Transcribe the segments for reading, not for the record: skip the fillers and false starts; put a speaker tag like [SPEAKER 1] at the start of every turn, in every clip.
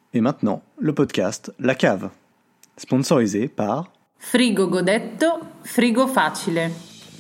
[SPEAKER 1] Et maintenant, le podcast La Cave, sponsorisé par
[SPEAKER 2] Frigo Godetto, frigo facile.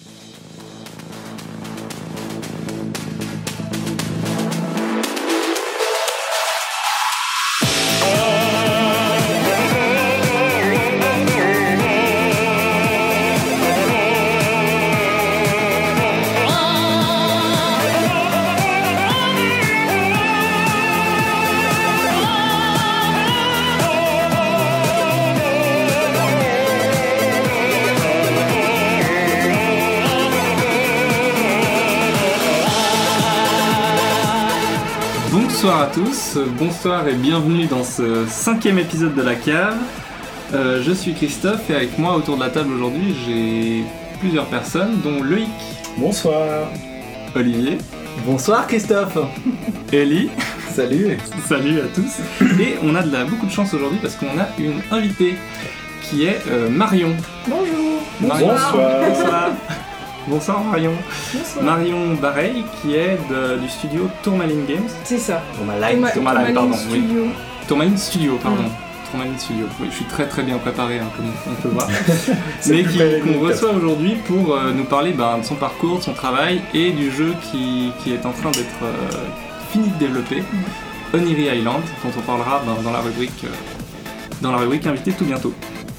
[SPEAKER 3] Bonsoir à tous, bonsoir et bienvenue dans ce 5e épisode de La Cave. Je suis Christophe et avec moi autour de la table aujourd'hui j'ai plusieurs personnes dont Loïc.
[SPEAKER 4] Bonsoir.
[SPEAKER 3] Olivier.
[SPEAKER 4] Bonsoir Christophe.
[SPEAKER 3] Ellie.
[SPEAKER 4] Salut.
[SPEAKER 3] Salut à tous. Et on a beaucoup de chance aujourd'hui parce qu'on a une invitée qui est Marion.
[SPEAKER 5] Bonjour.
[SPEAKER 3] Marion.
[SPEAKER 4] Bonsoir.
[SPEAKER 3] Bonsoir Marion.
[SPEAKER 5] Bonsoir.
[SPEAKER 3] Marion Bareil qui est du studio Tourmaline Games.
[SPEAKER 5] C'est ça.
[SPEAKER 3] Tourmaline,
[SPEAKER 5] Tourmaline
[SPEAKER 3] pardon.
[SPEAKER 5] Studio.
[SPEAKER 3] Oui. Tourmaline Studio, pardon. Tourmaline Studio. Oui, je suis très très bien préparé, comme on peut voir. Mais qu'on reçoit aujourd'hui pour nous parler de son parcours, de son travail et du jeu qui est en train d'être fini de développer, Oniry Island, dont on parlera dans la rubrique invité tout bientôt.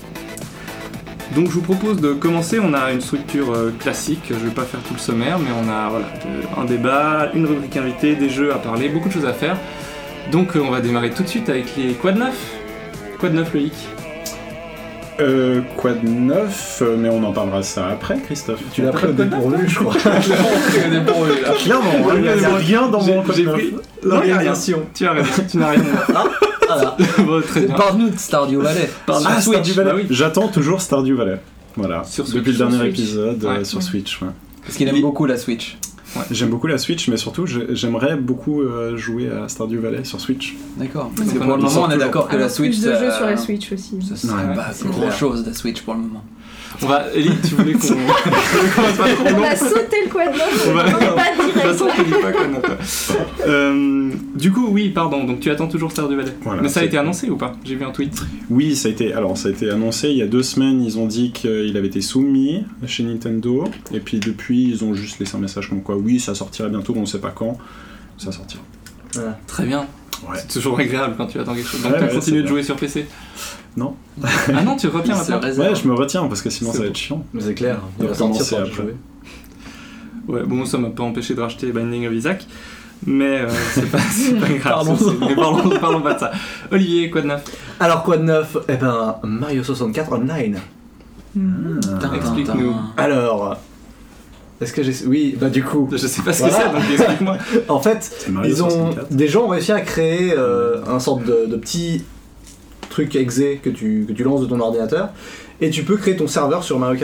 [SPEAKER 3] Donc je vous propose de commencer, on a une structure classique, je vais pas faire tout le sommaire, mais on a un débat, une rubrique invitée, des jeux à parler, beaucoup de choses à faire. Donc on va démarrer tout de suite avec les Quoi de neuf ? Quoi de neuf, Loïc ?
[SPEAKER 4] Quoi de neuf, mais on en parlera ça après, Christophe.
[SPEAKER 1] Tu l'as pris au dépourvu, je crois.
[SPEAKER 4] Clairement, il n'y a rien dans mon quoi de neuf.
[SPEAKER 3] L'organisation. Tu as raison, tu n'as rien.
[SPEAKER 6] Voilà.
[SPEAKER 3] Bon, très bien.
[SPEAKER 6] Parle-nous de Stardew Valley.
[SPEAKER 4] Stardew Valley.
[SPEAKER 3] Bah oui.
[SPEAKER 4] J'attends toujours Stardew Valley. Voilà.
[SPEAKER 3] Sur Switch.
[SPEAKER 4] Depuis le dernier
[SPEAKER 3] Switch.
[SPEAKER 4] épisode
[SPEAKER 3] Ouais.
[SPEAKER 4] sur Switch. Ouais.
[SPEAKER 6] Parce qu'il aime beaucoup la Switch.
[SPEAKER 3] Ouais.
[SPEAKER 4] J'aime beaucoup la Switch, mais surtout j'aimerais beaucoup jouer à Stardew Valley sur Switch.
[SPEAKER 6] D'accord.
[SPEAKER 3] Parce
[SPEAKER 6] Parce que
[SPEAKER 3] qu'on
[SPEAKER 6] pour le
[SPEAKER 3] a-
[SPEAKER 6] moment, on est
[SPEAKER 3] toujours.
[SPEAKER 6] d'accord que la
[SPEAKER 5] Alors,
[SPEAKER 6] Switch.
[SPEAKER 5] plus de
[SPEAKER 6] ça-
[SPEAKER 5] jeux sur la Switch aussi.
[SPEAKER 6] Ça serait
[SPEAKER 4] Ouais,
[SPEAKER 6] pas
[SPEAKER 3] c'est
[SPEAKER 6] grand
[SPEAKER 3] clair.
[SPEAKER 6] chose la Switch pour le moment.
[SPEAKER 3] On va, Ellie, tu voulais qu'on commence pas trop
[SPEAKER 5] On
[SPEAKER 3] long.
[SPEAKER 5] a sauté le quad neuf,
[SPEAKER 3] On va-
[SPEAKER 5] on est pas
[SPEAKER 3] De toute façon,
[SPEAKER 5] direct.
[SPEAKER 3] je te dis pas qu'on a pas. Du coup, oui, pardon, donc tu attends toujours Stardew Valley.
[SPEAKER 4] Voilà,
[SPEAKER 3] Mais ça a
[SPEAKER 4] c'est-
[SPEAKER 3] été annoncé ou pas ? J'ai vu un tweet.
[SPEAKER 4] Oui, ça a été annoncé il y a 2 semaines. Ils ont dit qu'il avait été soumis chez Nintendo. Et puis depuis, ils ont juste laissé un message comme quoi, oui, ça sortira bientôt, mais on sait pas quand. Ça sortira.
[SPEAKER 3] Très bien.
[SPEAKER 4] Ouais.
[SPEAKER 3] C'est toujours agréable quand tu attends quelque chose. Donc
[SPEAKER 4] Ouais,
[SPEAKER 3] tu
[SPEAKER 4] ouais,
[SPEAKER 3] continues
[SPEAKER 4] c'est
[SPEAKER 3] de jouer sur PC ?
[SPEAKER 4] Non.
[SPEAKER 3] Ah non, tu retiens
[SPEAKER 6] Il se
[SPEAKER 3] maintenant ?
[SPEAKER 6] réserve.
[SPEAKER 4] Ouais, je me retiens parce que sinon
[SPEAKER 3] C'est
[SPEAKER 4] ça va
[SPEAKER 3] bon.
[SPEAKER 4] être chiant.
[SPEAKER 6] Mais c'est clair.
[SPEAKER 4] Il va sortir
[SPEAKER 6] pour
[SPEAKER 4] après.
[SPEAKER 6] jouer.
[SPEAKER 3] Ouais, bon, ça m'a pas empêché de racheter Binding of Isaac. Mais c'est pas grave.
[SPEAKER 6] Pardon.
[SPEAKER 3] Mais parlons pas de ça. Olivier, quoi de neuf ?
[SPEAKER 7] Alors quoi de neuf ? Eh ben Mario 64 Online.
[SPEAKER 3] Explique-nous.
[SPEAKER 7] Alors, est-ce que j'ai... Oui, bah du coup,
[SPEAKER 3] Je sais pas ce
[SPEAKER 7] Voilà.
[SPEAKER 3] que c'est, donc explique-moi.
[SPEAKER 7] en fait,
[SPEAKER 4] C'est Mario
[SPEAKER 7] ils ont...
[SPEAKER 4] 64.
[SPEAKER 7] des gens ont réussi à créer un sorte de petit truc exe que tu lances de ton ordinateur et tu peux créer ton serveur sur Mario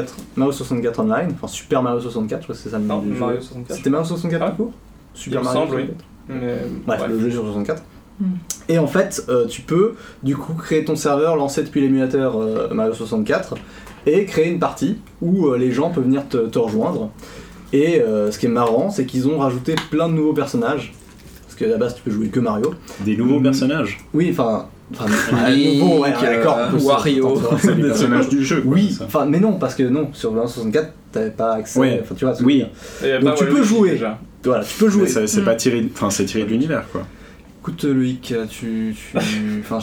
[SPEAKER 7] 64 Online, enfin Super Mario 64, je crois que c'est ça le nom
[SPEAKER 3] Non,
[SPEAKER 7] du jeu.
[SPEAKER 3] Mario 64.
[SPEAKER 7] C'était Mario 64
[SPEAKER 3] Ah.
[SPEAKER 7] tout court Super
[SPEAKER 3] Il me
[SPEAKER 7] Mario
[SPEAKER 3] semble, oui.
[SPEAKER 7] 64.
[SPEAKER 3] Mais...
[SPEAKER 7] Bref,
[SPEAKER 3] ouais.
[SPEAKER 7] le jeu sur 64.
[SPEAKER 5] Mm.
[SPEAKER 7] Et en fait, tu peux du coup créer ton serveur lancé depuis l'émulateur Mario 64 et créer une partie où les gens peuvent venir te rejoindre. Et ce qui est marrant, c'est qu'ils ont rajouté plein de nouveaux personnages. Parce qu'à la base, tu peux jouer que Mario.
[SPEAKER 4] Des nouveaux personnages.
[SPEAKER 7] Oui, enfin.
[SPEAKER 6] Link,
[SPEAKER 7] nouveaux, ouais, d'accord. on peut se-
[SPEAKER 6] Wario.
[SPEAKER 4] C'est des personnages du jeu. quoi,
[SPEAKER 7] Oui,
[SPEAKER 4] ça.
[SPEAKER 7] enfin, mais non, parce que non, sur Mario 64, t'avais pas accès.
[SPEAKER 4] Ouais.
[SPEAKER 7] Enfin, tu vois, ce que
[SPEAKER 4] Oui.
[SPEAKER 7] je veux dire.
[SPEAKER 3] Et
[SPEAKER 7] Donc
[SPEAKER 3] pas
[SPEAKER 7] tu peux
[SPEAKER 3] Waluigi,
[SPEAKER 7] jouer.
[SPEAKER 3] déjà.
[SPEAKER 7] Voilà, tu peux jouer.
[SPEAKER 4] Mais c'est pas tiré, enfin c'est tiré de l'univers quoi.
[SPEAKER 7] Écoute, Loïc, enfin,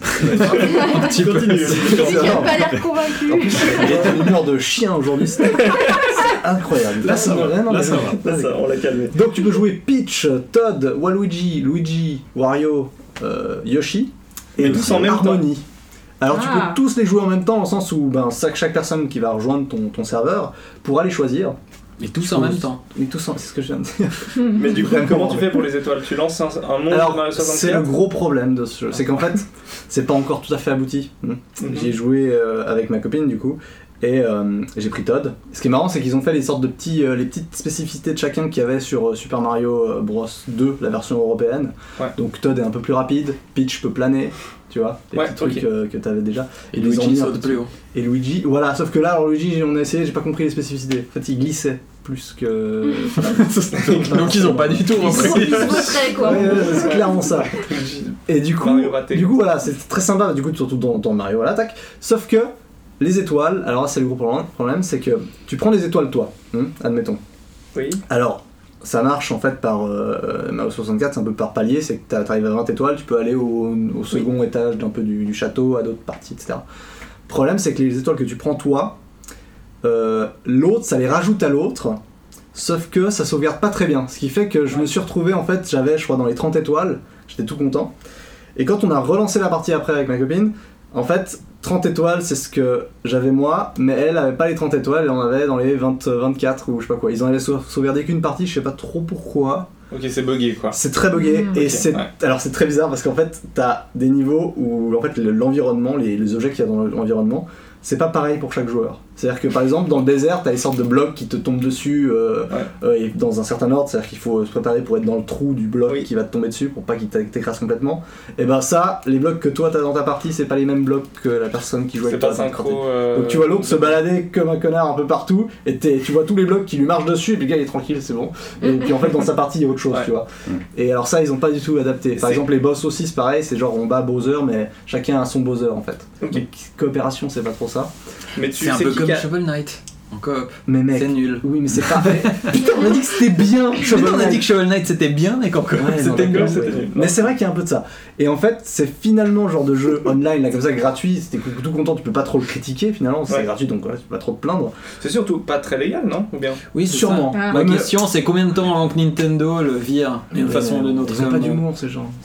[SPEAKER 7] un petit peu.
[SPEAKER 5] Il a pas l'air convaincu.
[SPEAKER 7] En plus, il a une humeur de chien aujourd'hui, c'est incroyable.
[SPEAKER 4] Là, ça va.
[SPEAKER 7] Vraiment,
[SPEAKER 4] Là, ça va.
[SPEAKER 7] là, c'est-
[SPEAKER 4] on l'a calmé.
[SPEAKER 7] Donc tu peux jouer Peach, Todd, Waluigi, Luigi, Wario, Yoshi et
[SPEAKER 4] tous
[SPEAKER 7] aussi
[SPEAKER 4] en même temps.
[SPEAKER 7] Harmony. Alors tu
[SPEAKER 5] Ah.
[SPEAKER 7] peux tous les jouer en même temps, dans le sens où chaque personne qui va rejoindre ton serveur pourra les choisir.
[SPEAKER 6] Mais tous en même temps.
[SPEAKER 7] Mais tous, c'est ce que je viens de dire.
[SPEAKER 3] Mais du coup,
[SPEAKER 7] D'accord.
[SPEAKER 3] comment tu fais pour les étoiles ? Tu lances un monde de
[SPEAKER 7] Alors
[SPEAKER 3] Mario
[SPEAKER 7] c'est
[SPEAKER 3] 64
[SPEAKER 7] le gros problème de ce jeu, c'est qu'en fait c'est pas encore tout à fait abouti. J'ai joué avec ma copine du coup. Et j'ai pris Todd. Ce qui est marrant, c'est qu'ils ont fait les sortes de les petites spécificités de chacun qu'il y avait sur Super Mario Bros 2, la version européenne.
[SPEAKER 3] Ouais.
[SPEAKER 7] Donc Todd est un peu plus rapide, Peach peut planer, tu vois, les
[SPEAKER 3] Ouais,
[SPEAKER 7] petits trucs que t'avais déjà.
[SPEAKER 6] Et
[SPEAKER 7] Ils les ont
[SPEAKER 6] Luigi
[SPEAKER 7] mis un
[SPEAKER 6] saute
[SPEAKER 7] peu
[SPEAKER 6] plus haut.
[SPEAKER 7] Et Luigi, voilà, sauf que là, alors Luigi, on a essayé, j'ai pas compris les spécificités. En fait, il glissait plus que.
[SPEAKER 6] Donc ils ont pas du tout
[SPEAKER 5] Ils
[SPEAKER 6] repris.
[SPEAKER 5] se voteraient quoi.
[SPEAKER 7] Ouais, c'est clairement ça. Et du coup,
[SPEAKER 3] Mario raté.
[SPEAKER 7] voilà, c'est très sympa, du coup, surtout dans Mario, voilà, tac. Sauf que les étoiles, alors là, c'est le gros problème, c'est que tu prends des étoiles toi, admettons.
[SPEAKER 3] Oui.
[SPEAKER 7] Alors, ça marche en fait par Mario 64, c'est un peu par palier, c'est que t'arrives à 20 étoiles, tu peux aller au second étage d'un peu du château, à d'autres parties, etc. Le problème, c'est que les étoiles que tu prends toi, l'autre, ça les rajoute à l'autre, sauf que ça sauvegarde pas très bien. Ce qui fait que je me suis retrouvé, en fait, j'avais, je crois, dans les 30 étoiles, j'étais tout content. Et quand on a relancé la partie après avec ma copine, en fait, 30 étoiles, c'est ce que j'avais moi, mais elle avait pas les 30 étoiles, elle en avait dans les 24 ou je sais pas quoi. Ils en avaient sauvegardé qu'une partie, je sais pas trop pourquoi.
[SPEAKER 3] Ok, c'est buggé quoi.
[SPEAKER 7] C'est très buggé et
[SPEAKER 3] Ok,
[SPEAKER 7] c'est
[SPEAKER 3] ouais.
[SPEAKER 7] alors c'est très bizarre parce qu'en fait t'as des niveaux où en fait l'environnement, les objets qu'il y a dans l'environnement, c'est pas pareil pour chaque joueur. C'est-à-dire que par exemple dans le désert t'as des sortes de blocs qui te tombent dessus et dans un certain ordre, c'est-à-dire qu'il faut se préparer pour être dans le trou du bloc qui va te tomber dessus pour pas qu'il t'écrase complètement. Et ben ça, les blocs que toi t'as dans ta partie, c'est pas les mêmes blocs que la personne qui joue
[SPEAKER 3] C'est
[SPEAKER 7] avec toi.
[SPEAKER 3] pas synchro.
[SPEAKER 7] Donc tu vois l'autre se balader comme un connard un peu partout et tu vois tous les blocs qui lui marchent dessus et puis le gars il est tranquille, c'est bon. Et puis en fait dans sa partie il y a autre chose, tu vois. Et alors ça ils ont pas du tout adapté. Par exemple les boss aussi c'est pareil, c'est genre on bat Bowser mais chacun a son Bowser en fait.
[SPEAKER 3] Ok.
[SPEAKER 7] Donc coopération c'est pas trop ça.
[SPEAKER 3] Mais tu
[SPEAKER 6] C'est un
[SPEAKER 3] sais
[SPEAKER 6] peu
[SPEAKER 3] qui
[SPEAKER 6] comme
[SPEAKER 3] a-
[SPEAKER 6] Shovel Knight en coop.
[SPEAKER 7] Mais mec,
[SPEAKER 6] C'est nul.
[SPEAKER 7] oui mais c'est pas... Putain on a dit que c'était bien
[SPEAKER 6] Mais
[SPEAKER 7] Shovel
[SPEAKER 6] non, on a
[SPEAKER 7] Knight.
[SPEAKER 6] dit que Shovel Knight c'était bien, mais qu'en coop
[SPEAKER 7] Ouais, non,
[SPEAKER 6] c'était
[SPEAKER 7] d'accord,
[SPEAKER 6] nul.
[SPEAKER 3] c'était
[SPEAKER 7] ouais.
[SPEAKER 3] nul.
[SPEAKER 7] Mais c'est vrai qu'il y a un peu de ça. Et en fait, c'est finalement le genre de jeu online, là, comme ça, gratuit. C'était tout content, tu peux pas trop le critiquer finalement, c'est
[SPEAKER 3] Ouais.
[SPEAKER 7] gratuit donc voilà, tu peux pas trop te plaindre.
[SPEAKER 3] C'est surtout pas très légal, non? Ou bien?
[SPEAKER 6] Oui, c'est
[SPEAKER 7] Sûrement.
[SPEAKER 6] ça.
[SPEAKER 5] Ah.
[SPEAKER 6] Ma
[SPEAKER 7] Ouais, mais-
[SPEAKER 6] question c'est combien de temps avant que Nintendo le vire d'une façon ou d'une autre
[SPEAKER 7] Ils ont pas
[SPEAKER 6] comme-
[SPEAKER 7] d'humour ces gens.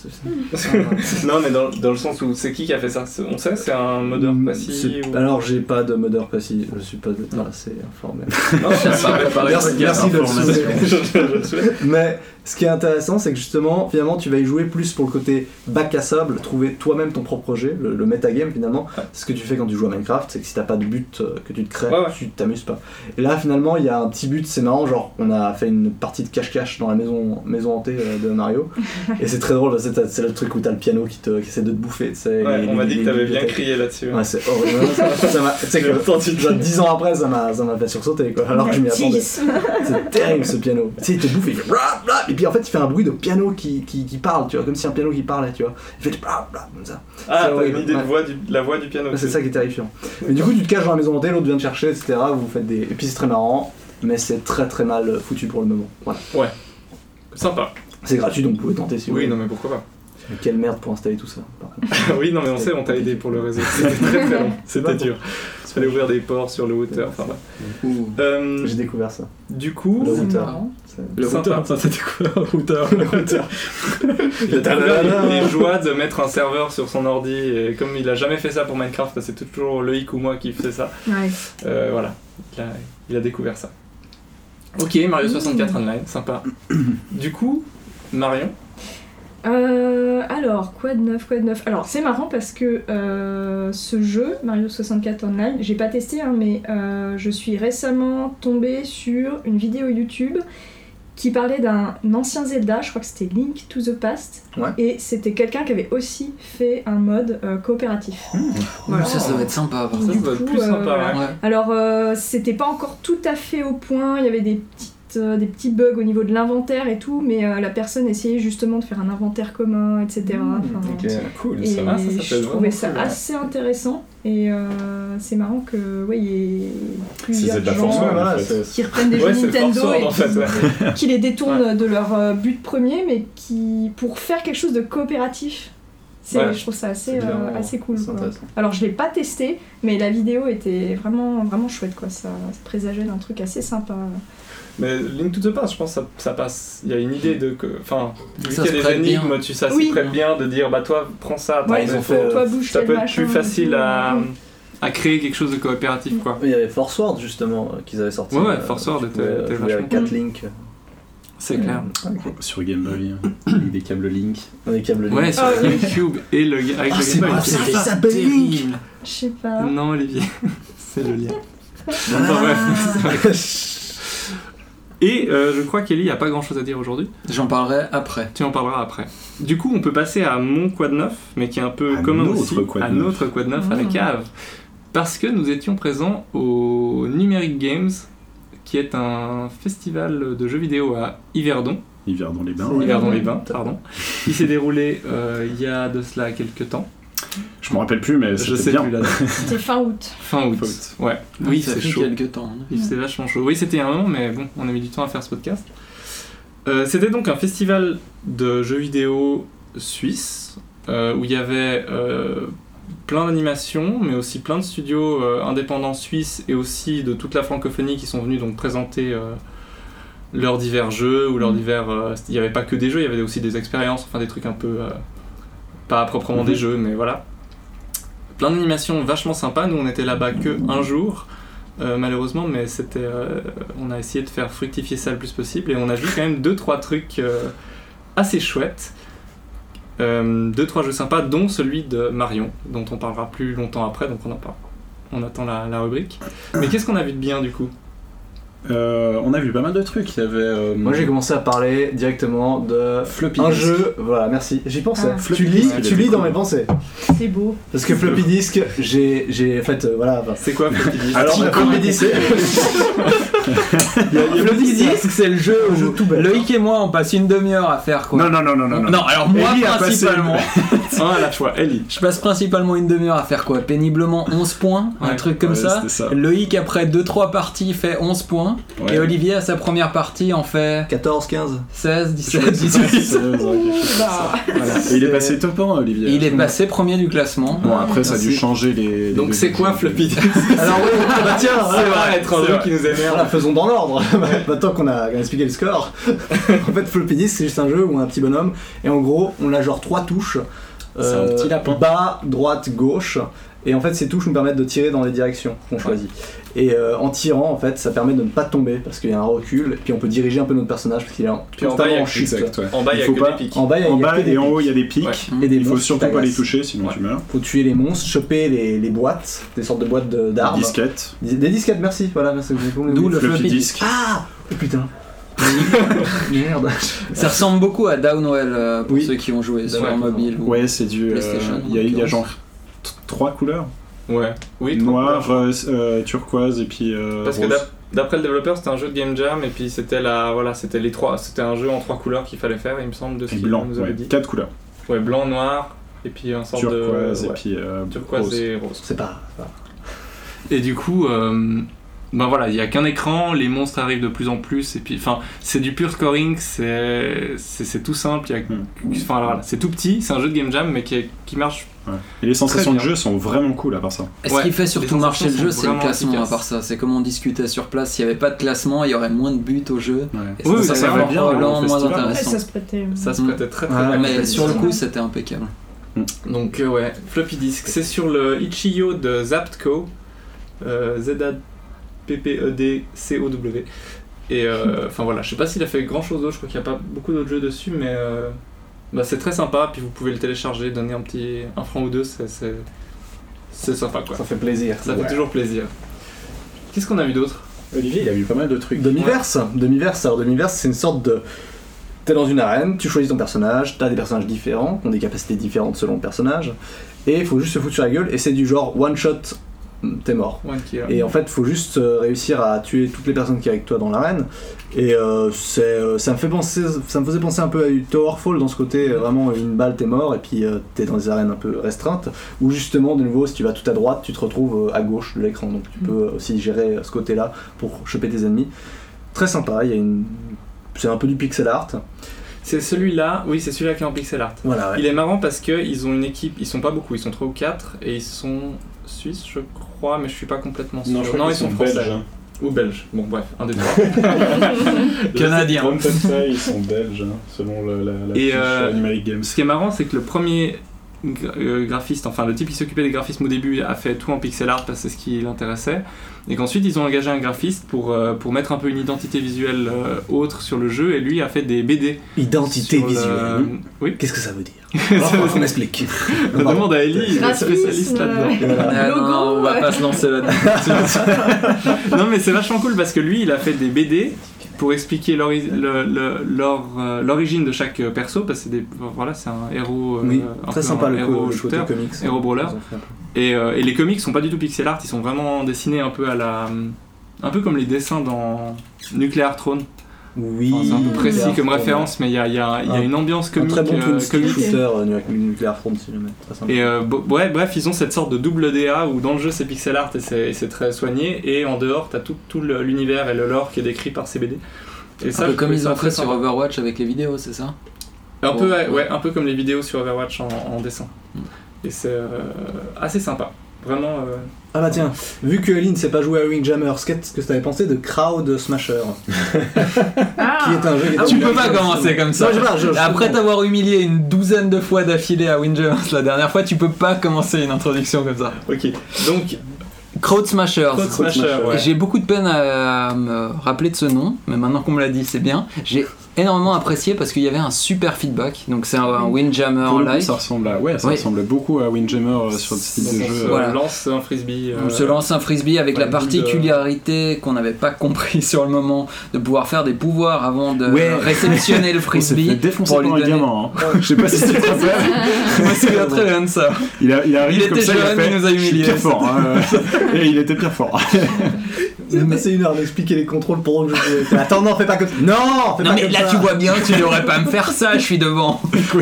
[SPEAKER 7] c'est-
[SPEAKER 3] Non, mais dans le sens où c'est qui a fait ça? On sait, c'est un modeur passif
[SPEAKER 7] C'est-
[SPEAKER 3] ou...
[SPEAKER 7] Alors j'ai pas de modeur passif, je suis pas assez informé.
[SPEAKER 3] Non, je sais pas.
[SPEAKER 7] Merci de le soulever.
[SPEAKER 3] Je le souhaite.
[SPEAKER 7] Mais ce qui est intéressant, c'est que justement, finalement, tu vas y jouer plus pour le côté bac à sable, trouver toi-même ton propre jeu, le metagame finalement.
[SPEAKER 3] Ouais.
[SPEAKER 7] C'est ce que tu fais quand tu joues à Minecraft, c'est que si t'as pas de but que tu te crées,
[SPEAKER 3] Ouais.
[SPEAKER 7] tu t'amuses pas. Et là, finalement, il y a un petit but, c'est marrant, genre, on a fait une partie de cache-cache dans la maison hantée de Mario. Et c'est très drôle, parce que c'est le truc où t'as le piano qui essaie de te bouffer. Tu sais,
[SPEAKER 3] Ouais, on m'a dit que t'avais bien
[SPEAKER 7] bibliothèques.
[SPEAKER 3] crié là-dessus.
[SPEAKER 7] Ouais, c'est horrible. Tu sais que genre, 10 ans après, ça m'a fait sursauter quoi. Alors que je m'y attendais. C'est terrible ce piano. Tu sais, il te bouffe, il fait bla bla, et puis en fait, il fait un bruit de piano qui parle, tu vois, comme si un piano qui parlait, tu vois. Il fait bla bla comme ça.
[SPEAKER 3] Ah,
[SPEAKER 7] C'est
[SPEAKER 3] t'as
[SPEAKER 7] horrible.
[SPEAKER 3] une idée de
[SPEAKER 7] Ouais.
[SPEAKER 3] la voix du piano.
[SPEAKER 7] C'est ça qui est terrifiant. Mais du coup, tu te caches dans la maison hantée, l'autre vient te chercher, etc. Vous faites des. Et puis c'est très marrant, mais c'est très très mal foutu pour le moment. Voilà.
[SPEAKER 3] Sympa.
[SPEAKER 7] C'est gratuit donc vous pouvez tenter si vous
[SPEAKER 3] Oui,
[SPEAKER 7] voulez.
[SPEAKER 3] non, mais pourquoi pas?
[SPEAKER 7] Mais quelle merde pour installer tout ça, par contre.
[SPEAKER 3] Oui, non, mais on sait, on t'a aidé pour le réseau. C'était très très long. C'était
[SPEAKER 7] pas
[SPEAKER 3] dur. Il fallait ouvrir des ports sur le routeur. Enfin, bref.
[SPEAKER 7] J'ai découvert ça.
[SPEAKER 3] Du coup,
[SPEAKER 7] Le
[SPEAKER 5] C'est
[SPEAKER 7] routeur.
[SPEAKER 5] marrant.
[SPEAKER 6] Le
[SPEAKER 3] Sympa.
[SPEAKER 6] routeur, ça c'était quoi le routeur?
[SPEAKER 7] Le routeur.
[SPEAKER 3] les joies de mettre un serveur sur son ordi, et comme il a jamais fait ça pour Minecraft, c'est toujours Loïc ou moi qui faisait ça.
[SPEAKER 5] Ouais.
[SPEAKER 3] Voilà, il a découvert ça. Ok, Mario 64 Online, sympa. Du coup, Marion,
[SPEAKER 5] Alors, quoi de neuf? Alors, c'est marrant parce que ce jeu, Mario 64 Online, j'ai pas testé, hein, mais je suis récemment tombée sur une vidéo YouTube qui parlait d'un ancien Zelda, je crois que c'était Link to the Past,
[SPEAKER 7] Ouais.
[SPEAKER 5] et c'était quelqu'un qui avait aussi fait un mode coopératif. Voilà.
[SPEAKER 6] Ça doit être sympa par
[SPEAKER 3] ça
[SPEAKER 5] Du
[SPEAKER 3] doit être
[SPEAKER 5] coup,
[SPEAKER 3] plus sympa.
[SPEAKER 5] voilà.
[SPEAKER 3] Ouais.
[SPEAKER 6] Ouais.
[SPEAKER 5] Alors, c'était pas encore tout à fait au point, il y avait des petits bugs au niveau de l'inventaire et tout, mais la personne essayait justement de faire un inventaire commun, etc. Enfin,
[SPEAKER 7] Ok.
[SPEAKER 3] Cool,
[SPEAKER 5] et
[SPEAKER 3] ça va, ça
[SPEAKER 5] je
[SPEAKER 3] peut être
[SPEAKER 5] trouvais
[SPEAKER 3] vraiment
[SPEAKER 5] ça
[SPEAKER 3] cool, ouais.
[SPEAKER 5] assez intéressant, et c'est marrant que ouais, il y ait
[SPEAKER 4] C'est
[SPEAKER 5] plusieurs
[SPEAKER 4] Zelda
[SPEAKER 5] gens
[SPEAKER 4] Force
[SPEAKER 7] Ouais,
[SPEAKER 4] One,
[SPEAKER 7] voilà,
[SPEAKER 4] en fait.
[SPEAKER 5] qui reprennent des
[SPEAKER 3] Ouais,
[SPEAKER 5] jeux
[SPEAKER 3] c'est
[SPEAKER 5] Nintendo
[SPEAKER 3] Force Word,
[SPEAKER 5] et
[SPEAKER 3] en fait, ouais.
[SPEAKER 5] qui les détournent de leur but premier, mais qui pour faire quelque chose de coopératif.
[SPEAKER 3] Ouais.
[SPEAKER 5] Je trouve ça assez,
[SPEAKER 7] C'est clairement-
[SPEAKER 5] assez cool.
[SPEAKER 7] c'est
[SPEAKER 5] quoi.
[SPEAKER 7] intéressant.
[SPEAKER 5] Alors je l'ai pas testé, mais la vidéo était vraiment, vraiment chouette, quoi. Ça présageait d'un truc assez sympa.
[SPEAKER 3] Mais Link to the Past, je pense que ça passe. Il y a une idée de que. Enfin, vu
[SPEAKER 6] Ça
[SPEAKER 3] qu'il y a
[SPEAKER 6] se
[SPEAKER 3] des
[SPEAKER 6] prête
[SPEAKER 3] énigmes,
[SPEAKER 6] bien.
[SPEAKER 3] ça
[SPEAKER 5] Oui.
[SPEAKER 3] s'y prête bien de dire bah toi, prends ça.
[SPEAKER 5] Ouais,
[SPEAKER 7] ils ont
[SPEAKER 5] il
[SPEAKER 7] fait,
[SPEAKER 5] faut toi bouge
[SPEAKER 3] Ça
[SPEAKER 5] tel
[SPEAKER 3] peut être
[SPEAKER 5] machin
[SPEAKER 3] plus
[SPEAKER 5] et
[SPEAKER 3] facile
[SPEAKER 5] tout.
[SPEAKER 3] à créer quelque chose de coopératif, quoi.
[SPEAKER 7] Il y avait Force Word justement qu'ils avaient sorti.
[SPEAKER 3] Ouais, Force Word
[SPEAKER 7] tu
[SPEAKER 3] était
[SPEAKER 7] pouvais jouer
[SPEAKER 3] vachement
[SPEAKER 7] avec 4
[SPEAKER 5] cool.
[SPEAKER 7] links.
[SPEAKER 3] C'est clair.
[SPEAKER 4] Sur Game Boy, avec des câbles Link.
[SPEAKER 7] Des câbles links.
[SPEAKER 3] Ouais, sur
[SPEAKER 5] Ah, oui.
[SPEAKER 3] GameCube et le avec le
[SPEAKER 7] c'est
[SPEAKER 3] Game Boy.
[SPEAKER 7] pas-
[SPEAKER 6] C'était
[SPEAKER 7] ça s'appelle Link.
[SPEAKER 6] terrible.
[SPEAKER 5] Je sais pas.
[SPEAKER 3] Non, Olivier, c'est le lien. Enfin,
[SPEAKER 5] Ah.
[SPEAKER 3] bref. Et je crois qu'Ellie a pas grand chose à dire aujourd'hui.
[SPEAKER 6] J'en parlerai après.
[SPEAKER 3] Tu en parleras après. Du coup, on peut passer à mon quad neuf, mais qui est un peu
[SPEAKER 4] À
[SPEAKER 3] commun
[SPEAKER 4] notre
[SPEAKER 3] aussi,
[SPEAKER 4] quad
[SPEAKER 3] à
[SPEAKER 4] neuf.
[SPEAKER 3] notre quad neuf à la
[SPEAKER 5] Mmh.
[SPEAKER 3] cave. Parce que nous étions présents au Numeric Games, qui est un festival de jeux vidéo à Yverdon.
[SPEAKER 4] Yverdon-les-Bains.
[SPEAKER 3] Yverdon-les-Bains, pardon. Qui s'est déroulé il y a de cela quelques temps.
[SPEAKER 4] Je me rappelle plus, mais
[SPEAKER 3] Je
[SPEAKER 4] c'était
[SPEAKER 3] sais
[SPEAKER 4] bien.
[SPEAKER 3] plus la date.
[SPEAKER 5] C'était fin août.
[SPEAKER 3] Fin août. Ouais. Oui,
[SPEAKER 6] ça
[SPEAKER 3] c'est
[SPEAKER 6] fait
[SPEAKER 3] chaud.
[SPEAKER 6] quelques temps. hein.
[SPEAKER 3] C'était vachement chaud. Oui, c'était un moment, mais bon, on a mis du temps à faire ce podcast. C'était donc un festival de jeux vidéo suisse où il y avait plein d'animations, mais aussi plein de studios indépendants suisses et aussi de toute la francophonie qui sont venus donc présenter leurs divers jeux ou leurs divers. Il n'y avait pas que des jeux, il y avait aussi des expériences, enfin des trucs un peu pas proprement des jeux, mais voilà. Plein d'animations vachement sympas. Nous, on était là-bas que un jour. Malheureusement, mais c'était, on a essayé de faire fructifier ça le plus possible et on a vu quand même 2-3 trucs assez chouettes, 2-3 jeux sympas, dont celui de Marion, dont on parlera plus longtemps après, donc on attend la rubrique. Mais qu'est-ce qu'on a vu de bien du coup ?
[SPEAKER 4] On a vu pas mal de trucs. Il y avait.
[SPEAKER 7] Moi j'ai commencé à parler directement de
[SPEAKER 4] Floppy
[SPEAKER 7] un
[SPEAKER 4] disk.
[SPEAKER 7] jeu, voilà, merci, j'y pensais.
[SPEAKER 5] Ah.
[SPEAKER 7] Tu lis,
[SPEAKER 4] disk,
[SPEAKER 7] tu lis dans mes pensées.
[SPEAKER 5] C'est beau.
[SPEAKER 7] Parce que floppy disk, j'ai en fait, voilà. Enfin,
[SPEAKER 3] C'est quoi Floppy Disk ?
[SPEAKER 7] alors, floppy disk,
[SPEAKER 6] Floppy disk, c'est le jeu
[SPEAKER 7] un jeu
[SPEAKER 6] où
[SPEAKER 7] tout bête.
[SPEAKER 6] Loïc et moi on passe une demi-heure à faire quoi.
[SPEAKER 4] Non,
[SPEAKER 6] Alors moi
[SPEAKER 4] Ellie a passé-
[SPEAKER 6] principalement,
[SPEAKER 3] Un à la fois, Ellie.
[SPEAKER 6] je passe principalement une demi-heure à faire quoi ? Péniblement 11 points, un
[SPEAKER 3] Ouais.
[SPEAKER 6] truc comme
[SPEAKER 4] Ouais,
[SPEAKER 6] ça.
[SPEAKER 4] c'était ça.
[SPEAKER 6] Loïc après 2-3 parties fait 11 points.
[SPEAKER 4] Ouais.
[SPEAKER 6] Et Olivier à sa première partie en fait
[SPEAKER 7] 14, 15.
[SPEAKER 6] 16,
[SPEAKER 4] Je crois
[SPEAKER 6] 17,
[SPEAKER 4] que c'est
[SPEAKER 6] 18.
[SPEAKER 4] 16, ouais, quelque chose comme ça.
[SPEAKER 5] Bah,
[SPEAKER 4] Et il est passé top 1, Olivier.
[SPEAKER 6] Et il est passé premier du classement.
[SPEAKER 4] Bon, après, ça a dû
[SPEAKER 7] Merci.
[SPEAKER 4] changer les.
[SPEAKER 3] Donc c'est quoi Floppy Disk ?
[SPEAKER 7] Alors ouais, bah tiens,
[SPEAKER 3] C'est vrai, être un
[SPEAKER 4] c'est
[SPEAKER 3] jeu
[SPEAKER 4] vrai.
[SPEAKER 3] qui nous énerve.
[SPEAKER 7] voilà, faisons dans l'ordre. Maintenant qu'on a expliqué le score. En fait, floppy disk, c'est juste un jeu où un petit bonhomme, et en gros, on a genre 3 touches.
[SPEAKER 4] C'est un petit lapin.
[SPEAKER 7] Bas, droite, gauche. Et en fait, ces touches nous permettent de tirer dans les directions qu'on choisit. Et en tirant, en fait, ça permet de ne pas tomber parce qu'il y a un recul. Et puis on peut diriger un peu notre personnage parce qu'il est
[SPEAKER 3] Puis en bas, il y
[SPEAKER 7] constamment
[SPEAKER 3] a
[SPEAKER 7] en chute.
[SPEAKER 4] Exact, ouais.
[SPEAKER 3] En bas, il y a
[SPEAKER 4] faut
[SPEAKER 3] que
[SPEAKER 4] pas-
[SPEAKER 3] des pics.
[SPEAKER 7] En bas, il y a
[SPEAKER 4] En
[SPEAKER 7] que
[SPEAKER 4] bas
[SPEAKER 7] des
[SPEAKER 4] et en
[SPEAKER 7] pics.
[SPEAKER 4] haut, il y a des pics.
[SPEAKER 3] Ouais.
[SPEAKER 7] Et des
[SPEAKER 4] Il faut
[SPEAKER 7] monstres
[SPEAKER 4] surtout
[SPEAKER 7] qui
[SPEAKER 4] pas les
[SPEAKER 7] t'agressent.
[SPEAKER 4] toucher, sinon
[SPEAKER 3] Ouais.
[SPEAKER 4] tu meurs.
[SPEAKER 7] Faut tuer les monstres, choper les boîtes, des sortes de boîtes d'armes.
[SPEAKER 4] Disquette.
[SPEAKER 7] Des disquettes, merci. Voilà, merci.
[SPEAKER 6] D'où le
[SPEAKER 4] Floppy
[SPEAKER 6] floppy
[SPEAKER 4] disk.
[SPEAKER 6] disk.
[SPEAKER 7] Ah oh putain. Merde.
[SPEAKER 6] Ça ressemble beaucoup à Downwell pour
[SPEAKER 7] Oui.
[SPEAKER 6] ceux qui ont joué sur
[SPEAKER 3] Ouais.
[SPEAKER 6] mobile. ou-
[SPEAKER 4] Ouais, c'est du.
[SPEAKER 6] PlayStation,
[SPEAKER 4] Il y a
[SPEAKER 6] en
[SPEAKER 4] genre 3 couleurs.
[SPEAKER 3] Ouais. Oui, trop
[SPEAKER 4] Noir,
[SPEAKER 3] cool.
[SPEAKER 4] turquoise et puis
[SPEAKER 3] Parce que
[SPEAKER 4] rose.
[SPEAKER 3] d'après le développeur, c'était un jeu de game jam et puis c'était c'était les trois, c'était un jeu en 3 couleurs qu'il fallait faire, il me semble, de ce
[SPEAKER 4] Et
[SPEAKER 3] qu'il
[SPEAKER 4] blanc,
[SPEAKER 3] nous avait
[SPEAKER 4] ouais.
[SPEAKER 3] dit.
[SPEAKER 4] 4 couleurs.
[SPEAKER 3] Ouais, blanc, noir et puis un sorte
[SPEAKER 4] Turquoise
[SPEAKER 3] de
[SPEAKER 4] et puis
[SPEAKER 3] turquoise
[SPEAKER 4] rose.
[SPEAKER 3] et rose.
[SPEAKER 7] C'est pas.
[SPEAKER 3] Et du coup, ben voilà, il y a qu'un écran, les monstres arrivent de plus en plus et puis, enfin, c'est du pur scoring, c'est tout simple, il y a, enfin voilà, c'est tout petit, c'est un jeu de game jam mais qui marche.
[SPEAKER 4] Ouais. Et les sensations de
[SPEAKER 3] Très bien.
[SPEAKER 4] jeu sont vraiment cool à part ça.
[SPEAKER 6] Et ce
[SPEAKER 3] Ouais,
[SPEAKER 6] qui fait
[SPEAKER 3] les
[SPEAKER 6] surtout marcher le
[SPEAKER 3] sensations
[SPEAKER 6] jeu,
[SPEAKER 3] sont
[SPEAKER 6] c'est le
[SPEAKER 3] vraiment
[SPEAKER 6] classement
[SPEAKER 3] efficaces.
[SPEAKER 6] à part ça. C'est comme on discutait sur place, s'il n'y avait pas de classement, il y aurait moins de buts au jeu.
[SPEAKER 4] Ouais.
[SPEAKER 6] Et
[SPEAKER 3] Oui,
[SPEAKER 6] ça
[SPEAKER 3] ça
[SPEAKER 6] serait
[SPEAKER 3] va
[SPEAKER 4] bien,
[SPEAKER 6] probablement
[SPEAKER 4] au
[SPEAKER 6] moins
[SPEAKER 4] festival.
[SPEAKER 5] ouais,
[SPEAKER 6] intéressant.
[SPEAKER 5] ça se prêtait.
[SPEAKER 3] Ça se prêtait très très
[SPEAKER 7] Ouais,
[SPEAKER 3] bien.
[SPEAKER 6] Mais sur le coup,
[SPEAKER 5] Ouais.
[SPEAKER 6] c'était impeccable.
[SPEAKER 3] Donc ouais, Floppy Disk, c'est sur le Itch.io de Zaptco, Z-A-P-P-E-D-C-O-W. Et enfin voilà, je sais pas s'il a fait grand chose d'autre, je crois qu'il n'y a pas beaucoup d'autres jeux dessus, mais bah, c'est très sympa, puis vous pouvez le télécharger, donner un franc ou deux, c'est sympa quoi.
[SPEAKER 7] Ça fait plaisir.
[SPEAKER 3] Ça fait toujours plaisir. Qu'est-ce qu'on a vu d'autre ?
[SPEAKER 4] Olivier, il a vu pas mal de trucs.
[SPEAKER 7] Demi-verse. Alors demi-verse, c'est une sorte de. T'es dans une arène, tu choisis ton personnage, t'as des personnages différents, qui ont des capacités différentes selon le personnage, et il faut juste se foutre sur la gueule, et c'est du genre one shot, t'es mort.
[SPEAKER 3] One Kill.
[SPEAKER 7] Et en fait, faut juste réussir à tuer toutes les personnes qui sont avec toi dans l'arène. Et ça me faisait penser un peu à du Towerfall dans ce côté, vraiment une balle t'es mort, et puis t'es dans des arènes un peu restreintes, où justement, de nouveau, si tu vas tout à droite, tu te retrouves à gauche de l'écran, donc tu peux aussi gérer ce côté-là pour choper tes ennemis. Très sympa, c'est un peu du pixel art.
[SPEAKER 3] C'est celui-là, oui, c'est celui-là qui est en pixel art.
[SPEAKER 7] Voilà, ouais.
[SPEAKER 3] Il est marrant parce qu'ils ont une équipe, ils sont pas beaucoup, ils sont 3 ou 4, et ils sont suisses, je crois, mais je suis pas complètement sûr.
[SPEAKER 4] Non, je crois qu'ils
[SPEAKER 3] ils sont
[SPEAKER 4] belges.
[SPEAKER 3] français. Ou belges, bon bref, un des trois.
[SPEAKER 6] Canadien.
[SPEAKER 4] Comme ça, ils sont belges, hein, selon la
[SPEAKER 3] Et,
[SPEAKER 4] fiche Numeric Games.
[SPEAKER 3] Ce qui est marrant, c'est que le premier graphiste, enfin le type qui s'occupait des graphismes au début, a fait tout en pixel art parce que c'est ce qui l'intéressait, et qu'ensuite ils ont engagé un graphiste pour mettre un peu une identité visuelle autre sur le jeu, et lui a fait des BD.
[SPEAKER 7] Identité
[SPEAKER 3] sur le-
[SPEAKER 7] visuelle.
[SPEAKER 3] Oui.
[SPEAKER 7] Qu'est-ce que ça veut dire Alors, on m'explique.
[SPEAKER 3] On demande à Ellie, il est
[SPEAKER 5] Graphisme,
[SPEAKER 3] spécialiste là-dedans.
[SPEAKER 6] Ah,
[SPEAKER 5] Logo,
[SPEAKER 6] non, on va
[SPEAKER 5] ouais.
[SPEAKER 6] pas se lancer là-dedans.
[SPEAKER 3] Non mais c'est vachement cool parce que lui il a fait des BD pour expliquer l'origine de chaque perso, parce que c'est un héros,
[SPEAKER 7] Oui,
[SPEAKER 3] un
[SPEAKER 7] très
[SPEAKER 3] peu
[SPEAKER 7] sympa
[SPEAKER 3] un
[SPEAKER 7] le
[SPEAKER 3] héros
[SPEAKER 7] côté
[SPEAKER 3] shooter,
[SPEAKER 7] comics.
[SPEAKER 3] héros brawler.
[SPEAKER 7] Ils ont fait un peu.
[SPEAKER 3] Et les comics sont pas du tout pixel art, ils sont vraiment dessinés un peu à un peu comme les dessins dans Nuclear Throne.
[SPEAKER 7] Oui,
[SPEAKER 3] Enfin, c'est un peu précis comme référence, mais il y a une ambiance
[SPEAKER 7] un
[SPEAKER 3] comique.
[SPEAKER 7] très bon twin stick
[SPEAKER 3] comique.
[SPEAKER 7] shooter Nuclear Throne, si jamais. Très sympa.
[SPEAKER 3] Et bref, ils ont cette sorte de double DA où dans le jeu c'est pixel art et c'est très soigné, et en dehors t'as tout l'univers et le lore qui est décrit par ces BD. Et
[SPEAKER 6] Un peu comme ils ont fait sur
[SPEAKER 3] sympa.
[SPEAKER 6] Overwatch avec les vidéos, c'est ça?
[SPEAKER 3] Un peu, ouais, un peu comme les vidéos sur Overwatch en dessin. Et c'est assez sympa. Vraiment.
[SPEAKER 7] Ah bah tiens, vu que Ellie ne sait pas jouer à Windjammers, qu'est-ce que tu avais pensé de Crowd Smasher
[SPEAKER 5] Ah.
[SPEAKER 7] qui est un jeu
[SPEAKER 6] Tu peux pas commencer comme ça.
[SPEAKER 7] Non, je
[SPEAKER 6] Après
[SPEAKER 7] comprends.
[SPEAKER 6] t'avoir humilié une douzaine de fois d'affilée à Windjammers la dernière fois, tu peux pas commencer une introduction comme ça.
[SPEAKER 3] Ok. Donc,
[SPEAKER 6] Crowd Smashers.
[SPEAKER 3] Crowd Smasher, ouais.
[SPEAKER 6] J'ai beaucoup de peine à me rappeler de ce nom, mais maintenant qu'on me l'a dit, c'est bien. J'ai énormément apprécié parce qu'il y avait un super feedback. Donc c'est un Windjammer
[SPEAKER 4] Pour le coup,
[SPEAKER 6] like.
[SPEAKER 4] ça ressemble
[SPEAKER 6] Oui.
[SPEAKER 4] ressemble beaucoup à Windjammer sur le style de
[SPEAKER 3] on
[SPEAKER 4] jeu.
[SPEAKER 3] se
[SPEAKER 6] Voilà.
[SPEAKER 3] lance un frisbee.
[SPEAKER 6] On se lance un frisbee avec
[SPEAKER 3] ouais,
[SPEAKER 6] la particularité qu'on n'avait pas compris sur le moment de pouvoir faire des pouvoirs avant de
[SPEAKER 4] Ouais.
[SPEAKER 6] réceptionner le
[SPEAKER 4] On s'est
[SPEAKER 6] frisbee.
[SPEAKER 4] fait défoncer
[SPEAKER 6] pour lui
[SPEAKER 4] par un
[SPEAKER 6] donner-
[SPEAKER 4] gamin. Hein. Je sais pas si tu te rappelles.
[SPEAKER 6] Je me souviens très bien de ça.
[SPEAKER 4] Il arrive
[SPEAKER 6] Il
[SPEAKER 4] comme
[SPEAKER 6] était
[SPEAKER 4] ça,
[SPEAKER 6] jeune,
[SPEAKER 4] fait,
[SPEAKER 6] il nous a
[SPEAKER 4] je suis
[SPEAKER 6] humiliés.
[SPEAKER 4] pire fort. Hein. Et il était pire fort.
[SPEAKER 7] J'ai passé une heure d'expliquer les contrôles pour que je disais, attends, non, fais pas comme ça. Non, fais
[SPEAKER 6] Non
[SPEAKER 7] pas
[SPEAKER 6] mais
[SPEAKER 7] comme
[SPEAKER 6] là
[SPEAKER 7] ça.
[SPEAKER 6] tu vois bien que tu devrais pas me faire ça, je suis devant.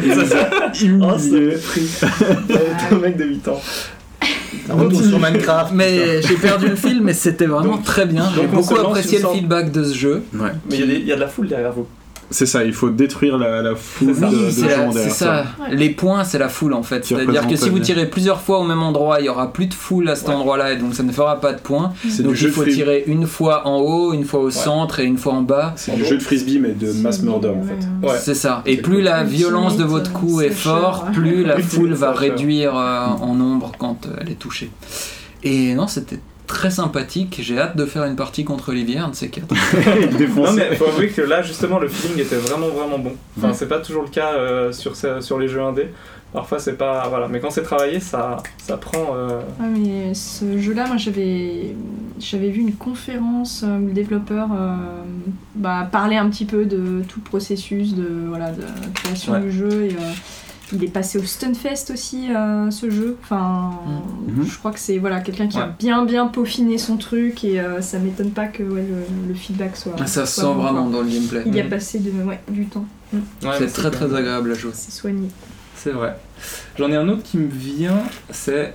[SPEAKER 4] Humilié.
[SPEAKER 3] un mec de 8 ans.
[SPEAKER 7] Retour sur Minecraft.
[SPEAKER 6] Mais j'ai perdu le fil, mais c'était vraiment très bien. J'ai
[SPEAKER 3] donc on
[SPEAKER 6] beaucoup
[SPEAKER 3] se lance
[SPEAKER 6] apprécié
[SPEAKER 3] sur
[SPEAKER 6] le
[SPEAKER 3] ça.
[SPEAKER 6] feedback de ce jeu.
[SPEAKER 4] Ouais.
[SPEAKER 3] Mais il y a de la foule derrière vous.
[SPEAKER 4] C'est ça, il faut détruire la foule
[SPEAKER 3] C'est ça.
[SPEAKER 4] de
[SPEAKER 6] Oui, c'est
[SPEAKER 4] gens
[SPEAKER 6] c'est
[SPEAKER 4] derrière
[SPEAKER 6] ça.
[SPEAKER 5] Ouais.
[SPEAKER 6] Les points, c'est la foule en fait.
[SPEAKER 4] Qui
[SPEAKER 6] C'est-à-dire que
[SPEAKER 4] représente
[SPEAKER 6] si
[SPEAKER 4] la
[SPEAKER 6] vous
[SPEAKER 4] vie.
[SPEAKER 6] tirez plusieurs fois au même endroit, il y aura plus de foule à cet
[SPEAKER 3] Ouais.
[SPEAKER 6] endroit-là et donc ça ne fera pas de points.
[SPEAKER 4] C'est
[SPEAKER 6] Donc
[SPEAKER 4] du jeu
[SPEAKER 6] il faut
[SPEAKER 4] de frisbee.
[SPEAKER 6] tirer une fois en haut, une fois au centre et une fois en bas.
[SPEAKER 4] C'est du jeu de frisbee mais de mass murder en fait.
[SPEAKER 3] Ouais.
[SPEAKER 6] C'est ça. Et
[SPEAKER 3] C'est
[SPEAKER 6] plus
[SPEAKER 3] cool.
[SPEAKER 6] la violence de votre coup est
[SPEAKER 5] Slasher,
[SPEAKER 6] forte,
[SPEAKER 5] ouais.
[SPEAKER 6] plus la
[SPEAKER 3] Ultimate
[SPEAKER 6] foule va
[SPEAKER 3] slasher.
[SPEAKER 6] réduire en nombre quand elle est touchée. Et non, c'était très sympathique. J'ai hâte de faire une partie contre Olivier, un de ces quatre.
[SPEAKER 4] Il défonce.
[SPEAKER 3] Non mais faut avouer que là justement le feeling était vraiment bon. Enfin c'est pas toujours le cas sur les jeux indés. Parfois c'est pas voilà, mais quand c'est travaillé ça prend.
[SPEAKER 5] Ouais, mais ce jeu-là, moi j'avais vu une conférence où le développeur parlait un petit peu de tout le processus de création
[SPEAKER 3] Ouais.
[SPEAKER 5] du jeu et il est passé au Stunfest aussi ce jeu. Enfin, je crois que c'est quelqu'un qui a bien peaufiné son truc et ça m'étonne pas que le feedback soit.
[SPEAKER 6] Ça se
[SPEAKER 5] soit
[SPEAKER 6] sent
[SPEAKER 5] bon,
[SPEAKER 6] vraiment
[SPEAKER 5] quoi.
[SPEAKER 6] dans le gameplay.
[SPEAKER 5] Il y a passé du temps.
[SPEAKER 3] Ouais, mais
[SPEAKER 6] C'est très très agréable à jouer.
[SPEAKER 5] C'est soigné.
[SPEAKER 3] C'est vrai. J'en ai un autre qui me vient, c'est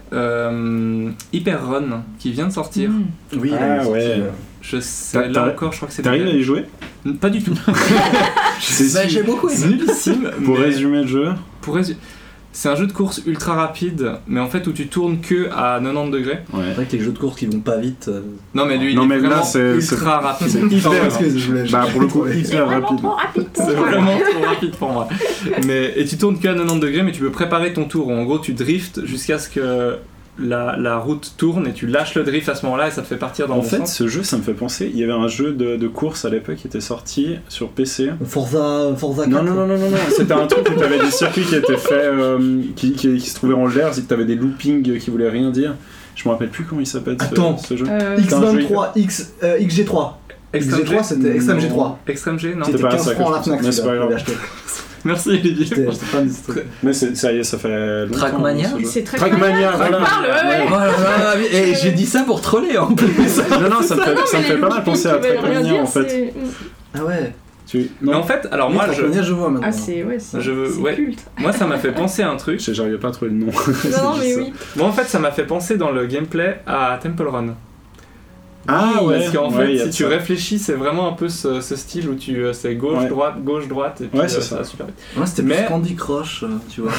[SPEAKER 3] Hyper Run qui vient de sortir.
[SPEAKER 7] Oui,
[SPEAKER 4] Ah,
[SPEAKER 7] il est
[SPEAKER 4] ouais.
[SPEAKER 7] sorti,
[SPEAKER 3] Je sais, là
[SPEAKER 4] T'arrives-
[SPEAKER 3] encore, je crois que c'est.
[SPEAKER 4] T'arrives à y jouer
[SPEAKER 3] Pas du tout.
[SPEAKER 6] J'ai beaucoup
[SPEAKER 3] C'est nullissime.
[SPEAKER 4] Pour
[SPEAKER 3] mais-
[SPEAKER 4] résumer le jeu,
[SPEAKER 3] c'est un jeu de course ultra rapide, mais en fait où tu tournes que à 90 degrés.
[SPEAKER 4] ouais.
[SPEAKER 7] C'est vrai que les jeux de course qui vont pas vite.
[SPEAKER 3] Non mais lui
[SPEAKER 4] Non,
[SPEAKER 3] il
[SPEAKER 4] mais
[SPEAKER 3] est
[SPEAKER 4] là,
[SPEAKER 3] vraiment
[SPEAKER 4] c'est
[SPEAKER 3] ultra rapide.
[SPEAKER 4] hyper.
[SPEAKER 7] je voulais.
[SPEAKER 4] Bah pour le coup, hyper rapide.
[SPEAKER 3] C'est vraiment trop rapide pour moi. Et tu tournes que à 90 degrés, mais tu peux préparer ton tour. En gros, tu driftes jusqu'à ce que la route tourne et tu lâches le drift à ce moment-là et ça te fait partir dans
[SPEAKER 4] En
[SPEAKER 3] le
[SPEAKER 4] fait,
[SPEAKER 3] sens.
[SPEAKER 4] ce jeu, ça me fait penser. Il y avait un jeu de course à l'époque qui était sorti sur PC.
[SPEAKER 7] Forza 4.
[SPEAKER 4] Non. C'était un truc où t'avais des circuits qui étaient faits, qui se trouvaient en l'air, c'est que t'avais des loopings qui voulaient rien dire. Je me rappelle plus comment il s'appelle
[SPEAKER 7] Attends.
[SPEAKER 4] ce jeu.
[SPEAKER 7] X23, XG3. XG3, c'était Extreme G3.
[SPEAKER 3] Extreme G, non
[SPEAKER 7] C'était
[SPEAKER 4] pas
[SPEAKER 7] 15
[SPEAKER 4] ça que
[SPEAKER 7] francs à la
[SPEAKER 4] je pensais.
[SPEAKER 7] Fnac.
[SPEAKER 4] Mais c'est pas grave.
[SPEAKER 3] Merci Olivier.
[SPEAKER 7] J'étais fan de ce truc.
[SPEAKER 4] Mais ça y est, ça fait longtemps.
[SPEAKER 6] Trackmania
[SPEAKER 4] ce jeu.
[SPEAKER 5] C'est très
[SPEAKER 4] Trackmania,
[SPEAKER 5] On
[SPEAKER 4] voilà.
[SPEAKER 5] parle, ouais.
[SPEAKER 6] Oh là là, et j'ai dit ça pour troller en plus.
[SPEAKER 4] Non, ça me fait pas mal penser à Trackmania en fait.
[SPEAKER 7] Ah ouais.
[SPEAKER 3] Mais en fait, alors moi
[SPEAKER 7] Trackmania, je vois maintenant.
[SPEAKER 5] Ah, c'est
[SPEAKER 3] ouais.
[SPEAKER 5] culte.
[SPEAKER 3] moi ça m'a fait penser à un truc.
[SPEAKER 4] J'arrive pas à trouver le nom.
[SPEAKER 5] Non, mais oui.
[SPEAKER 3] Moi en fait ça m'a fait penser dans le gameplay à Temple Run.
[SPEAKER 4] Ah ouais.
[SPEAKER 3] Parce qu'en
[SPEAKER 4] ouais,
[SPEAKER 3] fait
[SPEAKER 4] y a
[SPEAKER 3] si
[SPEAKER 4] de
[SPEAKER 3] tu
[SPEAKER 4] ça.
[SPEAKER 3] réfléchis c'est vraiment un peu ce style où tu c'est gauche
[SPEAKER 4] Ouais.
[SPEAKER 3] droite et puis
[SPEAKER 4] Ouais, c'est
[SPEAKER 3] ça
[SPEAKER 4] ça.
[SPEAKER 3] va super vite.
[SPEAKER 7] Moi, c'était
[SPEAKER 3] Mais-
[SPEAKER 7] plus Candy Crush, tu vois.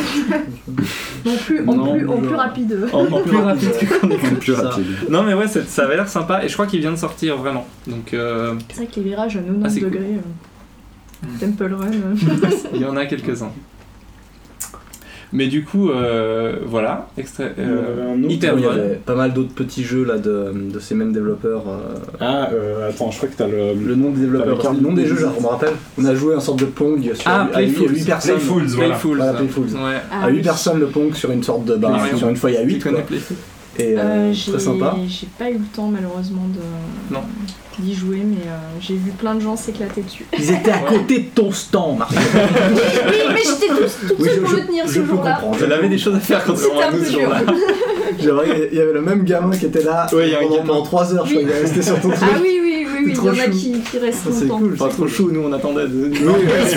[SPEAKER 5] En plus rapide.
[SPEAKER 3] En plus rapide que
[SPEAKER 4] Plus
[SPEAKER 7] Ça.
[SPEAKER 4] rapide.
[SPEAKER 3] Non mais ouais ça avait l'air sympa et je crois qu'il vient de sortir vraiment. Donc
[SPEAKER 5] C'est vrai que les virages à
[SPEAKER 3] Ah,
[SPEAKER 5] 90
[SPEAKER 3] c'est cool.
[SPEAKER 5] degrés, Temple Run.
[SPEAKER 3] il y en a quelques-uns. Mais du coup voilà,
[SPEAKER 4] Il y avait un autre.
[SPEAKER 3] Hyper
[SPEAKER 7] Il y
[SPEAKER 3] Run.
[SPEAKER 7] avait pas mal d'autres petits jeux là de ces mêmes développeurs.
[SPEAKER 4] Ah, attends, je crois que t'as
[SPEAKER 7] Le nom des développeurs,
[SPEAKER 4] T'avais
[SPEAKER 7] le nom des jeux, genre, on me rappelle. On a joué en sorte de Pong sur à
[SPEAKER 3] Playfuls.
[SPEAKER 7] 8 personnes.
[SPEAKER 3] Playfuls.
[SPEAKER 7] Voilà, Playfuls.
[SPEAKER 3] Ouais.
[SPEAKER 7] À 8 personnes le Pong sur une sorte de bar,
[SPEAKER 3] Playfuls.
[SPEAKER 7] sur une feuille à
[SPEAKER 3] Tu
[SPEAKER 7] 8
[SPEAKER 3] connais
[SPEAKER 7] quoi.
[SPEAKER 3] Playfuls?
[SPEAKER 7] Et très sympa.
[SPEAKER 5] J'ai pas eu le temps malheureusement
[SPEAKER 3] Non.
[SPEAKER 5] d'y jouer, mais j'ai vu plein de gens s'éclater dessus.
[SPEAKER 7] Ils étaient à côté de ton stand, Marc.
[SPEAKER 5] Oui, mais j'étais toute
[SPEAKER 7] Oui,
[SPEAKER 5] seule pour le tenir ce
[SPEAKER 7] je peux
[SPEAKER 5] jour-là.
[SPEAKER 7] comprendre.
[SPEAKER 3] Elle avait des choses à faire
[SPEAKER 5] C'était
[SPEAKER 3] contrairement à
[SPEAKER 5] un
[SPEAKER 3] nous
[SPEAKER 5] peu
[SPEAKER 3] ce
[SPEAKER 5] dur.
[SPEAKER 3] jour-là.
[SPEAKER 7] J'aimerais il y avait le même gamin qui était là
[SPEAKER 3] Ouais, il y a un gamin.
[SPEAKER 7] pendant 3 heures, je crois, il est resté sur ton truc.
[SPEAKER 5] Ah oui, il y
[SPEAKER 7] trop
[SPEAKER 5] en a
[SPEAKER 7] chou.
[SPEAKER 5] qui restent
[SPEAKER 7] Ça, c'est
[SPEAKER 5] longtemps.
[SPEAKER 7] cool.
[SPEAKER 3] Pas trop chaud, nous on attendait de.
[SPEAKER 7] Oui,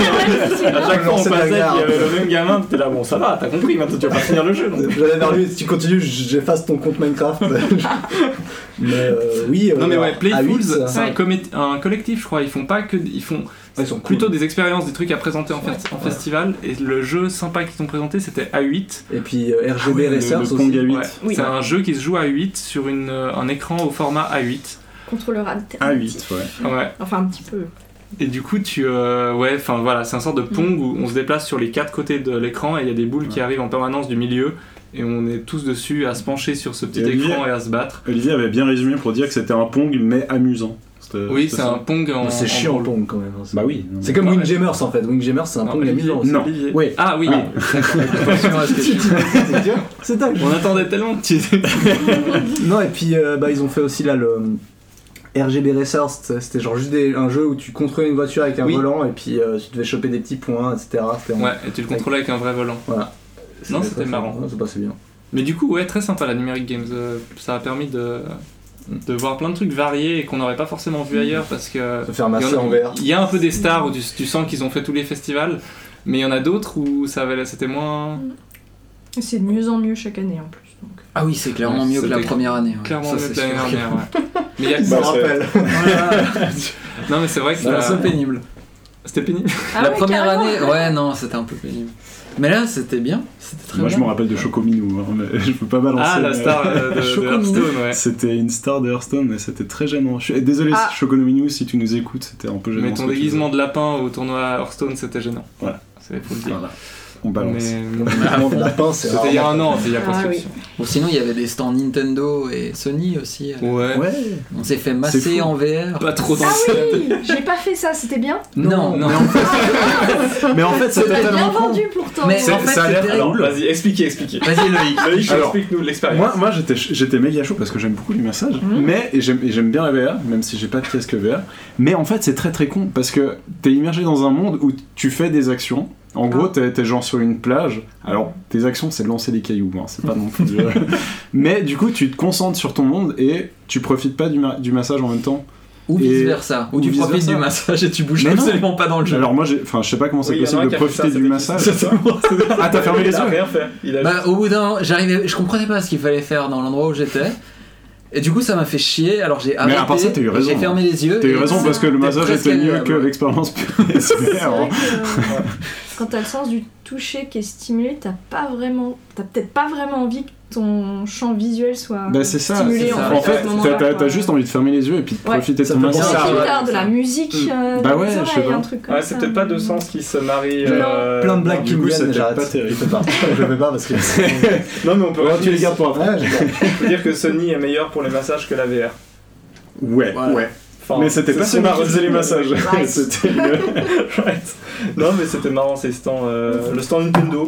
[SPEAKER 3] À chaque fois on
[SPEAKER 7] C'est la
[SPEAKER 3] passait qu'il y
[SPEAKER 7] garde.
[SPEAKER 3] avait le même gamin, t'étais là, bon ça va, t'as compris, maintenant tu vas pas finir le jeu. Donc.
[SPEAKER 7] J'allais vers lui, si tu continues, j'efface ton compte Minecraft. Mais oui.
[SPEAKER 3] Non mais ouais,
[SPEAKER 7] à
[SPEAKER 3] Playfuls,
[SPEAKER 7] 8, ça.
[SPEAKER 3] c'est un collectif je crois, ils font
[SPEAKER 7] Ils sont
[SPEAKER 3] plutôt
[SPEAKER 7] cool.
[SPEAKER 3] des expériences, des trucs à présenter en festival, et le jeu sympa qu'ils t'ont présenté c'était A8.
[SPEAKER 7] Et puis RGB Racers
[SPEAKER 4] le
[SPEAKER 7] aussi.
[SPEAKER 4] Pong A8.
[SPEAKER 3] Ouais,
[SPEAKER 5] Oui.
[SPEAKER 3] c'est un jeu qui se joue à 8 sur un écran au format A8.
[SPEAKER 5] Contrôleur alternatif.
[SPEAKER 4] A8, ouais.
[SPEAKER 3] Ouais.
[SPEAKER 5] Enfin, un petit peu.
[SPEAKER 3] Et du coup, c'est un sort de Pong où on se déplace sur les 4 côtés de l'écran et il y a des boules qui arrivent en permanence du milieu et on est tous dessus à se pencher sur ce petit
[SPEAKER 4] Et Olivier-
[SPEAKER 3] écran et à se battre.
[SPEAKER 4] Olivier avait bien résumé pour dire que c'était un Pong mais amusant.
[SPEAKER 3] Oui,
[SPEAKER 4] c'était
[SPEAKER 3] c'est
[SPEAKER 4] ça.
[SPEAKER 3] un Pong en.
[SPEAKER 7] C'est chiant
[SPEAKER 3] en
[SPEAKER 7] le Pong quand même.
[SPEAKER 4] Bah oui. non,
[SPEAKER 7] C'est
[SPEAKER 4] mais-
[SPEAKER 7] comme
[SPEAKER 3] Ouais.
[SPEAKER 7] Windjammers en fait. Windjammers c'est un
[SPEAKER 3] Non,
[SPEAKER 7] Pong
[SPEAKER 3] Olivier.
[SPEAKER 7] amusant aussi.
[SPEAKER 4] Non.
[SPEAKER 3] Olivier.
[SPEAKER 4] Oui.
[SPEAKER 3] Ah oui,
[SPEAKER 4] Ah.
[SPEAKER 6] Attention à ce que tu dis.
[SPEAKER 7] C'est dingue.
[SPEAKER 3] on attendait tellement que tu.
[SPEAKER 7] Non, et puis ils ont fait aussi là le RGB Racers, c'était genre juste un jeu où tu contrôlais une voiture avec un
[SPEAKER 3] Oui.
[SPEAKER 7] volant et puis tu devais choper des petits points, etc. C'était
[SPEAKER 3] Ouais, et tu le contrôlais avec un vrai volant. Non, c'était marrant.
[SPEAKER 7] Ouais, c'est passé bien.
[SPEAKER 3] Mais du coup, ouais, très sympa la Numeric Games. Ça a permis de voir plein de trucs variés et qu'on n'aurait pas forcément vu ailleurs parce que.
[SPEAKER 7] Se faire masser en VR.
[SPEAKER 3] Il y a un peu des stars où tu sens qu'ils ont fait tous les festivals, mais il y en a d'autres où c'était moins.
[SPEAKER 5] Et c'est de mieux en mieux chaque année en plus. Donc.
[SPEAKER 6] Ah oui, c'est clairement mieux que la
[SPEAKER 3] C'était
[SPEAKER 6] première année. ouais.
[SPEAKER 3] Clairement
[SPEAKER 6] Ça,
[SPEAKER 3] mieux
[SPEAKER 6] c'est
[SPEAKER 3] que l'année
[SPEAKER 6] sûr.
[SPEAKER 3] dernière, ouais. Mais il y a
[SPEAKER 7] Je me rappelle.
[SPEAKER 3] Non, mais c'est vrai que
[SPEAKER 6] C'est un peu pénible.
[SPEAKER 3] c'était pénible.
[SPEAKER 5] Ah
[SPEAKER 6] La
[SPEAKER 5] ouais,
[SPEAKER 6] première
[SPEAKER 5] carrément.
[SPEAKER 6] année, ouais, non, c'était un peu pénible. Mais là, c'était bien. C'était très
[SPEAKER 4] Moi
[SPEAKER 6] bien.
[SPEAKER 4] je me rappelle de Chocominou, hein, mais je peux pas balancer.
[SPEAKER 3] Ah, la
[SPEAKER 4] mais-
[SPEAKER 3] star de
[SPEAKER 6] Chocominou.
[SPEAKER 3] Hearthstone, ouais.
[SPEAKER 4] C'était une star de Hearthstone, mais c'était très gênant. Désolé,
[SPEAKER 5] Ah.
[SPEAKER 4] Chocominou, si tu nous écoutes, c'était un peu gênant.
[SPEAKER 3] Mais
[SPEAKER 4] ce
[SPEAKER 3] ton
[SPEAKER 4] que tu
[SPEAKER 3] déguisement de lapin au tournoi Hearthstone, c'était gênant.
[SPEAKER 4] Voilà.
[SPEAKER 3] Faut le
[SPEAKER 4] faisais.
[SPEAKER 3] dire.
[SPEAKER 4] Voilà, on balance.
[SPEAKER 3] Mais
[SPEAKER 7] La pince, c'est
[SPEAKER 3] c'était il y a un an, c'était il y a
[SPEAKER 5] Ah
[SPEAKER 3] prescription.
[SPEAKER 6] Ou sinon, il y avait des stands Nintendo et Sony aussi.
[SPEAKER 3] Ouais.
[SPEAKER 7] Ouais.
[SPEAKER 6] On s'est fait masser
[SPEAKER 4] fou.
[SPEAKER 6] en VR.
[SPEAKER 3] Pas trop dans
[SPEAKER 5] Ah
[SPEAKER 3] le
[SPEAKER 5] oui, j'ai pas fait ça, c'était bien.
[SPEAKER 6] Non,
[SPEAKER 3] Non.
[SPEAKER 4] Mais en fait, c'était
[SPEAKER 5] C'était bien
[SPEAKER 4] tellement con.
[SPEAKER 5] vendu pourtant.
[SPEAKER 6] Mais
[SPEAKER 4] C'est-
[SPEAKER 6] en fait,
[SPEAKER 4] ça a l'air
[SPEAKER 6] c'était-
[SPEAKER 3] Alors, vas-y, expliquez.
[SPEAKER 6] Vas-y, Loïc.
[SPEAKER 3] Loïc,
[SPEAKER 4] Alors,
[SPEAKER 3] explique-nous l'expérience.
[SPEAKER 4] Moi j'étais méga chaud parce que j'aime beaucoup l'immersion, mais et j'aime bien la VR, même si j'ai pas de casque VR. Mais en fait, c'est très très con parce que t'es immergé dans un monde où tu fais des actions. En gros, t'es genre sur une plage. Alors, tes actions, c'est de lancer des cailloux, hein, c'est pas non plus. Mais du coup, tu te concentres sur ton monde et tu profites pas du massage en même temps.
[SPEAKER 6] Ou
[SPEAKER 4] Et-
[SPEAKER 6] vice versa. Ou
[SPEAKER 4] ou
[SPEAKER 6] tu profites
[SPEAKER 4] vice-versa.
[SPEAKER 6] du massage et tu bouges
[SPEAKER 4] Mais non.
[SPEAKER 6] absolument pas dans le jeu.
[SPEAKER 4] Alors, moi, je sais pas comment c'est
[SPEAKER 3] Oui, il y en a
[SPEAKER 4] possible
[SPEAKER 3] un
[SPEAKER 4] de
[SPEAKER 3] qui a fait
[SPEAKER 4] profiter
[SPEAKER 3] ça,
[SPEAKER 4] du
[SPEAKER 3] c'était
[SPEAKER 4] massage.
[SPEAKER 3] qui, c'est ça
[SPEAKER 4] Ah, t'as fermé les
[SPEAKER 3] Il a
[SPEAKER 4] yeux?
[SPEAKER 3] rien fait. Il a
[SPEAKER 6] Bah, au bout d'un, je comprenais pas ce qu'il fallait faire dans l'endroit où j'étais. Et du coup, ça m'a fait chier. Alors j'ai arrêté.
[SPEAKER 4] à part ça, t'as eu raison,
[SPEAKER 6] J'ai fermé les yeux.
[SPEAKER 4] T'as eu
[SPEAKER 6] et
[SPEAKER 4] raison
[SPEAKER 6] ça,
[SPEAKER 4] parce que le
[SPEAKER 6] c'était
[SPEAKER 4] massage
[SPEAKER 6] presque
[SPEAKER 4] était mieux
[SPEAKER 6] agréable,
[SPEAKER 4] que
[SPEAKER 6] ouais.
[SPEAKER 4] l'expérience
[SPEAKER 5] C'est
[SPEAKER 4] PSVR.
[SPEAKER 5] vrai que quand t'as le sens du toucher qui est stimulé, t'as peut-être pas vraiment envie que ton champ visuel soit
[SPEAKER 4] Bah, c'est ça.
[SPEAKER 5] stimulé
[SPEAKER 6] c'est ça.
[SPEAKER 5] en
[SPEAKER 4] En fait,
[SPEAKER 5] à ce moment-là,
[SPEAKER 4] t'as
[SPEAKER 5] quoi.
[SPEAKER 4] juste envie de fermer les yeux et puis de
[SPEAKER 5] Ouais.
[SPEAKER 4] profiter de
[SPEAKER 7] Ça
[SPEAKER 4] ton
[SPEAKER 7] fait
[SPEAKER 4] massage.
[SPEAKER 7] penser à-
[SPEAKER 5] Plus
[SPEAKER 7] ouais,
[SPEAKER 5] tard, de
[SPEAKER 3] c'est
[SPEAKER 5] la
[SPEAKER 3] ça.
[SPEAKER 5] musique
[SPEAKER 4] Bah
[SPEAKER 5] dans
[SPEAKER 4] ouais,
[SPEAKER 5] les
[SPEAKER 4] je sais
[SPEAKER 5] oreilles,
[SPEAKER 4] pas.
[SPEAKER 5] un truc comme
[SPEAKER 3] Ouais,
[SPEAKER 5] ça.
[SPEAKER 3] c'est peut-être pas deux sens qui se marient.
[SPEAKER 7] Plein de blagues
[SPEAKER 4] du
[SPEAKER 7] qui me
[SPEAKER 4] coup,
[SPEAKER 7] viennent,
[SPEAKER 4] c'était
[SPEAKER 7] j'arrête.
[SPEAKER 4] pas terrible.
[SPEAKER 7] Je fais pas. Je fais pas parce que.
[SPEAKER 3] Non, mais on peut
[SPEAKER 7] Tu les gardes pour après.
[SPEAKER 3] On peut dire que Sony est meilleur pour les massages que la VR.
[SPEAKER 4] Ouais,
[SPEAKER 6] Voilà.
[SPEAKER 4] ouais.
[SPEAKER 3] Enfin,
[SPEAKER 4] Mais c'était
[SPEAKER 3] c'est
[SPEAKER 4] pas
[SPEAKER 3] ce
[SPEAKER 4] Sony
[SPEAKER 3] qu'on a
[SPEAKER 4] qui faisait les massages.
[SPEAKER 5] Right.
[SPEAKER 4] C'était le-
[SPEAKER 3] Right. Non, mais c'était marrant ces stands. Le stand Nintendo,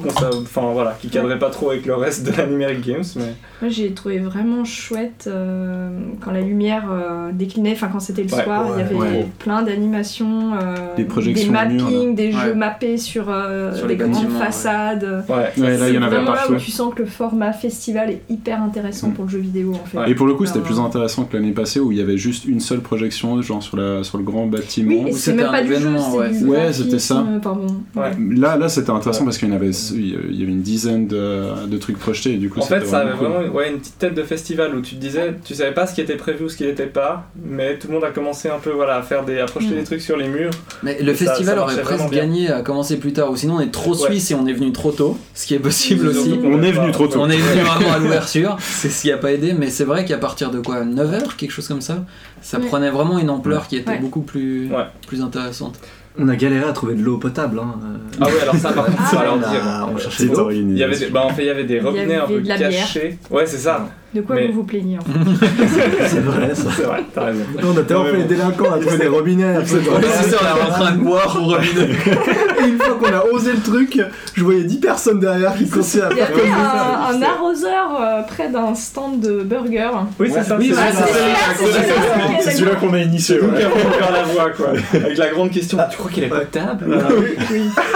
[SPEAKER 3] qui cadrait pas trop avec le reste de la Numeric Games, mais.
[SPEAKER 5] Moi j'ai trouvé vraiment chouette quand la lumière déclinait, enfin quand c'était le
[SPEAKER 3] Ouais,
[SPEAKER 5] soir, il y avait
[SPEAKER 4] ouais.
[SPEAKER 5] plein d'animations,
[SPEAKER 4] Des projections
[SPEAKER 5] des
[SPEAKER 4] au mur,
[SPEAKER 5] mappings, des
[SPEAKER 6] Ouais.
[SPEAKER 5] jeux mappés sur
[SPEAKER 6] Sur
[SPEAKER 5] des
[SPEAKER 6] les
[SPEAKER 5] grandes
[SPEAKER 6] bâtiments, ouais.
[SPEAKER 5] façades.
[SPEAKER 3] Ouais.
[SPEAKER 4] Ouais, là, il y en
[SPEAKER 5] C'est
[SPEAKER 4] avait
[SPEAKER 5] vraiment là
[SPEAKER 4] partout.
[SPEAKER 5] où tu sens que le format festival est hyper intéressant pour le jeu vidéo en fait.
[SPEAKER 3] Ouais.
[SPEAKER 4] Et pour le coup, c'était
[SPEAKER 5] Alors,
[SPEAKER 4] plus intéressant que l'année passée où il y avait juste une seule projection, genre sur le grand bâtiment.
[SPEAKER 5] Oui, et
[SPEAKER 6] Ou
[SPEAKER 5] c'est
[SPEAKER 6] c'était
[SPEAKER 5] même
[SPEAKER 6] un
[SPEAKER 5] pas du jeu,
[SPEAKER 6] événement, ouais.
[SPEAKER 5] c'est du
[SPEAKER 4] Ouais, c'était ça.
[SPEAKER 5] graphisme, pardon.
[SPEAKER 3] Ouais.
[SPEAKER 4] Là, c'était intéressant parce qu'il y avait une dizaine de trucs projetés et du coup,
[SPEAKER 3] En fait,
[SPEAKER 4] c'était
[SPEAKER 3] ça avait
[SPEAKER 4] cool.
[SPEAKER 3] vraiment une petite tête de festival où tu te disais, tu savais pas ce qui était prévu ou ce qui n'était pas, mais tout le monde a commencé un peu à projeter des trucs sur les murs.
[SPEAKER 6] Mais le
[SPEAKER 3] Ça-
[SPEAKER 6] festival
[SPEAKER 3] ça
[SPEAKER 6] aurait
[SPEAKER 3] marchait
[SPEAKER 6] presque
[SPEAKER 3] vraiment bien.
[SPEAKER 6] gagné à commencer plus tard. Ou sinon, on est trop
[SPEAKER 3] Ouais.
[SPEAKER 6] suisse et on est venu trop tôt. Ce qui est possible
[SPEAKER 3] Surtout
[SPEAKER 6] aussi.
[SPEAKER 3] qu'on
[SPEAKER 4] On
[SPEAKER 3] a
[SPEAKER 4] est
[SPEAKER 3] pas-
[SPEAKER 4] venu trop tôt.
[SPEAKER 6] On est venu vraiment à l'ouverture, c'est ce qui a pas aidé, mais c'est vrai qu'à partir de quoi 9h, quelque chose comme ça, ça
[SPEAKER 5] Ouais.
[SPEAKER 6] prenait vraiment une ampleur qui était
[SPEAKER 5] Ouais.
[SPEAKER 6] beaucoup plus,
[SPEAKER 3] Ouais.
[SPEAKER 6] plus intéressante.
[SPEAKER 7] On a galéré à trouver de l'eau potable. Hein.
[SPEAKER 3] Ah ouais, alors ça, par contre, ça alors dire.
[SPEAKER 7] On cherchait
[SPEAKER 4] Petite
[SPEAKER 7] de l'eau.
[SPEAKER 3] Il y avait
[SPEAKER 4] organisation.
[SPEAKER 3] il y avait des robinets un
[SPEAKER 5] avait
[SPEAKER 3] peu
[SPEAKER 5] de la bière.
[SPEAKER 3] cachés. Ouais, c'est ça.
[SPEAKER 5] De quoi
[SPEAKER 3] Mais-
[SPEAKER 5] vous vous plaignez en fait.
[SPEAKER 7] C'est vrai ça.
[SPEAKER 3] C'est vrai, t'as raison.
[SPEAKER 7] On a tellement
[SPEAKER 3] Ouais,
[SPEAKER 7] fait les
[SPEAKER 3] bon.
[SPEAKER 7] délinquants, on a trouvé des robinets.
[SPEAKER 6] on est en train de boire au robinet.
[SPEAKER 7] Et une fois qu'on a osé le truc, je voyais 10 personnes derrière qui continuaient à
[SPEAKER 5] Il y
[SPEAKER 7] faire
[SPEAKER 5] avait
[SPEAKER 7] comme ça.
[SPEAKER 5] un arroseur près d'un stand de burger.
[SPEAKER 3] Oui, c'est ça.
[SPEAKER 6] oui,
[SPEAKER 3] c'est
[SPEAKER 6] ouais,
[SPEAKER 3] ça.
[SPEAKER 5] c'est celui-là.
[SPEAKER 4] C'est celui-là qu'on a initié.
[SPEAKER 3] Nous
[SPEAKER 4] ouais.
[SPEAKER 3] qui avons ouvert la voie, quoi. Avec la grande question. Tu crois qu'il est potable
[SPEAKER 7] Oui.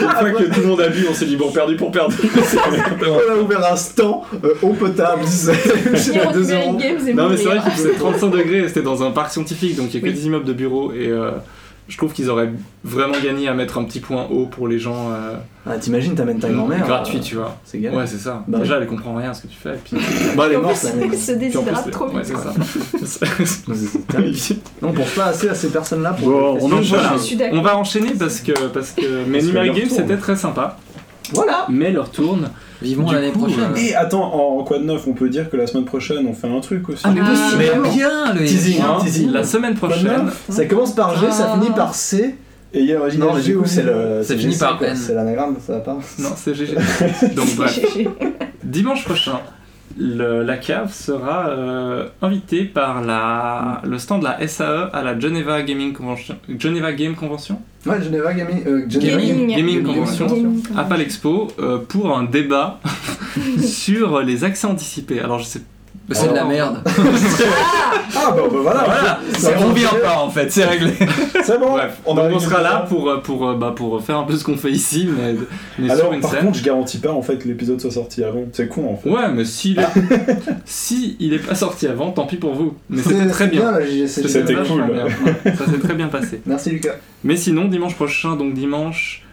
[SPEAKER 4] fois que tout le monde a bu, on s'est dit bon, perdu pour perdu.
[SPEAKER 7] On a ouvert un stand eau potable, c'est à 2
[SPEAKER 5] Numérique
[SPEAKER 7] euros.
[SPEAKER 5] Games et
[SPEAKER 3] Non mais c'est vrai
[SPEAKER 5] mourir.
[SPEAKER 3] qu'il faisait 35 degrés et c'était dans un parc scientifique, donc il y a que des immeubles de bureaux et je trouve qu'ils auraient vraiment gagné à mettre un petit point haut pour les gens
[SPEAKER 7] Ah, t'imagines, t'amènes ta grand-mère.
[SPEAKER 3] gratuit, tu vois.
[SPEAKER 7] C'est galère.
[SPEAKER 3] Ouais, c'est ça.
[SPEAKER 7] Bah,
[SPEAKER 3] Déjà, elle comprend rien à ce que tu fais. Et puis...
[SPEAKER 7] Bah, elle est
[SPEAKER 5] En
[SPEAKER 7] morte,
[SPEAKER 5] plus,
[SPEAKER 7] la
[SPEAKER 5] elle se déshydrate trop
[SPEAKER 3] ouais,
[SPEAKER 5] vite.
[SPEAKER 3] c'est
[SPEAKER 5] quoi.
[SPEAKER 3] ça.
[SPEAKER 7] C'est terrible. On pense pas assez à ces personnes-là pour.
[SPEAKER 4] Bon, on
[SPEAKER 3] Donc
[SPEAKER 4] enchaîne.
[SPEAKER 3] voilà,
[SPEAKER 5] Je suis d'accord.
[SPEAKER 3] on va enchaîner parce que mais
[SPEAKER 4] que
[SPEAKER 3] Numeric
[SPEAKER 4] leur
[SPEAKER 3] Games
[SPEAKER 4] tourne.
[SPEAKER 3] c'était très sympa,
[SPEAKER 7] Voilà.
[SPEAKER 3] mais leur tourne.
[SPEAKER 6] Vivement
[SPEAKER 3] Du
[SPEAKER 6] l'année
[SPEAKER 3] coup,
[SPEAKER 6] prochaine.
[SPEAKER 4] Et attends, en quoi de neuf, on peut dire que la semaine prochaine on fait un truc aussi.
[SPEAKER 6] Ah, mais
[SPEAKER 5] Ah,
[SPEAKER 6] mais
[SPEAKER 7] mais
[SPEAKER 6] bien le
[SPEAKER 7] Teasing,
[SPEAKER 3] Hein,
[SPEAKER 7] teasing.
[SPEAKER 3] la semaine prochaine.
[SPEAKER 7] Ça commence par G, ça finit par C.
[SPEAKER 4] Et il y a original
[SPEAKER 7] Non, mais du coup, c'est le.
[SPEAKER 6] Ça
[SPEAKER 7] c'est
[SPEAKER 6] finit
[SPEAKER 7] GC,
[SPEAKER 6] par
[SPEAKER 7] quoi.
[SPEAKER 6] N.
[SPEAKER 7] C'est l'anagramme, ça va pas.
[SPEAKER 3] Non, c'est GG. Donc bref, dimanche prochain, la cave sera invitée par le stand de la SAE à la Geneva Game Convention.
[SPEAKER 7] Ouais, Geneva Gaming.
[SPEAKER 3] Gaming Convention.
[SPEAKER 5] Gaming
[SPEAKER 3] À Palexpo pour un débat sur les accès anticipés. Alors je sais
[SPEAKER 6] Bah, c'est de la merde.
[SPEAKER 7] Ah, bah voilà.
[SPEAKER 3] Voilà,
[SPEAKER 6] On vient pas en fait, c'est réglé.
[SPEAKER 4] C'est bon.
[SPEAKER 3] bref,
[SPEAKER 4] on
[SPEAKER 3] donc
[SPEAKER 4] va
[SPEAKER 3] on sera là
[SPEAKER 4] récupérer.
[SPEAKER 3] pour faire un peu ce qu'on fait ici, mais
[SPEAKER 4] Alors,
[SPEAKER 3] sur une
[SPEAKER 4] par
[SPEAKER 3] scène.
[SPEAKER 4] contre, je garantis pas en fait que l'épisode soit sorti avant. C'est con en fait.
[SPEAKER 3] Ouais, mais s'il est pas sorti avant, tant pis pour vous. Mais c'était très bien.
[SPEAKER 7] la JGC.
[SPEAKER 4] C'était
[SPEAKER 3] vachement
[SPEAKER 4] cool.
[SPEAKER 3] bien. Ouais, ça s'est très bien passé.
[SPEAKER 7] Merci Lucas.
[SPEAKER 3] Mais sinon, dimanche prochain, donc dimanche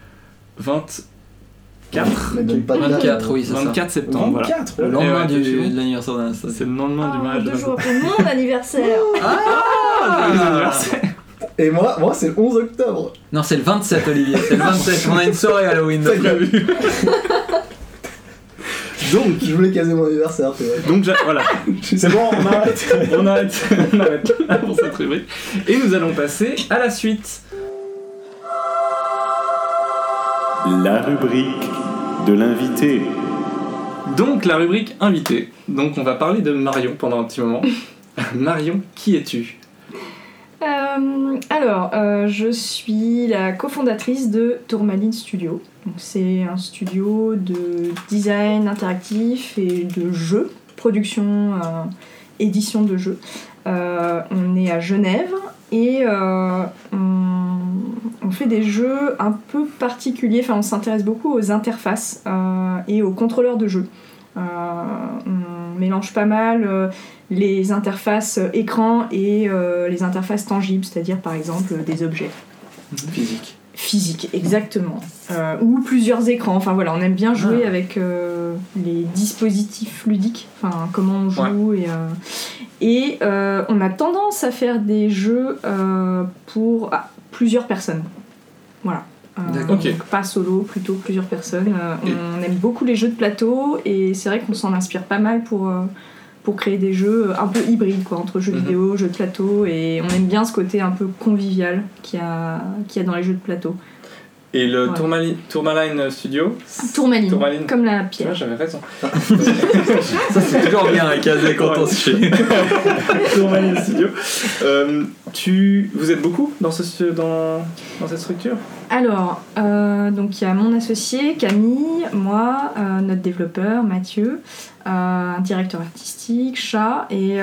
[SPEAKER 3] 24,
[SPEAKER 7] Mais donne pas de
[SPEAKER 6] 24,
[SPEAKER 7] date.
[SPEAKER 6] oui, c'est ça.
[SPEAKER 3] 24 septembre. Voilà.
[SPEAKER 4] 24,
[SPEAKER 6] Le
[SPEAKER 4] ouais.
[SPEAKER 6] lendemain
[SPEAKER 3] Et ouais,
[SPEAKER 6] de
[SPEAKER 3] c'est
[SPEAKER 6] l'anniversaire d'Anastasia.
[SPEAKER 3] C'est le lendemain du mariage de
[SPEAKER 5] 2
[SPEAKER 3] ma
[SPEAKER 5] jours après mon anniversaire.
[SPEAKER 3] Joyeux anniversaire.
[SPEAKER 7] Et moi c'est le 11 octobre.
[SPEAKER 6] Non, c'est le 27, Olivier. C'est le 27. On a une soirée Halloween de
[SPEAKER 7] Ça y est.
[SPEAKER 6] prévu.
[SPEAKER 3] Donc,
[SPEAKER 7] Je voulais caser mon anniversaire, c'est vrai.
[SPEAKER 3] voilà,
[SPEAKER 4] C'est bon, on arrête.
[SPEAKER 3] on arrête là pour cette rubrique. Et nous allons passer à la suite.
[SPEAKER 1] La rubrique de l'invité.
[SPEAKER 3] Donc, la rubrique invité. Donc, on va parler de Marion pendant un petit moment. Marion, qui es-tu ?
[SPEAKER 5] Je suis la cofondatrice de Tourmaline Studio. Donc, c'est un studio de design interactif et de jeux, production, édition de jeux. On est à Genève et on fait des jeux un peu particuliers. Enfin, on s'intéresse beaucoup aux interfaces et aux contrôleurs de jeux. On mélange pas mal les interfaces écran et les interfaces tangibles, c'est-à-dire par exemple des objets. Physique, exactement. Ou plusieurs écrans. Enfin voilà, on aime bien jouer avec les dispositifs ludiques, enfin comment on joue et on a tendance à faire des jeux pour plusieurs personnes. Voilà.
[SPEAKER 6] D'accord.
[SPEAKER 3] Ok.
[SPEAKER 5] Donc pas solo, plutôt plusieurs personnes. On aime beaucoup les jeux de plateau et c'est vrai qu'on s'en inspire pas mal pour créer des jeux un peu hybrides quoi, entre jeux vidéo, jeux de plateau, et on aime bien ce côté un peu convivial qu'il y a dans les jeux de plateau.
[SPEAKER 3] Et le
[SPEAKER 5] Ouais.
[SPEAKER 3] Tourmaline Studio.
[SPEAKER 5] Tourmaline,
[SPEAKER 3] Tourmaline.
[SPEAKER 5] comme la
[SPEAKER 3] Tu vois,
[SPEAKER 5] pierre.
[SPEAKER 3] j'avais raison.
[SPEAKER 6] Ça, c'est toujours bien à caser quand on se fait.
[SPEAKER 3] Tourmaline Studio. Vous êtes beaucoup dans cette structure ?
[SPEAKER 5] Alors, donc il y a mon associé Camille, moi, notre développeur Mathieu, un directeur artistique, Chat, et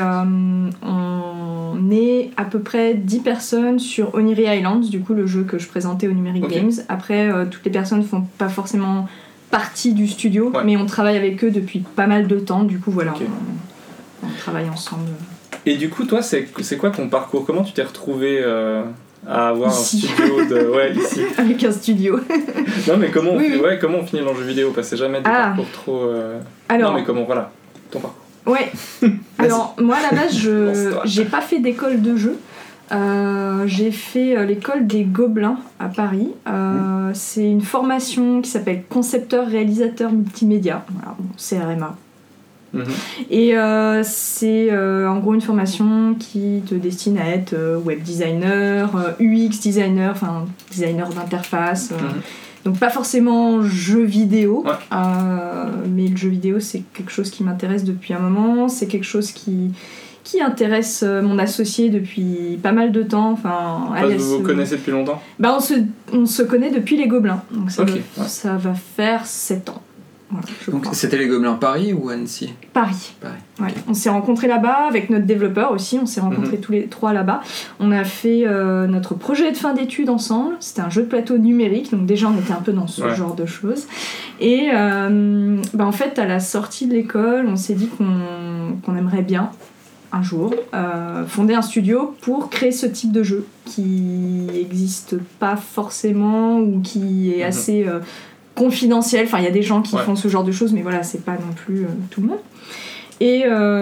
[SPEAKER 5] on est à peu près 10 personnes sur Oniri Islands, du coup le jeu que je présentais au Numeric
[SPEAKER 3] Ok.
[SPEAKER 5] Games. Après, toutes les personnes font pas forcément partie du studio,
[SPEAKER 3] Ouais.
[SPEAKER 5] mais on travaille avec eux depuis pas mal de temps, du coup voilà,
[SPEAKER 3] Ok.
[SPEAKER 5] on travaille ensemble.
[SPEAKER 3] Et du coup, toi, c'est quoi ton parcours ? Comment tu t'es retrouvé à avoir
[SPEAKER 5] Ici.
[SPEAKER 3] un studio de... Ouais, ici.
[SPEAKER 5] Avec un studio.
[SPEAKER 3] Non, mais comment
[SPEAKER 5] Oui, oui.
[SPEAKER 3] comment on finit dans le jeu vidéo ? Parce que c'est jamais des
[SPEAKER 5] Ah.
[SPEAKER 3] parcours trop...
[SPEAKER 5] Alors,
[SPEAKER 3] Non, mais comment, voilà, ton parcours.
[SPEAKER 5] ouais. Alors, moi à la base,
[SPEAKER 3] Lance-toi.
[SPEAKER 5] j'ai pas fait d'école de jeu. J'ai fait l'école des Gobelins à Paris. C'est une formation qui s'appelle concepteur réalisateur multimédia, voilà, bon, CRMA.
[SPEAKER 3] Mhm.
[SPEAKER 5] Et c'est en gros une formation qui te destine à être web designer, UX designer, enfin designer d'interface.
[SPEAKER 3] Mhm.
[SPEAKER 5] Donc pas forcément jeu vidéo,
[SPEAKER 3] Ouais.
[SPEAKER 5] mais le jeu vidéo c'est quelque chose qui m'intéresse depuis un moment, c'est quelque chose qui intéresse mon associé depuis pas mal de temps. Enfin,
[SPEAKER 3] Parce que
[SPEAKER 5] elle
[SPEAKER 3] vous vous
[SPEAKER 5] se-
[SPEAKER 3] connaissez depuis longtemps ?
[SPEAKER 5] Bah, on se connaît depuis les Gobelins, donc
[SPEAKER 3] Ok, ouais.
[SPEAKER 5] ça va faire 7 ans. Voilà, je
[SPEAKER 6] Donc
[SPEAKER 5] crois.
[SPEAKER 6] c'était les Gobelins Paris ou Annecy?
[SPEAKER 5] Paris.
[SPEAKER 6] Paris.
[SPEAKER 5] Ouais. On s'est rencontrés là-bas avec notre développeur aussi, on s'est rencontrés tous les trois là-bas. On a fait notre projet de fin d'études ensemble, c'était un jeu de plateau numérique, donc déjà on était un peu dans ce genre de choses. Et en fait à la sortie de l'école, on s'est dit qu'on aimerait bien un jour fonder un studio pour créer ce type de jeu qui n'existe pas forcément ou qui est assez confidentiel. Enfin, il y a des gens qui font ce genre de choses, mais voilà, c'est pas non plus tout le monde. Et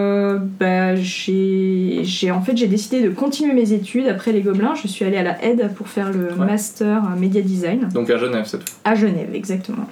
[SPEAKER 5] j'ai décidé de continuer mes études après les Gobelins. Je suis allée à la Aide pour faire le master Media Design.
[SPEAKER 3] Donc à Genève, cette fois.
[SPEAKER 5] À Genève, exactement.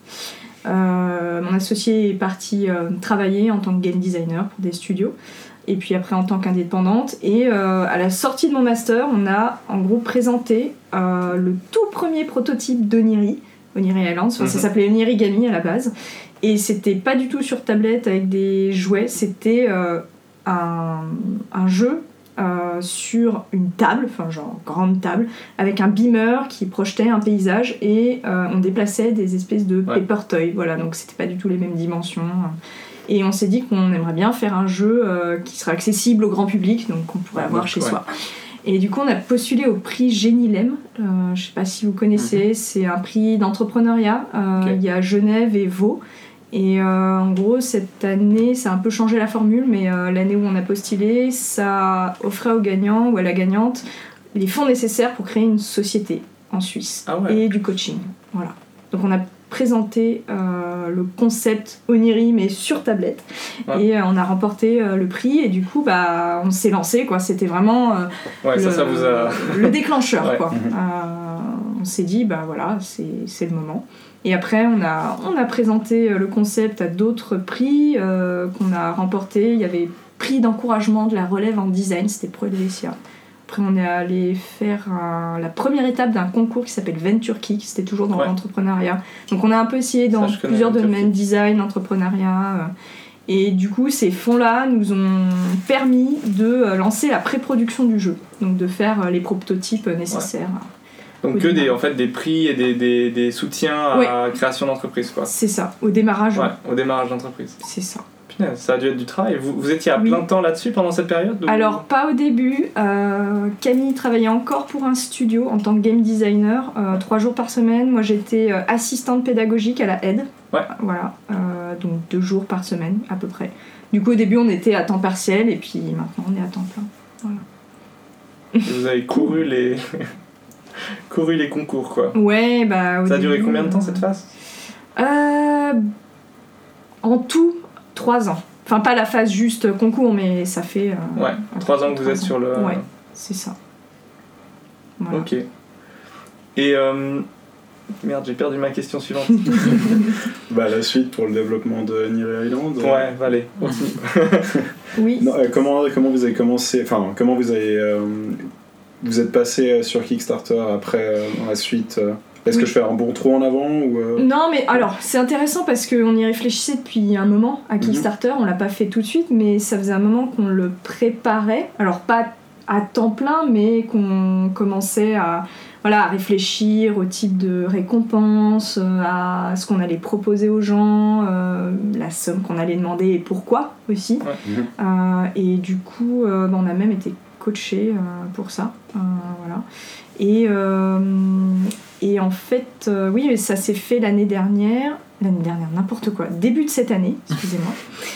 [SPEAKER 5] Voilà. Mon associé est parti travailler en tant que game designer pour des studios. Et puis après en tant qu'indépendante. Et à la sortie de mon master, on a en gros présenté le tout premier prototype d'Oniri Islands. Enfin, ça s'appelait Onirigami à la base. Et c'était pas du tout sur tablette avec des jouets, c'était un jeu sur une table, enfin genre grande table, avec un beamer qui projetait un paysage et on déplaçait des espèces de paper toys. Voilà, donc c'était pas du tout les mêmes dimensions. Et on s'est dit qu'on aimerait bien faire un jeu qui sera accessible au grand public, donc qu'on pourrait avoir chez soi. Et du coup, on a postulé au prix Génilem. Je sais pas si vous connaissez, c'est un prix d'entrepreneuriat. Il y a Genève et Vaud. Et en gros, cette année, ça a un peu changé la formule, mais l'année où on a postulé, ça offrait au gagnant ou à la gagnante les fonds nécessaires pour créer une société en Suisse et du coaching. Voilà. Donc on a présenté le concept Oniri mais sur tablette et on a remporté le prix et du coup on s'est lancé quoi. C'était vraiment le déclencheur quoi. On s'est dit voilà c'est le moment. Et après on a présenté le concept à d'autres prix qu'on a remporté. Il y avait prix d'encouragement de la relève en design, c'était Pro Helvetia. Après, on est allé faire la première étape d'un concours qui s'appelle Venture Kick, c'était toujours dans l'entrepreneuriat. Donc on a un peu essayé dans plusieurs domaines, design, entrepreneuriat. Et du coup, ces fonds-là nous ont permis de lancer la pré-production du jeu, donc de faire les prototypes nécessaires.
[SPEAKER 3] Donc des prix et des soutiens à la création d'entreprise, quoi.
[SPEAKER 5] C'est ça, au démarrage.
[SPEAKER 3] Au démarrage d'entreprise.
[SPEAKER 5] C'est ça.
[SPEAKER 3] Ça a dû être du travail. Vous étiez à plein temps là-dessus pendant cette période
[SPEAKER 5] Alors, pas au début. Camille travaillait encore pour un studio en tant que game designer, 3 jours par semaine. Moi, j'étais assistante pédagogique à la Aide. Voilà. Donc 2 jours par semaine, à peu près. Du coup, au début, on était à temps partiel et puis maintenant, on est à temps plein. Voilà.
[SPEAKER 3] Et vous avez couru les concours, quoi.
[SPEAKER 5] Ouais,
[SPEAKER 3] Ça a duré combien de temps, cette phase
[SPEAKER 5] En tout, 3 ans. Enfin, pas la phase juste concours, mais ça fait...
[SPEAKER 3] 3 ans que vous êtes sur le...
[SPEAKER 5] Ouais, c'est ça. Voilà.
[SPEAKER 3] Ok. Et... Merde, j'ai perdu ma question suivante.
[SPEAKER 4] La suite pour le développement de Oniri Island.
[SPEAKER 3] Ouais, allez, continue.
[SPEAKER 5] Oui.
[SPEAKER 4] Non, comment vous avez commencé... Enfin, comment vous avez... vous êtes passé sur Kickstarter après, dans la suite Est-ce que je fais un bon trou en avant ou
[SPEAKER 5] Non, mais alors, c'est intéressant parce qu'on y réfléchissait depuis un moment à Kickstarter, on l'a pas fait tout de suite, mais ça faisait un moment qu'on le préparait. Alors, pas à temps plein, mais qu'on commençait à réfléchir au type de récompense, à ce qu'on allait proposer aux gens, la somme qu'on allait demander et pourquoi aussi. Et du coup, on a même été coaché pour ça. Voilà. Et en fait, ça s'est fait l'année dernière, n'importe quoi, début de cette année, excusez-moi.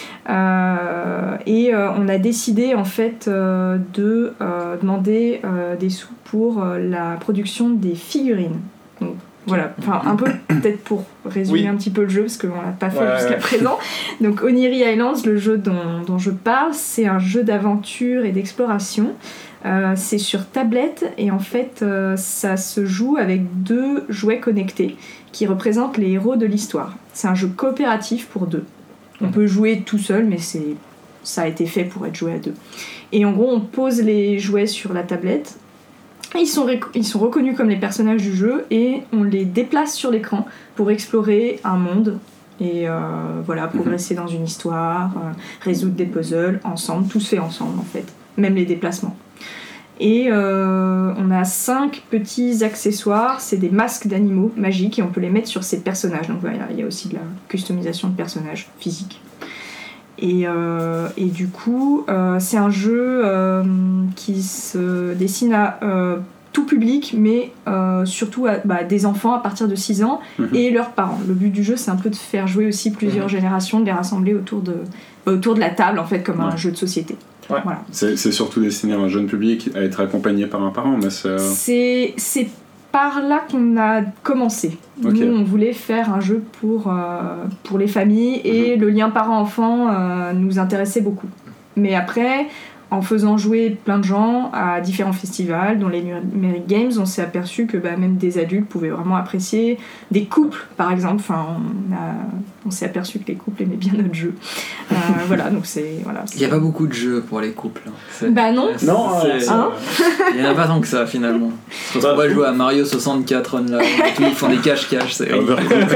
[SPEAKER 5] On a décidé en fait de demander des sous pour la production des figurines. Donc, voilà, enfin un peu peut-être pour résumer un petit peu le jeu parce qu'on l'a pas fait jusqu'à présent. Donc Oniri Islands, le jeu dont je parle, c'est un jeu d'aventure et d'exploration. C'est sur tablette et en fait ça se joue avec 2 jouets connectés qui représentent les héros de l'histoire. C'est un jeu coopératif pour 2. On peut jouer tout seul mais ça a été fait pour être joué à 2. Et en gros on pose les jouets sur la tablette. Ils sont reconnus comme les personnages du jeu et on les déplace sur l'écran pour explorer un monde et progresser dans une histoire, résoudre des puzzles ensemble, tout se fait ensemble en fait, même les déplacements. Et on a 5 petits accessoires, c'est des masques d'animaux magiques et on peut les mettre sur ces personnages. Donc voilà, il y a aussi de la customisation de personnages physiques. Et du coup, c'est un jeu qui se dessine à tout public, mais surtout à des enfants à partir de 6 ans et leurs parents. Le but du jeu, c'est un peu de faire jouer aussi plusieurs générations, de les rassembler autour de la table, en fait, comme un jeu de société.
[SPEAKER 4] Ouais.
[SPEAKER 5] Voilà.
[SPEAKER 4] C'est surtout destiné à un jeune public, à être accompagné par un parent, mais
[SPEAKER 5] c'est par là qu'on a commencé.
[SPEAKER 4] Okay.
[SPEAKER 5] Nous, on voulait faire un jeu pour les familles et le lien parent-enfant nous intéressait beaucoup. Mais après, en faisant jouer plein de gens à différents festivals, dont les Numeric Games, on s'est aperçu que même des adultes pouvaient vraiment apprécier, des couples par exemple. Enfin, on s'est aperçu que les couples aimaient bien notre jeu. Voilà, donc il
[SPEAKER 6] n'y a pas beaucoup de jeux pour les couples.
[SPEAKER 5] Non.
[SPEAKER 6] Il n'y en a pas tant que ça finalement. On va jouer à Mario 64 Online, ils font des cache-cache. C'est
[SPEAKER 5] trop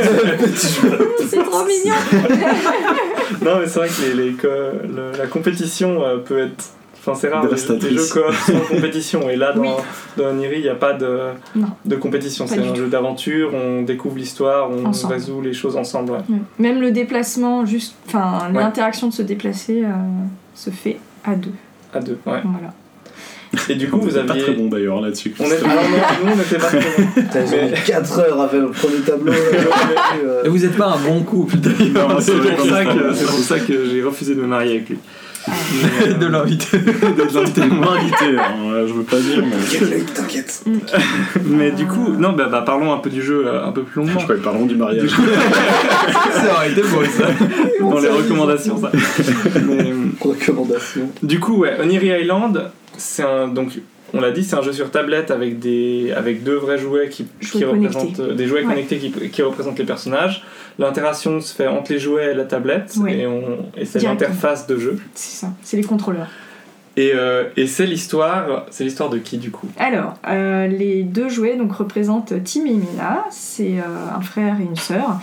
[SPEAKER 5] mignon.
[SPEAKER 3] Non, mais c'est vrai que la compétition peut être. Enfin, c'est rare, les jeux coop sont en compétition, et là dans Niri il n'y a pas de compétition, c'est un jeu d'aventure, on découvre l'histoire, on résout les choses ensemble. Ouais.
[SPEAKER 5] Même le déplacement, l'interaction de se déplacer se fait à 2.
[SPEAKER 3] À 2, ouais.
[SPEAKER 5] Voilà.
[SPEAKER 3] Et du coup, vous aviez.
[SPEAKER 4] Pas très bon d'ailleurs là-dessus.
[SPEAKER 3] Nous, on n'était pas très bon.
[SPEAKER 7] T'as mis 4 heures à faire le premier tableau.
[SPEAKER 6] Et vous n'êtes pas un bon couple d'ailleurs.
[SPEAKER 3] C'est pour ça que j'ai refusé de me marier avec lui.
[SPEAKER 6] De l'inviter.
[SPEAKER 4] M'inviter, je veux pas dire, mais.
[SPEAKER 7] T'inquiète.
[SPEAKER 3] Mais du coup, parlons un peu du jeu un peu plus longuement.
[SPEAKER 4] Je crois que parlons du mariage.
[SPEAKER 6] Ça aurait été beau ça.
[SPEAKER 3] Dans les recommandations, ça.
[SPEAKER 7] Recommandations.
[SPEAKER 3] Du coup, Oniri Island, donc on l'a dit, c'est un jeu sur tablette avec 2 vrais jouets qui représentent des jouets connectés qui représentent les personnages. L'interaction se fait entre les jouets et la tablette et c'est l'interface de jeu.
[SPEAKER 5] C'est ça, c'est les contrôleurs.
[SPEAKER 3] Et c'est l'histoire de qui du coup ?
[SPEAKER 5] Alors, les 2 jouets donc représentent Tim et Mina, c'est un frère et une sœur.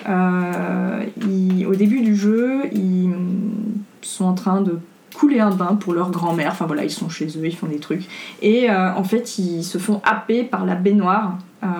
[SPEAKER 5] Au début du jeu, ils sont en train de couler un bain pour leur grand-mère, enfin voilà, ils sont chez eux, ils font des trucs, et en fait ils se font happer par la baignoire,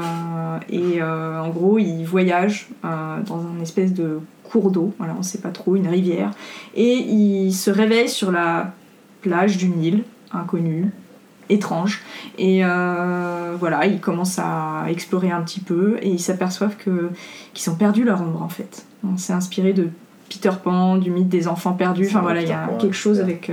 [SPEAKER 5] en gros ils voyagent dans un espèce de cours d'eau, voilà, on sait pas trop, une rivière, et ils se réveillent sur la plage d'une île inconnue, étrange, et voilà, ils commencent à explorer un petit peu, et ils s'aperçoivent qu'ils ont perdu leur ombre en fait. On s'est inspiré de Peter Pan, du mythe des enfants perdus, enfin voilà, il y a quelque chose avec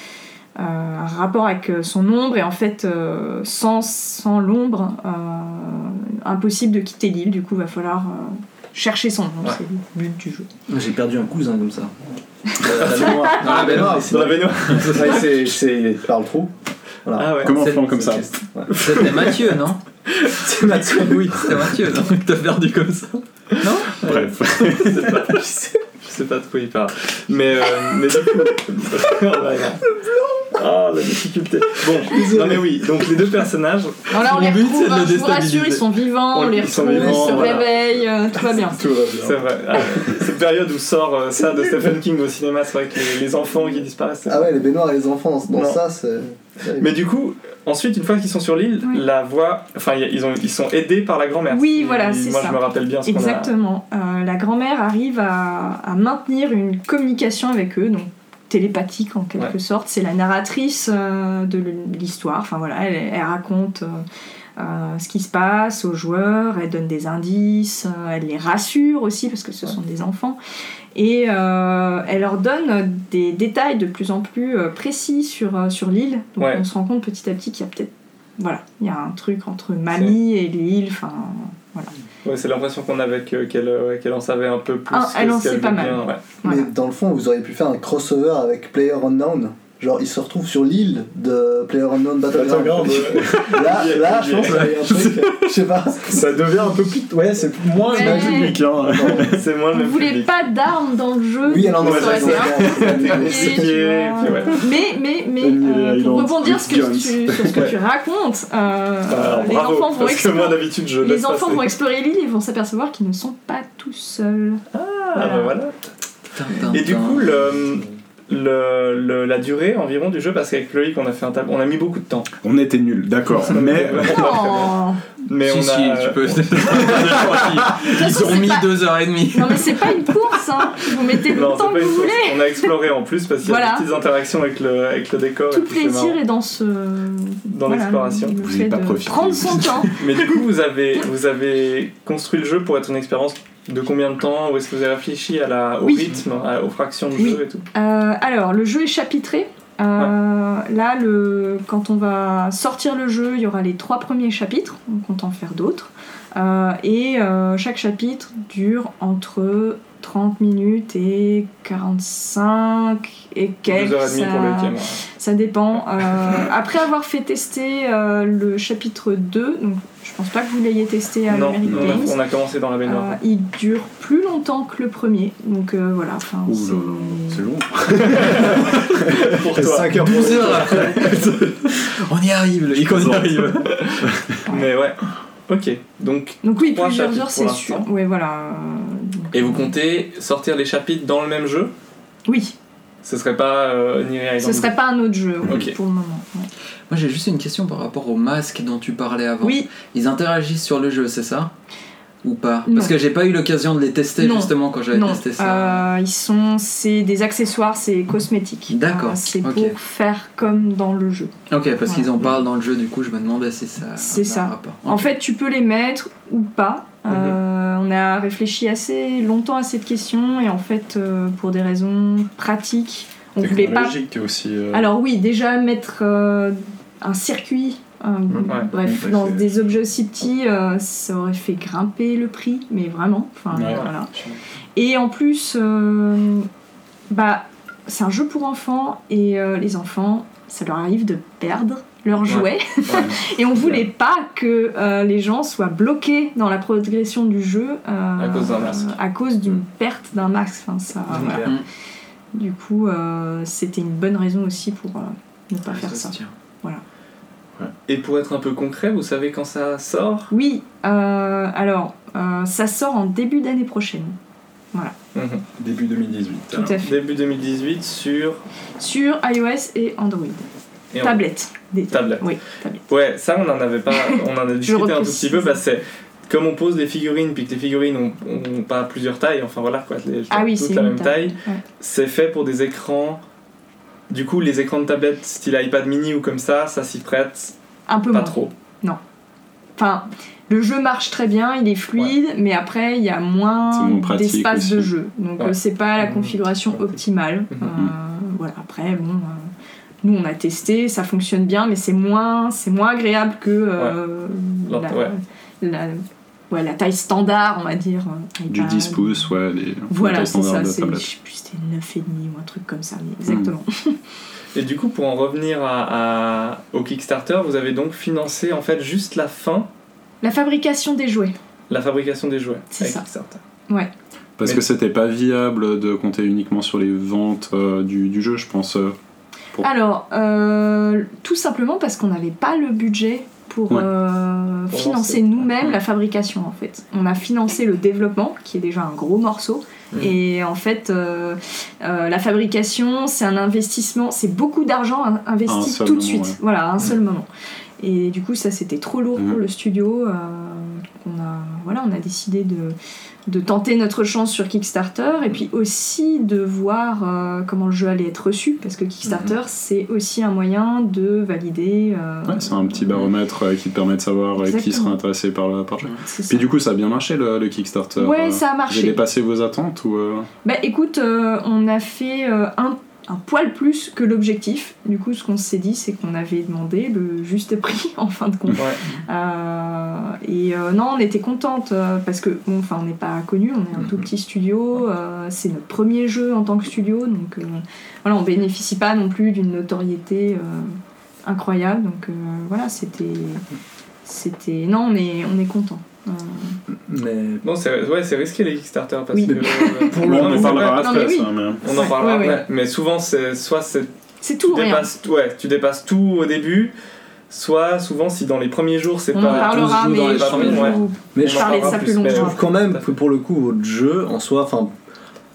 [SPEAKER 5] un rapport avec son ombre, et en fait sans l'ombre impossible de quitter l'île, du coup va falloir chercher son ombre, c'est le but du jeu.
[SPEAKER 7] J'ai perdu un cousin comme ça. Dans la baignoire. C'est par le trou. Voilà.
[SPEAKER 3] Ah ouais.
[SPEAKER 4] Comment on fait comme ça?
[SPEAKER 6] C'était Mathieu, non?
[SPEAKER 7] C'est Mathieu.
[SPEAKER 6] Oui, c'était Mathieu, non? Que t'as perdu comme ça. Non?
[SPEAKER 4] Bref.
[SPEAKER 3] Je sais pas de quoi il parle. Mais du coup. Ah, la difficulté. Bon, non mais oui, donc les 2 personnages.
[SPEAKER 5] Alors là, on les retrouve, je vous rassure, ils sont vivants, on les retrouve, ils se réveillent, tout va bien.
[SPEAKER 3] C'est vrai. Cette période où sort ça de Stephen King au cinéma, c'est vrai que les enfants qui disparaissent.
[SPEAKER 7] Ah ouais, les baignoires et les enfants, ça, c'est.
[SPEAKER 3] Mais du coup, ensuite, une fois qu'ils sont sur l'île, la voix. Enfin, ils sont aidés par la grand-mère.
[SPEAKER 5] Oui, voilà, c'est ça.
[SPEAKER 3] Moi, je me rappelle bien ce qu'on a.
[SPEAKER 5] Exactement. La grand-mère arrive à maintenir une communication avec eux, donc télépathique en quelque sorte. C'est la narratrice de l'histoire. Enfin voilà, elle raconte ce qui se passe aux joueurs, elle donne des indices, elle les rassure aussi parce que ce sont des enfants. Et elle leur donne des détails de plus en plus précis sur l'île. Donc on se rend compte petit à petit qu'il y a peut-être il y a un truc entre mamie et l'île. Enfin voilà.
[SPEAKER 3] Ouais, c'est l'impression qu'on a qu'elle en savait un peu plus.
[SPEAKER 5] Elle en sait pas mal.
[SPEAKER 7] Mais dans le fond, vous auriez pu faire un crossover avec PlayerUnknown. Genre, ils se retrouvent sur l'île de PlayerUnknown Battleground. Là, je pense qu'il y a un truc. Je sais pas.
[SPEAKER 4] Ça devient un peu plus. Ouais, c'est moins le même public.
[SPEAKER 3] C'est moins le même public.
[SPEAKER 5] Vous voulez pas d'armes dans le jeu?
[SPEAKER 7] Oui, elle en a
[SPEAKER 5] Mais pour rebondir sur ce que tu racontes, les enfants vont explorer.
[SPEAKER 3] Moi, d'habitude,
[SPEAKER 5] les enfants vont explorer l'île et vont s'apercevoir qu'ils ne sont pas tout seuls.
[SPEAKER 3] Voilà. Et du coup, la durée environ du jeu, parce qu'avec Loïc on a fait un tableau, on a mis beaucoup de temps.
[SPEAKER 4] On était nuls, d'accord, mais
[SPEAKER 5] Oh.
[SPEAKER 3] Mais
[SPEAKER 6] Si,
[SPEAKER 3] on
[SPEAKER 6] si,
[SPEAKER 3] a...
[SPEAKER 6] tu peux.
[SPEAKER 5] Ils
[SPEAKER 6] Ils ont mis 2h30.
[SPEAKER 5] Non mais c'est pas une course, hein. Vous mettez le
[SPEAKER 3] Non,
[SPEAKER 5] temps
[SPEAKER 3] c'est
[SPEAKER 5] que
[SPEAKER 3] pas une
[SPEAKER 5] vous
[SPEAKER 3] source.
[SPEAKER 5] voulez.
[SPEAKER 3] On a exploré en plus parce qu'il y a
[SPEAKER 5] Voilà.
[SPEAKER 3] des petites interactions avec le décor.
[SPEAKER 5] Tout
[SPEAKER 3] et
[SPEAKER 5] le
[SPEAKER 3] puis c'est
[SPEAKER 5] plaisir
[SPEAKER 3] marrant.
[SPEAKER 5] est dans ce...
[SPEAKER 3] Dans l'exploration.
[SPEAKER 5] Le
[SPEAKER 4] Vous
[SPEAKER 5] fait
[SPEAKER 4] n'avez pas
[SPEAKER 5] de
[SPEAKER 4] profité.
[SPEAKER 5] prendre son temps.
[SPEAKER 3] Mais du coup, vous avez construit le jeu pour être une expérience de combien de temps? Ou est-ce que vous avez réfléchi au
[SPEAKER 5] Oui.
[SPEAKER 3] rythme, aux fractions du
[SPEAKER 5] Oui.
[SPEAKER 3] jeu et tout?
[SPEAKER 5] Alors, le jeu est chapitré. Là, quand on va sortir le jeu, il y aura les 3 premiers chapitres, on compte en faire d'autres. Chaque chapitre dure entre 30 minutes et 45 et quelques.
[SPEAKER 3] 2h30 pour le week-end.
[SPEAKER 5] Ça dépend. Après avoir fait tester le chapitre 2, donc je pense pas que vous l'ayez testé à
[SPEAKER 3] Non,
[SPEAKER 5] Numeric Games.
[SPEAKER 3] on a commencé dans la baignoire.
[SPEAKER 5] Il dure plus longtemps que le premier, donc voilà. Enfin,
[SPEAKER 4] Ouh là là, c'est long.
[SPEAKER 3] Pour toi.
[SPEAKER 7] 5 heures
[SPEAKER 6] 12 heures après. On y arrive, Loïc, on y arrive.
[SPEAKER 3] Mais ouais. Ok. Donc
[SPEAKER 5] oui,
[SPEAKER 3] 3
[SPEAKER 5] plusieurs
[SPEAKER 3] chapitres
[SPEAKER 5] heures,
[SPEAKER 3] pour
[SPEAKER 5] c'est sûr.
[SPEAKER 3] l'instant.
[SPEAKER 5] Ouais, voilà.
[SPEAKER 3] Et vous comptez sortir les chapitres dans le même jeu?
[SPEAKER 5] Oui,
[SPEAKER 3] Ce serait pas Niri Island?
[SPEAKER 5] ce serait pas un autre jeu
[SPEAKER 3] Ok.
[SPEAKER 5] pour le moment. Ouais.
[SPEAKER 6] Moi j'ai juste une question par rapport aux masques dont tu parlais avant.
[SPEAKER 5] Oui,
[SPEAKER 6] Ils interagissent sur le jeu, c'est ça? Ou pas?
[SPEAKER 5] Non.
[SPEAKER 6] Parce que j'ai pas eu l'occasion de les tester
[SPEAKER 5] Non.
[SPEAKER 6] justement quand j'avais
[SPEAKER 5] non.
[SPEAKER 6] testé ça.
[SPEAKER 5] C'est des accessoires, c'est cosmétique.
[SPEAKER 6] D'accord,
[SPEAKER 5] C'est
[SPEAKER 6] ok.
[SPEAKER 5] pour faire comme dans le jeu.
[SPEAKER 6] Ok, parce qu'ils en
[SPEAKER 5] Voilà.
[SPEAKER 6] parlent dans le jeu, du coup je me demandais si ça
[SPEAKER 5] C'est
[SPEAKER 6] avait
[SPEAKER 5] ça.
[SPEAKER 6] un rapport.
[SPEAKER 5] En
[SPEAKER 6] Ok.
[SPEAKER 5] fait, tu peux les mettre ou pas. On a réfléchi assez longtemps à cette question et en fait, pour des raisons pratiques, on voulait pas.
[SPEAKER 4] Technologique aussi.
[SPEAKER 5] Alors oui, déjà mettre un circuit, bref,
[SPEAKER 4] Ouais,
[SPEAKER 5] dans
[SPEAKER 4] c'est-
[SPEAKER 5] des objets aussi petits, ça aurait fait grimper le prix, mais vraiment. Enfin,
[SPEAKER 4] Ouais.
[SPEAKER 5] voilà. Et en plus, c'est un jeu pour enfants et les enfants, ça leur arrive de perdre leurs jouets. Et on voulait pas que les gens soient bloqués dans la progression du jeu
[SPEAKER 3] À cause d'un masque.
[SPEAKER 5] à cause d'une perte d'un masque. Enfin, ça, voilà.
[SPEAKER 6] Mm.
[SPEAKER 5] Du coup, c'était une bonne raison aussi pour ne pas faire ça.
[SPEAKER 6] se tient.
[SPEAKER 3] Et pour être un peu concret, vous savez quand ça sort?
[SPEAKER 5] Oui, alors ça sort en début d'année prochaine.
[SPEAKER 4] Début 2018.
[SPEAKER 5] Tout à fait.
[SPEAKER 3] Début 2018 sur
[SPEAKER 5] Sur iOS et Android.
[SPEAKER 3] et
[SPEAKER 5] Tablette. Des
[SPEAKER 3] Tablette.
[SPEAKER 5] Oui, tablette.
[SPEAKER 3] Ouais, ça on en avait pas, on en a discuté un tout
[SPEAKER 5] reprécise.
[SPEAKER 3] petit peu. C'est comme on pose des figurines, puis que les figurines ont pas plusieurs tailles. Enfin voilà quoi,
[SPEAKER 5] Ah oui,
[SPEAKER 3] toutes
[SPEAKER 5] c'est
[SPEAKER 3] la
[SPEAKER 5] une
[SPEAKER 3] même taille.
[SPEAKER 5] Ouais.
[SPEAKER 3] C'est fait pour des écrans. Du coup, les écrans de tablette style iPad mini ou comme ça s'y prête
[SPEAKER 5] Un peu
[SPEAKER 3] pas
[SPEAKER 5] moins.
[SPEAKER 3] trop.
[SPEAKER 5] Enfin, le jeu marche très bien, il est fluide, mais après il y a
[SPEAKER 4] C'est
[SPEAKER 5] moins
[SPEAKER 4] moins pratique
[SPEAKER 5] d'espace de
[SPEAKER 4] aussi.
[SPEAKER 5] jeu. Donc
[SPEAKER 3] Ouais.
[SPEAKER 5] c'est pas la configuration
[SPEAKER 3] Ouais.
[SPEAKER 5] optimale.
[SPEAKER 3] Mhm.
[SPEAKER 5] Voilà, après bon, nous on a testé, ça fonctionne bien, mais c'est moins agréable que la taille standard, on va dire.
[SPEAKER 4] Du
[SPEAKER 5] iPad.
[SPEAKER 4] 10 pouces, ouais.
[SPEAKER 5] Voilà,
[SPEAKER 4] la
[SPEAKER 5] c'est
[SPEAKER 4] standard
[SPEAKER 5] ça,
[SPEAKER 4] de
[SPEAKER 5] je
[SPEAKER 4] tablette.
[SPEAKER 5] sais plus, c'était 9,5 ou un truc comme ça, mais exactement.
[SPEAKER 3] Et du coup, pour en revenir au Kickstarter, vous avez donc financé en fait juste la fin,
[SPEAKER 5] La fabrication des jouets.
[SPEAKER 3] la fabrication des jouets
[SPEAKER 5] C'est
[SPEAKER 3] avec
[SPEAKER 5] ça.
[SPEAKER 3] Kickstarter.
[SPEAKER 4] Parce
[SPEAKER 3] Mais-
[SPEAKER 4] que c'était pas viable de compter uniquement sur les ventes du jeu, je pense. Pour-
[SPEAKER 5] Alors, tout simplement parce qu'on n'avait pas le budget pour
[SPEAKER 4] Ouais.
[SPEAKER 3] Pour
[SPEAKER 5] financer
[SPEAKER 3] lancer.
[SPEAKER 5] nous-mêmes la fabrication en fait. On a financé le développement, qui est déjà un gros morceau. Et en fait, la fabrication, c'est un investissement, c'est beaucoup d'argent
[SPEAKER 4] À un
[SPEAKER 5] investi
[SPEAKER 4] seul
[SPEAKER 5] tout de
[SPEAKER 4] moment,
[SPEAKER 5] suite.
[SPEAKER 4] ouais.
[SPEAKER 5] Voilà, à un seul moment. Et du coup, ça c'était trop lourd
[SPEAKER 4] Mhm.
[SPEAKER 5] pour le studio. On a décidé de tenter notre chance sur Kickstarter et puis aussi de voir comment le jeu allait être reçu parce que Kickstarter c'est aussi un moyen de valider.
[SPEAKER 4] Ouais, c'est un petit baromètre qui te permet de savoir qui
[SPEAKER 5] Exactement.
[SPEAKER 4] sera intéressé par le jeu.
[SPEAKER 5] C'est ça.
[SPEAKER 4] Puis du coup, ça a bien marché le Kickstarter.
[SPEAKER 5] Ouais, ça a
[SPEAKER 4] Vous
[SPEAKER 5] marché.
[SPEAKER 4] avez dépassé vos attentes ou
[SPEAKER 5] Bah écoute, on a fait un poil plus que l'objectif. Du coup, ce qu'on s'est dit, c'est qu'on avait demandé le juste prix en fin de compte.
[SPEAKER 3] Ouais.
[SPEAKER 5] Non, on était contente parce que bon, enfin, on n'est pas connu, on est un tout petit studio. C'est notre premier jeu en tant que studio, donc voilà, on bénéficie pas non plus d'une notoriété incroyable. Donc voilà, c'était. Non, on est content.
[SPEAKER 7] Mais
[SPEAKER 3] Non, c'est risqué les Kickstarter parce
[SPEAKER 5] Oui.
[SPEAKER 3] que
[SPEAKER 4] Pour le
[SPEAKER 3] non,
[SPEAKER 4] on
[SPEAKER 3] mais
[SPEAKER 4] en
[SPEAKER 3] c'est
[SPEAKER 4] parlera
[SPEAKER 3] vrai,
[SPEAKER 5] Non,
[SPEAKER 4] après,
[SPEAKER 5] mais oui.
[SPEAKER 4] ça. Mais...
[SPEAKER 3] on en
[SPEAKER 5] Ouais,
[SPEAKER 3] parlera
[SPEAKER 5] ouais,
[SPEAKER 3] après. Mais souvent,
[SPEAKER 5] C'est tout ou rien.
[SPEAKER 3] tu dépasses tout au début, soit souvent si dans les premiers jours c'est
[SPEAKER 5] On en
[SPEAKER 3] pas
[SPEAKER 5] parlera,
[SPEAKER 3] 12 jours dans
[SPEAKER 5] mais
[SPEAKER 3] les
[SPEAKER 5] je peux
[SPEAKER 3] premiers, ouais.
[SPEAKER 5] vous
[SPEAKER 7] Mais
[SPEAKER 3] On
[SPEAKER 7] je
[SPEAKER 3] en
[SPEAKER 5] parler de
[SPEAKER 3] parlera
[SPEAKER 5] ça plus
[SPEAKER 3] plus, mais
[SPEAKER 5] longtemps.
[SPEAKER 7] trouve quand même que pour le coup votre jeu en soi, enfin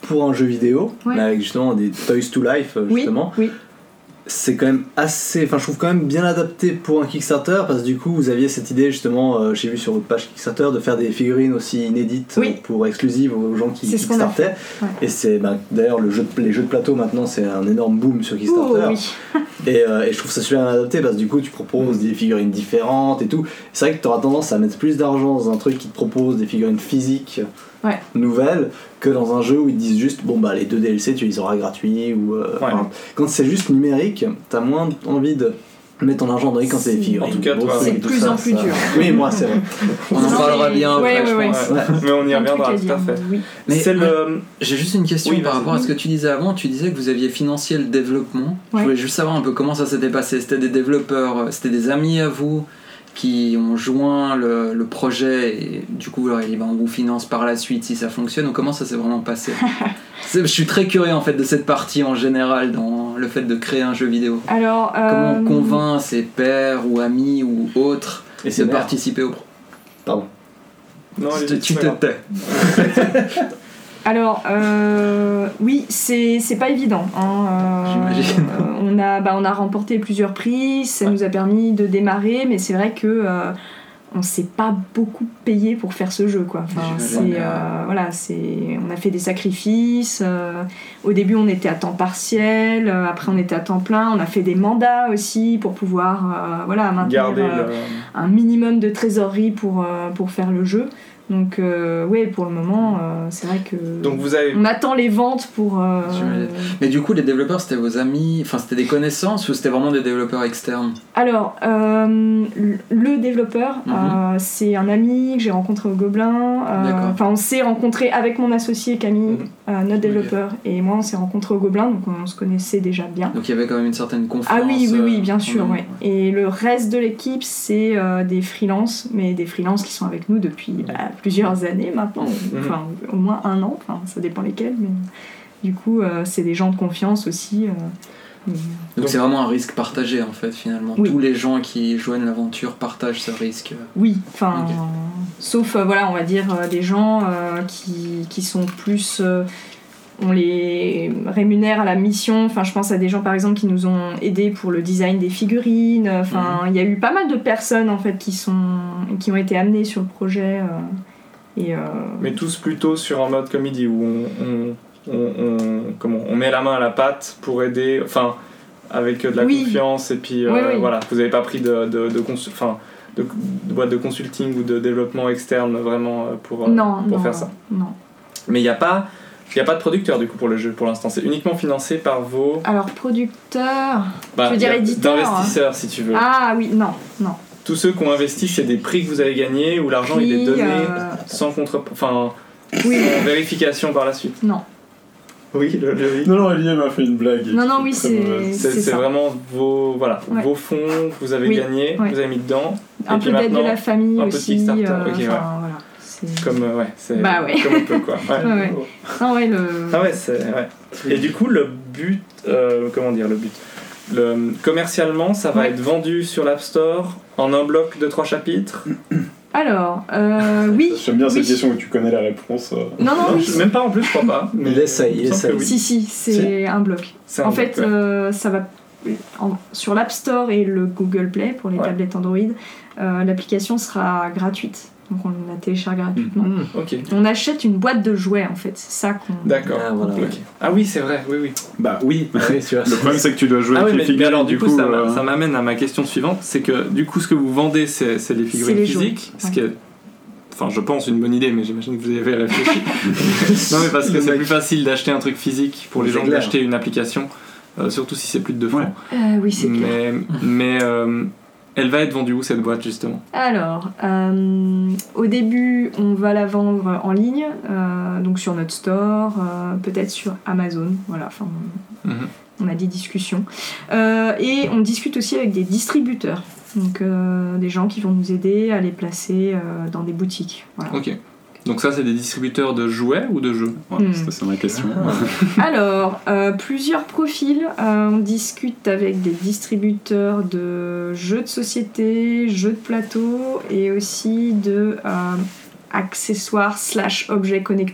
[SPEAKER 7] pour un jeu vidéo,
[SPEAKER 5] Ouais.
[SPEAKER 7] mais avec justement des Toys to Life, justement.
[SPEAKER 5] Oui.
[SPEAKER 7] C'est quand même assez, enfin je trouve quand même bien adapté pour un Kickstarter, parce que du coup vous aviez cette idée justement, j'ai vu sur votre page Kickstarter, de faire des figurines aussi inédites
[SPEAKER 5] Oui.
[SPEAKER 7] pour exclusives aux gens qui
[SPEAKER 5] C'est ce qu'on a
[SPEAKER 7] Kickstartaient.
[SPEAKER 5] Ouais.
[SPEAKER 7] Et c'est d'ailleurs les jeux de plateau maintenant, c'est un énorme boom sur Kickstarter.
[SPEAKER 5] Oh, oui.
[SPEAKER 7] Et je trouve ça super bien adapté, parce que du coup tu proposes des figurines différentes et tout. C'est vrai que tu auras tendance à mettre plus d'argent dans un truc qui te propose des figurines physiques
[SPEAKER 5] Ouais.
[SPEAKER 7] nouvelles que dans un jeu où ils te disent juste bon bah les 2 DLC tu les auras gratuits ou enfin, quand c'est juste numérique t'as moins envie de mettre ton argent dans les quand c'est des figurines.
[SPEAKER 3] En tout cas, toi,
[SPEAKER 5] C'est de
[SPEAKER 7] tout
[SPEAKER 5] plus
[SPEAKER 7] ça,
[SPEAKER 5] en plus
[SPEAKER 7] ça-
[SPEAKER 5] dur.
[SPEAKER 7] Oui, moi c'est vrai.
[SPEAKER 6] On en
[SPEAKER 5] Non,
[SPEAKER 6] parlera
[SPEAKER 5] mais-
[SPEAKER 6] bien après,
[SPEAKER 5] ouais,
[SPEAKER 6] je
[SPEAKER 5] ouais,
[SPEAKER 6] pense.
[SPEAKER 3] Ouais. Mais on y
[SPEAKER 5] Plein de
[SPEAKER 3] reviendra,
[SPEAKER 5] trucs à
[SPEAKER 3] tout à
[SPEAKER 5] dire,
[SPEAKER 3] fait.
[SPEAKER 5] oui.
[SPEAKER 6] Mais
[SPEAKER 3] C'est le.
[SPEAKER 6] j'ai juste une question
[SPEAKER 3] Oui,
[SPEAKER 6] par
[SPEAKER 3] vas-y.
[SPEAKER 6] rapport à ce que tu disais avant. Tu disais que vous aviez financé le développement.
[SPEAKER 5] Ouais.
[SPEAKER 6] Je voulais juste savoir un peu comment ça s'était passé. C'était des développeurs, c'était des amis à vous qui ont joint le projet et du coup vous leur avez dit on vous finance par la suite si ça fonctionne, ou comment ça s'est vraiment passé? Je suis très curieux en fait de cette partie en général dans le fait de créer un jeu vidéo.
[SPEAKER 5] Alors,
[SPEAKER 6] Comment on convainc ses pairs ou amis ou autres
[SPEAKER 7] Et c'est
[SPEAKER 6] de
[SPEAKER 7] merde.
[SPEAKER 6] participer au projet?
[SPEAKER 7] Pardon.
[SPEAKER 3] Non, allez-y,
[SPEAKER 6] Tu
[SPEAKER 3] c'est
[SPEAKER 6] te
[SPEAKER 3] pas grave.
[SPEAKER 6] tais.
[SPEAKER 5] Alors, oui, c'est pas évident. Hein.
[SPEAKER 6] J'imagine.
[SPEAKER 5] On a remporté plusieurs prix, ça nous a permis de démarrer, mais c'est vrai que on s'est pas beaucoup payé pour faire ce jeu, quoi. Enfin,
[SPEAKER 6] J'imagine.
[SPEAKER 5] voilà, on a fait des sacrifices. Au début, on était à temps partiel, après on était à temps plein. On a fait des mandats aussi pour pouvoir, voilà, maintenir
[SPEAKER 3] Garder
[SPEAKER 5] un minimum de trésorerie pour faire le jeu. Donc, ouais, pour le moment, c'est vrai que
[SPEAKER 3] Donc vous avez.
[SPEAKER 5] on attend les ventes pour.
[SPEAKER 6] J'imagine. Mais du coup, les développeurs, c'était vos amis, enfin c'était des connaissances ou c'était vraiment des développeurs externes?
[SPEAKER 5] Alors, le développeur, c'est un ami que j'ai rencontré au Gobelin.
[SPEAKER 6] D'accord.
[SPEAKER 5] Enfin, on s'est rencontré avec mon associé Camille, notre développeur, et moi, on s'est rencontrés au Gobelin, donc on se connaissait déjà bien.
[SPEAKER 6] Donc il y avait quand même une certaine confiance.
[SPEAKER 5] Ah oui, oui, oui, bien sûr,
[SPEAKER 6] quand
[SPEAKER 5] ouais.
[SPEAKER 6] même.
[SPEAKER 5] Et le reste de l'équipe, c'est des freelances, mais des freelances qui sont avec nous depuis plusieurs années maintenant, enfin au moins 1 an, enfin ça dépend lesquels, mais du coup c'est des gens de confiance aussi.
[SPEAKER 6] Donc c'est vraiment un risque partagé en fait finalement.
[SPEAKER 5] Oui.
[SPEAKER 6] Tous les gens qui joignent l'aventure partagent ce risque.
[SPEAKER 5] Oui, enfin,
[SPEAKER 6] Ok.
[SPEAKER 5] sauf voilà, on va dire des gens qui sont plus, on les rémunère à la mission. Enfin, je pense à des gens par exemple qui nous ont aidés pour le design des figurines. Enfin, il y a eu pas mal de personnes en fait qui ont été amenées sur le projet.
[SPEAKER 3] Mais tous plutôt sur un mode comédie où on met la main à la pâte pour aider, enfin avec de la
[SPEAKER 5] Oui.
[SPEAKER 3] confiance, et puis
[SPEAKER 5] Oui, oui.
[SPEAKER 3] voilà, vous n'avez pas pris de boîte de consulting ou de développement externe vraiment pour
[SPEAKER 5] Non,
[SPEAKER 3] faire ça.
[SPEAKER 5] non.
[SPEAKER 3] Mais il n'y a pas de producteur du coup pour le jeu pour l'instant, c'est uniquement financé par vos
[SPEAKER 5] Alors producteur,
[SPEAKER 3] je
[SPEAKER 5] veux dire éditeur,
[SPEAKER 3] d'investisseurs si tu veux.
[SPEAKER 5] ah oui, non.
[SPEAKER 3] Tous ceux qui ont investi, c'est des prix que vous avez gagnés ou l'argent il est
[SPEAKER 5] Prix,
[SPEAKER 3] donné sans sans vérification par la suite.
[SPEAKER 5] Non.
[SPEAKER 3] Oui, le oui.
[SPEAKER 4] Non, Olivier m'a fait une blague.
[SPEAKER 5] Non, non, oui,
[SPEAKER 4] Très
[SPEAKER 5] c'est
[SPEAKER 4] mauvaise.
[SPEAKER 3] C'est
[SPEAKER 5] ça.
[SPEAKER 3] vraiment vos
[SPEAKER 5] Ouais.
[SPEAKER 3] fonds que vous avez
[SPEAKER 5] Oui,
[SPEAKER 3] gagnés,
[SPEAKER 5] ouais.
[SPEAKER 3] vous avez mis dedans.
[SPEAKER 5] Un
[SPEAKER 3] et
[SPEAKER 5] peu
[SPEAKER 3] puis
[SPEAKER 5] d'aide de
[SPEAKER 3] maintenant,
[SPEAKER 5] la famille
[SPEAKER 3] un peu de
[SPEAKER 5] aussi.
[SPEAKER 3] Kickstarter. Ok, ouais.
[SPEAKER 5] Voilà. C'est...
[SPEAKER 3] Comme c'est
[SPEAKER 5] Bah ouais.
[SPEAKER 3] comme on peut quoi. Ouais.
[SPEAKER 5] Ouais, ouais. Non, ouais,
[SPEAKER 3] Ah ouais, c'est ouais. Et du coup le but commercialement ça va
[SPEAKER 5] Ouais.
[SPEAKER 3] être vendu sur l'App Store en un bloc de 3 chapitres.
[SPEAKER 5] Alors, oui.
[SPEAKER 4] J'aime bien cette
[SPEAKER 5] oui.
[SPEAKER 4] question où tu connais la réponse.
[SPEAKER 5] Non,
[SPEAKER 3] Non,
[SPEAKER 5] oui.
[SPEAKER 3] même pas en plus, je crois pas.
[SPEAKER 7] Il essaye,
[SPEAKER 3] me semble que oui.
[SPEAKER 5] Si, c'est un bloc.
[SPEAKER 3] C'est un
[SPEAKER 5] En
[SPEAKER 3] bloc,
[SPEAKER 5] fait,
[SPEAKER 3] ouais.
[SPEAKER 5] ça va sur l'App Store et le Google Play pour les
[SPEAKER 3] Ouais.
[SPEAKER 5] tablettes Android. L'application sera gratuite. Donc on la télécharge gratuitement.
[SPEAKER 3] Ok.
[SPEAKER 5] On achète une boîte de jouets en fait. C'est ça qu'on.
[SPEAKER 3] D'accord.
[SPEAKER 7] Ah, voilà.
[SPEAKER 3] Ok. Ah oui, c'est vrai. Oui.
[SPEAKER 4] Bah oui.
[SPEAKER 7] Oui, tu vois.
[SPEAKER 4] Le problème c'est que tu dois jouer
[SPEAKER 3] Ah oui,
[SPEAKER 4] avec les
[SPEAKER 3] mais
[SPEAKER 4] figurines.
[SPEAKER 3] alors du coup,
[SPEAKER 4] euh,
[SPEAKER 3] ça m'amène à ma question suivante, c'est que du coup ce que vous vendez c'est les figurines
[SPEAKER 5] les jouets,
[SPEAKER 3] physiques, ce
[SPEAKER 5] ouais.
[SPEAKER 3] qui est, enfin je pense une bonne idée, mais j'imagine que vous y avez réfléchi. Non mais parce que c'est plus facile d'acheter un truc physique pour les
[SPEAKER 7] C'est
[SPEAKER 3] gens que
[SPEAKER 7] clair.
[SPEAKER 3] d'acheter une application, surtout si c'est plus de 2 francs.
[SPEAKER 4] Ouais.
[SPEAKER 5] Oui, c'est clair.
[SPEAKER 3] Mais elle va être vendue où cette boîte justement?
[SPEAKER 5] Alors, au début, on va la vendre en ligne, donc sur notre store, peut-être sur Amazon. Voilà, enfin, on a des discussions. Et on discute aussi avec des distributeurs, donc des gens qui vont nous aider à les placer dans des boutiques. Voilà.
[SPEAKER 3] Ok. Donc ça c'est des distributeurs de jouets ou de jeux?
[SPEAKER 4] Ouais, c'était ça ma question.
[SPEAKER 5] Alors, plusieurs profils. On discute avec des distributeurs de jeux de société, jeux de plateau et aussi de accessoires / objets connectés.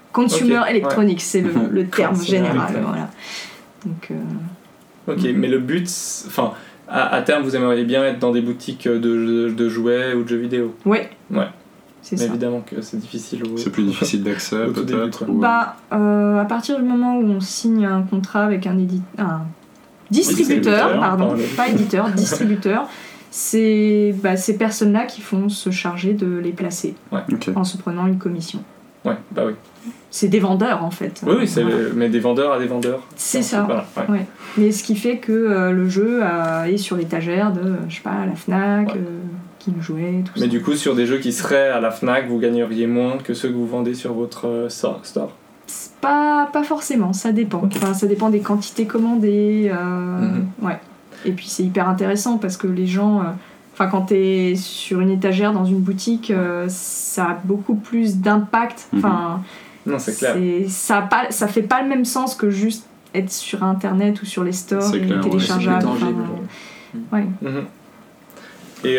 [SPEAKER 5] Consumer
[SPEAKER 3] Ok,
[SPEAKER 5] electronics, c'est le terme
[SPEAKER 3] Consumer
[SPEAKER 5] général.
[SPEAKER 3] electronics.
[SPEAKER 5] Voilà. Donc,
[SPEAKER 3] Ok, mais le but, enfin, à terme, vous aimeriez bien être dans des boutiques de jouets ou de jeux vidéo.
[SPEAKER 5] ouais.
[SPEAKER 3] Ouais.
[SPEAKER 5] C'est
[SPEAKER 3] Mais
[SPEAKER 5] ça.
[SPEAKER 3] évidemment que c'est difficile.
[SPEAKER 4] C'est plus difficile d'accès
[SPEAKER 3] Au tout début,
[SPEAKER 4] peut-être.
[SPEAKER 3] quoi.
[SPEAKER 4] ou-
[SPEAKER 5] À partir du moment où on signe un contrat avec un distributeur, pardon, pas éditeur, distributeur, c'est ces personnes-là qui font se charger de les placer
[SPEAKER 4] Ok.
[SPEAKER 5] en se prenant une commission.
[SPEAKER 3] Ouais, bah oui.
[SPEAKER 5] C'est des vendeurs en fait.
[SPEAKER 3] Oui, c'est
[SPEAKER 5] Voilà.
[SPEAKER 3] mais des vendeurs à des vendeurs.
[SPEAKER 5] C'est ça.
[SPEAKER 3] Voilà, ouais.
[SPEAKER 5] Ouais. Mais ce qui fait que le jeu est sur l'étagère de, je sais pas, la Fnac,
[SPEAKER 3] Ouais.
[SPEAKER 5] King Jouet, tout ça.
[SPEAKER 3] Mais du coup, sur des jeux qui seraient à la Fnac, vous gagneriez moins que ceux que vous vendez sur votre store.
[SPEAKER 5] C'est pas forcément, ça dépend. Enfin, ça dépend des quantités commandées. Ouais. Et puis c'est hyper intéressant parce que les gens. Quand t'es sur une étagère dans une boutique, ça a beaucoup plus d'impact. Enfin,
[SPEAKER 3] Non, c'est clair.
[SPEAKER 5] ça fait pas le même sens que juste être sur internet ou sur les stores
[SPEAKER 4] C'est
[SPEAKER 5] et
[SPEAKER 4] clair, ouais.
[SPEAKER 5] téléchargeable.
[SPEAKER 6] C'est plus tangible.
[SPEAKER 5] Ouais.
[SPEAKER 3] Mhm. Et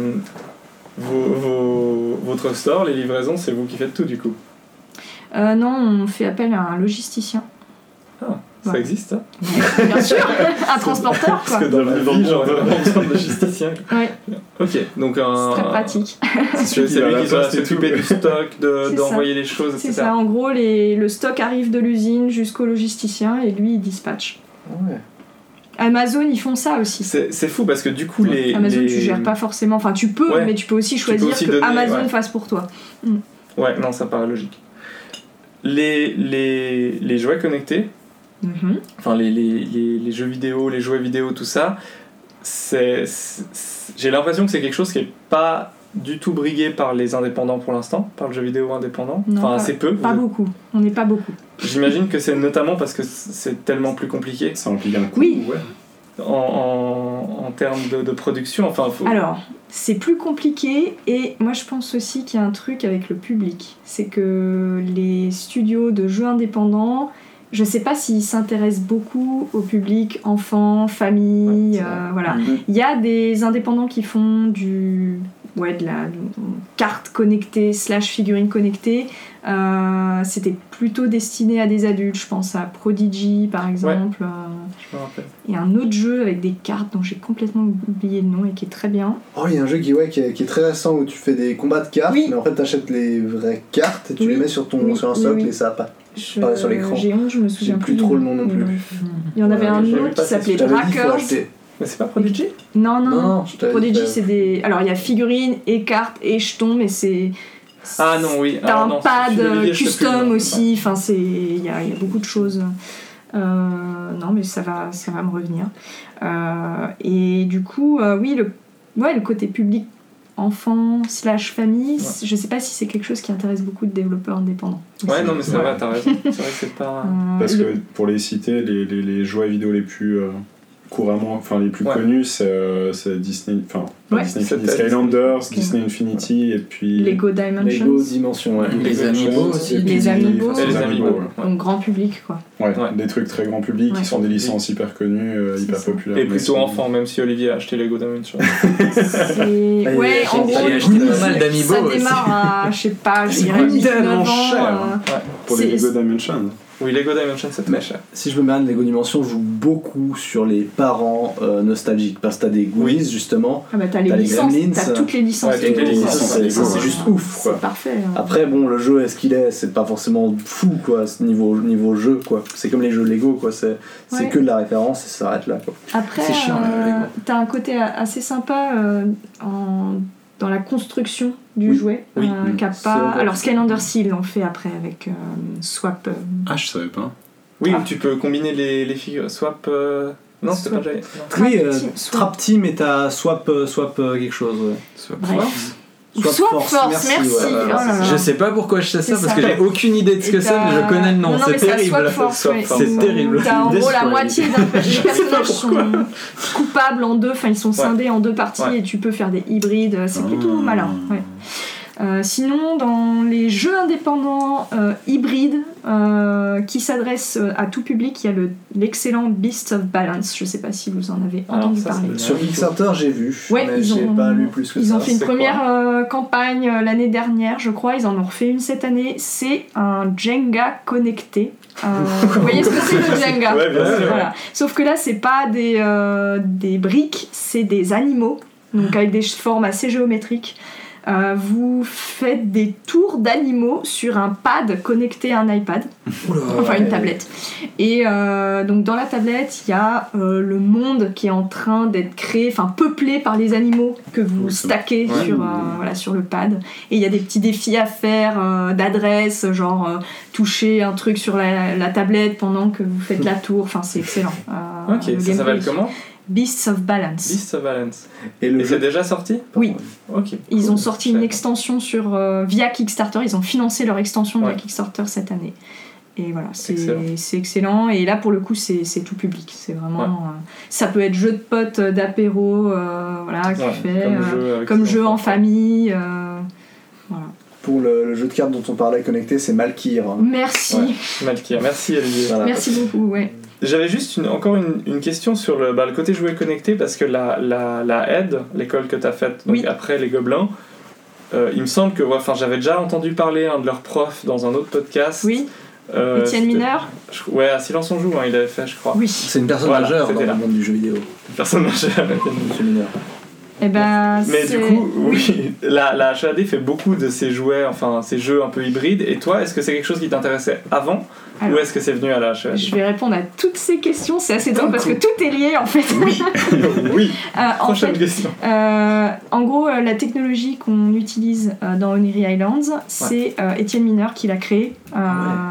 [SPEAKER 3] votre store, les livraisons, c'est vous qui faites tout du coup.
[SPEAKER 5] Non, on fait appel à un logisticien.
[SPEAKER 3] Ça
[SPEAKER 5] Ouais.
[SPEAKER 3] existe, ça
[SPEAKER 5] Bien sûr, un transporteur quoi.
[SPEAKER 3] Parce que dans la vie, j'aurais vraiment besoin de logisticien.
[SPEAKER 5] Ouais,
[SPEAKER 3] Ok, donc
[SPEAKER 5] c'est très pratique.
[SPEAKER 3] C'est
[SPEAKER 4] qui va à la
[SPEAKER 3] lui qui va
[SPEAKER 4] poste et
[SPEAKER 3] s'occuper du stock,
[SPEAKER 5] C'est
[SPEAKER 3] d'envoyer les choses,
[SPEAKER 5] C'est
[SPEAKER 3] etc.
[SPEAKER 5] ça, en gros, le stock arrive de l'usine jusqu'au logisticien et lui il dispatche.
[SPEAKER 7] Ouais.
[SPEAKER 5] Amazon ils font ça aussi.
[SPEAKER 3] C'est fou parce que du coup,
[SPEAKER 5] Amazon tu gères pas forcément, enfin tu peux,
[SPEAKER 3] Ouais.
[SPEAKER 5] mais tu peux aussi choisir
[SPEAKER 3] aussi
[SPEAKER 5] que
[SPEAKER 3] donner,
[SPEAKER 5] Amazon
[SPEAKER 3] ouais.
[SPEAKER 5] fasse pour toi.
[SPEAKER 3] Ouais, non, ça paraît logique. Les jouets connectés, enfin les jeux vidéo, les jouets vidéo, tout ça, j'ai l'impression que c'est quelque chose qui est pas du tout brigué par les indépendants pour l'instant, par le jeu vidéo indépendant.
[SPEAKER 5] Non,
[SPEAKER 3] Enfin,
[SPEAKER 5] pas-
[SPEAKER 3] assez peu.
[SPEAKER 5] Pas beaucoup, on n'est pas beaucoup.
[SPEAKER 3] J'imagine que c'est notamment parce que c'est tellement plus compliqué
[SPEAKER 4] Ça implique un coût.
[SPEAKER 5] Oui.
[SPEAKER 4] Ouais.
[SPEAKER 3] en termes de production. Enfin,
[SPEAKER 5] Alors, c'est plus compliqué et moi je pense aussi qu'il y a un truc avec le public. C'est que les studios de jeux indépendants, je sais pas s'ils s'intéressent beaucoup au public enfant, famille,
[SPEAKER 3] Ouais, c'est vrai.
[SPEAKER 5] voilà.
[SPEAKER 6] Mhm.
[SPEAKER 5] Il y a des indépendants qui font de la carte connectée / figurine connectée. C'était plutôt destiné à des adultes, je pense à Prodigy par exemple.
[SPEAKER 3] je me rappelle.
[SPEAKER 5] Et un autre jeu avec des cartes dont j'ai complètement oublié le nom et qui est très bien.
[SPEAKER 7] Oh, il y a un jeu qui est très récent où tu fais des combats de cartes,
[SPEAKER 5] Oui.
[SPEAKER 7] mais en fait t'achètes les vraies cartes et tu
[SPEAKER 5] Oui.
[SPEAKER 7] les mets sur
[SPEAKER 5] Oui,
[SPEAKER 7] un socle
[SPEAKER 5] oui.
[SPEAKER 7] et ça apparaît. Pareil sur l'écran.
[SPEAKER 5] J'ai honte, je me souviens
[SPEAKER 7] J'ai plus
[SPEAKER 5] du
[SPEAKER 7] trop le nom non plus.
[SPEAKER 5] Il y en avait un
[SPEAKER 3] j'avais
[SPEAKER 5] autre
[SPEAKER 3] pas
[SPEAKER 5] qui
[SPEAKER 3] ça,
[SPEAKER 5] s'appelait
[SPEAKER 7] Je t'avais dit, faut
[SPEAKER 5] Drakkers.
[SPEAKER 7] acheter.
[SPEAKER 3] Mais c'est pas Prodigy
[SPEAKER 5] Non,
[SPEAKER 7] Non, je t'avais
[SPEAKER 5] Prodigy,
[SPEAKER 7] dit,
[SPEAKER 5] c'est des. Alors, il y a figurines et cartes et jetons, mais c'est.
[SPEAKER 3] Ah non, oui.
[SPEAKER 5] T'as
[SPEAKER 3] Alors,
[SPEAKER 5] un
[SPEAKER 3] non,
[SPEAKER 5] pad
[SPEAKER 3] celui d'Olivier, je sais
[SPEAKER 5] custom
[SPEAKER 3] plus.
[SPEAKER 5] aussi, enfin, c'est. Il y a beaucoup de choses. Non, mais ça va me revenir. Et du coup, oui, le côté public enfant / famille,
[SPEAKER 3] Ouais.
[SPEAKER 5] je sais pas si c'est quelque chose qui intéresse beaucoup de développeurs indépendants.
[SPEAKER 3] Ouais, non, mais c'est
[SPEAKER 4] Ouais.
[SPEAKER 3] vrai, t'as raison. C'est vrai que c'est pas.
[SPEAKER 4] Parce
[SPEAKER 5] Le-
[SPEAKER 4] que pour les citer, les jouets vidéo les plus couramment, enfin les plus
[SPEAKER 3] Ouais.
[SPEAKER 4] connus, c'est Disney, enfin pas
[SPEAKER 5] Ouais.
[SPEAKER 4] Disney
[SPEAKER 3] C'est
[SPEAKER 4] Infinity,
[SPEAKER 3] peut-être
[SPEAKER 4] Skylanders,
[SPEAKER 5] Disney.
[SPEAKER 4] Disney Infinity et puis
[SPEAKER 5] Lego Dimensions.
[SPEAKER 7] Lego Dimension, ouais.
[SPEAKER 6] Les Amiibo aussi.
[SPEAKER 4] et puis
[SPEAKER 5] Les Amiibo.
[SPEAKER 3] Et les Amiibo,
[SPEAKER 4] ouais.
[SPEAKER 5] Donc grand public, quoi.
[SPEAKER 4] Ouais,
[SPEAKER 3] Ouais.
[SPEAKER 4] des trucs très grand public
[SPEAKER 5] Ouais.
[SPEAKER 4] qui sont des licences hyper connues,
[SPEAKER 5] C'est
[SPEAKER 4] hyper
[SPEAKER 5] ça.
[SPEAKER 4] populaires.
[SPEAKER 3] Et
[SPEAKER 4] mais
[SPEAKER 3] plutôt
[SPEAKER 4] sont-
[SPEAKER 3] enfant, même si Olivier a acheté Lego Dimensions.
[SPEAKER 5] C'est... Ouais, en gros,
[SPEAKER 6] J'ai acheté pas mal d'Amiibo
[SPEAKER 5] ça
[SPEAKER 6] aussi.
[SPEAKER 5] démarre à, je sais pas, je
[SPEAKER 4] C'est
[SPEAKER 5] dirais
[SPEAKER 4] tellement
[SPEAKER 5] 19 ans.
[SPEAKER 4] cher. Pour les
[SPEAKER 5] c'est-
[SPEAKER 4] Lego Dimensions.
[SPEAKER 3] Oui, Lego Dimensions, c'est très cher.
[SPEAKER 7] Si je me mets Lego Dimension joue beaucoup sur les parents nostalgiques parce que t'as des goodies justement.
[SPEAKER 5] Ah bah t'as les
[SPEAKER 7] T'as les
[SPEAKER 5] licences,
[SPEAKER 7] Gremlins,
[SPEAKER 5] t'as toutes les licences.
[SPEAKER 3] Ouais, toutes les
[SPEAKER 5] Lego,
[SPEAKER 3] licences,
[SPEAKER 5] quoi.
[SPEAKER 3] c'est-
[SPEAKER 7] c'est juste ouf
[SPEAKER 5] C'est
[SPEAKER 7] quoi.
[SPEAKER 5] parfait.
[SPEAKER 7] Après bon le jeu est-ce qu'il est, c'est pas forcément fou quoi ce niveau jeu quoi. C'est comme les jeux Lego quoi, c'est
[SPEAKER 5] Ouais.
[SPEAKER 7] que de la référence et ça s'arrête là quoi.
[SPEAKER 5] Après,
[SPEAKER 6] C'est chiant, le Lego.
[SPEAKER 5] t'as un côté assez sympa dans la construction du
[SPEAKER 7] Oui.
[SPEAKER 5] jouet.
[SPEAKER 3] Oui.
[SPEAKER 5] Qu'a
[SPEAKER 7] C'est
[SPEAKER 5] pas...
[SPEAKER 7] encore-
[SPEAKER 5] Alors Skylanders, ils l'ont fait après avec Swap.
[SPEAKER 4] Ah, je savais pas.
[SPEAKER 3] Oui,
[SPEAKER 5] Ah.
[SPEAKER 3] où tu peux combiner les figures. Swap. Non, c'était pas
[SPEAKER 5] Swap.
[SPEAKER 3] Giant.
[SPEAKER 5] Trap
[SPEAKER 7] Oui,
[SPEAKER 5] Team, Swap.
[SPEAKER 7] Trap Team et t'as Swap quelque chose. Ouais.
[SPEAKER 5] Bref.
[SPEAKER 7] Swap
[SPEAKER 5] Swap
[SPEAKER 7] Force,
[SPEAKER 5] Force,
[SPEAKER 7] merci,
[SPEAKER 5] merci.
[SPEAKER 7] ouais, voilà,
[SPEAKER 5] Oh là là.
[SPEAKER 6] Je sais pas pourquoi je sais ça
[SPEAKER 5] C'est
[SPEAKER 6] parce
[SPEAKER 5] ça.
[SPEAKER 6] que j'ai aucune idée de ce que
[SPEAKER 5] Et
[SPEAKER 6] c'est, mais
[SPEAKER 5] t'as-
[SPEAKER 6] je connais le nom,
[SPEAKER 5] Non,
[SPEAKER 6] c'est
[SPEAKER 5] mais c'est la
[SPEAKER 6] terrible.
[SPEAKER 5] Swap Force,
[SPEAKER 3] Swap
[SPEAKER 5] ouais.
[SPEAKER 3] Force.
[SPEAKER 6] C'est
[SPEAKER 5] Où
[SPEAKER 6] terrible.
[SPEAKER 5] T'as en gros la
[SPEAKER 7] Destroy.
[SPEAKER 5] moitié des personnages sont coupables en deux, enfin ils sont scindés en deux parties
[SPEAKER 3] Ouais.
[SPEAKER 5] et tu peux faire des hybrides, c'est plutôt
[SPEAKER 4] Ah.
[SPEAKER 5] malin. Ouais. Sinon, dans les jeux indépendants hybrides, qui s'adresse à tout public. Il y a l'excellent Beasts of Balance. Je sais pas si vous en avez entendu parler.
[SPEAKER 7] Sur Kickstarter, j'ai vu,
[SPEAKER 5] ouais,
[SPEAKER 7] mais j'ai pas lu plus que ça.
[SPEAKER 5] Ils ont fait une première campagne l'année dernière, je crois. Ils en ont refait une cette année. C'est un Jenga connecté. Vous voyez ce que c'est le Jenga?
[SPEAKER 3] Ouais, bien sûr.
[SPEAKER 5] Voilà. Sauf que là, c'est pas des briques, c'est des animaux, donc avec des formes assez géométriques. Vous faites des tours d'animaux sur un pad connecté à un iPad, enfin une tablette. Et donc dans la tablette, il y a le monde qui est en train d'être créé, enfin peuplé par les animaux que vous stackez sur le pad. Et il y a des petits défis à faire d'adresse, genre toucher un truc sur la tablette pendant que vous faites la tour. Enfin c'est excellent.
[SPEAKER 8] Ok, ça s'appelle comment?
[SPEAKER 5] Beasts of Balance.
[SPEAKER 8] Beasts of Balance.
[SPEAKER 7] Et
[SPEAKER 8] c'est déjà sorti?
[SPEAKER 5] Oui.
[SPEAKER 8] Ok.
[SPEAKER 5] Ils ont sorti une extension via Kickstarter. Ils ont financé leur extension via Kickstarter cette année. Et voilà, c'est excellent. Et là, pour le coup, c'est tout public. C'est vraiment... ça peut être jeu de potes, d'apéro, comme jeu en famille. Voilà.
[SPEAKER 7] Pour le jeu de cartes dont on parlait connecté, c'est Malkir.
[SPEAKER 5] Merci.
[SPEAKER 8] Ouais. Malkir, merci Olivier.
[SPEAKER 7] Voilà.
[SPEAKER 5] Merci beaucoup, ouais.
[SPEAKER 8] J'avais juste encore une question sur le côté jouet connecté, parce que la aide, l'école que tu as faite après les Gobelins, il me semble que j'avais déjà entendu parler de leurs profs dans un autre podcast.
[SPEAKER 5] Oui. Étienne Mineur.
[SPEAKER 8] Ouais, à Silence on joue, il avait fait, je crois.
[SPEAKER 5] Oui.
[SPEAKER 7] C'est une personne majeure dans le monde du jeu vidéo.
[SPEAKER 8] Une personne majeure,
[SPEAKER 7] Étienne Mineur.
[SPEAKER 5] Eh ben,
[SPEAKER 8] mais du coup, oui, la HAD fait beaucoup de ces jouets, ces jeux un peu hybrides. Et toi, est-ce que c'est quelque chose qui t'intéressait avant? Ou est-ce que c'est venu à la HAD?
[SPEAKER 5] Je vais répondre à toutes ces questions, c'est assez drôle parce que tout est lié en fait.
[SPEAKER 8] Oui, oui. Prochaine question.
[SPEAKER 5] En gros, la technologie qu'on utilise dans Oniri Islands, c'est Étienne Mineur qui l'a créé. Il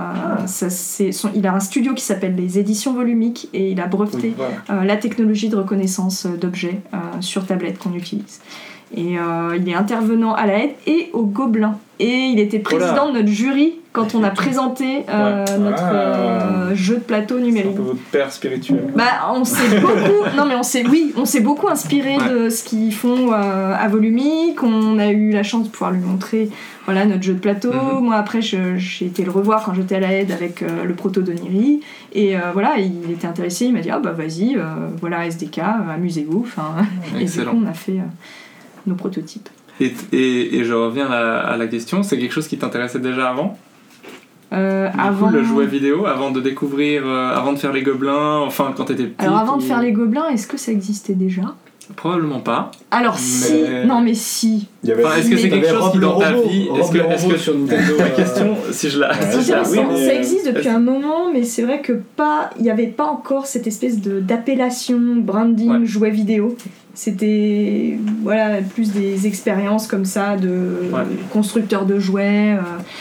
[SPEAKER 5] a un studio qui s'appelle les Éditions Volumiques et il a breveté la technologie de reconnaissance d'objets sur tablette qu'on utilise. Et il est intervenant à la aide et au Gobelin. Et il était président de notre jury quand on a présenté notre jeu de plateau numérique.
[SPEAKER 8] C'est un peu votre père spirituel.
[SPEAKER 5] On s'est beaucoup, on s'est beaucoup inspiré de ce qu'ils font à Volumique. On a eu la chance de pouvoir lui montrer notre jeu de plateau. Moi après j'ai été le revoir quand j'étais à la aide avec le proto d'Oniri. Et il était intéressé, il m'a dit vas-y, SDK, amusez-vous. Et du coup on a fait nos prototypes.
[SPEAKER 8] Et je reviens à la question, c'est quelque chose qui t'intéressait déjà avant?
[SPEAKER 5] Avant
[SPEAKER 8] le jouet vidéo, avant de découvrir, avant de faire les Gobelins, quand t'étais petite?
[SPEAKER 5] Alors avant de faire les Gobelins, est-ce que ça existait déjà?
[SPEAKER 8] Probablement pas.
[SPEAKER 5] Alors si, non mais si.
[SPEAKER 8] Est-ce que c'est quelque chose qui dans ta vie? Est-ce que
[SPEAKER 7] sur Nintendo,
[SPEAKER 8] la question, si je la...
[SPEAKER 5] Ça existe depuis un moment, mais c'est vrai que il n'y avait pas encore cette espèce d'appellation, branding, jouet vidéo. C'était plus des expériences comme ça de constructeurs de jouets.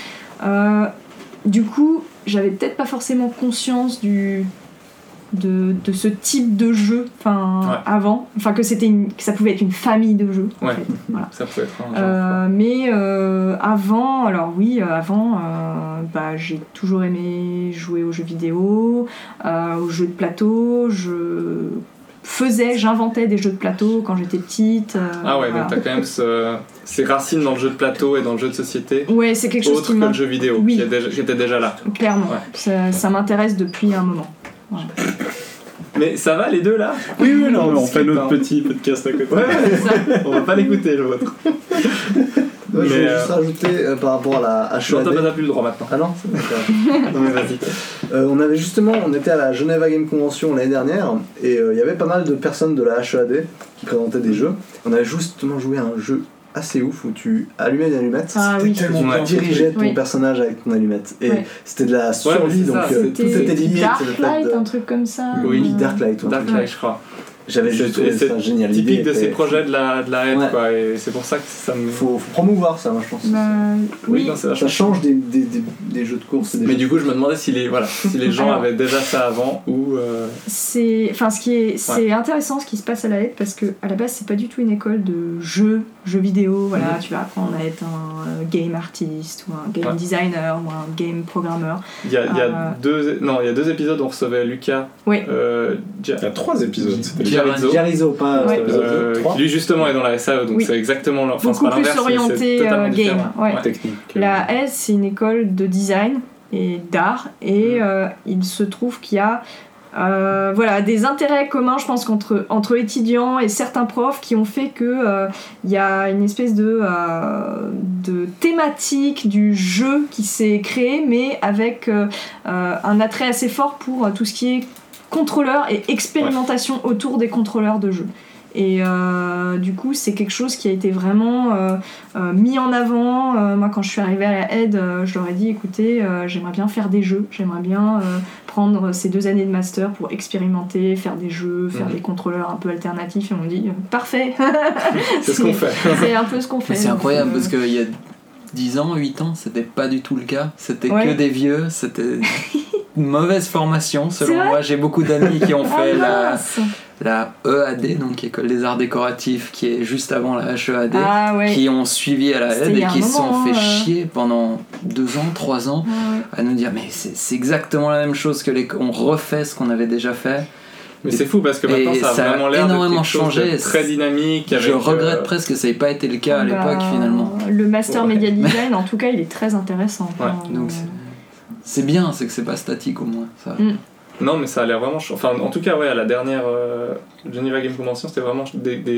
[SPEAKER 5] Du coup, j'avais peut-être pas forcément conscience de ce type de jeu avant, que ça pouvait être une famille de jeux en fait. Voilà.
[SPEAKER 8] Ça pouvait être un genre,
[SPEAKER 5] mais avant j'ai toujours aimé jouer aux jeux vidéo, aux jeux de plateau. J'inventais des jeux de plateau quand j'étais petite.
[SPEAKER 8] Donc t'as quand même ces racines dans le jeu de plateau et dans le jeu de société.
[SPEAKER 5] Ouais, c'est quelque chose
[SPEAKER 8] autre que le jeu vidéo qui était déjà là.
[SPEAKER 5] Clairement, ça m'intéresse depuis un moment. Ouais.
[SPEAKER 8] Mais ça va les deux là?
[SPEAKER 4] Oui, non, on fait notre petit podcast à côté.
[SPEAKER 8] Ouais, c'est ça. On va pas l'écouter le vôtre.
[SPEAKER 7] Je vais juste rajouter par rapport à la HAD.
[SPEAKER 8] Non, t'as plus le droit maintenant.
[SPEAKER 7] Ah non?
[SPEAKER 8] Non mais vas-y.
[SPEAKER 7] On était à la Geneva Game Convention l'année dernière et il y avait pas mal de personnes de la HAD qui présentaient des jeux. On avait justement joué à un jeu assez ouf où tu allumais une allumette, tu dirigeais ton personnage avec ton allumette et c'était de la survie, donc tout était limite.
[SPEAKER 5] Darklight, un truc comme ça.
[SPEAKER 8] Oui,
[SPEAKER 7] Darklight,
[SPEAKER 8] je crois.
[SPEAKER 7] J'avais juste trouvé ça génial.
[SPEAKER 8] Typique de ces projets de la aide, quoi, et c'est pour ça que ça me...
[SPEAKER 7] Faut promouvoir ça, moi je pense.
[SPEAKER 5] Oui,
[SPEAKER 7] ça change des jeux de course.
[SPEAKER 8] Mais du coup, je me demandais si les gens avaient déjà ça avant ou...
[SPEAKER 5] C'est intéressant ce qui se passe à la aide parce que à la base, c'est pas du tout une école de jeux vidéo. Tu vas apprendre à être un game artist ou un game designer ou un game programmeur.
[SPEAKER 8] Il y a deux épisodes où on recevait Lucas.
[SPEAKER 5] Oui.
[SPEAKER 4] Il y a 3 épisodes.
[SPEAKER 7] Giarizo, pas
[SPEAKER 8] qui lui justement est dans la SAE, donc c'est exactement
[SPEAKER 5] beaucoup plus orienté game.
[SPEAKER 8] Technique.
[SPEAKER 5] La S, c'est une école de design et d'art, et il se trouve qu'il y a des intérêts communs, je pense, entre étudiants et certains profs qui ont fait que il y a une espèce de thématique du jeu qui s'est créée, mais avec un attrait assez fort pour tout ce qui est contrôleur et expérimentation autour des contrôleurs de jeu. Et du coup, c'est quelque chose qui a été vraiment mis en avant. Moi, quand je suis arrivée à la aide, je leur ai dit, écoutez, j'aimerais bien faire des jeux, j'aimerais bien prendre ces 2 années de master pour expérimenter, faire des jeux, faire des contrôleurs un peu alternatifs. Et on me dit, parfait.
[SPEAKER 8] C'est ce qu'on fait.
[SPEAKER 5] C'est un peu ce qu'on fait.
[SPEAKER 6] Mais c'est incroyable parce qu'il y a 10 ans, 8 ans, c'était pas du tout le cas. C'était que des vieux, c'était une mauvaise formation selon moi. J'ai beaucoup d'amis qui ont fait la EAD, donc École des Arts Décoratifs, qui est juste avant la HEAD, qui ont suivi à la aide et qui se sont fait chier pendant 2 ans, 3 ans à nous dire mais c'est exactement la même chose que on refait ce qu'on avait déjà fait.
[SPEAKER 8] Mais c'est fou parce que maintenant ça a vraiment l'air
[SPEAKER 6] énormément
[SPEAKER 8] de quelque chose de très dynamique.
[SPEAKER 6] Je regrette presque que ça n'ait pas été le cas à l'époque finalement.
[SPEAKER 5] Le master Media Design, en tout cas, il est très intéressant.
[SPEAKER 6] Donc c'est bien, c'est que c'est pas statique au moins. Ça.
[SPEAKER 8] Non, mais ça a l'air vraiment. Enfin, en tout cas, à la dernière Geneva Game Convention, c'était vraiment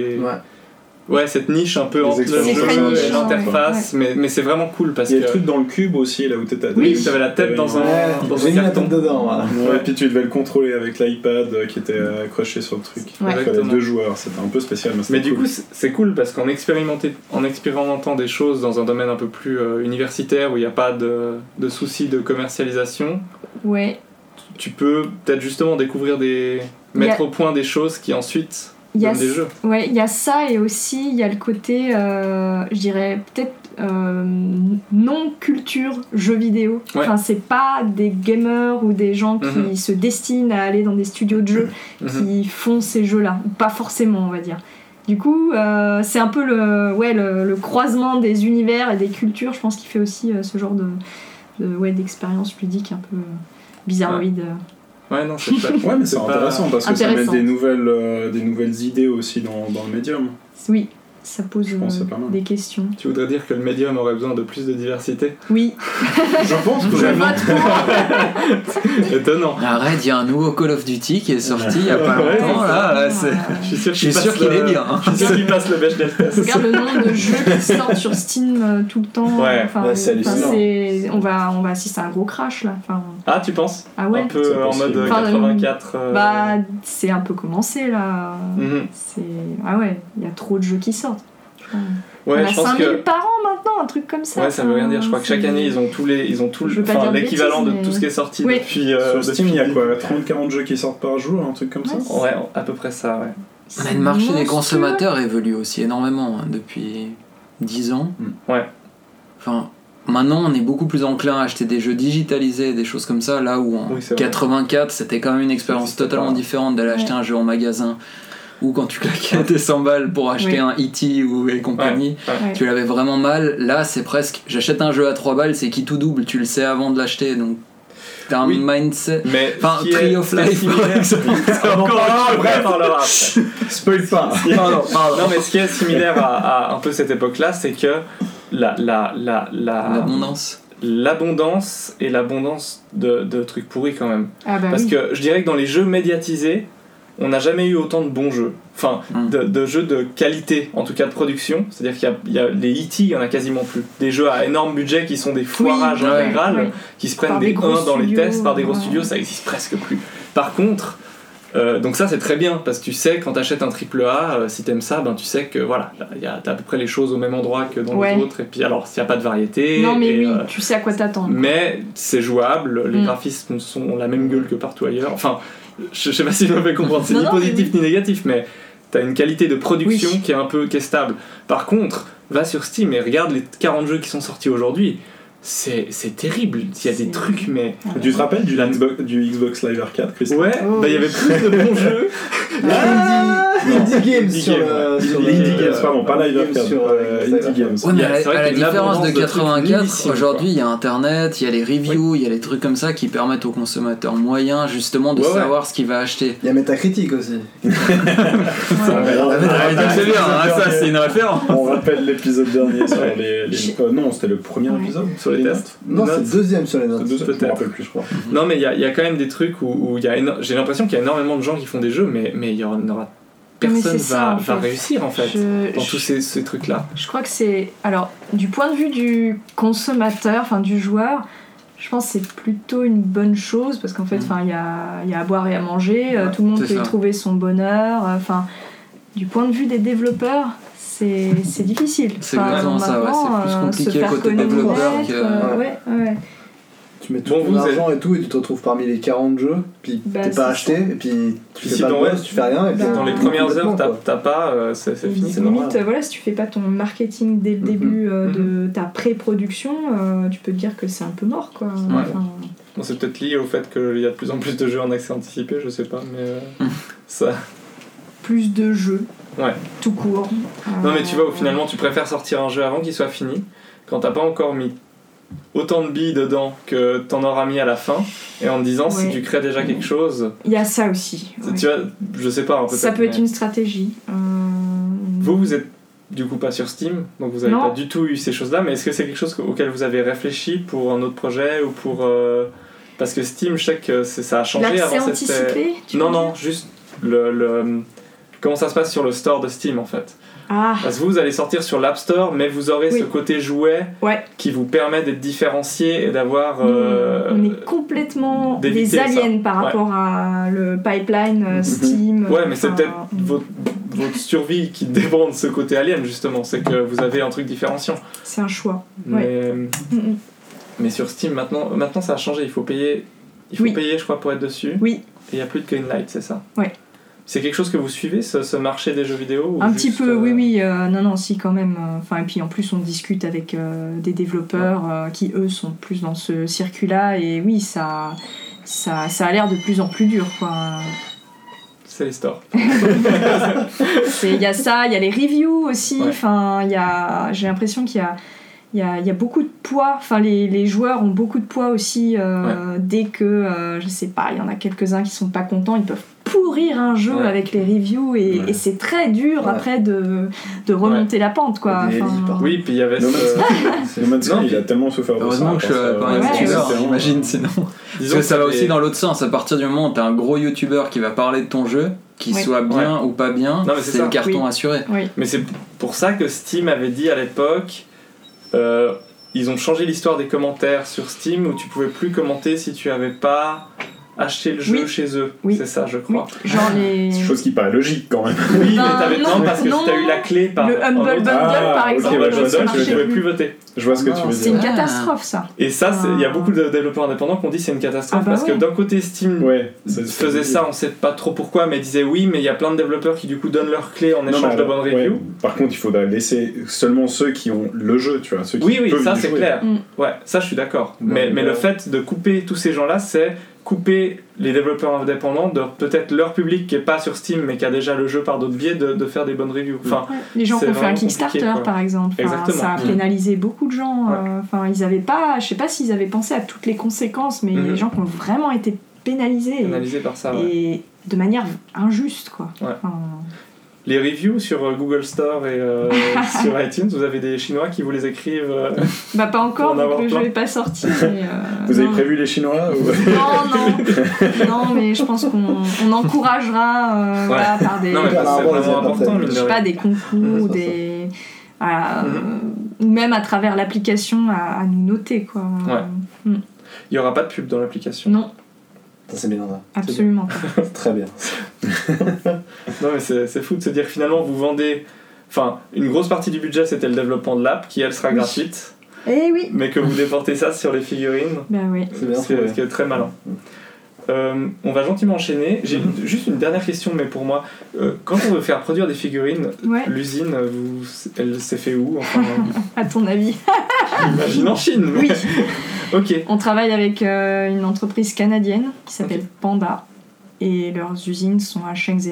[SPEAKER 8] cette niche un peu entre le jeu et l'interface, mais c'est vraiment cool parce que.
[SPEAKER 4] Il y a le truc dans le cube aussi, là où t'étais.
[SPEAKER 8] Oui, tu avais la tête dans un carton
[SPEAKER 7] dedans. Voilà.
[SPEAKER 4] Et puis tu devais le contrôler avec l'iPad qui était accroché sur le truc. Il fallait 2 joueurs, c'était un peu spécial.
[SPEAKER 8] Mais du coup, c'est cool parce qu'en expérimentant des choses dans un domaine un peu plus universitaire où il n'y a pas de soucis de commercialisation. Tu peux peut-être justement mettre au point des choses qui ensuite donnent des jeux.
[SPEAKER 5] Ouais, il y a ça et aussi il y a le côté, je dirais peut-être non-culture jeux vidéo. Enfin, c'est pas des gamers ou des gens qui se destinent à aller dans des studios de jeux qui font ces jeux-là. Pas forcément, on va dire. Du coup, c'est un peu le croisement des univers et des cultures, je pense, qui fait aussi ce genre d'expérience ludique un peu bizarroïde.
[SPEAKER 8] Ouais, non, c'est chouette.
[SPEAKER 4] Ouais, mais c'est intéressant parce que ça met des nouvelles idées aussi dans le médium.
[SPEAKER 5] Oui, ça pose des questions.
[SPEAKER 8] Tu voudrais dire que le médium aurait besoin de plus de diversité ?
[SPEAKER 5] Oui.
[SPEAKER 7] Je pense que
[SPEAKER 5] je vote pour.
[SPEAKER 8] Étonnant.
[SPEAKER 6] Arrête, il y a un nouveau Call of Duty qui est sorti il y a pas longtemps. Je suis sûr qu'il est bien.
[SPEAKER 8] Je suis sûr qu'il passe le Bechdel test.
[SPEAKER 5] Regarde le nombre de jeux qui sortent sur Steam tout le temps.
[SPEAKER 4] C'est hallucinant.
[SPEAKER 5] On va assister à un gros crash là.
[SPEAKER 8] Ah, tu penses ?
[SPEAKER 5] Ah ouais.
[SPEAKER 8] Un peu en mode 84.
[SPEAKER 5] C'est un peu commencé là. Il y a trop de jeux qui sortent. On a
[SPEAKER 8] je pense
[SPEAKER 5] 5000 par an maintenant, un truc comme ça.
[SPEAKER 8] Ouais, ça veut rien dire. Je crois que chaque année ils ont l'équivalent de tout ce qui est sorti depuis.
[SPEAKER 4] Sur Steam, il y a quoi, 30-40 jeux qui sortent par jour, un truc comme ça.
[SPEAKER 8] Ouais, à peu près ça, ouais.
[SPEAKER 6] Mais le marché des consommateurs évolue aussi énormément depuis 10 ans.
[SPEAKER 8] Ouais.
[SPEAKER 6] Enfin, maintenant, on est beaucoup plus enclin à acheter des jeux digitalisés, des choses comme ça, là où en 84, c'était quand même une expérience totalement différente d'aller acheter un jeu en magasin. Ou quand tu claquais tes 100 balles pour acheter un E.T. et compagnie, tu l'avais vraiment mal. Là, c'est presque, j'achète un jeu à 3 balles, c'est qui tout double, tu le sais avant de l'acheter, donc t'as un mindset.
[SPEAKER 8] Mais
[SPEAKER 6] enfin, Tree of Life, par exemple.
[SPEAKER 8] Bref, on parlera après.
[SPEAKER 7] Spoil pas.
[SPEAKER 8] Pardon. Non, mais ce qui est similaire à un peu cette époque-là, c'est que l'abondance et l'abondance de trucs pourris quand même. Parce que je dirais que dans les jeux médiatisés, on n'a jamais eu autant de bons jeux, enfin de jeux de qualité, en tout cas de production, c'est-à-dire qu'il y a les E.T., il y en a quasiment plus, des jeux à énorme budget qui sont des foirages intégrales, qui se prennent des 1 dans les tests par des gros studios, ça existe presque plus. Par contre, donc ça c'est très bien, parce que tu sais quand t'achètes un AAA, si t'aimes ça, tu sais que voilà, t'as à peu près les choses au même endroit que dans les autres, et puis alors s'il n'y a pas de variété...
[SPEAKER 5] Non mais tu sais à quoi t'attendre.
[SPEAKER 8] Mais c'est jouable, les graphismes ont la même gueule que partout ailleurs, enfin... Je sais pas si je me fais comprendre, c'est ni positif ni négatif, mais t'as une qualité de production qui est stable. Par contre, va sur Steam et regarde les 40 jeux qui sont sortis aujourd'hui, c'est terrible, il y a des trucs, mais...
[SPEAKER 4] Tu te rappelles du Xbox Live Arcade, Christophe ?
[SPEAKER 8] Ouais, il y avait plus de bons jeux.
[SPEAKER 7] Indie Games sur
[SPEAKER 4] Game.
[SPEAKER 7] le... sur
[SPEAKER 4] Indie
[SPEAKER 7] le-
[SPEAKER 4] Games, pardon, pas Live Arcade.
[SPEAKER 7] sur,
[SPEAKER 4] Indie Games.
[SPEAKER 6] Ouais, mais
[SPEAKER 3] C'est vrai
[SPEAKER 6] à la
[SPEAKER 3] qu'il y a une
[SPEAKER 6] différence de
[SPEAKER 3] abondance de trucs
[SPEAKER 6] 84,
[SPEAKER 3] nulissimes,
[SPEAKER 6] aujourd'hui il y a internet, il y a les reviews, il y a les trucs comme ça qui permettent aux consommateurs moyens justement de
[SPEAKER 3] Ouais, ouais.
[SPEAKER 6] savoir ce qu'il va acheter.
[SPEAKER 7] Il y a Metacritic aussi.
[SPEAKER 6] C'est bien, hein, ça c'est une référence.
[SPEAKER 4] On rappelle l'épisode dernier sur les... non, c'était le premier épisode
[SPEAKER 3] Sur les tests.
[SPEAKER 7] Non, c'est
[SPEAKER 3] Notes.
[SPEAKER 7] le deuxième sur les notes.
[SPEAKER 3] Deux,
[SPEAKER 4] Je me
[SPEAKER 3] peut-être.
[SPEAKER 4] rappelle plus, je crois.
[SPEAKER 3] Non, mais il y a quand même des trucs où il y a j'ai l'impression qu'il y a énormément de gens qui font des jeux, mais il y en aura
[SPEAKER 5] Mais
[SPEAKER 3] personne
[SPEAKER 5] c'est ça, en
[SPEAKER 3] va
[SPEAKER 5] fait.
[SPEAKER 3] réussir en fait dans tous ces trucs-là.
[SPEAKER 5] Je crois que c'est... Alors, du point de vue du consommateur, enfin du joueur, je pense que c'est plutôt une bonne chose parce qu'en fait, il y a à boire et à manger, tout le monde
[SPEAKER 6] c'est
[SPEAKER 5] peut y
[SPEAKER 6] ça.
[SPEAKER 5] trouver son bonheur. Enfin, du point de vue des développeurs, c'est difficile.
[SPEAKER 6] C'est exactement ça, ouais,
[SPEAKER 5] maintenant,
[SPEAKER 6] c'est plus compliqué
[SPEAKER 5] se faire
[SPEAKER 6] côté
[SPEAKER 5] connaître,
[SPEAKER 6] développeur que-
[SPEAKER 5] ouais.
[SPEAKER 7] Tu mets tout
[SPEAKER 3] Bon,
[SPEAKER 7] ton
[SPEAKER 3] vous
[SPEAKER 7] argent et tout, et tu te retrouves parmi les 40 jeux, puis
[SPEAKER 5] Bah,
[SPEAKER 7] t'es
[SPEAKER 5] c'est
[SPEAKER 7] pas
[SPEAKER 5] ça.
[SPEAKER 7] acheté, et puis tu
[SPEAKER 3] Si
[SPEAKER 7] fais pas de
[SPEAKER 3] dans-
[SPEAKER 7] boss, tu fais rien, et puis
[SPEAKER 5] Bah,
[SPEAKER 3] Dans les
[SPEAKER 7] t'es
[SPEAKER 3] premières
[SPEAKER 7] complètement,
[SPEAKER 3] heures,
[SPEAKER 7] quoi.
[SPEAKER 3] t'as pas, c'est fini, c'est
[SPEAKER 5] Limite,
[SPEAKER 3] normal.
[SPEAKER 5] voilà, si tu fais pas ton marketing dès le début de ta pré-production, tu peux te dire que c'est un peu mort, quoi. Enfin,
[SPEAKER 3] Bon, c'est peut-être lié au fait qu'il y a de plus en plus de jeux en accès anticipé, je sais pas, mais ça.
[SPEAKER 5] plus de jeux,
[SPEAKER 3] Ouais.
[SPEAKER 5] tout court.
[SPEAKER 3] Non, mais tu vois, finalement, tu préfères sortir un jeu avant qu'il soit fini, quand t'as pas encore mis autant de billes dedans que t'en auras mis à la fin, et en te disant si
[SPEAKER 5] Ouais.
[SPEAKER 3] tu crées déjà quelque chose,
[SPEAKER 5] Il y a ça aussi. ouais.
[SPEAKER 3] tu vois, je sais pas, hein, peut-être.
[SPEAKER 5] Ça peut être
[SPEAKER 3] mais-
[SPEAKER 5] une stratégie.
[SPEAKER 3] Vous êtes du coup pas sur Steam, donc vous avez
[SPEAKER 5] Non.
[SPEAKER 3] pas du tout eu ces choses-là, mais est-ce que c'est quelque chose auquel vous avez réfléchi pour un autre projet ou pour. Parce que Steam, je sais que ça a changé
[SPEAKER 5] L'accès
[SPEAKER 3] avant
[SPEAKER 5] anticipé, tu
[SPEAKER 3] Non,
[SPEAKER 5] veux
[SPEAKER 3] non,
[SPEAKER 5] dire
[SPEAKER 3] juste le. Comment ça se passe sur le store de Steam en fait.
[SPEAKER 5] Ah,
[SPEAKER 3] Parce que vous allez sortir sur l'App Store, mais vous aurez
[SPEAKER 5] Oui.
[SPEAKER 3] ce côté jouet
[SPEAKER 5] ouais.
[SPEAKER 3] qui vous permet d'être différencié et d'avoir.
[SPEAKER 5] On est complètement
[SPEAKER 3] d'éviter
[SPEAKER 5] des aliens
[SPEAKER 3] ça.
[SPEAKER 5] par
[SPEAKER 3] Ouais.
[SPEAKER 5] rapport à le pipeline Steam.
[SPEAKER 3] Ouais, mais c'est
[SPEAKER 5] enfin,
[SPEAKER 3] peut-être votre survie qui dépend de ce côté alien justement, c'est que vous avez un truc différenciant.
[SPEAKER 5] C'est un choix.
[SPEAKER 3] Mais,
[SPEAKER 5] Mhm.
[SPEAKER 3] mais sur Steam, maintenant ça a changé, il faut payer,
[SPEAKER 5] Oui.
[SPEAKER 3] je crois, pour être dessus.
[SPEAKER 5] Oui.
[SPEAKER 3] Et il n'y a plus de Greenlight, c'est ça?
[SPEAKER 5] Ouais.
[SPEAKER 3] C'est quelque chose que vous suivez, ce marché des jeux vidéo ou
[SPEAKER 5] Un
[SPEAKER 3] juste,
[SPEAKER 5] petit peu, oui, non, si, quand même. Enfin, et puis en plus, on discute avec des développeurs qui, eux, sont plus dans ce circuit-là, et oui, ça a l'air de plus en plus dur, quoi.
[SPEAKER 3] C'est les stores.
[SPEAKER 5] Il y a ça, il y a les reviews aussi,
[SPEAKER 3] Ouais.
[SPEAKER 5] enfin, j'ai l'impression qu'il y a beaucoup de poids, enfin les joueurs ont beaucoup de poids aussi dès que, je sais pas, il y en a quelques-uns qui sont pas contents, ils peuvent pourrir un jeu
[SPEAKER 3] Ouais.
[SPEAKER 5] avec les reviews et c'est très dur après de remonter la pente, quoi.
[SPEAKER 7] Des
[SPEAKER 5] Enfin,
[SPEAKER 7] reviews, pardon.
[SPEAKER 3] Oui, puis il y avait
[SPEAKER 4] No Man's Sky, No Man's Sky,
[SPEAKER 3] Non,
[SPEAKER 4] il a tellement souffert de ça.
[SPEAKER 6] Heureusement que je suis pas un
[SPEAKER 5] Ouais,
[SPEAKER 6] youtubeur,
[SPEAKER 4] c'est
[SPEAKER 6] j'imagine, sinon. Parce que ça va aussi dans l'autre sens. À partir du moment où t'as un gros youtubeur qui va parler de ton jeu, qu'il
[SPEAKER 5] Ouais.
[SPEAKER 6] soit bien ou pas bien,
[SPEAKER 3] Non, mais c'est
[SPEAKER 6] c'est
[SPEAKER 3] ça.
[SPEAKER 6] le carton
[SPEAKER 5] Oui.
[SPEAKER 6] assuré.
[SPEAKER 3] Mais c'est pour ça que Steam avait dit à l'époque, ils ont changé l'histoire des commentaires sur Steam où tu pouvais plus commenter si tu avais pas acheté le jeu
[SPEAKER 5] Oui.
[SPEAKER 3] chez eux.
[SPEAKER 5] Oui.
[SPEAKER 3] C'est ça, je
[SPEAKER 5] oui,
[SPEAKER 3] crois.
[SPEAKER 5] genre les...
[SPEAKER 4] C'est chose qui paraît logique quand même.
[SPEAKER 3] Oui,
[SPEAKER 5] Ben,
[SPEAKER 3] mais t'avais
[SPEAKER 5] non,
[SPEAKER 3] parce que
[SPEAKER 5] non,
[SPEAKER 3] si t'as eu la clé par
[SPEAKER 5] Le
[SPEAKER 3] un
[SPEAKER 5] Humble
[SPEAKER 3] autre-
[SPEAKER 5] Bundle,
[SPEAKER 4] Ah,
[SPEAKER 5] par
[SPEAKER 4] ok,
[SPEAKER 5] exemple,
[SPEAKER 3] Humble
[SPEAKER 4] ouais, je vois
[SPEAKER 3] Bundle,
[SPEAKER 4] ce que
[SPEAKER 3] tu
[SPEAKER 4] tu
[SPEAKER 3] ne
[SPEAKER 4] veux
[SPEAKER 3] pouvais
[SPEAKER 4] dire.
[SPEAKER 3] plus voter.
[SPEAKER 4] Je vois ce que tu veux
[SPEAKER 5] C'est
[SPEAKER 4] dire.
[SPEAKER 5] une catastrophe, ça.
[SPEAKER 3] Et ça, il y a beaucoup de développeurs indépendants qui ont dit c'est une catastrophe
[SPEAKER 5] Ah bah
[SPEAKER 3] parce que
[SPEAKER 5] ouais.
[SPEAKER 3] d'un côté Steam
[SPEAKER 4] Ouais,
[SPEAKER 3] faisait ça, on sait pas trop pourquoi, mais disait oui, mais il y a plein de développeurs qui du coup donnent leurs clés en
[SPEAKER 4] Non,
[SPEAKER 3] échange
[SPEAKER 4] mais
[SPEAKER 3] de
[SPEAKER 4] alors,
[SPEAKER 3] bonnes
[SPEAKER 4] ouais.
[SPEAKER 3] reviews.
[SPEAKER 4] Par contre, il faudra laisser seulement ceux qui ont le jeu, tu vois, ceux qui
[SPEAKER 3] Oui,
[SPEAKER 4] peuvent
[SPEAKER 3] ça
[SPEAKER 4] y
[SPEAKER 3] c'est
[SPEAKER 4] jouer.
[SPEAKER 3] clair.
[SPEAKER 5] Mm.
[SPEAKER 3] Ouais, ça je suis d'accord.
[SPEAKER 4] Non,
[SPEAKER 3] Mais
[SPEAKER 4] mais
[SPEAKER 3] le fait de couper tous ces gens-là, c'est couper les développeurs indépendants de peut-être leur public qui est pas sur Steam mais qui a déjà le jeu par d'autres biais de faire des bonnes reviews. Enfin,
[SPEAKER 5] Les gens
[SPEAKER 3] C'est
[SPEAKER 5] qui ont fait un
[SPEAKER 3] vraiment
[SPEAKER 5] Kickstarter,
[SPEAKER 3] compliqué, quoi.
[SPEAKER 5] par exemple, enfin,
[SPEAKER 3] Exactement.
[SPEAKER 5] ça a
[SPEAKER 3] Mm.
[SPEAKER 5] pénalisé beaucoup de gens.
[SPEAKER 3] Ouais.
[SPEAKER 5] Enfin, ils avaient pas, je sais pas s'ils avaient pensé à toutes les conséquences, mais
[SPEAKER 3] Mhm.
[SPEAKER 5] les gens qui ont vraiment été pénalisés
[SPEAKER 3] analysé par ça. Ouais.
[SPEAKER 5] et de manière injuste, quoi.
[SPEAKER 3] Ouais.
[SPEAKER 5] Enfin,
[SPEAKER 3] Les reviews sur Google Store et sur iTunes, vous avez des Chinois qui vous les écrivent.
[SPEAKER 5] bah pas encore,
[SPEAKER 3] Pour en
[SPEAKER 5] donc
[SPEAKER 3] avoir
[SPEAKER 5] le
[SPEAKER 3] plein.
[SPEAKER 5] jeu est pas sorti. Mais,
[SPEAKER 4] Vous avez
[SPEAKER 5] non.
[SPEAKER 4] prévu les Chinois ou...
[SPEAKER 5] Non, mais je pense qu'on encouragera voilà, par des,
[SPEAKER 3] Non, mais
[SPEAKER 7] Par
[SPEAKER 3] c'est
[SPEAKER 7] rapport à
[SPEAKER 3] vraiment
[SPEAKER 7] les
[SPEAKER 3] important,
[SPEAKER 7] apporter.
[SPEAKER 3] mine
[SPEAKER 5] je
[SPEAKER 3] de
[SPEAKER 5] sais
[SPEAKER 3] rien.
[SPEAKER 5] pas, des concours,
[SPEAKER 7] Ouais,
[SPEAKER 5] des... voilà,
[SPEAKER 3] Mhm.
[SPEAKER 5] ou même à travers l'application à nous noter, quoi.
[SPEAKER 3] Ouais. Il y aura pas de pub dans l'application.
[SPEAKER 5] Non,
[SPEAKER 7] Ça, c'est bien, ça.
[SPEAKER 5] absolument pas.
[SPEAKER 7] C'est très bien.
[SPEAKER 3] Non, mais c'est fou de se dire que finalement vous vendez. Enfin, une grosse partie du budget c'était le développement de l'app qui elle sera
[SPEAKER 5] Oui.
[SPEAKER 3] gratuite,
[SPEAKER 5] Eh oui,
[SPEAKER 3] mais que vous déportez ça sur les figurines,
[SPEAKER 5] bah oui.
[SPEAKER 7] C'est bien.
[SPEAKER 3] ce qui est très malin. On va gentiment enchaîner. J'ai juste une dernière question, mais pour moi, quand on veut faire produire des figurines,
[SPEAKER 5] Ouais,
[SPEAKER 3] l'usine, elle s'est fait où? Enfin,
[SPEAKER 5] à ton avis.
[SPEAKER 3] j'imagine en Chine. mais-
[SPEAKER 5] Oui,
[SPEAKER 3] Ok.
[SPEAKER 5] on travaille avec une entreprise canadienne qui s'appelle
[SPEAKER 3] Ok.
[SPEAKER 5] Panda et leurs usines sont à Shenzhen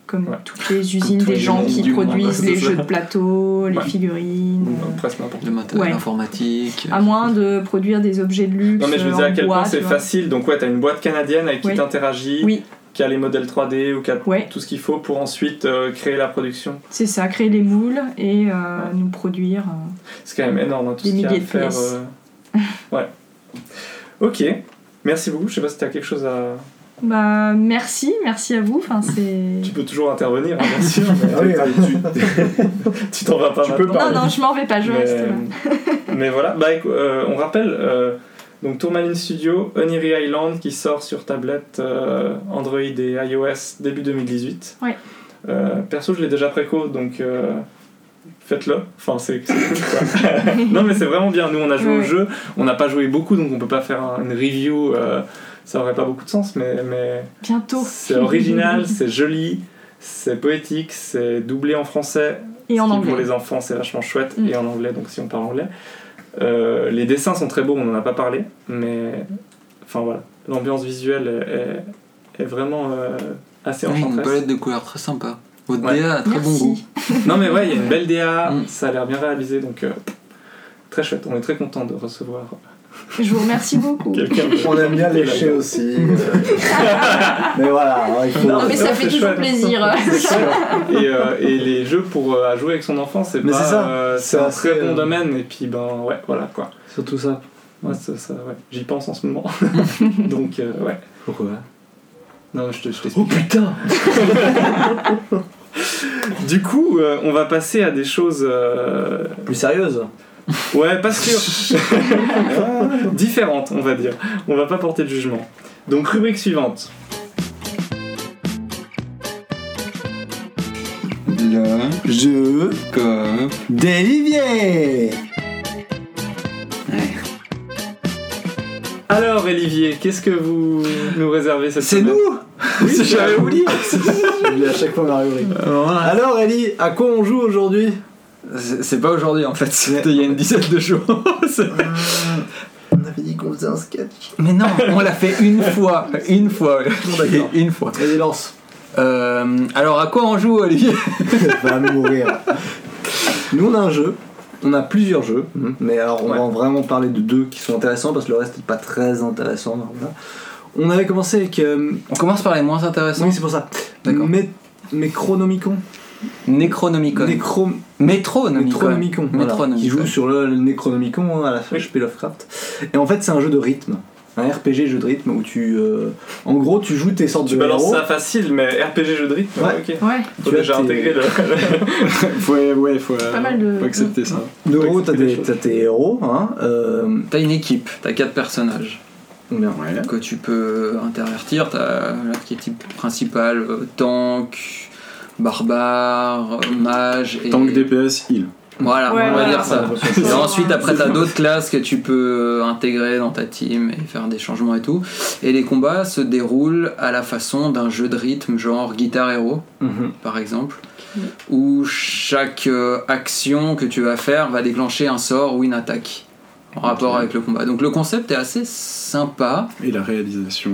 [SPEAKER 5] comme
[SPEAKER 3] Ouais.
[SPEAKER 5] toutes les usines
[SPEAKER 6] tous
[SPEAKER 5] des
[SPEAKER 6] les
[SPEAKER 5] gens
[SPEAKER 6] usines
[SPEAKER 5] qui
[SPEAKER 6] du monde,
[SPEAKER 5] produisent
[SPEAKER 6] ouais,
[SPEAKER 5] les
[SPEAKER 6] c'est
[SPEAKER 5] jeux
[SPEAKER 6] ça.
[SPEAKER 5] de plateau, les
[SPEAKER 3] Ouais.
[SPEAKER 5] figurines.
[SPEAKER 3] Presque n'importe
[SPEAKER 6] Le matériel
[SPEAKER 5] Ouais.
[SPEAKER 6] informatique.
[SPEAKER 5] À moins de produire des objets de luxe.
[SPEAKER 8] Non mais je veux dire à
[SPEAKER 5] en
[SPEAKER 8] quel
[SPEAKER 5] bois,
[SPEAKER 8] point
[SPEAKER 5] tu
[SPEAKER 8] c'est
[SPEAKER 5] vois.
[SPEAKER 8] facile. Donc ouais, t'as une boîte canadienne avec qui
[SPEAKER 5] Oui.
[SPEAKER 8] t'interagis,
[SPEAKER 5] Oui,
[SPEAKER 8] qui a les modèles 3D ou qui a
[SPEAKER 5] Ouais.
[SPEAKER 8] tout ce qu'il faut pour ensuite créer la production.
[SPEAKER 5] c'est ça, créer les moules et nous produire.
[SPEAKER 8] C'est quand même énorme, hein, tout
[SPEAKER 5] Des
[SPEAKER 8] ce qu'il y a à
[SPEAKER 5] milliers de
[SPEAKER 8] faire.
[SPEAKER 5] pièces.
[SPEAKER 8] Ouais. Ok. Merci beaucoup. Je sais pas si t'as quelque chose à.
[SPEAKER 5] Bah, merci à vous. Enfin, c'est...
[SPEAKER 8] Tu peux toujours intervenir, hein, bien sûr. Mais
[SPEAKER 7] Ah oui,
[SPEAKER 8] tu t'en vas pas
[SPEAKER 7] Tu peux
[SPEAKER 8] maintenant.
[SPEAKER 7] pas.
[SPEAKER 5] Non, je m'en vais pas, je
[SPEAKER 8] mais,
[SPEAKER 5] reste là.
[SPEAKER 8] mais voilà, bah, on rappelle donc Tourmaline Studio, Oniri Island qui sort sur tablette Android et iOS début 2018.
[SPEAKER 5] Ouais.
[SPEAKER 8] Perso, je l'ai déjà préco donc faites-le. Enfin, c'est cool quoi. Non, mais c'est vraiment bien. Nous, on a joué au
[SPEAKER 5] Ouais.
[SPEAKER 8] jeu, on n'a pas joué beaucoup donc on peut pas faire une review. Ça aurait pas beaucoup de sens, mais
[SPEAKER 5] Bientôt.
[SPEAKER 8] c'est original, c'est joli, c'est poétique, c'est doublé en français.
[SPEAKER 5] Et en
[SPEAKER 8] Ce qui,
[SPEAKER 5] anglais.
[SPEAKER 8] pour les enfants, c'est vachement chouette,
[SPEAKER 5] Mm.
[SPEAKER 8] et en anglais, donc si on parle anglais. Les dessins sont très beaux, on n'en a pas parlé, mais enfin voilà, l'ambiance visuelle est vraiment assez
[SPEAKER 6] Ouais, une
[SPEAKER 8] enchanteresse.
[SPEAKER 6] palette de couleurs très sympa. Votre
[SPEAKER 8] Ouais.
[SPEAKER 6] DA a très bon goût.
[SPEAKER 5] Merci.
[SPEAKER 8] Non mais ouais, il y a une belle DA,
[SPEAKER 6] Mm.
[SPEAKER 8] ça a l'air bien réalisé, donc très chouette, on est très content de recevoir
[SPEAKER 5] Je vous remercie beaucoup.
[SPEAKER 8] quelqu'un de...
[SPEAKER 7] On aime bien lécher aussi. Mais voilà, hein, il faut.
[SPEAKER 5] Non, mais ça
[SPEAKER 8] Non,
[SPEAKER 5] fait
[SPEAKER 8] c'est
[SPEAKER 5] toujours
[SPEAKER 8] chouette.
[SPEAKER 5] plaisir.
[SPEAKER 8] et les jeux pour à jouer avec son enfant, c'est
[SPEAKER 7] Mais
[SPEAKER 8] pas
[SPEAKER 7] c'est ça.
[SPEAKER 8] c'est
[SPEAKER 7] C'est
[SPEAKER 8] un
[SPEAKER 7] assez,
[SPEAKER 8] très bon domaine, et puis ben ouais, voilà quoi.
[SPEAKER 7] Surtout ça.
[SPEAKER 8] Ouais, ça, ouais. J'y pense en ce moment. Donc, ouais.
[SPEAKER 7] Pourquoi?
[SPEAKER 8] Non, je t'explique.
[SPEAKER 7] Oh putain!
[SPEAKER 8] Du coup, on va passer à des choses.
[SPEAKER 7] Plus sérieuse?
[SPEAKER 8] Ouais, pas sûr. Différentes, on va dire. On va pas porter de jugement. Donc, rubrique suivante.
[SPEAKER 6] Le
[SPEAKER 7] Jeu
[SPEAKER 6] comme.
[SPEAKER 7] d'Olivier!
[SPEAKER 8] Alors, Olivier, qu'est-ce que vous nous réservez cette
[SPEAKER 6] C'est
[SPEAKER 8] semaine?
[SPEAKER 6] nous.
[SPEAKER 8] Oui,
[SPEAKER 6] J'avais oublié.
[SPEAKER 7] J'oublie à chaque fois ma rubrique. Alors Ellie, à quoi on joue aujourd'hui?
[SPEAKER 6] C'est pas aujourd'hui en fait, c'était il y a une dizaine de jours.
[SPEAKER 7] On avait dit qu'on faisait un sketch.
[SPEAKER 6] Mais non, on l'a fait une fois. Une fois.
[SPEAKER 7] d'accord.
[SPEAKER 6] Une fois.
[SPEAKER 7] Vas-y, lance.
[SPEAKER 6] Alors à quoi on joue, Olivier?
[SPEAKER 7] Va mourir. Nous on a un jeu. On a plusieurs jeux, mais alors on va vraiment parler de deux qui sont intéressants parce que le reste n'est pas très intéressant. Voilà. On avait commencé avec.
[SPEAKER 6] On commence par les moins intéressants.
[SPEAKER 7] Oui, c'est pour ça.
[SPEAKER 6] D'accord.
[SPEAKER 7] Necronomicon.
[SPEAKER 6] Necronomicon. Métronomicon.
[SPEAKER 7] Voilà,
[SPEAKER 6] Métronomicon.
[SPEAKER 7] qui joue sur le Necronomicon à la HP Lovecraft. Et en fait, c'est un jeu de rythme. Un RPG jeu de rythme où tu. En gros, tu joues tes sortes
[SPEAKER 8] Tu
[SPEAKER 7] de
[SPEAKER 8] balances
[SPEAKER 7] héros.
[SPEAKER 8] ça facile, mais RPG jeu de rythme,
[SPEAKER 7] Ouais.
[SPEAKER 8] ok.
[SPEAKER 5] Ouais,
[SPEAKER 8] Faut
[SPEAKER 7] Tu as
[SPEAKER 8] déjà
[SPEAKER 7] tes-
[SPEAKER 8] intégrer le.
[SPEAKER 4] faut
[SPEAKER 5] pas mal de.
[SPEAKER 4] faut accepter ça.
[SPEAKER 7] De gros, t'as
[SPEAKER 8] accepter les choses.
[SPEAKER 7] tes héros. Hein,
[SPEAKER 6] T'as une équipe, t'as 4 personnages
[SPEAKER 7] combien
[SPEAKER 6] que tu peux intervertir. T'as l'archétype principal, tank, barbare, mage et.
[SPEAKER 4] Tank DPS, heal.
[SPEAKER 6] Voilà,
[SPEAKER 5] Ouais,
[SPEAKER 6] on va
[SPEAKER 5] voilà.
[SPEAKER 6] dire ça.
[SPEAKER 7] Ouais.
[SPEAKER 6] Et ensuite, après, t'as d'autres classes que tu peux intégrer dans ta team et faire des changements et tout. Et les combats se déroulent à la façon d'un jeu de rythme, genre Guitar Hero,
[SPEAKER 7] Mhm.
[SPEAKER 6] par exemple, où chaque action que tu vas faire va déclencher un sort ou une attaque en rapport avec le combat. Donc le concept est assez sympa.
[SPEAKER 4] Et la réalisation.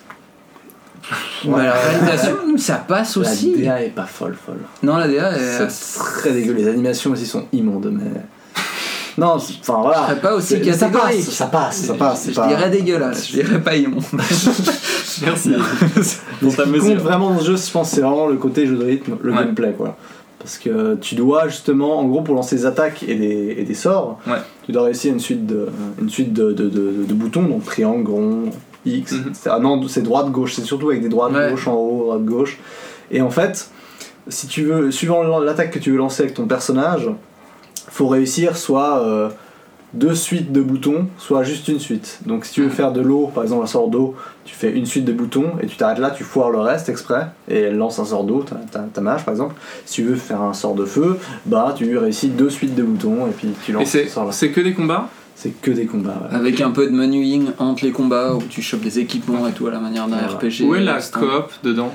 [SPEAKER 6] Mais la réalisation, ça passe
[SPEAKER 7] La
[SPEAKER 6] aussi.
[SPEAKER 7] DA est pas folle.
[SPEAKER 6] Non, la DA est
[SPEAKER 7] C'est très dégueu. Les animations aussi sont immondes, mais. Non, enfin voilà.
[SPEAKER 6] serait pas aussi
[SPEAKER 7] Ça passe,
[SPEAKER 6] catégorique.
[SPEAKER 7] ça passe.
[SPEAKER 6] Je dirais dégueulasse, je dirais pas immonde.
[SPEAKER 8] Merci.
[SPEAKER 7] Mais ce
[SPEAKER 8] ta
[SPEAKER 7] qui
[SPEAKER 8] mesure.
[SPEAKER 7] compte vraiment dans ce jeu, je pense, c'est vraiment le côté jeu de rythme, le
[SPEAKER 6] Ouais.
[SPEAKER 7] gameplay, quoi. Parce que tu dois justement, en gros, pour lancer des attaques et des sorts,
[SPEAKER 6] Ouais.
[SPEAKER 7] tu dois réussir une suite de boutons, donc triangle, rond, X,
[SPEAKER 8] Mhm.
[SPEAKER 7] etc. Non, c'est droite, gauche, c'est surtout avec des droites,
[SPEAKER 6] Ouais.
[SPEAKER 7] gauche en haut, droite, gauche. Et en fait, si tu veux, suivant l'attaque que tu veux lancer avec ton personnage, faut réussir soit 2 suites de boutons, soit juste une suite. Donc si tu veux faire de l'eau, par exemple un sort d'eau, tu fais une suite de boutons et tu t'arrêtes là, tu foires le reste exprès et elle lance un sort d'eau, ta mage par exemple. Si tu veux faire un sort de feu, bah tu réussis 2 suites de boutons et puis tu
[SPEAKER 8] Et
[SPEAKER 7] lances ce sort là.
[SPEAKER 8] c'est que des combats?
[SPEAKER 7] C'est que des combats. Ouais.
[SPEAKER 6] Avec un peu de menuing entre les combats où tu chopes des équipements et tout à la manière d'un
[SPEAKER 7] Voilà.
[SPEAKER 6] RPG.
[SPEAKER 8] Où est la
[SPEAKER 6] C'est un-
[SPEAKER 8] coop dedans?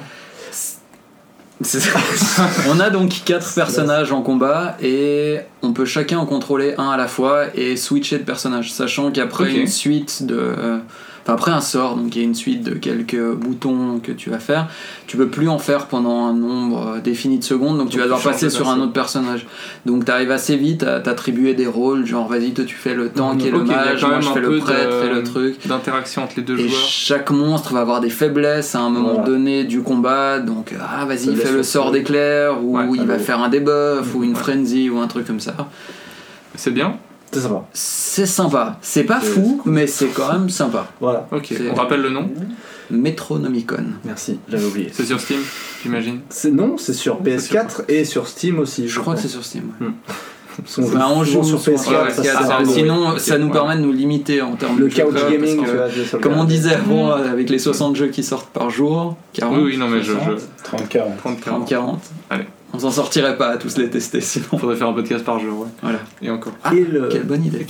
[SPEAKER 6] On a donc 4 personnages en combat et on peut chacun en contrôler un à la fois et switcher de personnage, sachant qu'après
[SPEAKER 8] Ok.
[SPEAKER 6] une suite Enfin, après un sort, donc il y a une suite de quelques boutons que tu vas faire, tu peux plus en faire pendant un nombre défini de secondes, donc tu vas devoir passer sur un autre personnage. Donc tu arrives assez vite à t'attribuer des rôles, genre vas-y toi tu fais le tank et le mage, moi je fais le prêtre, fais le truc.
[SPEAKER 3] D'interaction entre les deux
[SPEAKER 6] et
[SPEAKER 3] joueurs.
[SPEAKER 6] Chaque monstre va avoir des faiblesses à un moment donné du combat, donc vas-y il fait le sort d'éclair, ou il va faire un debuff, ou une frenzy, ou un truc comme ça.
[SPEAKER 3] C'est bien.
[SPEAKER 7] C'est sympa.
[SPEAKER 6] C'est sympa. C'est pas fou, mais c'est quand même sympa.
[SPEAKER 7] Voilà.
[SPEAKER 3] Ok, on rappelle le nom.
[SPEAKER 6] Metronomicon.
[SPEAKER 7] Merci, j'avais oublié.
[SPEAKER 3] C'est sur Steam, j'imagine.
[SPEAKER 7] Non, c'est sur PS4 et sur Steam aussi.
[SPEAKER 6] Je crois que c'est sur Steam.
[SPEAKER 7] On joue sur PS4,
[SPEAKER 6] sinon ça nous permet de nous limiter en termes
[SPEAKER 7] le
[SPEAKER 6] de
[SPEAKER 7] couch gaming,
[SPEAKER 6] comme on disait avant, avec les 60 jeux qui sortent par jour, 40,
[SPEAKER 3] oui, non mais
[SPEAKER 8] 30-40.
[SPEAKER 6] 40.
[SPEAKER 3] Allez.
[SPEAKER 6] On s'en sortirait pas à tous les tester sinon.
[SPEAKER 3] Faudrait faire un podcast par jour, ouais.
[SPEAKER 6] Voilà.
[SPEAKER 3] Et encore.
[SPEAKER 6] Quelle bonne idée.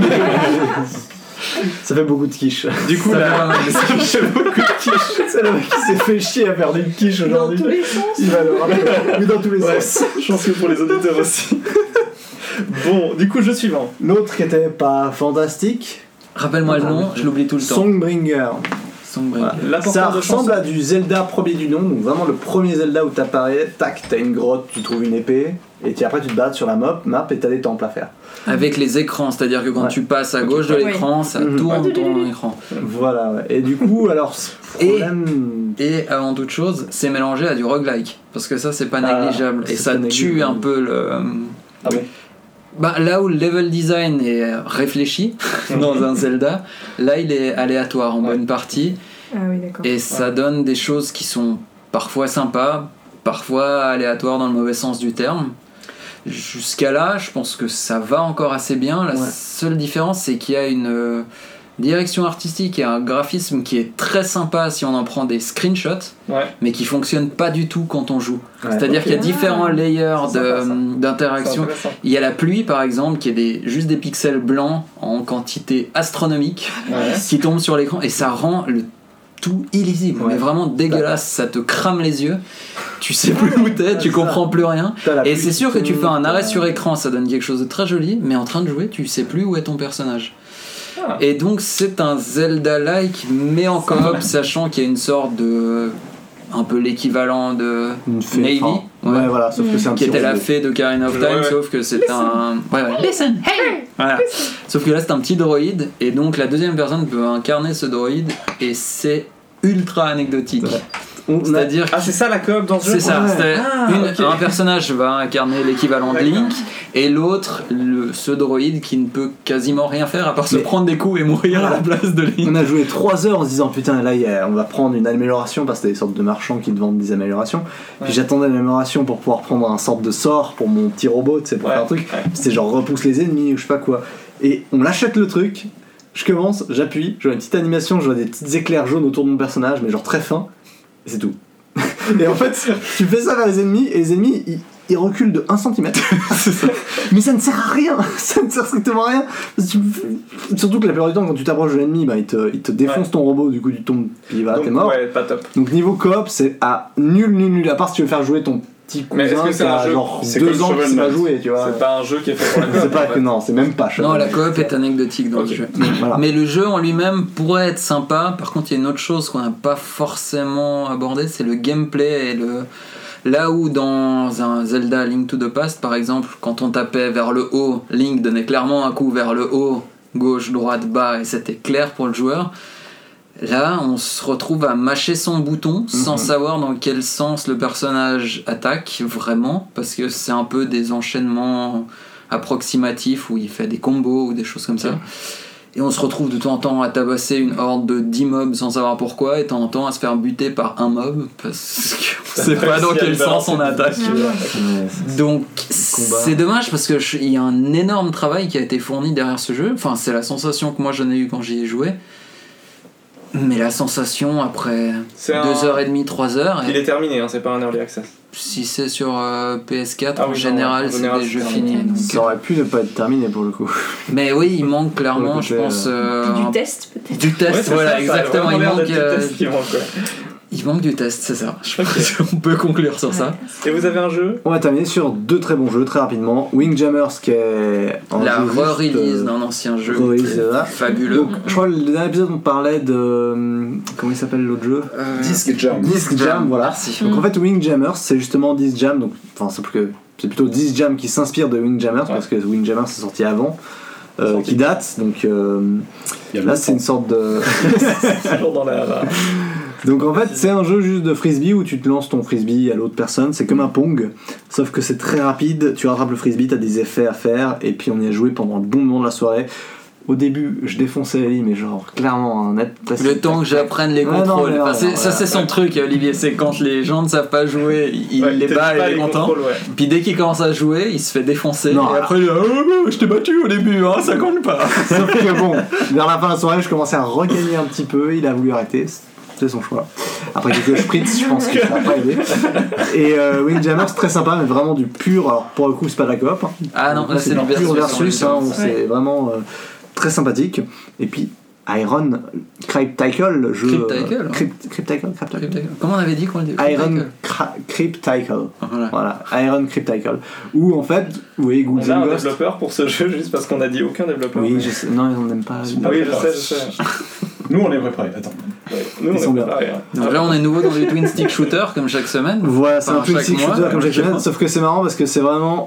[SPEAKER 7] Ça fait beaucoup de quiche.
[SPEAKER 3] Du coup, là, ça fait beaucoup de quiche.
[SPEAKER 7] C'est le mec qui s'est fait chier à faire des quiches aujourd'hui.
[SPEAKER 5] Dans tous les sens.
[SPEAKER 7] Il va le rappeler. Mais dans tous les sens.
[SPEAKER 8] Je pense que pour les auditeurs aussi. Bon, du coup, jeu suivant.
[SPEAKER 7] L'autre qui était pas fantastique.
[SPEAKER 6] Rappelle-moi le nom, je l'oublie tout le temps.
[SPEAKER 7] Songbringer.
[SPEAKER 6] Voilà.
[SPEAKER 7] Ça ressemble à du Zelda premier du nom, donc vraiment le premier Zelda où t'apparais, tac, t'as une grotte, tu trouves une épée, et après tu te bats sur la map et t'as des temples à faire.
[SPEAKER 6] Avec les écrans, c'est-à-dire que quand tu passes à gauche de l'écran, ça tourne ton écran.
[SPEAKER 7] Voilà, ouais. Et du coup, alors,
[SPEAKER 6] et avant toute chose, c'est mélangé à du roguelike, parce que ça c'est pas négligeable, et ça tue un peu le...
[SPEAKER 7] Ah oui.
[SPEAKER 6] Bah, là où le level design est réfléchi dans un Zelda, là il est aléatoire en bonne partie.
[SPEAKER 5] Ah oui, d'accord.
[SPEAKER 6] Et ça donne des choses qui sont parfois sympas, parfois aléatoires dans le mauvais sens du terme. Jusqu'à là, je pense que ça va encore assez bien. La seule différence, c'est qu'il y a une direction artistique et un graphisme qui est très sympa si on en prend des screenshots, mais qui fonctionne pas du tout quand on joue. C'est-à-dire qu'il y a différents layers d'interaction. Il y a la pluie par exemple qui est juste des pixels blancs en quantité astronomique qui tombent sur l'écran et ça rend le tout illisible, mais vraiment dégueulasse, ça te crame les yeux, tu sais plus où t'es, tu comprends plus rien, et c'est sûr que tu fais un arrêt sur écran, ça donne quelque chose de très joli, mais en train de jouer, tu sais plus où est ton personnage. Et donc c'est un Zelda-like, mais en coop, sachant qu'il y a une sorte de... un peu l'équivalent de Navy,
[SPEAKER 7] voilà, sauf que c'est un
[SPEAKER 6] qui était la
[SPEAKER 7] robot.
[SPEAKER 6] fée de Ocarina of Time, sauf que c'est un... Listen, hey voilà. Sauf que là c'est un petit droïde, et donc la deuxième personne peut incarner ce droïde, et c'est ultra anecdotique. C'est-à-dire
[SPEAKER 8] c'est ça la coop dans ce jeu.
[SPEAKER 6] C'est ça. Un personnage va incarner l'équivalent de Link et l'autre ce droïde qui ne peut quasiment rien faire à part se prendre des coups et mourir à la place de Link.
[SPEAKER 7] On a joué 3 heures en se disant putain là on va prendre une amélioration parce que t'as des sortes de marchands qui te vendent des améliorations. Puis j'attendais l'amélioration pour pouvoir prendre un sorte de sort pour mon petit robot, tu sais, pour faire un truc. C'était genre repousse les ennemis ou je sais pas quoi. Et on l'achète le truc. Je commence, j'appuie, je vois une petite animation, je vois des petites éclairs jaunes autour de mon personnage, mais genre très fin, et c'est tout. Et en fait, tu fais ça vers les ennemis, et les ennemis, ils reculent de 1 cm. Mais ça ne sert à rien, ça ne sert strictement à rien. Surtout que la plupart du temps, quand tu t'approches de l'ennemi, il te défonce ton robot, du coup tu tombes, puis t'es mort.
[SPEAKER 8] Ouais, pas top.
[SPEAKER 7] Donc niveau coop, c'est à nul, à part si tu veux faire jouer ton petit cousin qui a genre 2 ans qui va jouer, tu vois.
[SPEAKER 8] C'est pas un jeu qui est fait pour la coop.
[SPEAKER 7] C'est pas que non, c'est même pas.
[SPEAKER 6] Non, la coop est anecdotique dans le jeu. Mais le jeu en lui-même pourrait être sympa. Par contre, il y a une autre chose qu'on n'a pas forcément abordée, c'est le gameplay et là où dans un Zelda Link to the Past par exemple, quand on tapait vers le haut, Link donnait clairement un coup vers le haut, gauche, droite, bas, et c'était clair pour le joueur. Là, on se retrouve à mâcher son bouton sans savoir dans quel sens le personnage attaque vraiment, parce que c'est un peu des enchaînements approximatifs où il fait des combos ou des choses comme ça. Et on se retrouve de temps en temps à tabasser une horde de 10 mobs sans savoir pourquoi, et de temps en temps à se faire buter par un mob parce qu'on sait pas dans quel sens on attaque. Donc c'est dommage parce qu'il y a un énorme travail qui a été fourni derrière ce jeu. Enfin, c'est la sensation que moi j'en ai eu quand j'y ai joué. Mais la sensation après 2h30, 3 heures.
[SPEAKER 8] Il est terminé, hein, c'est pas un early access.
[SPEAKER 6] Si c'est sur PS4, en général, c'est des jeux finis. Donc,
[SPEAKER 7] ça aurait pu ne pas être terminé pour le coup.
[SPEAKER 6] Mais oui, il manque clairement, je pense.
[SPEAKER 5] Du test peut-être.
[SPEAKER 6] Du test, voilà, exactement. Il manque. Il manque du test, c'est ça. Je pense qu'on peut conclure sur ça.
[SPEAKER 8] Et vous avez un jeu?
[SPEAKER 7] On va terminer sur 2 très bons jeux très rapidement. Windjammers qui est
[SPEAKER 6] La re-release d'un ancien jeu fabuleux.
[SPEAKER 7] Donc, je crois que le dernier épisode on parlait de comment il s'appelle l'autre jeu?
[SPEAKER 4] Disc Jam.
[SPEAKER 7] Disc Jam, voilà.
[SPEAKER 6] Merci.
[SPEAKER 7] Donc en fait Windjammers c'est justement Disc Jam, donc enfin c'est plutôt Disc Jam qui s'inspire de Windjammers parce que Windjammers c'est sorti avant. Qui date, donc là c'est une sorte de.
[SPEAKER 8] Toujours dans la.
[SPEAKER 7] Donc en fait c'est un jeu juste de frisbee où tu te lances ton frisbee à l'autre personne, c'est comme un Pong, sauf que c'est très rapide, tu rattrapes le frisbee, t'as des effets à faire, et puis on y a joué pendant un bon moment de la soirée. Au début, je défonçais Ellie, mais genre clairement un net.
[SPEAKER 6] Le temps que j'apprenne les contrôles. C'est son truc, Olivier. C'est quand les gens ne savent pas jouer, il les bat et il est content. Puis dès qu'il commence à jouer, il se fait défoncer.
[SPEAKER 7] Non,
[SPEAKER 6] et après, il dit je t'ai battu au début, hein, ça compte pas.
[SPEAKER 7] Sauf que bon, vers la fin de la soirée, je commençais à regagner un petit peu. Il a voulu arrêter. C'est son choix. Après quelques sprints, je pense que ça n'a pas aidé. Et Windjammers, c'est très sympa, mais vraiment du pur. Alors pour le coup, c'est pas de la coop.
[SPEAKER 6] Ah non, là c'est
[SPEAKER 7] du pur versus. C'est vraiment. Très sympathique. Et puis Iron Crypticle, le jeu. Crypticle.
[SPEAKER 6] Comment on avait dit qu'on le dit?
[SPEAKER 7] Iron Crypticle. Voilà, Iron Crypticle. Où en fait, oui,
[SPEAKER 8] on a un développeur pour ce jeu juste parce qu'on a dit aucun développeur.
[SPEAKER 7] Oui, je sais. Non, ils n'aiment pas.
[SPEAKER 8] Oui, je sais.
[SPEAKER 4] Nous on est préparés, attends.
[SPEAKER 8] Nous on est préparés.
[SPEAKER 6] Donc là on est nouveau dans du twin stick shooter comme chaque semaine.
[SPEAKER 7] Voilà, c'est un twin stick shooter comme chaque semaine, sauf que c'est marrant parce que c'est vraiment.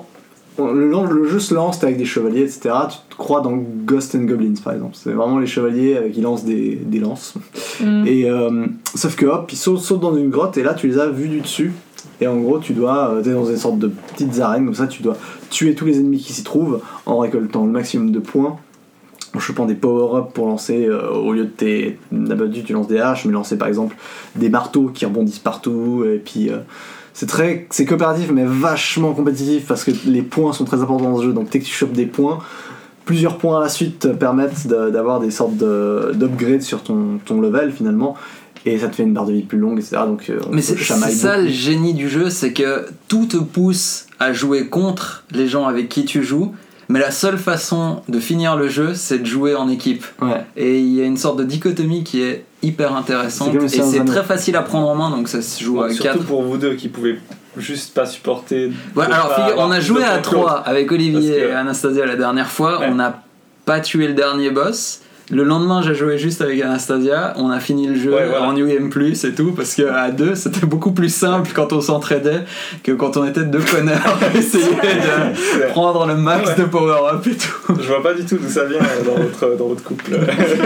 [SPEAKER 7] Le jeu se lance, t'es avec des chevaliers, etc. Tu te crois dans Ghosts and Goblins par exemple. C'est vraiment les chevaliers qui lancent des lances. Et sauf que hop, ils sautent dans une grotte et là tu les as vus du dessus. Et en gros, tu dois, t'es dans une sorte de petites arènes comme ça, tu dois tuer tous les ennemis qui s'y trouvent en récoltant le maximum de points. En chopant des power-up pour lancer, au lieu de tes. D'habitude, tu lances des haches, mais lancer par exemple des marteaux qui rebondissent partout. Et puis. C'est coopératif mais vachement compétitif parce que les points sont très importants dans ce jeu, donc dès que tu chopes des points, plusieurs points à la suite te permettent d'avoir des sortes d'upgrades sur ton level finalement, et ça te fait une barre de vie plus longue, etc. Donc,
[SPEAKER 6] mais c'est ça le génie du jeu, c'est que tout te pousse à jouer contre les gens avec qui tu joues, mais la seule façon de finir le jeu c'est de jouer en équipe. Et il y a une sorte de dichotomie qui est hyper intéressante et c'est très facile à prendre en main, donc ça se joue à 4.
[SPEAKER 8] Surtout pour vous deux qui pouvaient juste pas supporter.
[SPEAKER 6] Alors on a joué à 3 avec Olivier et Anastasia la dernière fois, on n'a pas tué le dernier boss. Le lendemain, j'ai joué juste avec Anastasia, on a fini le jeu en New Game Plus et tout, parce qu'à 2, c'était beaucoup plus simple quand on s'entraidait que quand on était 2 connards à essayer de prendre le max de power-up et tout.
[SPEAKER 8] Je vois pas du tout d'où ça vient dans votre couple.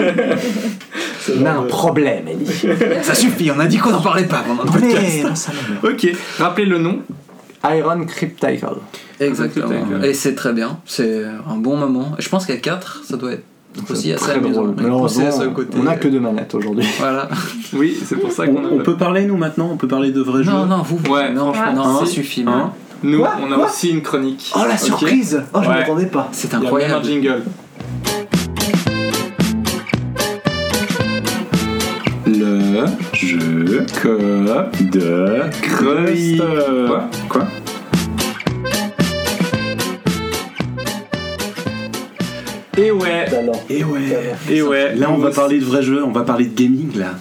[SPEAKER 7] On a un problème, Ellie.
[SPEAKER 6] Ça suffit, on a dit qu'on n'en parlait pas pendant le podcast.
[SPEAKER 3] Ok, rappelez le nom.
[SPEAKER 7] Iron Crypticle.
[SPEAKER 6] Exactement. Et c'est très bien, c'est un bon moment. Et je pense qu'à 4, ça doit être aussi assez amusant.
[SPEAKER 7] On a que 2 manettes aujourd'hui.
[SPEAKER 6] Voilà.
[SPEAKER 3] Oui, c'est pour ça qu'on
[SPEAKER 4] on peut parler nous maintenant, on peut parler de vrais jeux.
[SPEAKER 6] Non, vous.
[SPEAKER 3] Ouais,
[SPEAKER 6] non, ça suffit.
[SPEAKER 3] Nous, on a aussi une chronique.
[SPEAKER 7] Oh la surprise! Oh, je m'attendais pas.
[SPEAKER 6] C'est incroyable.
[SPEAKER 3] Il y a même un jingle.
[SPEAKER 4] Le jeu de Christ. Quoi? Et ouais. Là, on va parler de vrais jeux, on va parler de gaming là.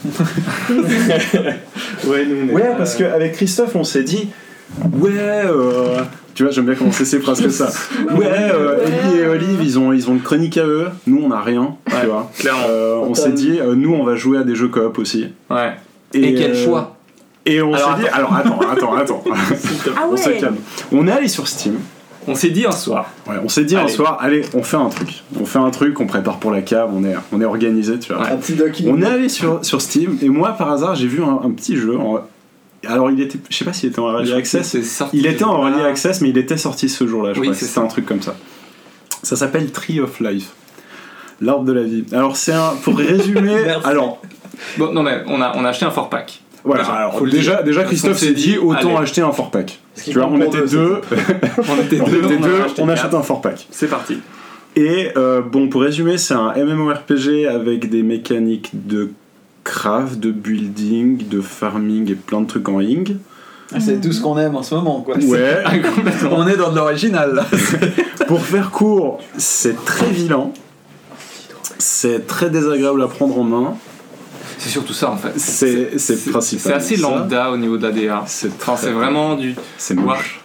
[SPEAKER 4] Ouais, parce qu'avec Christophe, on s'est dit, tu vois, j'aime bien commencer ces phrases comme ça. Ellie et Olive, ils ont une chronique à eux. Nous, on n'a rien. Tu vois.
[SPEAKER 3] Clairement.
[SPEAKER 4] On s'est dit, nous, on va jouer à des jeux coop aussi.
[SPEAKER 3] Ouais.
[SPEAKER 6] Et quel choix.
[SPEAKER 4] Et on s'est dit, alors attends. On se calme. On est allé sur Steam.
[SPEAKER 3] On s'est dit un soir.
[SPEAKER 4] Ouais, on s'est dit un soir, allez, on fait un truc, on prépare pour la cave, on est organisé, tu vois.
[SPEAKER 7] Un petit document.
[SPEAKER 4] On est allé sur Steam et moi par hasard j'ai vu un petit jeu. Alors il était, je sais pas s'il était en early access. Il était en early access, mais il était sorti ce jour-là. Je crois. C'était un truc comme ça. Ça s'appelle Tree of Life, l'arbre de la vie. Alors c'est pour résumer. Alors.
[SPEAKER 3] Bon, non mais on a acheté un 4-pack.
[SPEAKER 4] Voilà, alors déjà Christophe s'est dit autant acheter un 4-pack. Tu vois, on était deux, on achète un 4-pack.
[SPEAKER 3] C'est parti.
[SPEAKER 4] Et pour résumer, c'est un MMORPG avec des mécaniques de craft, de building, de farming et plein de trucs en ing.
[SPEAKER 6] C'est tout ce qu'on aime en ce moment, quoi.
[SPEAKER 4] Ouais,
[SPEAKER 6] on est dans de l'original là.
[SPEAKER 4] Pour faire court, c'est très vilain, c'est très désagréable à prendre en main.
[SPEAKER 3] C'est surtout ça en fait.
[SPEAKER 4] C'est principal.
[SPEAKER 3] C'est assez lambda au niveau de la DA.
[SPEAKER 4] C'est
[SPEAKER 3] vraiment du
[SPEAKER 4] moche.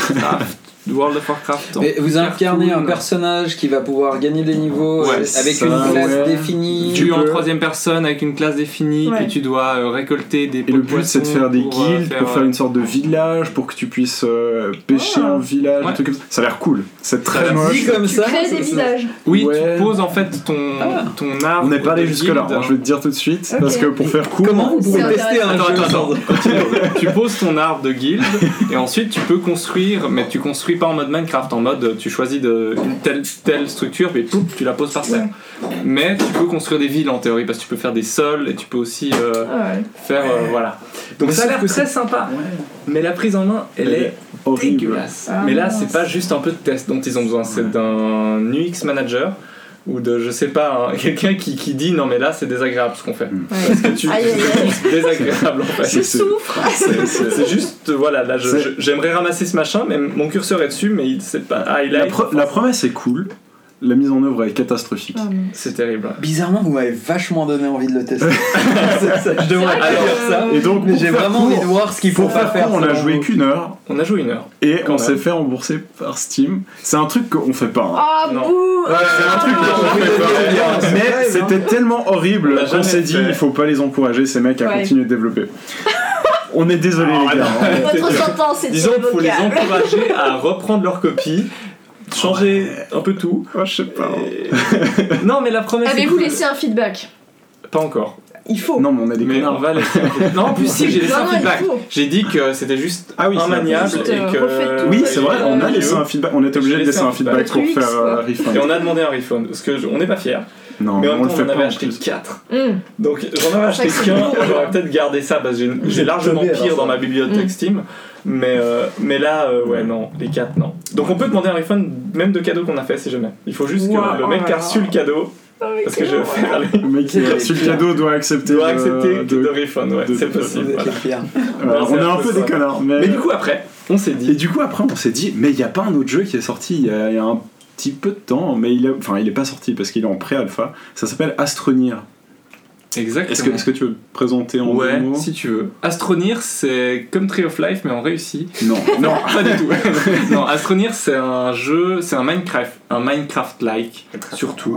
[SPEAKER 3] World of Warcraft.
[SPEAKER 6] Mais vous incarnez un personnage qui va pouvoir gagner des niveaux avec une classe définie.
[SPEAKER 3] Tu es en troisième personne avec une classe définie, puis tu dois récolter des pots.
[SPEAKER 4] Et le but c'est de faire des guildes pour faire une sorte de village, pour que tu puisses pêcher en village, un truc comme ça. Ça a l'air cool. C'est très moche.
[SPEAKER 6] Comme ça.
[SPEAKER 5] Tu crées des villages.
[SPEAKER 3] Oui, tu poses en fait ton arbre.
[SPEAKER 4] On n'est pas allé jusque-là, je vais te dire tout de suite, parce que pour faire court.
[SPEAKER 6] Comment vous pouvez tester un jeu?
[SPEAKER 3] Attends. Tu poses ton arbre de guilde et ensuite tu peux construire, mais tu construis pas en mode Minecraft, en mode tu choisis une telle structure puis pouf, tu la poses par terre. Mais tu peux construire des villes en théorie parce que tu peux faire des sols et tu peux aussi faire voilà. Donc mais ça a l'air très sympa. Mais la prise en main elle est dégueulasse. Mais là c'est pas juste un peu de test dont ils ont besoin, c'est d'un UX manager ou de je sais pas quelqu'un qui dit non mais là c'est désagréable ce qu'on fait parce que c'est désagréable en fait.
[SPEAKER 5] Je souffre.
[SPEAKER 3] C'est juste voilà là j'aimerais ramasser ce machin mais mon curseur est dessus mais il sait pas
[SPEAKER 4] la promesse est cool, la mise en œuvre est catastrophique.
[SPEAKER 3] C'est terrible.
[SPEAKER 6] Bizarrement vous m'avez vachement donné envie de le tester. Je devrais faire ça.
[SPEAKER 4] Et donc
[SPEAKER 6] mais j'ai vraiment envie de voir ce qu'il faut pas faire.
[SPEAKER 4] On a joué qu'une heure.
[SPEAKER 3] On a joué 1 heure.
[SPEAKER 4] Et on s'est fait rembourser par Steam. C'est un truc qu'on fait pas.
[SPEAKER 5] Non.
[SPEAKER 4] C'est un truc qu'on fait pas. Mais c'était tellement horrible qu'on s'est dit il faut pas les encourager ces mecs à continuer de développer. On est désolé les gars.
[SPEAKER 5] Votre sentence c'est
[SPEAKER 3] disons qu'il faut les encourager à reprendre leur copie. Changer un peu tout.
[SPEAKER 4] Je sais pas.
[SPEAKER 3] Non mais la promesse.
[SPEAKER 5] Avez-vous laissé un feedback?
[SPEAKER 3] Pas encore.
[SPEAKER 5] Il faut.
[SPEAKER 4] Non mais on a des connards.
[SPEAKER 3] On va laisser un feedback. Non en plus si j'ai laissé un feedback. J'ai dit que c'était juste immaniable et que.
[SPEAKER 4] Oui c'est vrai, on a laissé un feedback. On était obligé de laisser un feedback pour faire refund.
[SPEAKER 3] Et on a demandé un refund parce que on n'est pas fiers.
[SPEAKER 4] Non,
[SPEAKER 3] mais en même temps,
[SPEAKER 4] on
[SPEAKER 3] en avait acheté 4. Donc j'en avais acheté qu'un, j'aurais peut-être gardé ça parce que j'ai largement pire dans ma bibliothèque Steam. Mais là, non, les 4, non. Donc on peut demander un refund même de cadeaux qu'on a fait si jamais. Il faut juste que le mec qui a reçu le cadeau. Parce que je vais faire aller.
[SPEAKER 4] Le mec qui a reçu le cadeau doit accepter
[SPEAKER 3] de refund, c'est possible.
[SPEAKER 4] On est un peu des connards.
[SPEAKER 3] Mais du coup, après, on s'est dit.
[SPEAKER 4] Et du coup, après, on s'est dit, mais il n'y a pas un autre jeu qui est sorti il y a un petit peu de temps, mais il est pas sorti parce qu'il est en pré-alpha. Ça s'appelle Astroneer.
[SPEAKER 3] Exactement.
[SPEAKER 4] Est-ce que tu veux présenter en deux mots ?
[SPEAKER 3] Si tu veux. Astroneer, c'est comme Tree of Life, mais en réussi.
[SPEAKER 4] Non,
[SPEAKER 3] pas du tout. Non, Astroneer, c'est un jeu, c'est un Minecraft-like, surtout,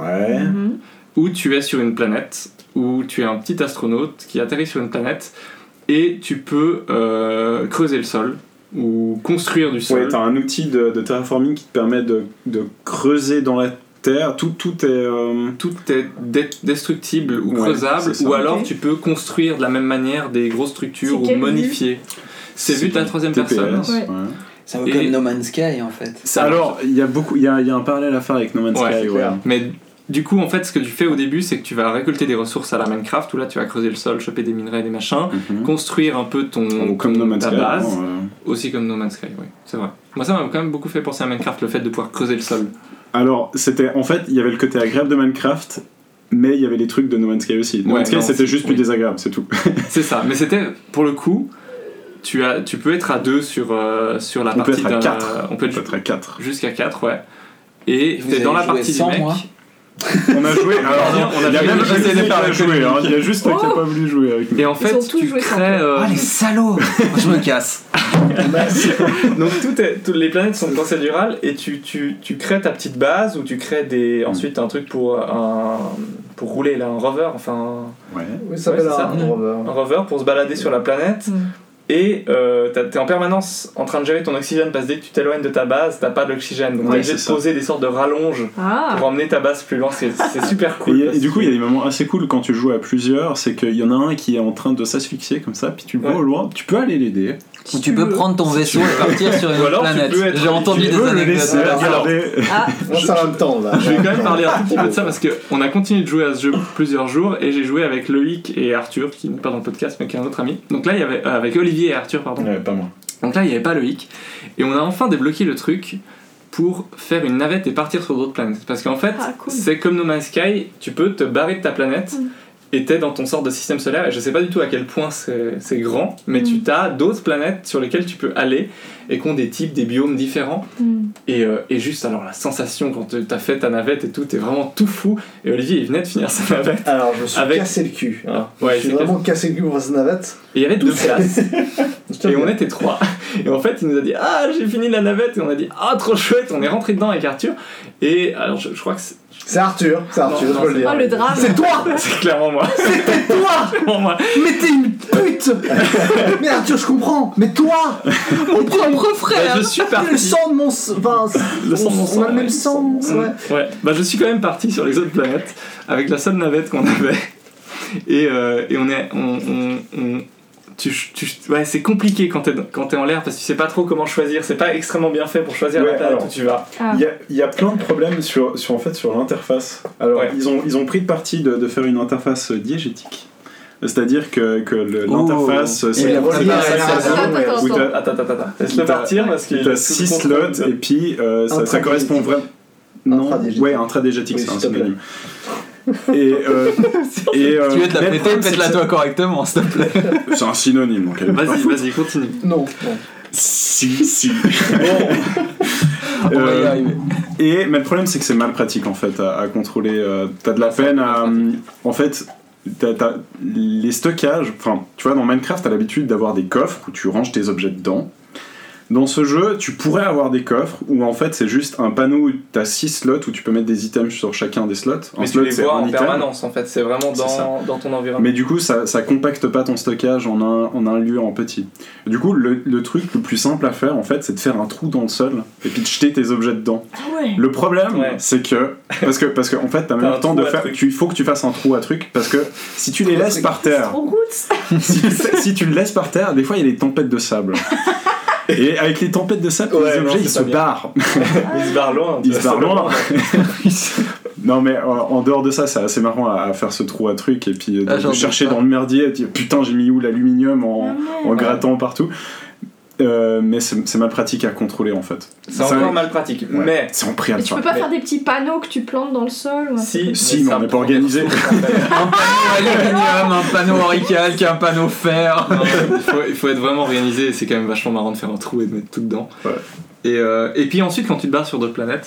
[SPEAKER 3] où tu es sur une planète, où tu es un petit astronaute qui atterrit sur une planète, et tu peux creuser le sol, ou construire du sol.
[SPEAKER 4] Ouais, t'as un outil de terraforming qui te permet de creuser dans la terre, tout est
[SPEAKER 3] destructible ou creusable, ou alors tu peux construire de la même manière des grosses structures ou modifier. C'est vu de la troisième personne.
[SPEAKER 6] C'est un peu comme No Man's Sky en fait.
[SPEAKER 4] Alors il y a un parallèle à faire avec No Man's Sky.
[SPEAKER 3] Mais du coup en fait ce que tu fais au début c'est que tu vas récolter des ressources à la Minecraft où là tu vas creuser le sol, choper des minerais, des machins, construire un peu ta base. Aussi comme No Man's Sky, oui, c'est vrai. Moi ça m'a quand même beaucoup fait penser à Minecraft, le fait de pouvoir creuser le sol.
[SPEAKER 4] Alors, en fait, il y avait le côté agréable de Minecraft, mais il y avait les trucs de No Man's Sky aussi. No Man's Sky, c'était juste plus désagréable, c'est tout.
[SPEAKER 3] C'est ça, mais c'était, pour le coup, tu peux être à 2 sur la partie.
[SPEAKER 4] On peut être à 4.
[SPEAKER 3] On peut
[SPEAKER 4] être à 4.
[SPEAKER 3] Jusqu'à 4, ouais. Et t'es dans la partie du mec.
[SPEAKER 4] On a joué, alors il y a même essayé de faire jouer, il y a juste qui n'a pas voulu jouer avec nous.
[SPEAKER 3] Et en fait, tu crées.
[SPEAKER 6] les salauds. Je me casse.
[SPEAKER 3] Donc toutes les planètes sont procédurales et tu crées ta petite base où tu crées ensuite un truc pour rouler là, un rover, enfin.
[SPEAKER 7] Oui, ça s'appelle un rover.
[SPEAKER 3] Un rover pour se balader sur la planète. Et t'es en permanence en train de gérer ton oxygène parce que dès que tu t'éloignes de ta base, t'as pas d'oxygène. Donc t'es obligé de poser des sortes de rallonges pour emmener ta base plus loin. C'est super cool.
[SPEAKER 4] Et du coup, il y a des moments assez cool quand tu joues à plusieurs. C'est qu'il y en a un qui est en train de s'asphyxier comme ça, puis tu le vois au loin. Tu peux aller l'aider.
[SPEAKER 6] Si tu peux prendre ton vaisseau et partir sur une autre planète. J'ai entendu des anecdotes.
[SPEAKER 7] On s'en a le temps là.
[SPEAKER 3] Je vais quand même parler un tout petit peu de ça parce qu'on a continué de jouer à ce jeu plusieurs jours et j'ai joué avec Loïc et Arthur, qui n'est pas dans le podcast mais qui est un autre ami. Donc là, il y avait avec Olivier et Arthur, pardon.
[SPEAKER 4] Ouais, pas moi.
[SPEAKER 3] Donc là, il n'y avait pas Loïc. Et on a enfin débloqué le truc pour faire une navette et partir sur d'autres planètes. Parce qu'en fait, c'est comme No Man's Sky, tu peux te barrer de ta planète et t'es dans ton sorte de système solaire, et je sais pas du tout à quel point c'est grand, mais tu as d'autres planètes sur lesquelles tu peux aller et qui ont des types, des biomes différents. Et juste, alors la sensation quand t'as fait ta navette et tout, t'es vraiment tout fou. Et Olivier, il venait de finir sa navette.
[SPEAKER 7] Alors, je me suis cassé le cul. Hein.
[SPEAKER 3] Ouais,
[SPEAKER 7] je suis vraiment cassé le cul pour cette navette.
[SPEAKER 3] Et il y avait 2 places. Et on était 3. Et en fait, il nous a dit ah, j'ai fini la navette. Et on a dit ah, trop chouette. On est rentré dedans avec Arthur. Et alors, je crois que
[SPEAKER 7] c'est Arthur, je peux le dire.
[SPEAKER 5] Oh, le drame.
[SPEAKER 7] C'est toi.
[SPEAKER 3] C'est clairement moi.
[SPEAKER 7] C'était toi.
[SPEAKER 3] Clairement moi.
[SPEAKER 7] Mais t'es une pute. Mais Arthur, je comprends. Mais toi, mon propre frère.
[SPEAKER 3] Bah, je suis parti.
[SPEAKER 7] Le sang de mon... Enfin,
[SPEAKER 3] le sang de mon sang.
[SPEAKER 7] On a le même sang.
[SPEAKER 3] Ouais. Bah, je suis quand même parti sur les autres planètes avec la seule navette qu'on avait. Et ouais, c'est compliqué quand t'es en l'air parce que tu sais pas trop comment choisir, c'est pas extrêmement bien fait pour choisir la planète où tu vas.
[SPEAKER 4] Il y a plein de problèmes sur l'interface. Alors ils ont pris le parti de faire une interface diégétique. C'est-à-dire que l'interface c'est
[SPEAKER 3] Attends, laisse-le partir parce que
[SPEAKER 4] t'as 6 slots et puis ça correspond vraiment. Non, ouais, intradiégétique, c'est un synonyme. Et tu
[SPEAKER 6] veux te la péter, pète-la toi correctement, s'il te plaît.
[SPEAKER 4] C'est un synonyme, donc
[SPEAKER 3] vas-y, continue.
[SPEAKER 7] Non.
[SPEAKER 4] Si. Mais le problème, c'est que c'est mal pratique en fait à contrôler. T'as de la peine à. En fait, t'as les stockages. Enfin, tu vois, dans Minecraft, t'as l'habitude d'avoir des coffres où tu ranges tes objets dedans. Dans ce jeu, tu pourrais avoir des coffres où en fait c'est juste un panneau où t'as 6 slots où tu peux mettre des items sur chacun des slots.
[SPEAKER 3] Mais tu les vois en permanence en fait, c'est vraiment dans ton environnement.
[SPEAKER 4] Mais du coup, ça compacte pas ton stockage en un lieu en petit. Du coup, le truc le plus simple à faire en fait, c'est de faire un trou dans le sol et puis de jeter tes objets dedans. Le problème, c'est que parce que en fait, t'as même le temps de faire. Il faut que tu fasses un trou à truc parce que si tu les laisses par terre, si tu le laisses par terre, des fois il y a des tempêtes de sable. Et avec les tempêtes de sable, les objets ils se barrent.
[SPEAKER 3] Ils se barrent loin.
[SPEAKER 4] Non mais en dehors de ça, c'est assez marrant à faire ce trou à truc et puis de chercher dans le merdier, et dire putain j'ai mis où l'aluminium en grattant partout. Mais c'est mal pratique à contrôler en fait.
[SPEAKER 3] C'est encore mal pratique, mais
[SPEAKER 4] c'est en préalable.
[SPEAKER 5] Tu peux pas faire des petits panneaux que tu plantes dans le sol ou
[SPEAKER 3] Si,
[SPEAKER 4] mais on n'est pas organisé.
[SPEAKER 6] Un panneau aluminium, un panneau auricalque, un panneau fer.
[SPEAKER 3] Non, il faut être vraiment organisé, et c'est quand même vachement marrant de faire un trou et de mettre tout dedans. Et puis ensuite, quand tu te barres sur d'autres planètes,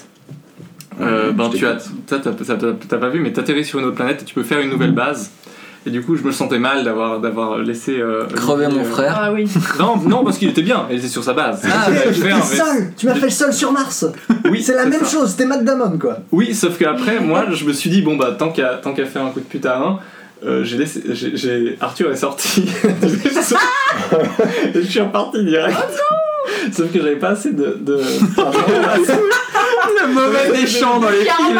[SPEAKER 3] t'as pas vu, mais t'atterris sur une autre planète et tu peux faire une nouvelle base. Et du coup, je me sentais mal d'avoir laissé
[SPEAKER 6] crever mon frère.
[SPEAKER 5] Ah oui.
[SPEAKER 3] Non, parce qu'il était bien, il était sur sa base.
[SPEAKER 7] Tu m'as fait le sol sur Mars.
[SPEAKER 3] Oui,
[SPEAKER 7] c'est la même chose, c'était Matt Damon quoi.
[SPEAKER 3] Oui, sauf qu'après, moi, je me suis dit bon bah tant qu'à faire un coup de pute à un. Arthur est sorti et je suis reparti direct. Sauf que j'avais pas assez de
[SPEAKER 6] le mauvais des champs dans les films.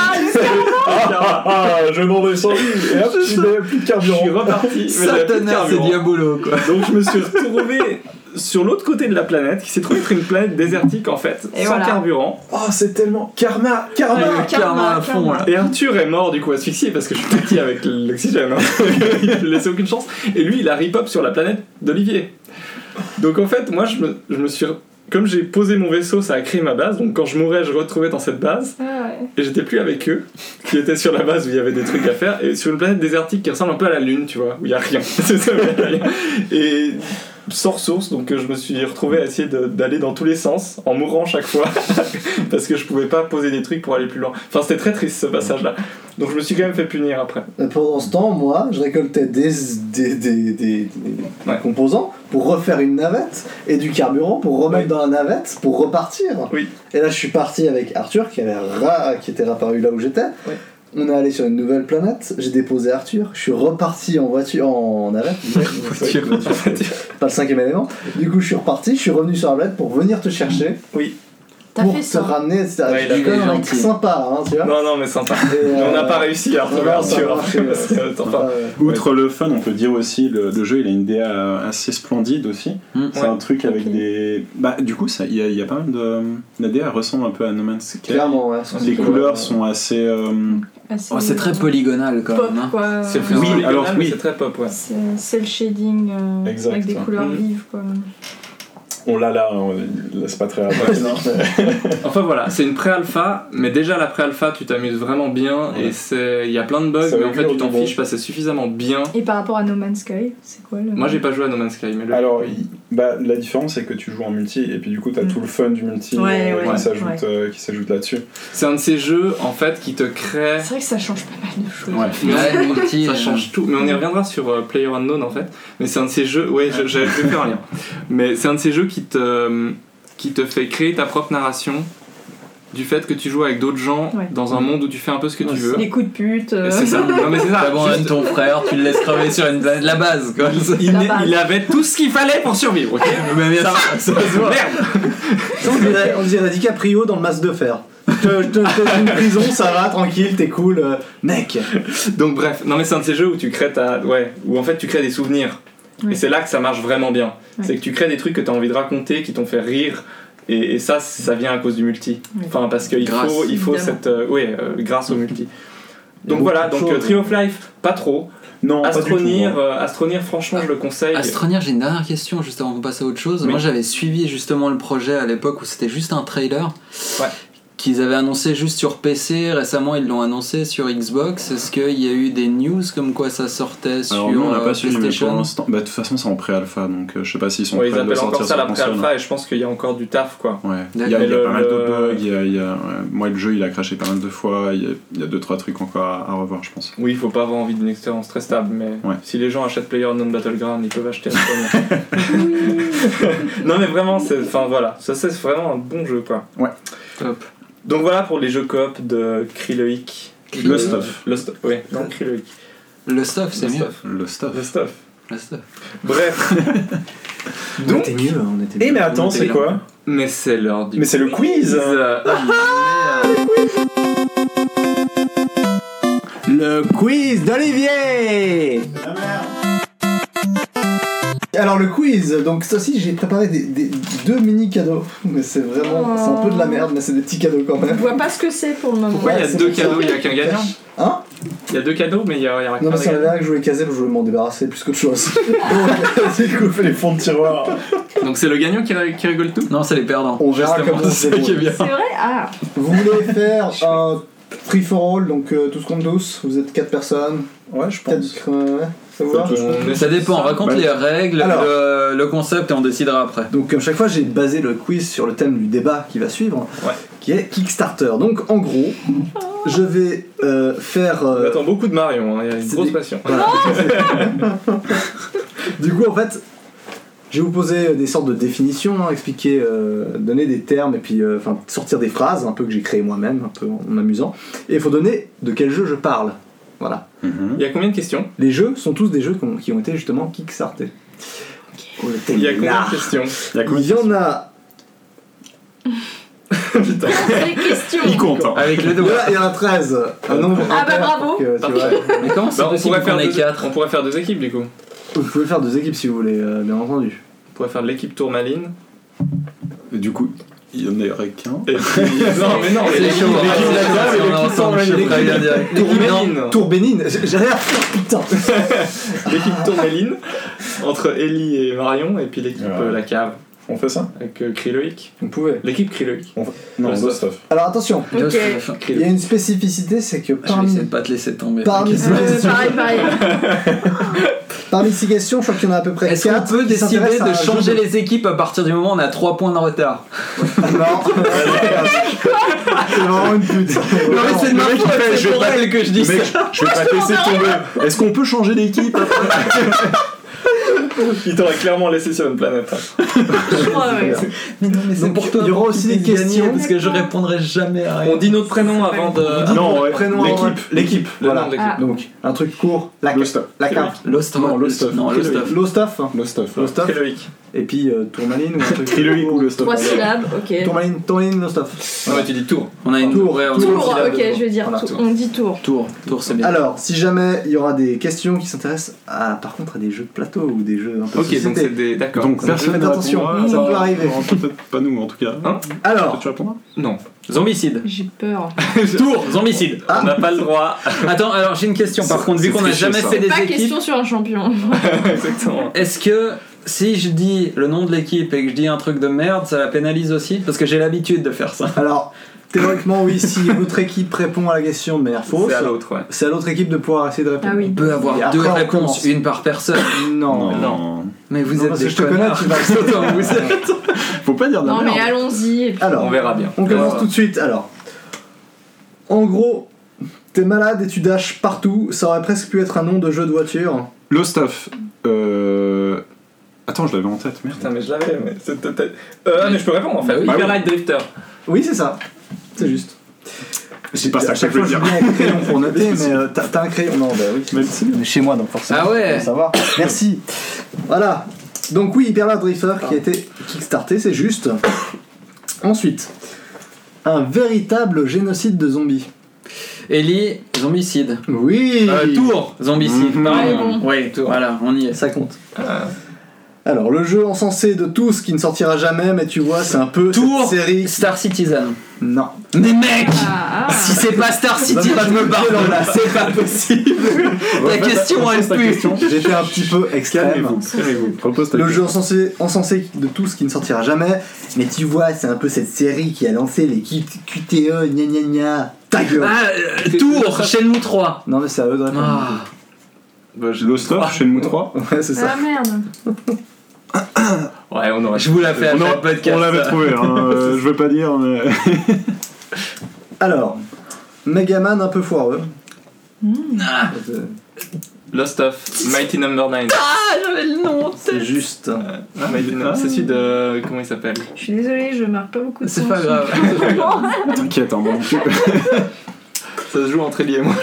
[SPEAKER 4] Je m'en vais sans lui et hop, je n'avais plus de carburant.
[SPEAKER 3] Je suis reparti.
[SPEAKER 6] Satanas, c'est diabolo quoi.
[SPEAKER 3] Donc je me suis retrouvé sur l'autre côté de la planète, qui s'est trouvée être une planète désertique en fait,
[SPEAKER 5] et
[SPEAKER 3] sans carburant.
[SPEAKER 4] Oh, c'est tellement karma
[SPEAKER 6] à fond là.
[SPEAKER 3] Et Arthur est mort du coup asphyxié parce que je suis parti avec l'oxygène. Je lui laissais aucune chance. Et lui, il a rip-up sur la planète d'Olivier. Donc en fait, moi, je me suis. Comme j'ai posé mon vaisseau, ça a créé ma base. Donc quand je mourais, je retrouvais dans cette base. Et j'étais plus avec eux, qui étaient sur la base où il y avait des trucs à faire. Et sur une planète désertique qui ressemble un peu à la Lune, tu vois, où il y a rien. Et sans ressources, donc je me suis retrouvé à essayer d'aller dans tous les sens, en mourant chaque fois, parce que je pouvais pas poser des trucs pour aller plus loin. Enfin, c'était très triste ce passage-là. Donc je me suis quand même fait punir après.
[SPEAKER 7] Et pendant ce temps, moi, je récoltais des composants pour refaire une navette et du carburant pour remettre dans la navette pour repartir.
[SPEAKER 3] Oui.
[SPEAKER 7] Et là, je suis parti avec Arthur qui était réapparu là où j'étais. Oui. On est allé sur une nouvelle planète, j'ai déposé Arthur, je suis reparti en voiture, en navette, pas le 5e élément. Du coup, je suis reparti, je suis revenu sur la planète pour venir te chercher.
[SPEAKER 3] Oui.
[SPEAKER 7] Pour te ramener, etc.
[SPEAKER 6] Ouais, il a été
[SPEAKER 7] sympa, hein, tu vois.
[SPEAKER 3] Non, mais sympa. Mais on n'a pas réussi à retrouver Arthur.
[SPEAKER 4] Outre le fun, on peut dire aussi le jeu, il a une DA assez splendide aussi. C'est un truc avec des. Bah, du coup, il y a pas mal de. La DA ressemble un peu à No Man's Sky.
[SPEAKER 7] Clairement, ouais.
[SPEAKER 4] Les couleurs sont assez.
[SPEAKER 6] C'est très polygonal quand
[SPEAKER 5] pop,
[SPEAKER 6] même. Hein.
[SPEAKER 5] Quoi.
[SPEAKER 3] C'est
[SPEAKER 5] c'est très pop, ouais. C'est le shading avec des couleurs vives, quoi.
[SPEAKER 4] On l'a là, c'est pas très rapide.
[SPEAKER 3] Enfin voilà, c'est une pré-alpha, mais déjà la pré-alpha, tu t'amuses vraiment bien et il y a plein de bugs, mais en fait tu t'en fiches parce que c'est suffisamment bien.
[SPEAKER 5] Et par rapport à No Man's Sky, c'est quoi le...
[SPEAKER 3] Moi j'ai pas joué à No Man's Sky, mais
[SPEAKER 4] Alors, la différence c'est que tu joues en multi et puis du coup t'as tout le fun du multi qui s'ajoute là-dessus.
[SPEAKER 3] C'est un de ces jeux en fait qui te crée.
[SPEAKER 5] C'est vrai que ça change pas mal de choses.
[SPEAKER 6] Ouais, multi,
[SPEAKER 3] ça change tout, mais on y reviendra sur PlayerUnknown en fait. Mais c'est un de ces jeux, je vais faire un lien. Mais c'est un de ces jeux qui te fait créer ta propre narration du fait que tu joues avec d'autres gens dans un monde où tu fais un peu ce que tu veux.
[SPEAKER 5] Les coups de pute.
[SPEAKER 3] C'est ça. Non mais c'est ça.
[SPEAKER 6] T'abandonnes ton frère, tu le laisses crever sur une planète, la base quoi.
[SPEAKER 3] Il avait tout ce qu'il fallait pour survivre, ok.
[SPEAKER 6] Mais bien
[SPEAKER 3] ça va se voir.
[SPEAKER 7] Merde. On dirait DiCaprio dans le Masque de fer. Une prison, ça va, tranquille, t'es cool, mec.
[SPEAKER 3] Donc bref, non mais c'est un de ces jeux où tu crées où en fait tu crées des souvenirs. Et c'est là que ça marche vraiment bien. C'est que tu crées des trucs que t'as envie de raconter, qui t'ont fait rire. Et ça vient à cause du multi. Enfin, parce qu'il faut cette. Grâce au multi. Donc voilà, Tree of Life, pas trop.
[SPEAKER 4] Non,
[SPEAKER 3] Astronir, franchement, je le conseille.
[SPEAKER 6] Astronir, j'ai une dernière question juste avant qu'on passe à autre chose.
[SPEAKER 3] Oui.
[SPEAKER 6] Moi, j'avais suivi justement le projet à l'époque où c'était juste un trailer. Qu'ils avaient annoncé juste sur PC, récemment ils l'ont annoncé sur Xbox. Est-ce qu'il y a eu des news comme quoi ça sortait sur
[SPEAKER 4] Alors nous on n'a pas suivi, mais
[SPEAKER 6] PlayStation?
[SPEAKER 4] pour l'instant, de toute façon c'est en pré-alpha, donc je sais pas s'ils sont
[SPEAKER 3] ils
[SPEAKER 4] prêts de le
[SPEAKER 3] appellent encore
[SPEAKER 4] sortir
[SPEAKER 3] ça
[SPEAKER 4] sur
[SPEAKER 3] la
[SPEAKER 4] console.
[SPEAKER 3] pré-alpha et je pense qu'il y a encore du taf quoi.
[SPEAKER 4] Ouais. Il y a pas mal de bugs, moi le jeu il a crashé pas mal de fois, il y a 2-3 trucs encore à revoir je pense.
[SPEAKER 3] Oui, il faut pas avoir envie d'une expérience très stable, mais si les gens achètent PlayerUnknown Battleground, ils peuvent acheter Astronir. Non mais vraiment, ça c'est vraiment un bon jeu quoi.
[SPEAKER 4] Ouais.
[SPEAKER 3] Top. Donc voilà pour les jeux coop de Kriloik.
[SPEAKER 4] Le stuff.
[SPEAKER 3] Oui, non, Kriloik.
[SPEAKER 6] Le stuff, c'est mieux.
[SPEAKER 4] Le stuff.
[SPEAKER 6] Le stuff.
[SPEAKER 3] Bref.
[SPEAKER 7] Donc, on était mieux, on était mieux.
[SPEAKER 4] Mais attends, c'est quoi?
[SPEAKER 3] Mais c'est l'heure du.
[SPEAKER 4] Mais c'est le quiz.
[SPEAKER 7] Le quiz d'Olivier. Alors le quiz, donc ça aussi j'ai préparé deux mini cadeaux, mais c'est vraiment, c'est un peu de la merde, mais c'est des petits cadeaux quand même.
[SPEAKER 5] Je vois pas ce que c'est pour le moment.
[SPEAKER 3] Pourquoi il y a deux cadeaux, il y a qu'un gagnant?
[SPEAKER 7] Hein?
[SPEAKER 3] Il y a deux cadeaux, mais il y a rien.
[SPEAKER 7] Non mais c'est la que je voulais caser, parce que je voulais m'en débarrasser plus qu'autre chose. C'est du coup, on fait les fonds de tiroir.
[SPEAKER 3] Donc c'est le gagnant qui rigole tout?
[SPEAKER 6] Non, c'est les perdants.
[SPEAKER 7] On verra comment
[SPEAKER 3] c'est ça qui est bien.
[SPEAKER 5] C'est vrai? Ah.
[SPEAKER 7] Vous voulez faire un free for all, donc tous contre tous, vous êtes 4 personnes.
[SPEAKER 4] Ouais, je pense.
[SPEAKER 7] Ça vous va?
[SPEAKER 6] Ça dépend, on raconte les règles,
[SPEAKER 7] alors,
[SPEAKER 6] le concept et on décidera après.
[SPEAKER 7] Donc comme chaque fois j'ai basé le quiz sur le thème du débat qui va suivre, qui est Kickstarter. Donc en gros, je vais faire...
[SPEAKER 3] On attend beaucoup de Marion, il y a une grosse passion.
[SPEAKER 7] Voilà. Du coup en fait, je vais vous poser des sortes de définitions, expliquer, donner des termes et puis sortir des phrases un peu que j'ai créées moi-même, un peu en m'amusant. Et il faut donner de quel jeu je parle. Voilà.
[SPEAKER 3] Il y a combien de questions?
[SPEAKER 7] Les jeux sont tous des jeux qui ont été justement kickstartés.
[SPEAKER 3] Il y a combien de questions?
[SPEAKER 7] Il y en a...
[SPEAKER 3] Putain.
[SPEAKER 5] Les questions.
[SPEAKER 4] Il compte.
[SPEAKER 6] Avec le doigt.
[SPEAKER 7] Il y en a 13. Un nombre
[SPEAKER 5] Ah bah
[SPEAKER 7] impair
[SPEAKER 5] bravo.
[SPEAKER 7] pour que, tu vois.
[SPEAKER 6] Mais comment c'est possible qu'on ait 4?
[SPEAKER 3] On pourrait faire deux équipes du coup.
[SPEAKER 7] Vous pouvez faire 2 équipes si vous voulez, bien entendu.
[SPEAKER 3] On pourrait faire l'équipe Tourmaline.
[SPEAKER 4] Et du coup, il y en aurait qu'un.
[SPEAKER 3] Et puis... non mais non,
[SPEAKER 6] C'est chaud.
[SPEAKER 7] Tourbénine, j'ai rien. Putain.
[SPEAKER 3] L'équipe Tourmaline entre Ellie et Marion, et puis l'équipe La Cave.
[SPEAKER 4] On fait ça?
[SPEAKER 3] Avec Kriloik.
[SPEAKER 7] Vous pouvez.
[SPEAKER 3] L'équipe Kriloik.
[SPEAKER 4] Non,
[SPEAKER 3] Le
[SPEAKER 4] The Stuff.
[SPEAKER 7] Alors attention,
[SPEAKER 5] Ok.
[SPEAKER 7] il y a une spécificité, c'est que
[SPEAKER 6] Je vais essayer de pas te laisser tomber.
[SPEAKER 7] parmi ces questions, je crois qu'il y en a à peu près 4.
[SPEAKER 6] Est-ce qu'on peut décider de changer les équipes à partir du moment où on a 3 points de retard?
[SPEAKER 7] Non. C'est vraiment une pute.
[SPEAKER 6] Non mais c'est de ma faute, c'est pour elle que je dis ça.
[SPEAKER 4] Je vais pas te laisser tomber. Est-ce qu'on peut changer d'équipe après?
[SPEAKER 3] Il t'aurait clairement laissé sur une planète.
[SPEAKER 5] Je crois, ouais.
[SPEAKER 6] Mais non mais c'est
[SPEAKER 7] Donc,
[SPEAKER 6] pour toi.
[SPEAKER 7] il y aura aussi des questions.
[SPEAKER 6] parce que je répondrai jamais à rien.
[SPEAKER 3] On dit notre prénom avant de...
[SPEAKER 4] Non, ouais.
[SPEAKER 7] Prénom, l'équipe.
[SPEAKER 3] Le
[SPEAKER 7] Voilà.
[SPEAKER 3] nom de l'équipe.
[SPEAKER 5] Ah.
[SPEAKER 7] Donc un truc court, la
[SPEAKER 4] Stuff.
[SPEAKER 7] cave.
[SPEAKER 6] Lost
[SPEAKER 4] Non, le stuff.
[SPEAKER 6] Non, le stuff.
[SPEAKER 7] Low stuff.
[SPEAKER 4] Le Stuff.
[SPEAKER 7] Low stuff.
[SPEAKER 3] Kriloik.
[SPEAKER 7] Et puis Tourmaline ou un truc.
[SPEAKER 4] Kriloik ou le Stuff.
[SPEAKER 5] 3 syllabes, ok.
[SPEAKER 7] Tourmaline, Low stuff.
[SPEAKER 3] Non mais tu dis Tour.
[SPEAKER 6] On a une
[SPEAKER 7] Tour,
[SPEAKER 6] ouais, on a
[SPEAKER 7] tour.
[SPEAKER 6] une
[SPEAKER 5] Tour,
[SPEAKER 6] syllabe
[SPEAKER 5] ok,
[SPEAKER 6] devant.
[SPEAKER 5] je vais dire
[SPEAKER 7] Voilà,
[SPEAKER 5] tour. On dit tour.
[SPEAKER 6] Tour c'est bien.
[SPEAKER 7] Alors, si jamais il y aura des questions qui s'intéressent par contre à des jeux de plateau ou des jeux un peu de
[SPEAKER 3] Ok, donc
[SPEAKER 7] société.
[SPEAKER 3] c'est des... D'accord.
[SPEAKER 4] Donc personne
[SPEAKER 7] Faites
[SPEAKER 4] ne
[SPEAKER 7] attention,
[SPEAKER 4] répondra.
[SPEAKER 7] ça peut arriver.
[SPEAKER 4] Peut-être pas nous en tout cas.
[SPEAKER 3] Hein?
[SPEAKER 7] Alors,
[SPEAKER 4] Tu répondras?
[SPEAKER 3] Non.
[SPEAKER 6] Zombicide.
[SPEAKER 5] J'ai peur.
[SPEAKER 6] Tour, zombicide.
[SPEAKER 3] On n'a pas le droit.
[SPEAKER 6] Attends, alors j'ai une question par contre, vu qu'on a
[SPEAKER 4] triché,
[SPEAKER 6] jamais
[SPEAKER 4] ça.
[SPEAKER 6] fait des
[SPEAKER 5] Pas
[SPEAKER 6] équipes,
[SPEAKER 5] question sur un champion.
[SPEAKER 3] Exactement.
[SPEAKER 6] est-ce que si je dis le nom de l'équipe et que je dis un truc de merde, ça la pénalise aussi? Parce que j'ai l'habitude de faire ça.
[SPEAKER 7] Alors, théoriquement, oui, si votre équipe répond à la question de manière fausse,
[SPEAKER 3] C'est à l'autre, ouais.
[SPEAKER 7] c'est à l'autre équipe de pouvoir essayer de répondre.
[SPEAKER 5] Ah oui.
[SPEAKER 6] On peut avoir
[SPEAKER 7] Et après,
[SPEAKER 6] 2
[SPEAKER 7] on
[SPEAKER 6] réponses,
[SPEAKER 7] commence.
[SPEAKER 6] une par personne.
[SPEAKER 7] Non.
[SPEAKER 6] Mais vous
[SPEAKER 7] Non,
[SPEAKER 6] êtes
[SPEAKER 7] parce
[SPEAKER 6] des
[SPEAKER 7] que je te connais,
[SPEAKER 6] connards.
[SPEAKER 7] tu vas
[SPEAKER 6] Vous êtes-
[SPEAKER 4] Faut pas dire de la
[SPEAKER 5] Non,
[SPEAKER 4] merde.
[SPEAKER 5] mais allons-y. Et puis-
[SPEAKER 7] Alors,
[SPEAKER 3] On verra bien.
[SPEAKER 7] on commence tout de suite. Alors, en gros, t'es malade et tu dashes partout. Ça aurait presque pu être un nom de jeu de voiture.
[SPEAKER 4] Lost of. Attends, je l'avais en tête, merde.
[SPEAKER 8] Putain, mais je l'avais, mais c'est peut-être. mais je peux répondre en fait.
[SPEAKER 6] Bah oui.
[SPEAKER 8] Hyper Light Drifter.
[SPEAKER 7] Oui, c'est ça. C'est juste.
[SPEAKER 4] C'est pas ça
[SPEAKER 7] À
[SPEAKER 4] que je
[SPEAKER 7] chaque
[SPEAKER 4] veux
[SPEAKER 7] fois,
[SPEAKER 4] dire.
[SPEAKER 7] j'oublie mon crayon pour noter, mais t'as un crayon. Non, bah oui.
[SPEAKER 4] Même si.
[SPEAKER 7] On est chez moi, donc forcément.
[SPEAKER 6] Ah ouais.
[SPEAKER 7] faut savoir. Merci. Voilà. Donc oui, Hyper Light Drifter qui a été kickstarté, c'est juste. Ensuite, un véritable génocide de zombies.
[SPEAKER 6] Ellie, zombicide.
[SPEAKER 7] Oui.
[SPEAKER 6] Tour, zombicide.
[SPEAKER 4] Mhm.
[SPEAKER 6] Pardon. Oui, Tour. Voilà, on y est.
[SPEAKER 7] Ça compte.
[SPEAKER 8] Ah.
[SPEAKER 7] Alors, le jeu encensé de tous qui ne sortira jamais, mais tu vois, c'est un peu
[SPEAKER 6] Tour,
[SPEAKER 7] cette série.
[SPEAKER 6] Star Citizen.
[SPEAKER 7] Non.
[SPEAKER 6] Mais mec,
[SPEAKER 5] Ah,
[SPEAKER 6] si c'est pas Star Citizen,
[SPEAKER 7] Bah,
[SPEAKER 6] je me barre de là, c'est pas possible. La question elle pue.
[SPEAKER 7] J'ai fait un petit peu extrême.
[SPEAKER 4] Calmez-vous. Propose ta
[SPEAKER 7] Le
[SPEAKER 4] question.
[SPEAKER 7] jeu encensé de tous qui ne sortira jamais, mais tu vois, c'est un peu cette série qui a lancé les QTE, gna gna gna. Ta gueule.
[SPEAKER 6] Tour, Shenmue 3.
[SPEAKER 7] Non, mais c'est à eux de répondre.
[SPEAKER 6] Ah.
[SPEAKER 4] Bah, Lost of, Shenmue 3.
[SPEAKER 7] Ouais, c'est ça.
[SPEAKER 5] Ah merde.
[SPEAKER 3] Ouais, on aurait.
[SPEAKER 6] Je vous la fais
[SPEAKER 4] On,
[SPEAKER 6] après le podcast.
[SPEAKER 4] on l'avait trouvé, hein. Je veux pas dire, mais.
[SPEAKER 7] Alors, Megaman un peu foireux.
[SPEAKER 6] Ah,
[SPEAKER 3] Lost of Mighty Number 9.
[SPEAKER 6] j'avais le nom.
[SPEAKER 7] C'est juste.
[SPEAKER 3] Mighty Number. C'est celui de. Comment il s'appelle?
[SPEAKER 5] Je suis désolée, je marque pas beaucoup de
[SPEAKER 6] C'est
[SPEAKER 5] points
[SPEAKER 6] pas
[SPEAKER 5] dessus.
[SPEAKER 6] grave.
[SPEAKER 4] T'inquiète, hein, mon cul.
[SPEAKER 3] Ça se joue entre Ellie et moi.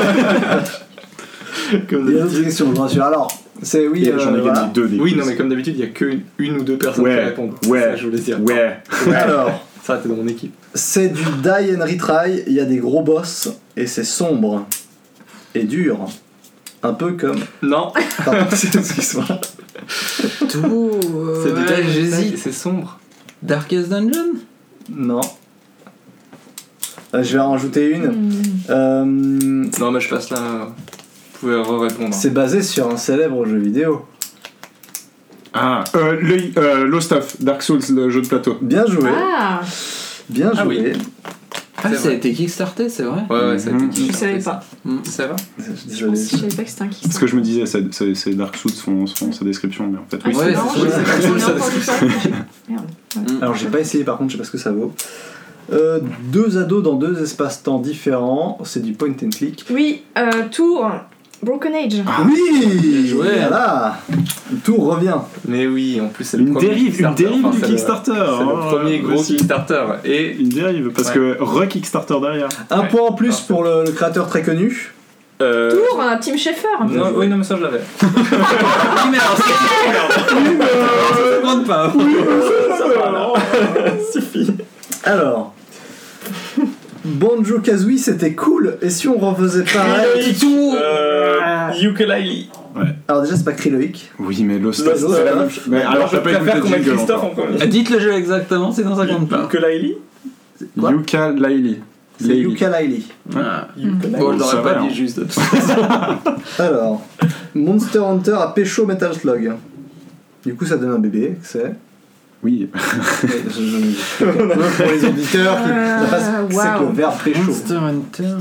[SPEAKER 3] Comme
[SPEAKER 7] Il y a d'autres
[SPEAKER 3] d'habitude.
[SPEAKER 7] questions, je vous rassure. Alors, c'est oui.
[SPEAKER 4] J'en ai
[SPEAKER 7] voilà.
[SPEAKER 4] gagné 2 des
[SPEAKER 3] Oui,
[SPEAKER 4] quiz.
[SPEAKER 3] non, mais comme d'habitude, il y a que une ou deux personnes qui
[SPEAKER 4] Ouais,
[SPEAKER 3] répondent.
[SPEAKER 4] ouais,
[SPEAKER 3] C'est ça que je voulais dire.
[SPEAKER 4] Ouais.
[SPEAKER 7] Alors,
[SPEAKER 3] Ça, t'es dans mon équipe.
[SPEAKER 7] c'est du die and retry. Il y a des gros boss et c'est sombre et dur. Un peu comme.
[SPEAKER 3] Non,
[SPEAKER 7] Pardon, excuse-moi.
[SPEAKER 6] Tour.
[SPEAKER 3] c'est du
[SPEAKER 6] Ouais, j'hésite.
[SPEAKER 3] C'est sombre.
[SPEAKER 6] Darkest Dungeon.
[SPEAKER 7] Non. Je vais en rajouter une.
[SPEAKER 3] Non, mais je passe là. Vous pouvez répondre.
[SPEAKER 7] C'est basé sur un célèbre jeu vidéo.
[SPEAKER 4] Ah, Lost of, Dark Souls, le jeu de plateau.
[SPEAKER 7] Bien joué.
[SPEAKER 5] Ah,
[SPEAKER 7] Bien joué.
[SPEAKER 3] oui.
[SPEAKER 6] Ah,
[SPEAKER 3] C'est
[SPEAKER 6] ça a
[SPEAKER 3] vrai.
[SPEAKER 6] été kickstarté, c'est vrai.
[SPEAKER 3] Ouais, ça a été
[SPEAKER 4] Mhm.
[SPEAKER 3] qui
[SPEAKER 5] je savais pas.
[SPEAKER 3] Ça va?
[SPEAKER 7] Désolé.
[SPEAKER 5] Je savais pas que c'était un kick.
[SPEAKER 4] Parce que je me disais, c'est Dark Souls font sa description, mais en fait, oui,
[SPEAKER 5] Ah,
[SPEAKER 6] Ouais,
[SPEAKER 5] c'est marrant,
[SPEAKER 6] c'est
[SPEAKER 5] j'ai
[SPEAKER 6] sûr,
[SPEAKER 5] j'en ai
[SPEAKER 3] ça
[SPEAKER 5] entendu ça. Merde.
[SPEAKER 7] Alors j'ai pas essayé par contre, je sais pas ce que ça vaut. Deux ados dans deux espaces-temps différents, c'est du point and click.
[SPEAKER 5] Oui, Tour, Broken Age.
[SPEAKER 7] Oui,
[SPEAKER 6] Bien joué.
[SPEAKER 7] voilà. Tout revient.
[SPEAKER 3] Mais oui, en plus, c'est le
[SPEAKER 4] Une
[SPEAKER 3] premier
[SPEAKER 4] dérive
[SPEAKER 3] Kickstarter.
[SPEAKER 4] du
[SPEAKER 3] Enfin, c'est le-
[SPEAKER 4] Kickstarter.
[SPEAKER 3] C'est le
[SPEAKER 4] hein,
[SPEAKER 3] premier gros
[SPEAKER 4] aussi.
[SPEAKER 3] Kickstarter. Et
[SPEAKER 4] Une dérive, parce
[SPEAKER 3] Ouais.
[SPEAKER 4] que re-Kickstarter derrière.
[SPEAKER 7] Un
[SPEAKER 3] Ouais,
[SPEAKER 7] point en plus
[SPEAKER 3] parfait.
[SPEAKER 7] pour le créateur très connu.
[SPEAKER 5] Tour, Tim Schafer.
[SPEAKER 3] Non, oui, non, mais ça je l'avais.
[SPEAKER 6] Oui, mais alors, ça compte pas.
[SPEAKER 3] Suffit.
[SPEAKER 7] Alors, Banjo Kazooie c'était cool, et si on refaisait pareil.
[SPEAKER 8] Ukulele.
[SPEAKER 7] Alors déjà c'est pas Kryloïc.
[SPEAKER 4] Oui, mais Lost
[SPEAKER 7] Lost
[SPEAKER 4] of, c'est la
[SPEAKER 7] of.
[SPEAKER 4] même chose. Mais
[SPEAKER 8] Alors,
[SPEAKER 4] alors,
[SPEAKER 8] je
[SPEAKER 4] t'as pas
[SPEAKER 8] préfère
[SPEAKER 4] écouté
[SPEAKER 8] qu'on mette
[SPEAKER 4] Jingle
[SPEAKER 8] Christophe en
[SPEAKER 4] encore.
[SPEAKER 8] premier.
[SPEAKER 6] Dites le jeu exactement, sinon ça compte pas.
[SPEAKER 8] Ukulele.
[SPEAKER 7] Quoi
[SPEAKER 4] Yooka-Laylee.
[SPEAKER 7] C'est
[SPEAKER 4] Laylee.
[SPEAKER 7] Yooka-Laylee.
[SPEAKER 6] Ah.
[SPEAKER 8] Ukulele.
[SPEAKER 6] Bon, je
[SPEAKER 4] Ça
[SPEAKER 6] l'aurais
[SPEAKER 4] va,
[SPEAKER 6] pas
[SPEAKER 4] hein.
[SPEAKER 6] dit juste.
[SPEAKER 7] Alors, Monster Hunter a pécho Metal Slug. Du coup ça donne un bébé, c'est.
[SPEAKER 4] Oui.
[SPEAKER 7] Pour les auditeurs qui c'est que
[SPEAKER 5] waouh.
[SPEAKER 7] le verbe pécho.
[SPEAKER 6] Monster Hunter.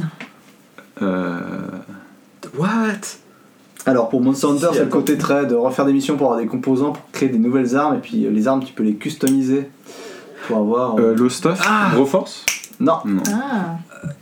[SPEAKER 6] What?
[SPEAKER 7] Alors pour Monster Hunter,
[SPEAKER 8] Si,
[SPEAKER 7] c'est le
[SPEAKER 8] attends.
[SPEAKER 7] côté très de refaire des missions pour avoir des composants pour créer des nouvelles armes et puis les armes tu peux les customiser pour avoir.
[SPEAKER 4] Lost of,
[SPEAKER 6] Ah.
[SPEAKER 4] Broforce.
[SPEAKER 7] Non.
[SPEAKER 4] Non.
[SPEAKER 5] Ah.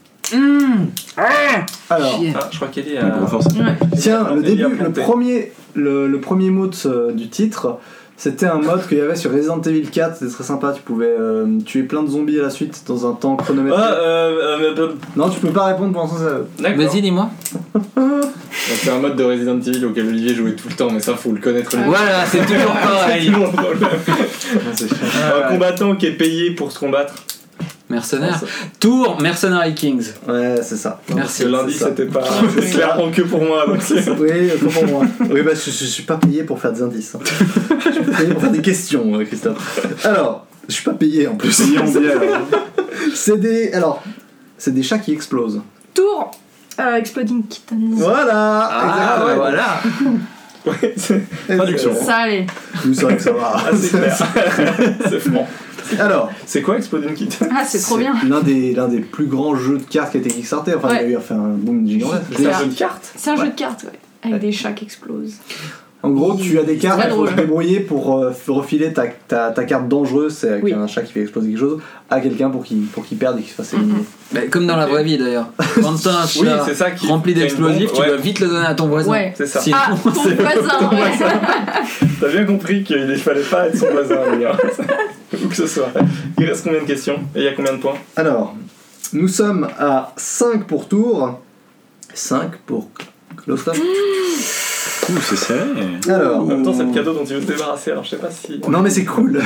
[SPEAKER 7] Alors,
[SPEAKER 6] Chier.
[SPEAKER 3] Ah, je crois qu'Ellie
[SPEAKER 4] Mais
[SPEAKER 3] a.
[SPEAKER 4] Broforce.
[SPEAKER 5] Ouais.
[SPEAKER 7] tiens, le
[SPEAKER 3] Il y a
[SPEAKER 7] début,
[SPEAKER 3] planté.
[SPEAKER 7] le premier mot du titre, c'était un mode qu'il y avait sur Resident Evil 4. C'était très sympa. Tu pouvais tuer plein de zombies à la suite dans un temps chronométré. Non, tu peux pas répondre pendant ça.
[SPEAKER 3] D'accord.
[SPEAKER 6] Vas-y, dis-moi.
[SPEAKER 3] C'est un mode de Resident Evil auquel Olivier jouait tout le temps, mais ça faut le connaître. lui.
[SPEAKER 6] Voilà, c'est toujours pareil.
[SPEAKER 3] Mon problème.
[SPEAKER 7] C'est
[SPEAKER 3] Un combattant qui est payé pour se combattre.
[SPEAKER 6] Mercenaire. Tour, Mercenary Kings.
[SPEAKER 7] Ouais, c'est ça.
[SPEAKER 6] Merci.
[SPEAKER 3] Parce que lundi
[SPEAKER 7] c'est ça.
[SPEAKER 3] c'était pas.
[SPEAKER 7] C'est
[SPEAKER 3] C'est
[SPEAKER 7] ça.
[SPEAKER 3] clairement que pour moi. Donc c'est-
[SPEAKER 7] Oui, pour moi. Oui, bah je suis pas payé pour faire des indices. hein. Je suis payé pour faire des questions, Christophe. Alors, je suis pas payé en plus.
[SPEAKER 4] Payé en bière.
[SPEAKER 7] C'est des chats qui explosent.
[SPEAKER 5] Tour, Exploding Kittens.
[SPEAKER 7] Voilà.
[SPEAKER 6] Ah,
[SPEAKER 7] exactement.
[SPEAKER 6] ouais, voilà.
[SPEAKER 8] Ouais,
[SPEAKER 4] Traduction.
[SPEAKER 5] Ça allait.
[SPEAKER 7] Oui, c'est vrai que ça va.
[SPEAKER 8] Ah, c'est clair. C'est franc.
[SPEAKER 7] Alors,
[SPEAKER 8] C'est quoi Exploding Kittens?
[SPEAKER 5] Ah, c'est trop bien.
[SPEAKER 7] l'un des plus grands jeux de cartes qui a été Kickstarter. Enfin,
[SPEAKER 5] Ouais.
[SPEAKER 7] il a eu fait un boom gigantesque.
[SPEAKER 8] C'est un jeu de cartes?
[SPEAKER 5] C'est un jeu de cartes, ouais. Avec des chats qui explosent.
[SPEAKER 7] En gros, tu as des cartes,
[SPEAKER 5] très
[SPEAKER 7] il faut
[SPEAKER 5] drôle.
[SPEAKER 7] te débrouiller pour refiler ta carte dangereuse, c'est avec
[SPEAKER 5] Oui.
[SPEAKER 7] un chat qui fait exploser quelque chose, à quelqu'un pour qu'il perde et qu'il se fasse éliminer.
[SPEAKER 6] Bah, comme dans la vraie vie d'ailleurs. Quand t'as un
[SPEAKER 8] Oui,
[SPEAKER 6] chat
[SPEAKER 8] c'est ça qui.
[SPEAKER 6] rempli
[SPEAKER 8] qui a une
[SPEAKER 6] d'explosifs,
[SPEAKER 8] bombe,
[SPEAKER 6] tu
[SPEAKER 8] ouais.
[SPEAKER 6] dois vite le donner à ton voisin.
[SPEAKER 5] Ouais.
[SPEAKER 8] C'est ça.
[SPEAKER 6] Sinon,
[SPEAKER 5] Ah, ton voisin, ouais.
[SPEAKER 8] T'as bien compris qu'il fallait pas être son voisin, les gars. Où que ce soit. Il reste combien de questions? Et il y a combien de points?
[SPEAKER 7] Alors, nous sommes à 5 pour tour, 5 pour Christophe.
[SPEAKER 4] Ouh, c'est serré.
[SPEAKER 7] Alors,
[SPEAKER 8] En même temps, c'est le cadeau dont tu veux te débarrasser, alors je sais pas si.
[SPEAKER 7] non mais c'est cool.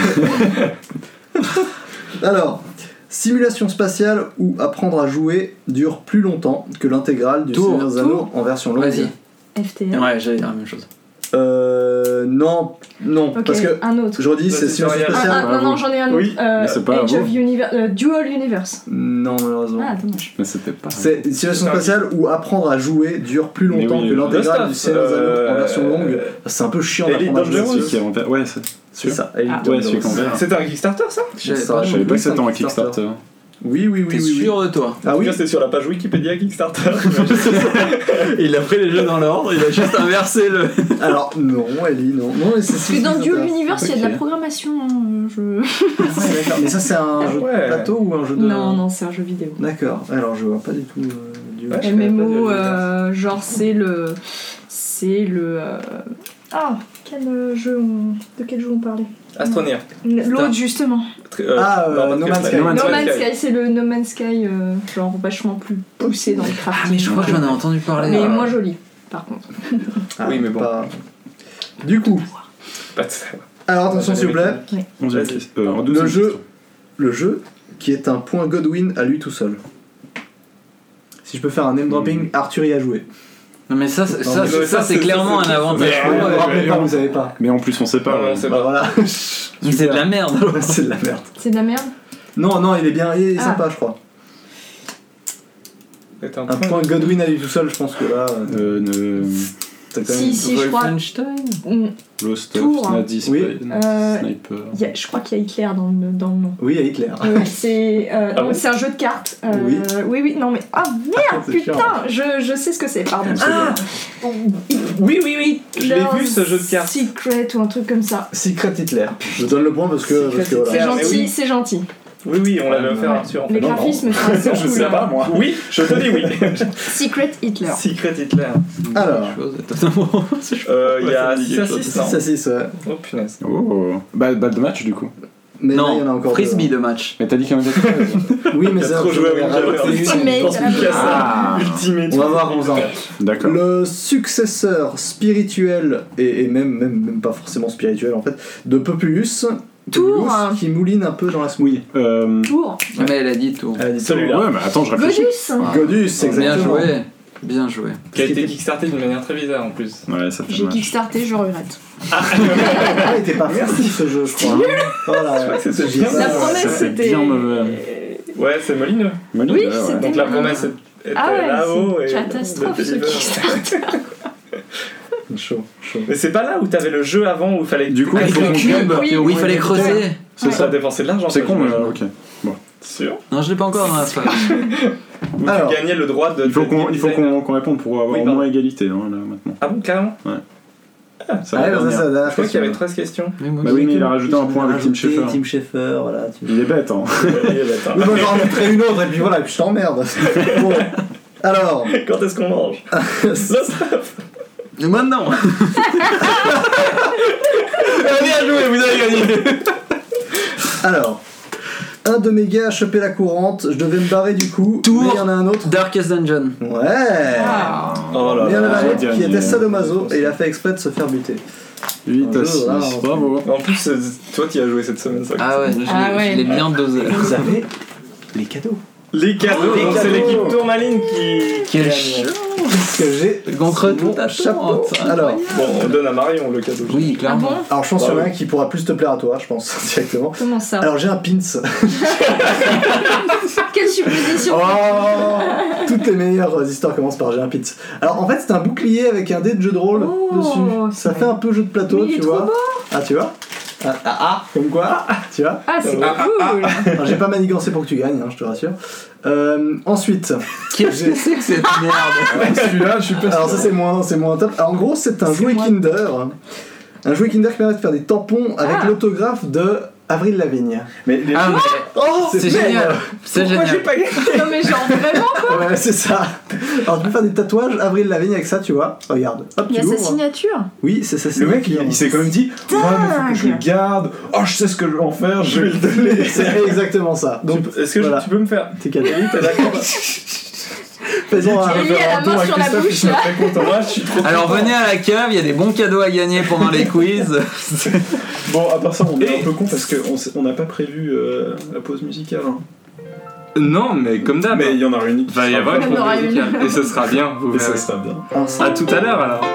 [SPEAKER 7] Alors, simulation spatiale ou apprendre à jouer dure plus longtemps que l'intégrale du
[SPEAKER 6] Tour.
[SPEAKER 7] Seigneur des Anneaux en version longue.
[SPEAKER 6] Vas-y.
[SPEAKER 5] FTR.
[SPEAKER 6] Ouais, j'allais dire la même chose.
[SPEAKER 7] Non,
[SPEAKER 5] Ok,
[SPEAKER 7] parce que
[SPEAKER 5] un autre.
[SPEAKER 7] je redis, c'est simulation
[SPEAKER 8] tutoriel.
[SPEAKER 7] spatiale.
[SPEAKER 5] Ah, non, j'en ai un autre.
[SPEAKER 8] Oui,
[SPEAKER 4] mais c'est pas
[SPEAKER 5] Age
[SPEAKER 4] à
[SPEAKER 5] of Dual Universe.
[SPEAKER 7] Non, malheureusement.
[SPEAKER 5] Ah, dommage.
[SPEAKER 4] Mais c'était pas.
[SPEAKER 7] C'est une simulation
[SPEAKER 8] C'est un-
[SPEAKER 7] spatiale où apprendre à jouer dure plus
[SPEAKER 4] Mais
[SPEAKER 7] longtemps
[SPEAKER 4] oui,
[SPEAKER 7] que
[SPEAKER 4] Lost
[SPEAKER 7] l'intégrale du
[SPEAKER 8] Stuff,
[SPEAKER 7] Seigneur des Anneaux en version longue. C'est un peu chiant
[SPEAKER 8] Elite
[SPEAKER 7] d'apprendre à jouer.
[SPEAKER 8] Dangerous.
[SPEAKER 7] dessus.
[SPEAKER 4] Qui est en vert. Ouais, c'est.
[SPEAKER 7] C'est ça, Elite
[SPEAKER 5] Ah.
[SPEAKER 4] Ouais,
[SPEAKER 7] Dangerous.
[SPEAKER 4] celui qu'on verra.
[SPEAKER 8] C'était un Kickstarter ça?
[SPEAKER 6] Je savais
[SPEAKER 7] Ça,
[SPEAKER 6] pas.
[SPEAKER 4] Je savais pas que
[SPEAKER 7] c'est
[SPEAKER 4] c'était
[SPEAKER 7] un
[SPEAKER 4] en Kickstarter.
[SPEAKER 7] Oui, oui, oui,
[SPEAKER 6] T'es
[SPEAKER 7] oui. oui.
[SPEAKER 6] sûr de toi?
[SPEAKER 7] Ah
[SPEAKER 8] En tout
[SPEAKER 7] oui.
[SPEAKER 8] cas, c'était sur la page Wikipédia Kickstarter.
[SPEAKER 6] Il a pris les jeux dans l'ordre, il a juste inversé le.
[SPEAKER 7] Alors non, Ellie, non, non, mais c'est.
[SPEAKER 5] Parce que dans Dual Universe, il y a de la
[SPEAKER 4] Ok.
[SPEAKER 5] programmation. Hein,
[SPEAKER 7] Ouais, d'accord. Mais ça, c'est un jeu
[SPEAKER 8] ouais.
[SPEAKER 7] de plateau ou un jeu de.
[SPEAKER 5] Non, non, c'est un jeu vidéo.
[SPEAKER 7] D'accord. Alors, je vois pas du tout. Dual.
[SPEAKER 8] Ouais. Je connais pas
[SPEAKER 5] MMO,
[SPEAKER 8] Dual Universe.
[SPEAKER 5] genre c'est le. Ah, quel jeu de quel jeu on parlait?
[SPEAKER 8] Astroneer.
[SPEAKER 5] L'autre justement.
[SPEAKER 7] Ah,
[SPEAKER 8] Non,
[SPEAKER 7] No
[SPEAKER 8] parce
[SPEAKER 7] Man's
[SPEAKER 8] que-
[SPEAKER 7] Sky.
[SPEAKER 5] No Man's Sky, c'est le No Man's Sky, genre vachement plus poussé dans le
[SPEAKER 6] Ah,
[SPEAKER 5] crafting.
[SPEAKER 6] mais je crois que j'en ai entendu parler.
[SPEAKER 5] Mais moins joli, par contre.
[SPEAKER 7] Ah,
[SPEAKER 8] Oui, mais bon.
[SPEAKER 7] pas- Du coup,
[SPEAKER 8] Pas de ça.
[SPEAKER 7] alors attention s'il vous plaît.
[SPEAKER 4] 11e
[SPEAKER 8] Vas-y.
[SPEAKER 4] question. En
[SPEAKER 7] Le
[SPEAKER 4] 12e
[SPEAKER 7] jeu,
[SPEAKER 4] question.
[SPEAKER 7] le jeu qui est un point Godwin à lui tout seul. Si je peux faire un name dropping, Arthur y a joué.
[SPEAKER 6] Non, mais ça,
[SPEAKER 7] mais
[SPEAKER 6] ça c'est clairement un avantage.
[SPEAKER 8] Mais,
[SPEAKER 7] Vous
[SPEAKER 8] ouais,
[SPEAKER 7] vous rappelez
[SPEAKER 8] ouais,
[SPEAKER 7] pas,
[SPEAKER 8] ouais.
[SPEAKER 7] vous savez pas.
[SPEAKER 4] Mais en plus, on sait pas.
[SPEAKER 8] Non,
[SPEAKER 4] ouais.
[SPEAKER 8] on sait
[SPEAKER 7] Bah
[SPEAKER 8] pas.
[SPEAKER 7] voilà.
[SPEAKER 6] Mais c'est de la merde.
[SPEAKER 7] C'est de la merde.
[SPEAKER 5] C'est de la merde.
[SPEAKER 7] Non, non, il est bien, il est
[SPEAKER 5] Ah.
[SPEAKER 7] sympa, je crois.
[SPEAKER 8] C'est un
[SPEAKER 7] Un point Godwin à lui tout seul, je pense que là, t'as quand même.
[SPEAKER 5] Si, je crois.
[SPEAKER 6] Wolfenstein.
[SPEAKER 4] Lost
[SPEAKER 5] Tour.
[SPEAKER 4] of Snazzy
[SPEAKER 7] Oui.
[SPEAKER 4] Sniper.
[SPEAKER 5] Je crois qu'il y a Hitler dans le nom.
[SPEAKER 7] Oui, à Hitler.
[SPEAKER 5] C'est
[SPEAKER 8] bon
[SPEAKER 5] non, c'est un jeu de cartes.
[SPEAKER 7] Oui.
[SPEAKER 5] Oui, non, mais. Ah merde,
[SPEAKER 7] C'est
[SPEAKER 5] putain,
[SPEAKER 7] chiant.
[SPEAKER 5] je sais ce que c'est, pardon.
[SPEAKER 7] Ah.
[SPEAKER 8] Oui. Je l'ai vu ce jeu de cartes.
[SPEAKER 5] Secret ou un truc comme ça.
[SPEAKER 7] Secret Hitler. Je donne le point parce que
[SPEAKER 8] Secret
[SPEAKER 5] C'est
[SPEAKER 7] voilà.
[SPEAKER 8] Hitler. mais
[SPEAKER 5] gentil,
[SPEAKER 8] oui.
[SPEAKER 5] c'est gentil.
[SPEAKER 8] Oui, on l'avait offert à
[SPEAKER 5] Ouais.
[SPEAKER 8] Arthur en fait.
[SPEAKER 5] Les
[SPEAKER 7] non,
[SPEAKER 5] graphismes sont assez
[SPEAKER 8] Je
[SPEAKER 5] cool.
[SPEAKER 8] sais
[SPEAKER 5] hein.
[SPEAKER 8] pas moi. Oui, je te dis oui.
[SPEAKER 5] Secret Hitler.
[SPEAKER 8] Secret Hitler.
[SPEAKER 7] Alors,
[SPEAKER 8] Il y a 6 à 6,
[SPEAKER 7] 6 à 6, ouais.
[SPEAKER 8] Oh punaise.
[SPEAKER 4] Oh. Balle de match du coup.
[SPEAKER 7] Mais là, il y en a
[SPEAKER 6] Non,
[SPEAKER 7] encore
[SPEAKER 6] frisbee
[SPEAKER 7] deux.
[SPEAKER 6] de match.
[SPEAKER 4] Mais t'as dit qu'il y en avait 13.
[SPEAKER 7] Oui, mais
[SPEAKER 8] Il a
[SPEAKER 7] ça,
[SPEAKER 8] trop joué à
[SPEAKER 7] j'en ai
[SPEAKER 8] Winter
[SPEAKER 7] raté une.
[SPEAKER 5] Ultimate.
[SPEAKER 8] Pense plus qu'à ça.
[SPEAKER 4] Ah.
[SPEAKER 8] Ultimate.
[SPEAKER 7] On va voir 11 ans.
[SPEAKER 4] D'accord.
[SPEAKER 7] Le successeur spirituel, et même pas forcément spirituel en fait, de Populus,
[SPEAKER 5] Tour.
[SPEAKER 7] Populus, qui mouline un peu dans la smouille.
[SPEAKER 5] Tour.
[SPEAKER 6] Mais elle a dit tout.
[SPEAKER 7] Elle a dit
[SPEAKER 8] Celui-là.
[SPEAKER 4] Ouais, mais attends, je réfléchis.
[SPEAKER 5] Godus.
[SPEAKER 7] Godus,
[SPEAKER 6] Bien
[SPEAKER 7] exactement.
[SPEAKER 6] joué. Bien joué.
[SPEAKER 8] Qui a été kickstarté d'une manière très bizarre en plus.
[SPEAKER 4] Ouais, ça fait
[SPEAKER 5] J'ai
[SPEAKER 4] mal.
[SPEAKER 5] kickstarté, je regrette.
[SPEAKER 7] Ah, il était pas merci ce jeu, je crois. Voilà.
[SPEAKER 8] Je crois que c'était
[SPEAKER 7] J'ai
[SPEAKER 8] bien.
[SPEAKER 7] ça.
[SPEAKER 5] La promesse,
[SPEAKER 4] c'est
[SPEAKER 5] c'était.
[SPEAKER 4] bien mauvais.
[SPEAKER 8] Ouais, c'est molineux.
[SPEAKER 4] Molly,
[SPEAKER 5] Oui,
[SPEAKER 4] ouais, ouais.
[SPEAKER 5] c'était-
[SPEAKER 8] Donc la promesse était
[SPEAKER 5] Ah ouais,
[SPEAKER 8] là-haut.
[SPEAKER 5] c'est
[SPEAKER 8] et
[SPEAKER 5] une catastrophe
[SPEAKER 8] le
[SPEAKER 5] ce
[SPEAKER 8] deliver.
[SPEAKER 5] Kickstarter.
[SPEAKER 7] Chaud.
[SPEAKER 8] Mais c'est pas là où t'avais le jeu avant où il fallait.
[SPEAKER 4] Du coup,
[SPEAKER 6] Avec
[SPEAKER 4] il faut
[SPEAKER 6] le
[SPEAKER 4] qu'on
[SPEAKER 6] cube,
[SPEAKER 5] Oui.
[SPEAKER 6] où il fallait creuser.
[SPEAKER 8] c'est ça, dépenser de l'argent.
[SPEAKER 4] C'est
[SPEAKER 8] ça,
[SPEAKER 4] con, mais
[SPEAKER 8] j'imagine.
[SPEAKER 4] ok.
[SPEAKER 8] Sûr.
[SPEAKER 6] Non, je l'ai pas encore dans la phase.
[SPEAKER 8] Où
[SPEAKER 7] Alors,
[SPEAKER 8] tu gagnais le droit de.
[SPEAKER 4] Il faut qu'on
[SPEAKER 8] designer.
[SPEAKER 4] qu'on réponde pour avoir
[SPEAKER 8] Oui,
[SPEAKER 4] au
[SPEAKER 8] pardon.
[SPEAKER 4] moins égalité hein, là maintenant.
[SPEAKER 8] Ah bon, carrément.
[SPEAKER 4] Ça
[SPEAKER 7] Ah
[SPEAKER 4] va
[SPEAKER 7] ouais,
[SPEAKER 4] dernière.
[SPEAKER 7] c'est ça, la
[SPEAKER 8] Je crois qu'il y avait
[SPEAKER 7] question.
[SPEAKER 8] 13 questions.
[SPEAKER 4] Bah oui, mais il a rajouté un point avec Tim Schafer.
[SPEAKER 7] Tim Schafer, voilà.
[SPEAKER 4] Il est bête, hein.
[SPEAKER 7] Oui, moi j'en mettrai une autre, et puis voilà, et puis je t'emmerde. Bon. Alors,
[SPEAKER 8] Quand est-ce qu'on mange Le stuff.
[SPEAKER 6] Et maintenant.
[SPEAKER 4] Bien joué, vous avez gagné.
[SPEAKER 7] alors, un de mes gars a chopé la courante, je devais me barrer du coup,
[SPEAKER 6] Tour.
[SPEAKER 7] mais il y en a un autre.
[SPEAKER 6] Darkest Dungeon.
[SPEAKER 7] Ouais.
[SPEAKER 5] Ah.
[SPEAKER 8] Oh
[SPEAKER 7] Mais il y en avait un autre
[SPEAKER 4] j'ai
[SPEAKER 7] qui
[SPEAKER 4] gagné.
[SPEAKER 7] était sadomaso et il a fait exprès de se faire buter.
[SPEAKER 4] 8 à 6,
[SPEAKER 7] Voilà.
[SPEAKER 4] bravo.
[SPEAKER 8] En plus, toi qui as joué cette semaine, ça.
[SPEAKER 6] Ah ouais,
[SPEAKER 5] Ah ouais.
[SPEAKER 6] je l'ai bien dosé.
[SPEAKER 7] Vous avez les cadeaux.
[SPEAKER 8] Les cadeaux,
[SPEAKER 7] Les
[SPEAKER 8] donc c'est
[SPEAKER 7] cadeaux.
[SPEAKER 8] l'équipe Tourmaline qui
[SPEAKER 6] Quel
[SPEAKER 8] gagne.
[SPEAKER 7] Qu'est-ce que j'ai
[SPEAKER 6] Contre
[SPEAKER 7] Mon
[SPEAKER 6] toute
[SPEAKER 7] chapeau.
[SPEAKER 6] attente.
[SPEAKER 7] Alors,
[SPEAKER 8] Bon, on donne à Marion le cadeau.
[SPEAKER 6] Oui,
[SPEAKER 5] Ah
[SPEAKER 6] clairement.
[SPEAKER 5] bon?
[SPEAKER 7] alors je pense qu'il y en a
[SPEAKER 8] Bah
[SPEAKER 7] un qui pourra plus te plaire à toi, je pense, directement.
[SPEAKER 5] Comment ça?
[SPEAKER 7] Alors j'ai un pins.
[SPEAKER 5] Quelle supposition!
[SPEAKER 7] Oh Toutes les meilleures histoires commencent par j'ai un pins. Alors en fait c'est un bouclier avec un dé de jeu de rôle
[SPEAKER 5] Oh,
[SPEAKER 7] dessus. Ça
[SPEAKER 5] c'est
[SPEAKER 7] fait un peu jeu de plateau,
[SPEAKER 5] Mais il est
[SPEAKER 7] tu
[SPEAKER 5] trop
[SPEAKER 7] vois.
[SPEAKER 5] beau.
[SPEAKER 7] Ah tu vois comme quoi tu vois.
[SPEAKER 5] Ah, c'est cool!
[SPEAKER 7] Alors, j'ai pas manigancé pour que tu gagnes, hein, je te rassure. Ensuite,
[SPEAKER 6] Qu'est-ce que c'est que cette merde?
[SPEAKER 4] Celui-là, je suis pas
[SPEAKER 7] alors ça c'est moins top. Alors, en gros c'est un jouet Kinder. Un jouet Kinder qui permet de faire des tampons avec
[SPEAKER 5] Ah.
[SPEAKER 7] l'autographe de Avril Lavigne.
[SPEAKER 4] Mais les
[SPEAKER 6] Ah, mais
[SPEAKER 7] Oh
[SPEAKER 6] c'est génial. C'est
[SPEAKER 8] Pourquoi j'ai
[SPEAKER 6] génial.
[SPEAKER 8] pas gagné?
[SPEAKER 5] Non, mais genre vraiment!
[SPEAKER 7] Ouais, c'est ça. Alors tu peux faire des tatouages Avril Lavigne avec ça, tu vois. Regarde. Hop,
[SPEAKER 5] Il y
[SPEAKER 7] tu
[SPEAKER 5] a sa
[SPEAKER 7] l'ouvres.
[SPEAKER 5] signature!
[SPEAKER 7] Oui, c'est ça.
[SPEAKER 4] Le mec, il s'est quand même dit ouais, mais faut que je le garde. Oh, je sais ce que je vais en faire, je vais le donner.
[SPEAKER 7] C'est exactement ça. Donc,
[SPEAKER 8] Est-ce que
[SPEAKER 7] voilà.
[SPEAKER 8] tu peux me faire.
[SPEAKER 7] t'es cadeau.
[SPEAKER 8] Oui, t'es d'accord?
[SPEAKER 7] Faisons un.
[SPEAKER 5] Et lui, elle a la main sur la bouche, là.
[SPEAKER 8] Très content. Moi, je suis trop
[SPEAKER 6] Alors
[SPEAKER 8] content.
[SPEAKER 6] venez à la cave, il y a des bons cadeaux à gagner pendant les quiz.
[SPEAKER 4] Bon, à part ça, on est
[SPEAKER 3] Et-
[SPEAKER 4] un peu con parce qu'on n'a pas prévu la pause musicale. Hein.
[SPEAKER 3] Non, mais comme d'hab.
[SPEAKER 4] Mais il y en aura une qui
[SPEAKER 3] Va y
[SPEAKER 4] sera
[SPEAKER 3] avoir
[SPEAKER 5] Il y en
[SPEAKER 3] une
[SPEAKER 5] aura
[SPEAKER 3] pause
[SPEAKER 5] une.
[SPEAKER 3] musicale. Et ce sera bien, vous
[SPEAKER 4] et ça
[SPEAKER 3] verrez.
[SPEAKER 4] sera bien.
[SPEAKER 3] À tout à l'heure alors.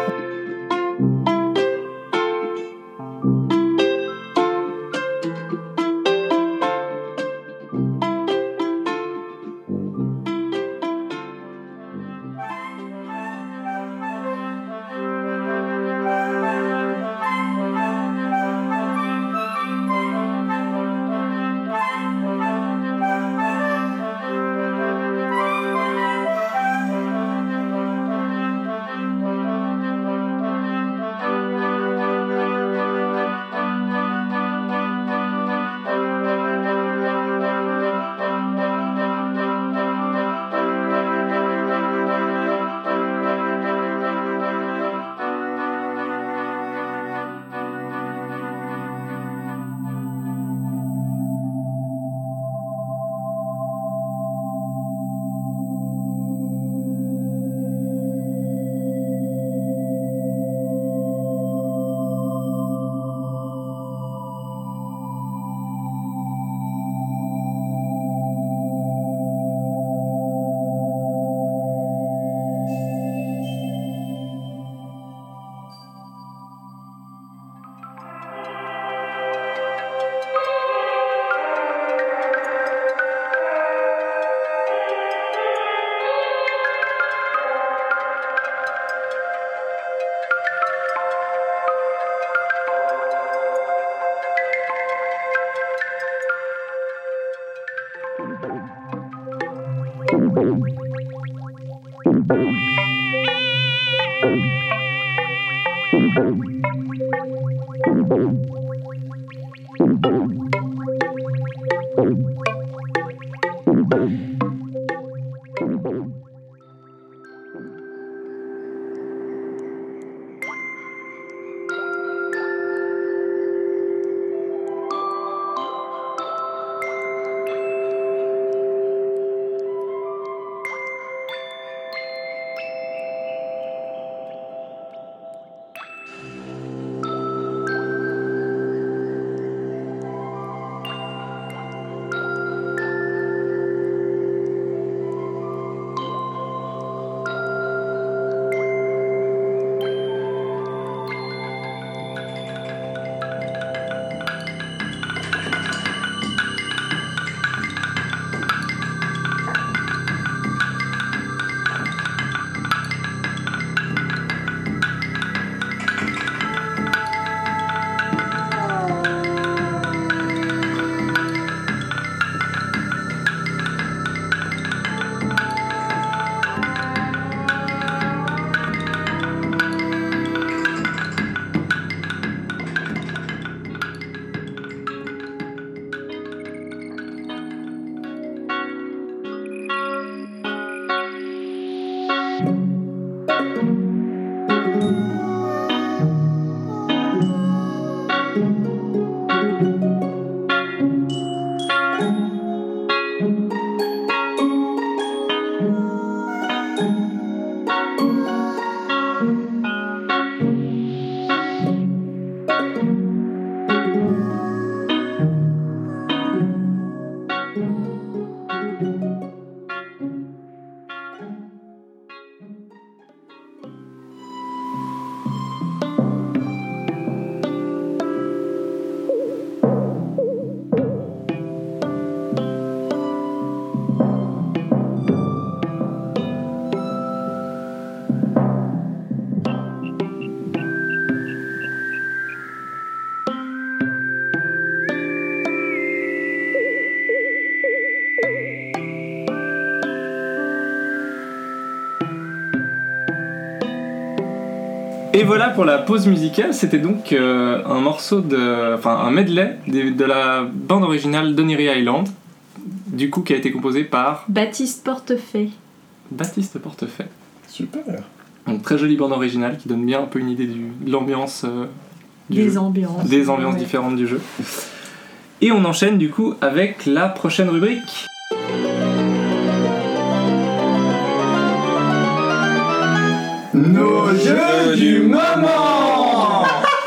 [SPEAKER 3] Et voilà pour la pause musicale, c'était donc un morceau un medley de la bande originale d'Oniri Island, du coup qui a été composé par
[SPEAKER 5] Baptiste Portefeuille.
[SPEAKER 3] Baptiste Portefeuille.
[SPEAKER 4] Super.
[SPEAKER 3] Donc très jolie bande originale qui donne bien un peu une idée de l'ambiance
[SPEAKER 5] Des
[SPEAKER 3] jeu.
[SPEAKER 5] ambiances.
[SPEAKER 3] Des ambiances
[SPEAKER 5] Ouais.
[SPEAKER 3] différentes du jeu. Et on enchaîne du coup avec la prochaine rubrique.
[SPEAKER 7] Nos jeux du moment.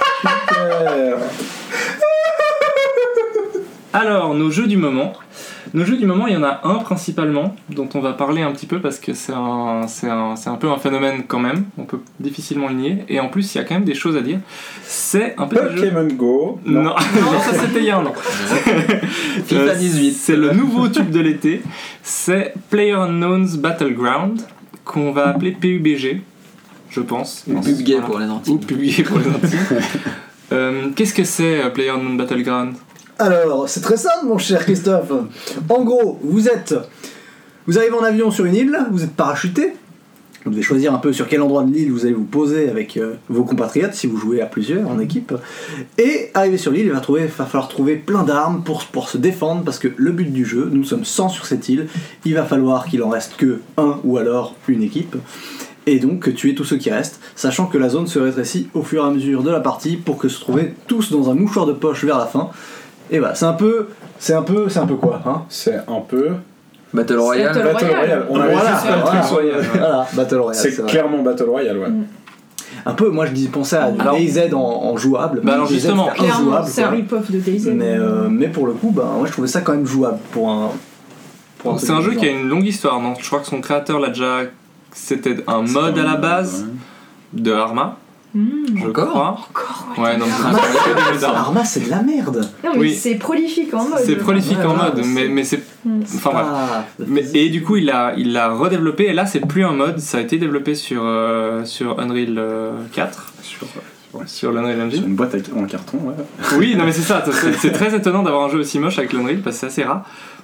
[SPEAKER 3] Alors, nos jeux du moment. Nos jeux du moment, il y en a un principalement dont on va parler un petit peu parce que c'est un peu un phénomène quand même. On peut difficilement le nier. Et en plus, il y a quand même des choses à dire. C'est un peu des jeux...
[SPEAKER 4] Pokémon Go.
[SPEAKER 3] Non, ça c'était il y a un an.
[SPEAKER 6] FIFA 18.
[SPEAKER 3] C'est le nouveau tube de l'été. C'est PlayerUnknown's Battleground qu'on va appeler PUBG, je pense.
[SPEAKER 6] Ou PUBG pour les nantis.
[SPEAKER 3] Ou PUBG pour les nantis. Qu'est-ce que c'est PlayerUnknown Battleground?
[SPEAKER 7] Alors, c'est très simple, mon cher Christophe. En gros, vous arrivez en avion sur une île, vous êtes parachuté. Vous devez choisir un peu sur quel endroit de l'île vous allez vous poser avec vos compatriotes si vous jouez à plusieurs en équipe. Et arrivé sur l'île, il va falloir trouver plein d'armes pour se défendre parce que le but du jeu, nous sommes 100 sur cette île, il va falloir qu'il en reste que un ou alors une équipe. Et donc tuer tous ceux qui restent, sachant que la zone se rétrécit au fur et à mesure de la partie pour que se trouver tous dans un mouchoir de poche vers la fin. Et voilà, c'est un peu quoi, hein?
[SPEAKER 4] C'est un peu.
[SPEAKER 6] Battle Royale.
[SPEAKER 5] Battle Royale.
[SPEAKER 4] On avait
[SPEAKER 7] Voilà,
[SPEAKER 4] juste un truc
[SPEAKER 7] voilà.
[SPEAKER 4] Royale.
[SPEAKER 7] Voilà, Battle Royale.
[SPEAKER 4] C'est
[SPEAKER 7] vrai.
[SPEAKER 4] clairement Battle Royale, ouais.
[SPEAKER 7] Un peu, moi je pensais à du
[SPEAKER 3] Alors-
[SPEAKER 7] DayZ en jouable.
[SPEAKER 3] Bah alors
[SPEAKER 7] DayZ,
[SPEAKER 3] justement,
[SPEAKER 7] c'était
[SPEAKER 5] Clairement,
[SPEAKER 7] injouable,
[SPEAKER 5] c'est un
[SPEAKER 7] quoi.
[SPEAKER 5] rip-off de DayZ.
[SPEAKER 7] Mais pour le coup, bah, moi je trouvais ça quand même jouable pour un.
[SPEAKER 3] c'est un jeu qui a une longue histoire, non? Je crois que son créateur l'a déjà... C'était un mode à la base de Arma, je
[SPEAKER 6] Encore
[SPEAKER 3] crois.
[SPEAKER 5] Encore,
[SPEAKER 3] Ouais, non,
[SPEAKER 7] Arma,
[SPEAKER 3] c'est que des modes d'Arma.
[SPEAKER 7] Arma, c'est de la merde.
[SPEAKER 5] Non, mais
[SPEAKER 3] Oui.
[SPEAKER 5] c'est prolifique en mode.
[SPEAKER 3] C'est prolifique
[SPEAKER 7] Ouais,
[SPEAKER 3] en
[SPEAKER 7] voilà,
[SPEAKER 3] mode, mais c'est... Enfin bref.
[SPEAKER 7] Ah,
[SPEAKER 3] Et du coup, il l'a redéveloppé, et là, c'est plus un mode, ça a été développé sur Unreal 4, sur l'Unreal
[SPEAKER 4] Sur
[SPEAKER 3] Engine.
[SPEAKER 4] une boîte en carton, ouais.
[SPEAKER 3] Oui, non mais c'est ça, c'est très étonnant d'avoir un jeu aussi moche avec l'Unreal, parce que c'est assez rare.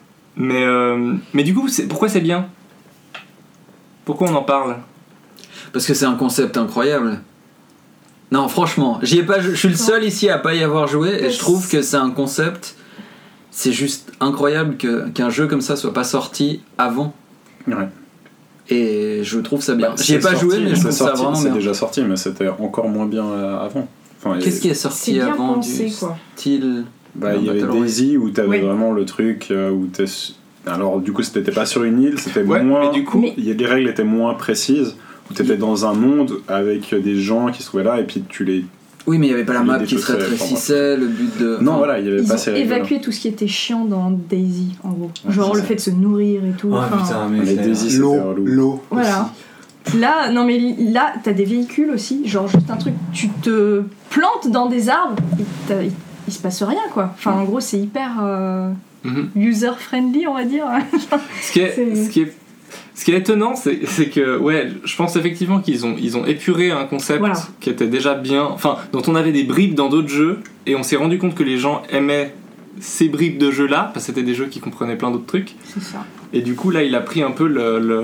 [SPEAKER 3] Mais du coup, pourquoi c'est bien? Pourquoi on en parle?
[SPEAKER 6] Parce que c'est un concept incroyable. Non, franchement, j'y ai pas. Je suis le seul ici à pas y avoir joué et je trouve que c'est un concept. C'est juste incroyable qu'un jeu comme ça soit pas sorti avant.
[SPEAKER 4] Ouais.
[SPEAKER 6] Et je trouve ça bien.
[SPEAKER 4] Bah,
[SPEAKER 6] J'y ai
[SPEAKER 4] c'est
[SPEAKER 6] pas joué,
[SPEAKER 4] sorti,
[SPEAKER 6] mais je trouve ça vraiment
[SPEAKER 4] c'est
[SPEAKER 6] bien.
[SPEAKER 4] déjà sorti, mais c'était encore moins bien avant. Enfin,
[SPEAKER 6] Qu'est-ce qui est
[SPEAKER 5] C'est
[SPEAKER 6] sorti
[SPEAKER 5] bien
[SPEAKER 6] avant
[SPEAKER 5] pensé,
[SPEAKER 6] du
[SPEAKER 5] quoi.
[SPEAKER 6] style
[SPEAKER 4] Bah, il y avait
[SPEAKER 6] Battle Royale.
[SPEAKER 4] Daisy où t'avais
[SPEAKER 5] Oui.
[SPEAKER 4] vraiment le truc où t'es. Alors, du coup, c'était pas sur une île, c'était
[SPEAKER 3] Ouais,
[SPEAKER 4] moins.
[SPEAKER 3] mais du coup...
[SPEAKER 4] Les règles étaient moins précises, où t'étais dans un monde avec des gens qui se trouvaient là, et puis tu les.
[SPEAKER 6] Oui, mais il y avait pas la
[SPEAKER 4] Il
[SPEAKER 6] map
[SPEAKER 4] est
[SPEAKER 6] qui se
[SPEAKER 4] défaussé,
[SPEAKER 6] rétrécissait, le but de.
[SPEAKER 4] Non,
[SPEAKER 6] enfin,
[SPEAKER 4] voilà, il y avait
[SPEAKER 5] Ils
[SPEAKER 4] pas
[SPEAKER 5] ont
[SPEAKER 4] ces règles.
[SPEAKER 5] évacué tout ce qui était chiant dans Daisy, en gros.
[SPEAKER 4] Ouais,
[SPEAKER 5] Genre
[SPEAKER 4] c'est
[SPEAKER 5] le
[SPEAKER 4] ça.
[SPEAKER 5] fait de se nourrir et tout.
[SPEAKER 7] Ah
[SPEAKER 5] enfin,
[SPEAKER 7] putain,
[SPEAKER 4] Mais
[SPEAKER 7] mais
[SPEAKER 4] Daisy, c'était relou.
[SPEAKER 7] l'eau.
[SPEAKER 5] Voilà. Là, non mais là, t'as des véhicules aussi, genre juste un truc, tu te plantes dans des arbres, et il se passe rien quoi. Enfin, en gros, c'est hyper
[SPEAKER 3] Mhm.
[SPEAKER 5] user-friendly, on va dire.
[SPEAKER 3] Ce qui est étonnant, c'est que, ouais, je pense effectivement qu'ils ont épuré un concept
[SPEAKER 5] Voilà.
[SPEAKER 3] qui était déjà bien, enfin, dont on avait des bribes dans d'autres jeux, et on s'est rendu compte que les gens aimaient ces bribes de jeux-là, parce que c'était des jeux qui comprenaient plein d'autres trucs.
[SPEAKER 5] C'est ça.
[SPEAKER 3] Et du coup, là, il a pris un peu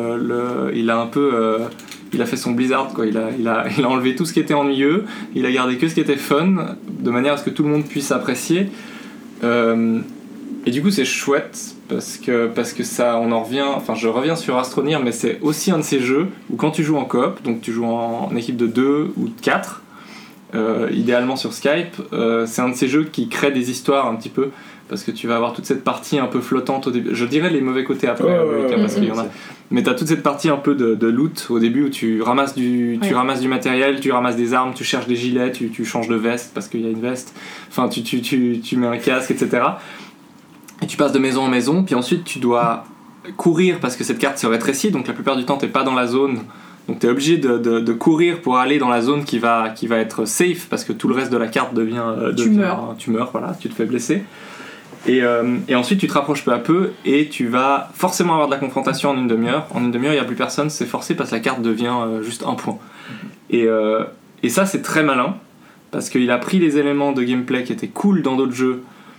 [SPEAKER 3] il a fait son Blizzard, quoi. Il a enlevé tout ce qui était ennuyeux, il a gardé que ce qui était fun, de manière à ce que tout le monde puisse apprécier. Et du coup, c'est chouette parce que ça, on en revient. Enfin, je reviens sur Astroneer, mais c'est aussi un de ces jeux où quand tu joues en coop, donc tu joues en équipe de 2 ou de 4, idéalement sur Skype, c'est un de ces jeux qui crée des histoires un petit peu. Parce que tu vas avoir toute cette partie un peu flottante au début. Je dirais les mauvais côtés après, parce qu'il y en a. Mais t'as toute cette partie un peu de loot au début où tu ramasses du matériel, tu ramasses des armes, tu cherches des gilets, tu changes de veste parce qu'il y a une veste. Enfin, tu mets un casque, etc. Et tu passes de maison en maison, puis ensuite tu dois courir parce que cette carte se rétrécit, donc la plupart du temps t'es pas dans la zone. Donc t'es obligé de courir pour aller dans la zone qui va être safe parce que tout le reste de la carte devient tu meurs, voilà, tu te fais blesser. Et ensuite tu te rapproches peu à peu et tu vas forcément avoir de la confrontation en une demi-heure. En une demi-heure il n'y a plus personne, c'est forcé parce que la carte devient juste un point. Et ça c'est très malin parce qu'il a pris les éléments de gameplay qui étaient cool dans d'autres jeux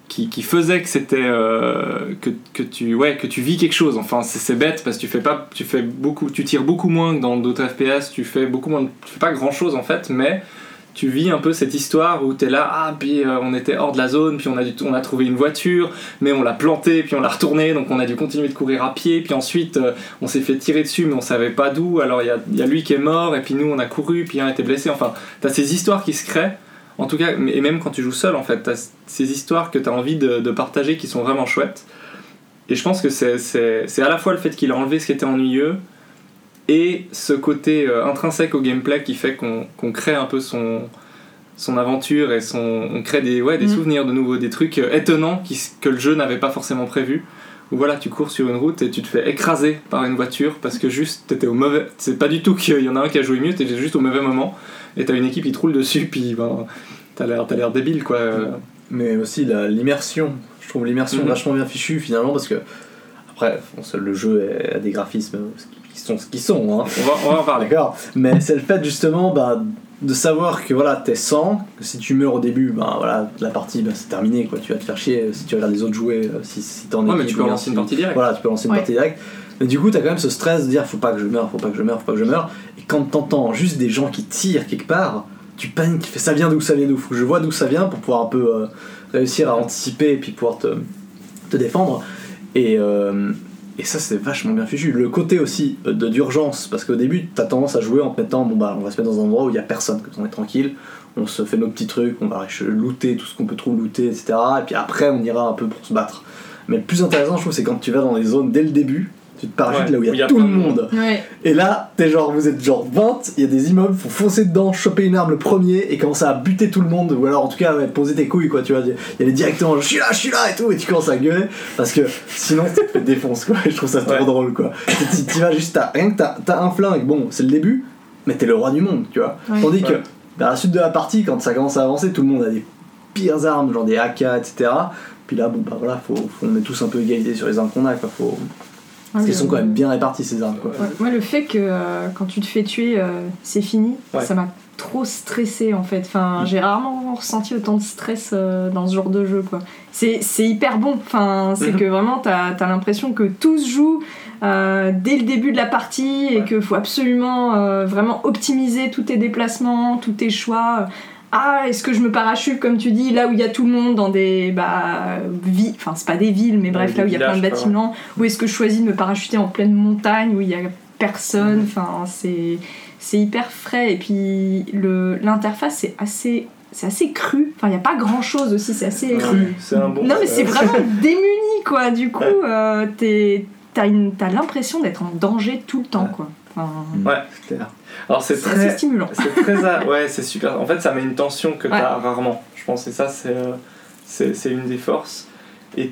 [SPEAKER 3] qui faisait que c'était que tu vis quelque chose. Enfin, c'est bête parce que tu tires beaucoup moins que dans d'autres FPS, tu fais pas grand chose en fait, mais tu vis un peu cette histoire où t'es là, puis on était hors de la zone, puis on a trouvé une voiture, mais on l'a plantée, puis on l'a retournée, donc on a dû continuer de courir à pied, puis ensuite on s'est fait tirer dessus, mais on savait pas d'où, alors il y a lui qui est mort, et puis nous on a couru, puis un était blessé, enfin, t'as ces histoires qui se créent, en tout cas, et même quand tu joues seul, en fait, t'as ces histoires que t'as envie de partager qui sont vraiment chouettes, et je pense que c'est à la fois le fait qu'il a enlevé ce qui était ennuyeux, et ce côté intrinsèque au gameplay qui fait qu'on crée un peu son aventure et on crée des souvenirs de nouveau, des trucs étonnants que le jeu n'avait pas forcément prévu. Où voilà, tu cours sur une route et tu te fais écraser par une voiture parce que juste t'étais au mauvais. C'est pas du tout qu'il y en a un qui a joué mieux, t'étais juste au mauvais moment et t'as une équipe qui te roule dessus, puis t'as l'air débile quoi.
[SPEAKER 7] Mais aussi l'immersion, je trouve l'immersion vachement bien fichue finalement parce que après le jeu a des graphismes qui sont ce qu'ils sont, hein.
[SPEAKER 3] On va en parler.
[SPEAKER 7] D'accord. Mais c'est le fait justement de savoir que voilà, t'es 100, que si tu meurs au début, la partie c'est terminé quoi, tu vas te faire chier si tu regardes les autres jouer, si t'en es.
[SPEAKER 3] Ouais, mais tu peux lancer une partie directe.
[SPEAKER 7] Voilà, tu peux lancer une partie directe. Mais du coup, t'as quand même ce stress de dire faut pas que je meure. Et quand t'entends juste des gens qui tirent quelque part, tu paniques, tu fais ça vient d'où, faut que je vois d'où ça vient pour pouvoir un peu réussir à anticiper et puis pouvoir te défendre. Et ça c'est vachement bien fichu. Le côté aussi d'urgence, parce qu'au début t'as tendance à jouer en te mettant on va se mettre dans un endroit où il y a personne, que on est tranquille, on se fait nos petits trucs, on va looter tout ce qu'on peut trouver looter, etc. Et puis après on ira un peu pour se battre. Mais le plus intéressant je trouve c'est quand tu vas dans les zones dès le début, tu te parachutes là où il y a tout le monde.
[SPEAKER 5] Ouais.
[SPEAKER 7] Et là vous êtes genre 20, il y a des immeubles, faut foncer dedans, choper une arme le premier et commencer à buter tout le monde, ou alors en tout cas poser tes couilles quoi, tu vois, y aller directement je suis là et tout, et tu commences à gueuler parce que sinon tu te fais défonce quoi. Et je trouve ça trop drôle quoi. Tu vas juste t'as un flingue, bon c'est le début, mais t'es le roi du monde, tu vois. Tandis que dans la suite de la partie, quand ça commence à avancer, tout le monde a des pires armes, genre des AK, etc. Puis là on est tous un peu égalisés sur les armes qu'on a quoi, parce qu'ils sont quand même bien répartis ces armes quoi.
[SPEAKER 5] Moi le fait que quand tu te fais tuer c'est fini, ça m'a trop stressé en fait. Enfin, j'ai rarement ressenti autant de stress dans ce genre de jeu quoi. C'est hyper bon. Enfin, c'est que vraiment t'as l'impression que tout se joue dès le début de la partie et qu'il faut absolument vraiment optimiser tous tes déplacements, tous tes choix. Est-ce que je me parachute comme tu dis là où il y a tout le monde dans des villes, enfin c'est pas des villes mais bref là où il y a plein de bâtiments, ou est-ce que je choisis de me parachuter en pleine montagne où il y a personne, enfin c'est hyper frais, et puis l'interface c'est assez cru, enfin il y a pas grand chose aussi, c'est assez
[SPEAKER 8] cru, c'est un bon.
[SPEAKER 5] Non mais c'est vraiment démuni quoi, du coup t'as l'impression d'être en danger tout le temps quoi.
[SPEAKER 3] Ouais,
[SPEAKER 7] c'est clair.
[SPEAKER 3] Alors c'est très
[SPEAKER 5] assez stimulant.
[SPEAKER 3] C'est très c'est super. En fait, ça met une tension que t'as rarement. Je pense et ça c'est une des forces. Et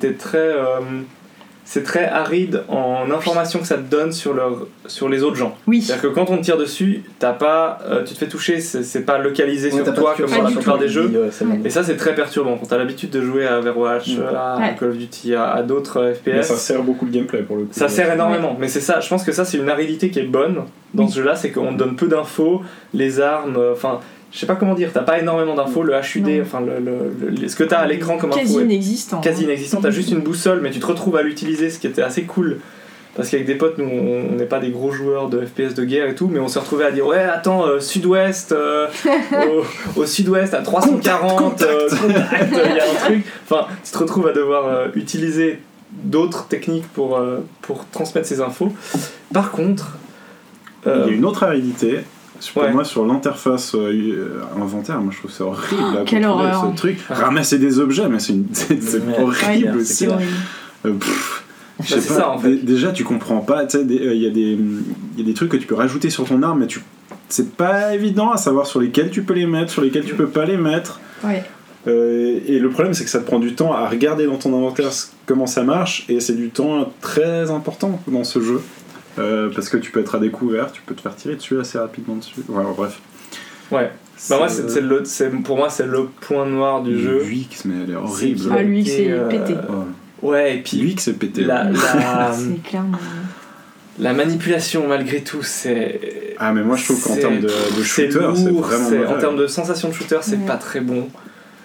[SPEAKER 3] c'est très aride en information que ça te donne sur les autres gens.
[SPEAKER 5] Oui.
[SPEAKER 3] C'est-à-dire que quand on te tire dessus, tu te fais toucher, c'est pas localisé sur toi comme dans la plupart des jeux. Et ça c'est très perturbant. Quand t'as l'habitude de jouer à Overwatch, à Call of Duty, à d'autres FPS.
[SPEAKER 4] Mais ça sert beaucoup le gameplay pour le coup.
[SPEAKER 3] Ça sert énormément. Mais c'est ça, je pense que ça c'est une aridité qui est bonne dans ce jeu-là, c'est qu'on te donne peu d'infos, les armes, je sais pas comment dire, t'as pas énormément d'infos, le HUD, enfin ce que t'as à l'écran comme info
[SPEAKER 5] quasi inexistant.
[SPEAKER 3] T'as juste une boussole, mais tu te retrouves à l'utiliser, ce qui était assez cool. Parce qu'avec des potes, nous on n'est pas des gros joueurs de FPS de guerre et tout, mais on s'est retrouvés à dire ouais attends, sud-ouest, au sud-ouest à 340, il y a un truc. Enfin, tu te retrouves à devoir utiliser d'autres techniques pour transmettre ces infos. Par contre,
[SPEAKER 4] il y a une autre aridité. Pour moi, sur l'interface inventaire, moi je trouve ça horrible.
[SPEAKER 5] Quelle horreur.
[SPEAKER 4] Ce truc, ramasser des objets, mais c'est horrible aussi. Je sais pas,
[SPEAKER 3] ça, en fait.
[SPEAKER 4] Déjà tu comprends pas, tu sais, il y a des trucs que tu peux rajouter sur ton arme, mais c'est pas évident à savoir sur lesquels tu peux les mettre, sur lesquels tu peux pas les mettre.
[SPEAKER 5] Ouais.
[SPEAKER 4] Et le problème c'est que ça te prend du temps à regarder dans ton inventaire comment ça marche, et c'est du temps très important dans ce jeu. Parce que tu peux être à découvert, tu peux te faire tirer dessus assez rapidement dessus. Voilà, bref.
[SPEAKER 3] Ouais. Moi, pour moi, c'est le point noir du jeu.
[SPEAKER 4] L'UX, mais elle est horrible.
[SPEAKER 5] L'UX c'est pété.
[SPEAKER 3] Ouais, et puis
[SPEAKER 4] l'UX c'est pété.
[SPEAKER 5] C'est clairement.
[SPEAKER 3] La manipulation, malgré tout, c'est.
[SPEAKER 4] Mais moi je trouve qu'en termes de shooter, c'est vraiment mauvais.
[SPEAKER 3] En termes de sensation de shooter, c'est pas très bon.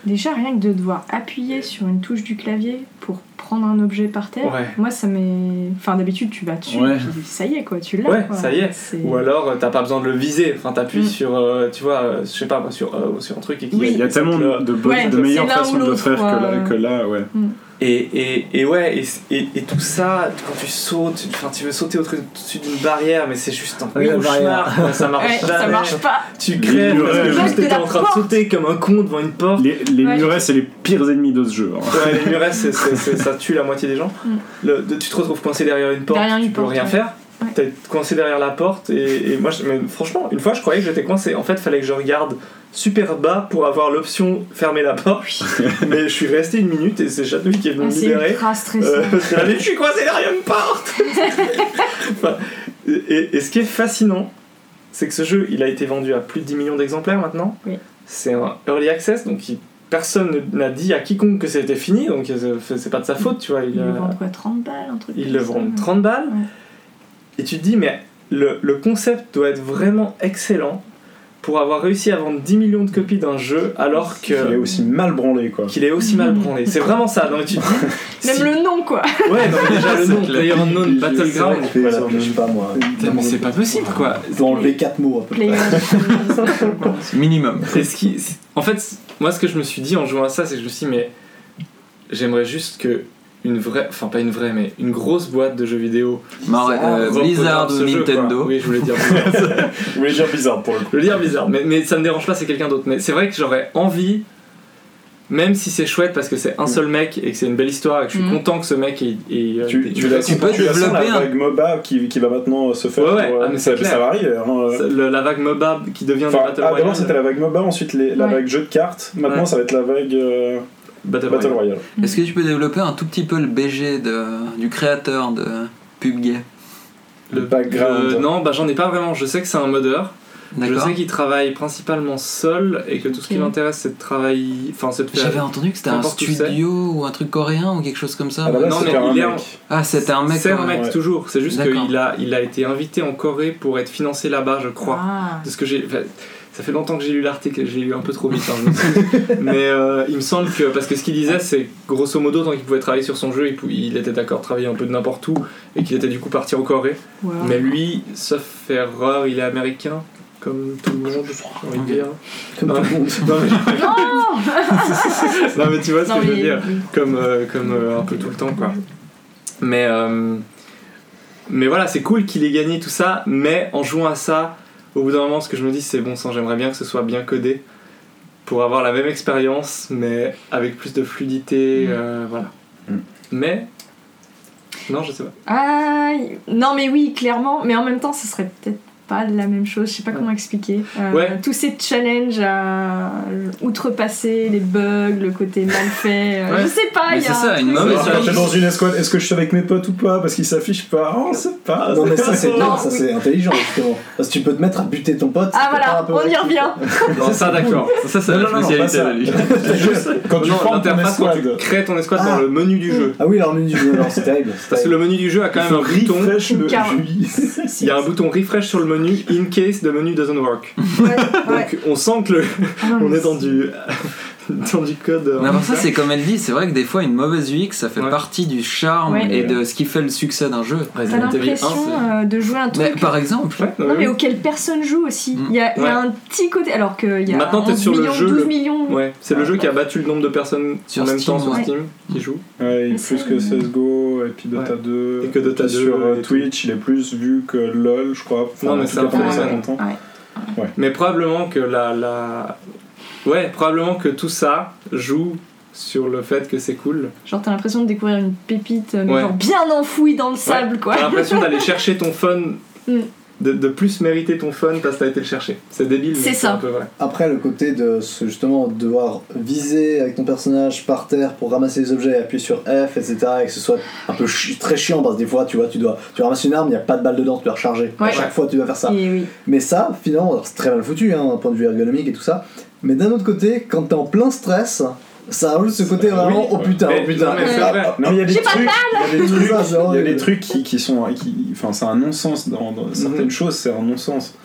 [SPEAKER 5] Déjà, rien que de devoir appuyer sur une touche du clavier pour prendre un objet par terre,
[SPEAKER 8] Ouais.
[SPEAKER 5] moi ça m'est. Enfin, d'habitude, tu vas dessus,
[SPEAKER 4] Ouais.
[SPEAKER 5] puis ça y est, quoi, tu l'as.
[SPEAKER 8] Ouais,
[SPEAKER 5] quoi.
[SPEAKER 8] ça y est.
[SPEAKER 5] C'est-
[SPEAKER 8] Ou alors t'as pas besoin de le viser, enfin t'appuies
[SPEAKER 5] Mm.
[SPEAKER 8] sur, tu vois, je sais pas, sur un truc et qui
[SPEAKER 5] Oui.
[SPEAKER 4] Il y a tellement
[SPEAKER 5] Ouais,
[SPEAKER 4] de meilleures
[SPEAKER 5] c'est l'un
[SPEAKER 4] façons
[SPEAKER 5] ou
[SPEAKER 4] de le
[SPEAKER 5] l'autre,
[SPEAKER 4] faire
[SPEAKER 5] quoi.
[SPEAKER 4] que là, ouais.
[SPEAKER 8] Et ouais, et tout ça, quand tu sautes, enfin tu veux sauter au-dessus d'une barrière, mais c'est juste un
[SPEAKER 7] Oui, la
[SPEAKER 8] cauchemar,
[SPEAKER 7] barrière.
[SPEAKER 8] quoi, ça marche
[SPEAKER 5] Ouais,
[SPEAKER 8] jamais.
[SPEAKER 5] ça marche pas.
[SPEAKER 8] Tu crèves
[SPEAKER 4] Les
[SPEAKER 8] parce que
[SPEAKER 4] murets.
[SPEAKER 8] juste
[SPEAKER 5] De
[SPEAKER 8] t'étais
[SPEAKER 5] la
[SPEAKER 8] en train de
[SPEAKER 5] porte.
[SPEAKER 8] sauter comme un con devant une porte.
[SPEAKER 4] Les
[SPEAKER 5] Ouais.
[SPEAKER 4] murets, c'est les pires ennemis de ce jeu. Hein.
[SPEAKER 8] Ouais, les murets, ça tue la moitié des gens. Tu te retrouves coincé derrière une porte,
[SPEAKER 5] Derrière une
[SPEAKER 8] tu peux
[SPEAKER 5] porte,
[SPEAKER 8] rien
[SPEAKER 5] ouais.
[SPEAKER 8] faire.
[SPEAKER 5] Ouais.
[SPEAKER 8] T'es coincé derrière la porte et moi, mais franchement, une fois je croyais que j'étais coincé. En fait, fallait que je regarde super bas pour avoir l'option fermer la porte. Mais je suis resté 1 minute et c'est Chatouille qui est venu
[SPEAKER 5] Ah,
[SPEAKER 8] me
[SPEAKER 5] c'est
[SPEAKER 8] libérer.
[SPEAKER 5] ultra stressant.
[SPEAKER 8] Parce que là, mais je suis coincé derrière une porte. Enfin, et ce qui est fascinant, c'est que ce jeu, il a été vendu à plus de 10 millions d'exemplaires maintenant.
[SPEAKER 5] Oui.
[SPEAKER 8] C'est un early access, donc personne n'a dit à quiconque que c'était fini, donc c'est pas de sa faute, tu vois.
[SPEAKER 5] Ils le vendent quoi, 30 balles, un truc
[SPEAKER 8] Ils
[SPEAKER 5] comme
[SPEAKER 8] le
[SPEAKER 5] ça,
[SPEAKER 8] vendent
[SPEAKER 5] ouais.
[SPEAKER 8] 30 balles.
[SPEAKER 5] Ouais.
[SPEAKER 8] Et tu te dis, mais le concept doit être vraiment excellent pour avoir réussi à vendre 10 millions de copies d'un jeu alors que.
[SPEAKER 4] Il est aussi mal branlé, quoi.
[SPEAKER 8] Qu'il est aussi mal branlé. C'est vraiment ça. Donc tu te dis.
[SPEAKER 5] Même le nom, quoi.
[SPEAKER 8] Ouais, non, mais déjà le nom, PlayerUnknown Battleground.
[SPEAKER 7] Voilà, je sais pas moi.
[SPEAKER 8] Putain, mais c'est pas possible quoi.
[SPEAKER 7] Ils ont enlevé 4 mots à peu près.
[SPEAKER 6] Minimum.
[SPEAKER 8] Et en fait, moi ce que je me suis dit en jouant à ça, c'est que je me suis dit, mais j'aimerais juste que une vraie, enfin pas une vraie, mais une grosse boîte de jeux vidéo.
[SPEAKER 6] Blizzard ou
[SPEAKER 8] ce jeu,
[SPEAKER 6] Nintendo.
[SPEAKER 8] quoi. Oui, je voulais dire Blizzard.
[SPEAKER 4] Je voulais dire bizarre pour le coup.
[SPEAKER 8] Je voulais dire Blizzard, mais ça me dérange pas, c'est quelqu'un d'autre. Mais c'est vrai que j'aurais envie, même si c'est chouette parce que c'est un seul mec et que c'est une belle histoire et que je suis content que ce mec ait.
[SPEAKER 4] Tu
[SPEAKER 6] peux développer
[SPEAKER 4] la vague MOBA qui va maintenant se faire.
[SPEAKER 8] Ouais, ah, mais c'est clair.
[SPEAKER 4] Ça va arriver. Hein.
[SPEAKER 8] La vague MOBA qui devient des Battle Royale.
[SPEAKER 4] D'abord c'était la vague MOBA, ensuite la vague jeu de cartes. Maintenant ça va être la vague Battle Royale.
[SPEAKER 6] Est-ce que tu peux développer un tout petit peu le BG du créateur de PUBG?
[SPEAKER 4] Le background.
[SPEAKER 8] Non, bah j'en ai pas vraiment. Je sais que c'est un modeur. Je
[SPEAKER 6] D'accord.
[SPEAKER 8] sais qu'il travaille principalement seul et que tout ce qui l'intéresse c'est de travailler. Enfin, c'est de faire.
[SPEAKER 6] J'avais entendu que c'était un
[SPEAKER 8] n'importe où c'est.
[SPEAKER 6] studio ou un truc coréen ou quelque chose comme ça.
[SPEAKER 4] Ah,
[SPEAKER 8] non, mais il est
[SPEAKER 6] Ah, c'était un mec.
[SPEAKER 8] C'est un mec
[SPEAKER 4] ouais.
[SPEAKER 8] toujours. C'est juste
[SPEAKER 6] D'accord.
[SPEAKER 8] qu'il a été invité en Corée pour être financé là-bas, je crois.
[SPEAKER 5] Ah.
[SPEAKER 8] De ce que j'ai. Enfin, ça fait longtemps que j'ai lu l'article, j'ai lu un peu trop vite, hein, je m'excuse. Mais il me semble que, parce que ce qu'il disait, c'est grosso modo, tant qu'il pouvait travailler sur son jeu, il était d'accord de travailler un peu de n'importe où, et qu'il était du coup parti en Corée.
[SPEAKER 5] Wow.
[SPEAKER 8] Mais lui, sauf erreur, il est américain, comme tout le monde, j'ai envie de dire.
[SPEAKER 7] Comme tout le monde.
[SPEAKER 8] Non, mais... non, mais tu vois ce
[SPEAKER 5] Non,
[SPEAKER 8] que je veux
[SPEAKER 5] mais-
[SPEAKER 8] dire, comme un peu tout le temps, quoi. Mais voilà, c'est cool qu'il ait gagné tout ça, mais en jouant à ça, au bout d'un moment, ce que je me dis, c'est bon sang, j'aimerais bien que ce soit bien codé pour avoir la même expérience, mais avec plus de fluidité, voilà. Mais non, je sais pas.
[SPEAKER 5] Ah, non, mais oui, clairement. Mais en même temps, ce serait peut-être pas la même chose. Je sais pas comment expliquer.
[SPEAKER 8] Ouais.
[SPEAKER 5] Tous ces challenges à outrepasser les bugs, le côté mal fait.
[SPEAKER 8] Ouais.
[SPEAKER 5] Je sais pas,
[SPEAKER 6] Mais
[SPEAKER 5] il y a
[SPEAKER 6] c'est ça,
[SPEAKER 5] un
[SPEAKER 6] une
[SPEAKER 5] truc-
[SPEAKER 6] mauvaise
[SPEAKER 4] Alors, t'es dans une escouade, est-ce que je suis avec mes potes ou pas? Parce qu'ils s'affichent pas. Oh, c'est pas.
[SPEAKER 7] Non mais ça c'est bien,
[SPEAKER 5] Non,
[SPEAKER 7] ça
[SPEAKER 5] oui.
[SPEAKER 7] c'est intelligent justement. Parce que tu peux te mettre à buter ton pote.
[SPEAKER 5] Ah
[SPEAKER 7] c'est pas
[SPEAKER 5] voilà,
[SPEAKER 7] un peu
[SPEAKER 5] on y
[SPEAKER 7] réactif.
[SPEAKER 5] revient.
[SPEAKER 8] Non, ça d'accord. Ça, c'est la spécialité
[SPEAKER 4] pas
[SPEAKER 8] de lui.
[SPEAKER 4] Quand tu
[SPEAKER 8] Non,
[SPEAKER 4] formes ton
[SPEAKER 8] l'interface, quand tu
[SPEAKER 4] escouade.
[SPEAKER 8] crées ton escouade dans le menu du jeu.
[SPEAKER 7] Ah oui, alors le menu du jeu, non, c'est terrible. c'est
[SPEAKER 8] Parce que
[SPEAKER 7] terrible.
[SPEAKER 8] le menu du jeu a quand
[SPEAKER 4] Il
[SPEAKER 8] même un
[SPEAKER 4] faut
[SPEAKER 8] bouton.
[SPEAKER 4] refresh le
[SPEAKER 5] Car-
[SPEAKER 4] UI.
[SPEAKER 8] Il y a un bouton refresh sur le menu in case the menu doesn't work.
[SPEAKER 5] Ouais, ouais.
[SPEAKER 8] Donc on sent que
[SPEAKER 5] Ah non,
[SPEAKER 8] on
[SPEAKER 5] mais
[SPEAKER 8] est dans du code.
[SPEAKER 6] Mais après ça, c'est comme elle dit, c'est vrai que des fois une mauvaise UX ça fait
[SPEAKER 8] Ouais.
[SPEAKER 6] partie du charme
[SPEAKER 5] Ouais.
[SPEAKER 6] et de ce qui fait le succès d'un jeu.
[SPEAKER 5] T'as
[SPEAKER 8] Resident Evil 1,
[SPEAKER 5] l'impression
[SPEAKER 8] c'est-
[SPEAKER 5] de jouer un
[SPEAKER 6] Mais
[SPEAKER 5] truc.
[SPEAKER 6] par exemple,
[SPEAKER 8] Ouais,
[SPEAKER 5] Non, mais auquel personne joue aussi.
[SPEAKER 6] Mm.
[SPEAKER 5] Il y a
[SPEAKER 8] Ouais.
[SPEAKER 5] un petit côté. Alors qu'il y a
[SPEAKER 8] Maintenant, t'es
[SPEAKER 5] 11
[SPEAKER 8] sur le
[SPEAKER 5] millions,
[SPEAKER 8] jeu,
[SPEAKER 5] 12
[SPEAKER 8] le-
[SPEAKER 5] millions.
[SPEAKER 8] Ouais, c'est le jeu qui a battu le nombre de personnes
[SPEAKER 6] Sur
[SPEAKER 8] en même
[SPEAKER 6] Steam,
[SPEAKER 8] temps sur
[SPEAKER 5] ouais.
[SPEAKER 8] Steam qui jouent.
[SPEAKER 4] Ouais, il
[SPEAKER 5] Mais
[SPEAKER 4] est plus
[SPEAKER 5] c'est-
[SPEAKER 4] que CSGO et puis Dota
[SPEAKER 8] Ouais.
[SPEAKER 4] 2.
[SPEAKER 8] Et que Dota 2
[SPEAKER 4] sur
[SPEAKER 8] et
[SPEAKER 4] Twitch, il est plus vu que LoL, je crois.
[SPEAKER 8] Non, mais
[SPEAKER 4] en
[SPEAKER 8] c'est
[SPEAKER 4] tout
[SPEAKER 8] un
[SPEAKER 4] cas, pendant
[SPEAKER 8] phénomène.
[SPEAKER 4] 50 ans.
[SPEAKER 5] Ouais.
[SPEAKER 8] Mais probablement que Ouais, probablement que tout ça joue sur le fait que c'est cool.
[SPEAKER 5] Genre, t'as l'impression de découvrir une pépite, mais
[SPEAKER 8] Ouais.
[SPEAKER 5] genre bien enfouie dans le sable, quoi.
[SPEAKER 8] T'as l'impression d'aller chercher ton fun,
[SPEAKER 5] Mm.
[SPEAKER 8] de plus mériter ton fun parce que t'as été le chercher. C'est débile,
[SPEAKER 5] C'est
[SPEAKER 8] mais
[SPEAKER 5] ça.
[SPEAKER 8] un peu vrai.
[SPEAKER 7] Après le côté de justement devoir viser avec ton personnage par terre pour ramasser les objets, appuyer sur F, etc. et que ce soit un peu très chiant parce que des fois tu vois tu ramasses une arme, il n'y a pas de balle dedans, tu dois recharger.
[SPEAKER 5] Ouais.
[SPEAKER 7] À chaque fois tu dois faire ça.
[SPEAKER 5] Et oui.
[SPEAKER 7] Mais ça, finalement, alors, c'est très mal foutu, hein, d'un point de vue ergonomique et tout ça. Mais d'un autre côté, quand t'es en plein stress, ça rajoute ce côté vraiment
[SPEAKER 4] oui,
[SPEAKER 7] oh putain,
[SPEAKER 8] Mais-
[SPEAKER 7] oh putain.
[SPEAKER 8] non, mais c'est vrai.
[SPEAKER 4] Non, mais il y a des
[SPEAKER 5] J'ai pas
[SPEAKER 4] trucs. Il y a des
[SPEAKER 7] C'est
[SPEAKER 4] trucs.
[SPEAKER 7] ça, c'est
[SPEAKER 4] Il y a
[SPEAKER 7] horrible.
[SPEAKER 4] des trucs qui sont. Enfin, c'est un non-sens. Dans certaines choses, c'est un non-sens.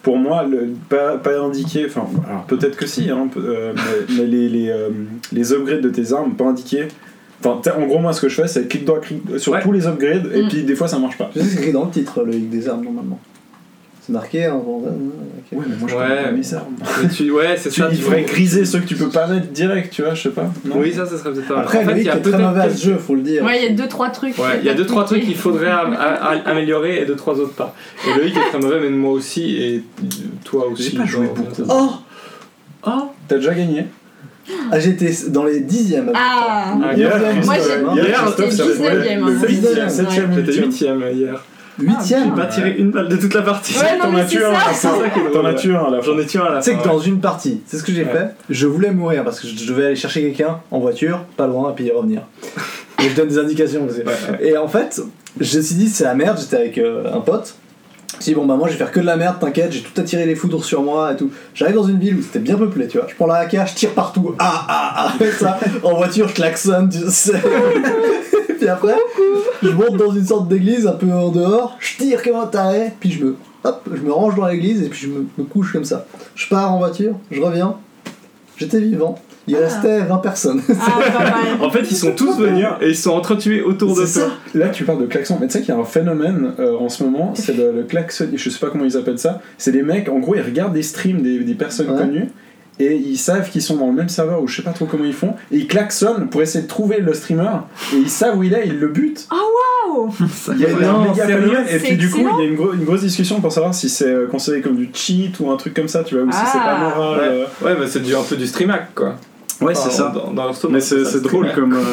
[SPEAKER 4] pour moi, pas indiqué, enfin, alors peut-être que si, hein, mais les upgrades de tes armes, pas indiqués. Enfin, en gros, moi, ce que je fais, c'est clic droit sur tous les upgrades, et puis des fois, ça marche pas.
[SPEAKER 7] Je sais que c'est écrit dans le titre, le hic des armes, normalement. C'est marqué, hein,
[SPEAKER 4] Ouais, mais moi, je connais pas mes armes.
[SPEAKER 3] C'est ça.
[SPEAKER 4] Il faudrait griser ceux que tu peux pas mettre direct, tu vois, je sais pas. Non.
[SPEAKER 3] Oui, ça serait peut-être pas.
[SPEAKER 7] Après, le hic est très mauvais à ce jeu, faut le dire.
[SPEAKER 5] Ouais, il y a 2-3 trucs.
[SPEAKER 3] Ouais, il y a 2-3 trucs qu'il faudrait améliorer et 2-3 autres pas. Et le hic est très mauvais, mais moi aussi, et toi aussi.
[SPEAKER 4] J'ai pas joué beaucoup.
[SPEAKER 7] Oh,
[SPEAKER 4] T'as déjà gagné?
[SPEAKER 7] Ah, j'étais dans les 10e.
[SPEAKER 5] Ah,
[SPEAKER 3] hier,
[SPEAKER 5] moi
[SPEAKER 3] Christophe,
[SPEAKER 5] j'étais 19e.
[SPEAKER 3] J'étais 8ème hier.
[SPEAKER 7] 8e.
[SPEAKER 3] J'ai pas tiré une balle de toute la partie.
[SPEAKER 5] Ouais, non, mais c'est ça.
[SPEAKER 4] T'en as tué un là.
[SPEAKER 3] J'en ai tué un à la
[SPEAKER 7] Tu sais
[SPEAKER 3] fin.
[SPEAKER 7] que dans une partie, c'est ce que j'ai fait, je voulais mourir parce que je devais aller chercher quelqu'un en voiture, pas loin, et puis y revenir. Et je donne des indications. Et en fait, je me suis dit, c'est la merde, j'étais avec un pote. Je me suis dit, bon bah moi je vais faire que de la merde, t'inquiète, j'ai tout attiré les foudres sur moi et tout. J'arrive dans une ville où c'était bien peuplé, tu vois. Je prends la AK, je tire partout. Et ça, en voiture, je klaxonne, tu sais. Puis après, je monte dans une sorte d'église un peu en dehors, je tire comme un taré, puis je me range dans l'église et puis je me couche comme ça. Je pars en voiture, je reviens, j'étais vivant. Il restait 20 personnes.
[SPEAKER 3] En fait, ils sont tous venus et ils sont entretués autour de toi.
[SPEAKER 4] Là, tu parles de klaxon, mais tu sais qu'il y a un phénomène en ce moment, c'est le klaxon, je sais pas comment ils appellent ça. C'est les mecs, en gros, ils regardent des streams des personnes connues et ils savent qu'ils sont dans le même serveur ou je sais pas trop comment ils font et ils klaxonnent pour essayer de trouver le streamer et ils savent où il est, ils le butent.
[SPEAKER 5] Oh waouh.
[SPEAKER 4] Il y a un méga phénomène et puis du coup il y a une grosse discussion pour savoir si c'est considéré comme du cheat ou un truc comme ça, tu vois, ou si c'est pas moral.
[SPEAKER 3] Ouais, bah c'est un peu du stream hack quoi.
[SPEAKER 4] Ouais, c'est ça.
[SPEAKER 3] Dans Hearthstone,
[SPEAKER 4] mais c'est drôle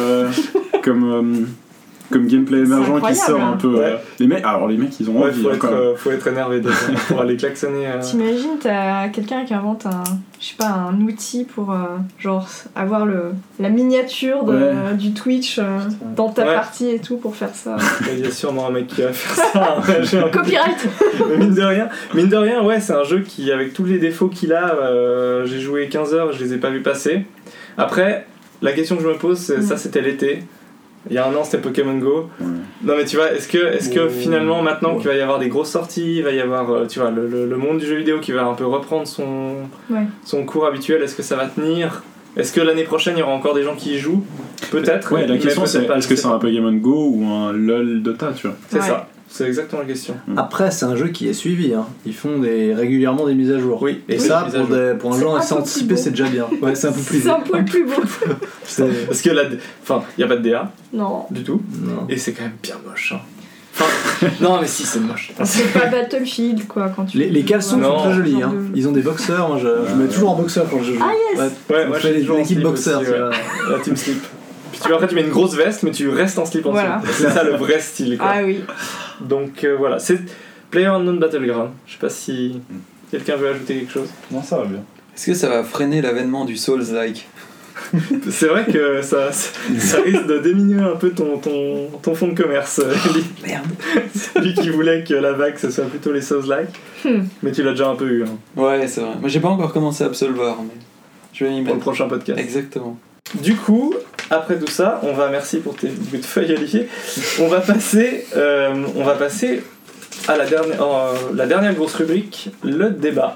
[SPEAKER 4] comme gameplay émergent qui sort un peu. Les mecs, ils ont envie.
[SPEAKER 3] Faut être énervé pour aller klaxonner.
[SPEAKER 5] T'imagines, t'as quelqu'un qui invente un outil pour genre avoir la miniature du Twitch dans ta partie et tout pour faire ça.
[SPEAKER 3] Il y a sûrement un mec qui va faire ça.
[SPEAKER 5] Copyright.
[SPEAKER 3] Mais mine de rien, ouais, c'est un jeu qui, avec tous les défauts qu'il a, j'ai joué 15 heures, je les ai pas vus passer. Après, la question que je me pose, ça c'était l'été. Il y a un an, c'était Pokémon Go. Non mais tu vois, est-ce que finalement, maintenant qu'il va y avoir des grosses sorties, il va y avoir tu vois, le monde du jeu vidéo qui va un peu reprendre son cours habituel, est-ce que ça va tenir ? Est-ce que l'année prochaine, il y aura encore des gens qui y jouent ? Peut-être.
[SPEAKER 4] Ouais, la question c'est, est-ce que c'est un Pokémon Go ou un LOL Dota, tu vois ?
[SPEAKER 3] C'est ça. C'est exactement la question.
[SPEAKER 7] Après, c'est un jeu qui est suivi. Hein. Ils font régulièrement des mises à jour.
[SPEAKER 3] Oui.
[SPEAKER 7] Et ça, pour un jeu assez anticipé, c'est déjà bien. Ouais, c'est un peu plus.
[SPEAKER 5] C'est un peu plus beau.
[SPEAKER 3] Parce que il n'y a pas de DA.
[SPEAKER 5] Non.
[SPEAKER 3] Du tout.
[SPEAKER 7] Non.
[SPEAKER 3] Et c'est quand même bien moche. Hein. Enfin, non, mais si, c'est moche.
[SPEAKER 5] C'est pas Battlefield, quoi, quand tu.
[SPEAKER 7] Les caleçons sont très jolis. Hein. Ils ont des boxeurs. Moi, je mets toujours en boxeur quand je joue.
[SPEAKER 5] Ah yes.
[SPEAKER 3] Ouais, moi, j'ai toujours
[SPEAKER 7] l'équipe boxeur.
[SPEAKER 3] La team slip. Puis après, tu mets une grosse veste, mais tu restes en slip en dessous. C'est ça le vrai style, quoi.
[SPEAKER 5] Ah oui.
[SPEAKER 3] Donc voilà, c'est PlayerUnknown's Battleground. Je sais pas si quelqu'un veut ajouter quelque chose.
[SPEAKER 4] Non, ça va bien.
[SPEAKER 6] Est-ce que ça va freiner l'avènement du Souls-like ?
[SPEAKER 3] C'est vrai que ça risque de diminuer un peu ton fonds de commerce.
[SPEAKER 6] Merde.
[SPEAKER 3] Celui qui voulait que la vague ce soit plutôt les Souls-like. Mais tu l'as déjà un peu eu. Hein.
[SPEAKER 6] Ouais, c'est vrai. Moi j'ai pas encore commencé Absolver, mais je vais y mettre.
[SPEAKER 3] Pour le prochain podcast.
[SPEAKER 6] Exactement.
[SPEAKER 3] Du coup, après tout ça, merci pour tes bouts de feuilles, Olivier. On va passer à la dernière grosse rubrique, le débat.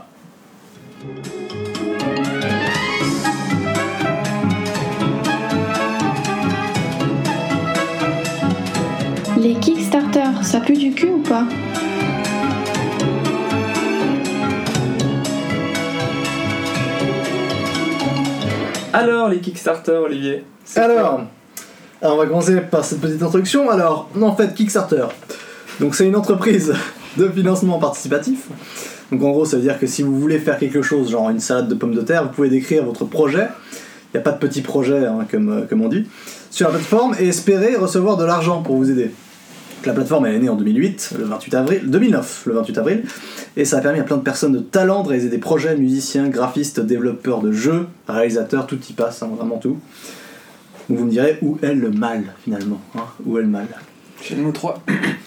[SPEAKER 9] Les Kickstarter, ça pue du cul ou pas ?
[SPEAKER 3] Alors, les Kickstarter, Olivier.
[SPEAKER 7] Alors, on va commencer par cette petite introduction. Alors, en fait, Kickstarter. Donc, c'est une entreprise de financement participatif. Donc, en gros, ça veut dire que si vous voulez faire quelque chose, genre une salade de pommes de terre, vous pouvez décrire votre projet. Il n'y a pas de petit projet, hein, comme on dit, sur la plateforme et espérer recevoir de l'argent pour vous aider. Donc, la plateforme elle est née en 2009, le 28 avril, et ça a permis à plein de personnes de talent de réaliser des projets, musiciens, graphistes, développeurs de jeux, réalisateurs, tout y passe, hein, vraiment tout. Donc vous me direz, où est le mal finalement, hein, où est le mal ?
[SPEAKER 6] J'ai le mot 3.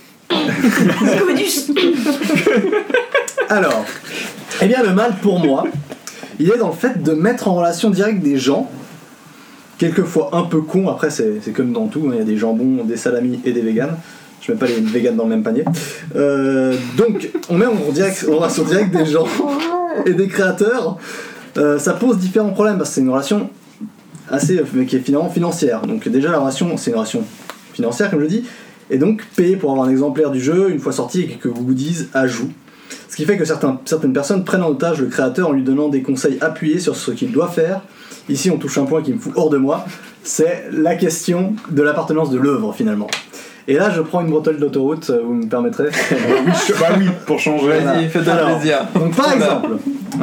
[SPEAKER 7] Alors, eh bien le mal pour moi, il est dans le fait de mettre en relation directe des gens, quelquefois un peu cons, après c'est comme dans tout, il y a des jambons, des salamis et des véganes, Je mets pas les véganes dans le même panier. Donc, on relation directe des gens et des créateurs. Ça pose différents problèmes parce que c'est une relation qui est finalement financière. Donc déjà la relation, c'est une relation financière comme je dis, et donc payer pour avoir un exemplaire du jeu une fois sorti et quelques goodies ajout. Ce qui fait que certaines personnes prennent en otage le créateur en lui donnant des conseils appuyés sur ce qu'il doit faire. Ici on touche un point qui me fout hors de moi, c'est la question de l'œuvre finalement. Et là je prends une bretelle d'autoroute, vous me permettrez.
[SPEAKER 4] Bah oui, pour changer.
[SPEAKER 6] Vas-y, fais-toi plaisir.
[SPEAKER 7] Donc par exemple,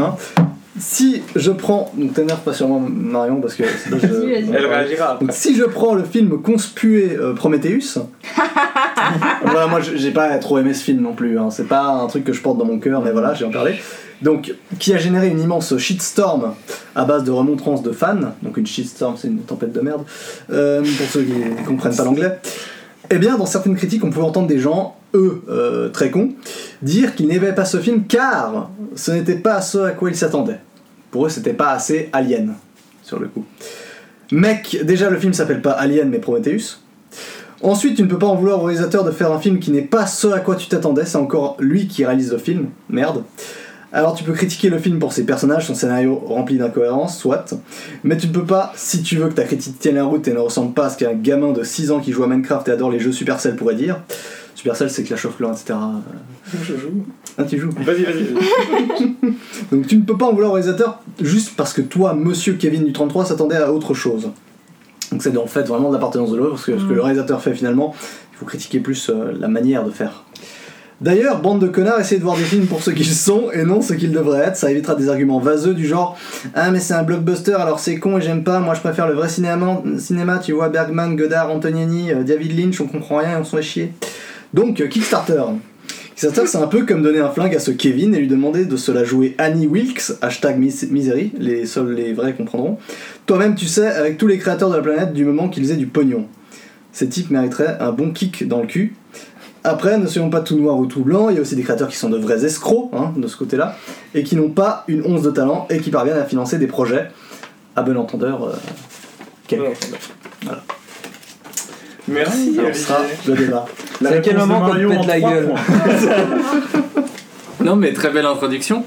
[SPEAKER 7] si je prends... Donc t'énerve pas sur moi Marion parce que...
[SPEAKER 5] Vas-y.
[SPEAKER 8] Elle réagira après.
[SPEAKER 7] Donc si je prends le film conspué Prometheus, voilà, moi j'ai pas trop aimé ce film non plus, hein. C'est pas un truc que je porte dans mon cœur, mais voilà, j'ai en parlé. Donc, qui a généré une immense shitstorm à base de remontrances de fans. Donc une shitstorm, c'est une tempête de merde, pour ceux qui comprennent pas l'anglais. Eh bien, dans certaines critiques, on pouvait entendre des gens, très cons, dire qu'ils n'aimaient pas ce film car ce n'était pas ce à quoi ils s'attendaient. Pour eux, c'était pas assez Alien, sur le coup. Mec, déjà, le film s'appelle pas Alien, mais Prometheus. Ensuite, tu ne peux pas en vouloir au réalisateur de faire un film qui n'est pas ce à quoi tu t'attendais, c'est encore lui qui réalise le film, merde. Alors tu peux critiquer le film pour ses personnages, son scénario rempli d'incohérences, soit, mais tu ne peux pas, si tu veux que ta critique tienne la route et ne ressemble pas à ce qu'un gamin de 6 ans qui joue à Minecraft et adore les jeux Supercell pourrait dire. Supercell c'est Clash of Clans, etc.
[SPEAKER 8] Je joue.
[SPEAKER 7] Ah, tu joues.
[SPEAKER 8] Vas-y.
[SPEAKER 7] Donc tu ne peux pas en vouloir au réalisateur juste parce que toi, monsieur Kevin du 33, s'attendait à autre chose. Donc c'est en fait vraiment de l'appartenance de l'œuvre, parce que ce que le réalisateur fait finalement, il faut critiquer plus la manière de faire. D'ailleurs, bande de connards, essayez de voir des films pour ce qu'ils sont et non ce qu'ils devraient être, ça évitera des arguments vaseux du genre « Ah mais c'est un blockbuster alors c'est con et j'aime pas, moi je préfère le vrai cinéma, tu vois, Bergman, Godard, Antonioni, David Lynch, on comprend rien et on s'en fait chier. » Donc, Kickstarter. Kickstarter, c'est un peu comme donner un flingue à ce Kevin et lui demander de se la jouer Annie Wilkes, #misery, seuls les vrais comprendront. Toi-même, tu sais, avec tous les créateurs de la planète, du moment qu'ils aient du pognon. Ces types mériteraient un bon kick dans le cul. Après, ne soyons pas tout noir ou tout blanc, il y a aussi des créateurs qui sont de vrais escrocs, de ce côté-là, et qui n'ont pas une once de talent et qui parviennent à financer des projets. À bon entendeur, Voilà.
[SPEAKER 8] Merci.
[SPEAKER 7] Alors, ce sera le débat.
[SPEAKER 6] C'est à quel moment qu'on te pète la gueule?
[SPEAKER 3] Non, mais très belle introduction.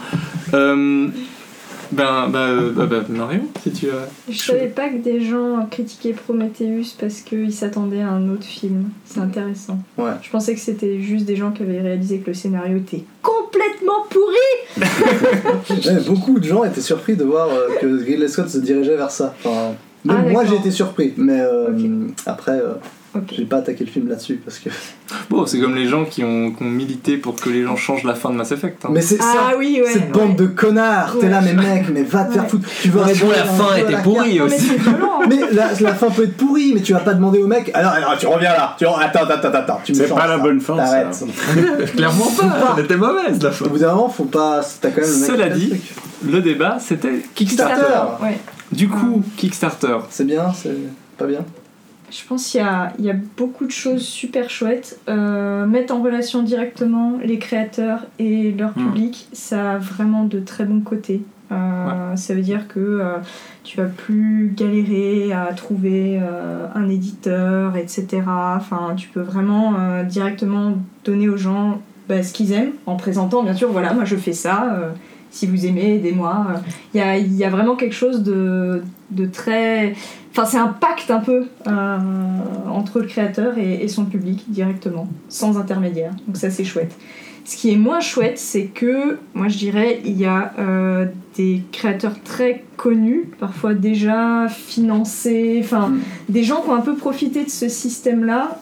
[SPEAKER 3] Marion, si tu as...
[SPEAKER 5] Je savais pas que des gens critiquaient Prometheus parce qu'ils s'attendaient à un autre film. C'est intéressant.
[SPEAKER 7] Ouais.
[SPEAKER 5] Je pensais que c'était juste des gens qui avaient réalisé que le scénario était complètement pourri.
[SPEAKER 7] Beaucoup de gens étaient surpris de voir que Ridley Scott se dirigeait vers ça. Enfin, moi j'ai été surpris, mais après... J'ai pas attaqué le film là-dessus parce que...
[SPEAKER 3] Bon, c'est comme les gens qui ont milité pour que les gens changent la fin de Mass Effect.
[SPEAKER 7] Mais c'est ça, cette bande de connards. T'es là, mais mec, mais va te faire foutre. Tu veux
[SPEAKER 6] mais bon, la fin était pourrie aussi.
[SPEAKER 7] Mais la fin peut être pourrie, mais tu vas pas demander au mec. Alors tu reviens là. Attends.
[SPEAKER 4] C'est pas la bonne fin.
[SPEAKER 7] T'arrêtes.
[SPEAKER 3] Clairement pas.
[SPEAKER 6] Elle était mauvaise la fin.
[SPEAKER 7] Au bout d'un moment, faut pas. T'as quand même le mec.
[SPEAKER 3] Cela dit, le débat c'était Kickstarter.
[SPEAKER 5] Ouais.
[SPEAKER 3] Du coup, Kickstarter.
[SPEAKER 7] C'est bien, c'est pas bien.
[SPEAKER 5] Je pense qu'il y a beaucoup de choses super chouettes. Mettre en relation directement les créateurs et leur public, ça a vraiment de très bons côtés. Ça veut dire que tu vas plus galérer à trouver un éditeur, etc. Enfin, tu peux vraiment directement donner aux gens ce qu'ils aiment, en présentant, bien sûr, voilà, moi je fais ça, si vous aimez, aidez-moi. Il y a vraiment quelque chose de très... Enfin, c'est un pacte un peu entre le créateur et son public directement, sans intermédiaire. Donc ça, c'est chouette. Ce qui est moins chouette, c'est que, moi je dirais, il y a des créateurs très connus, parfois déjà financés, enfin, des gens qui ont un peu profité de ce système-là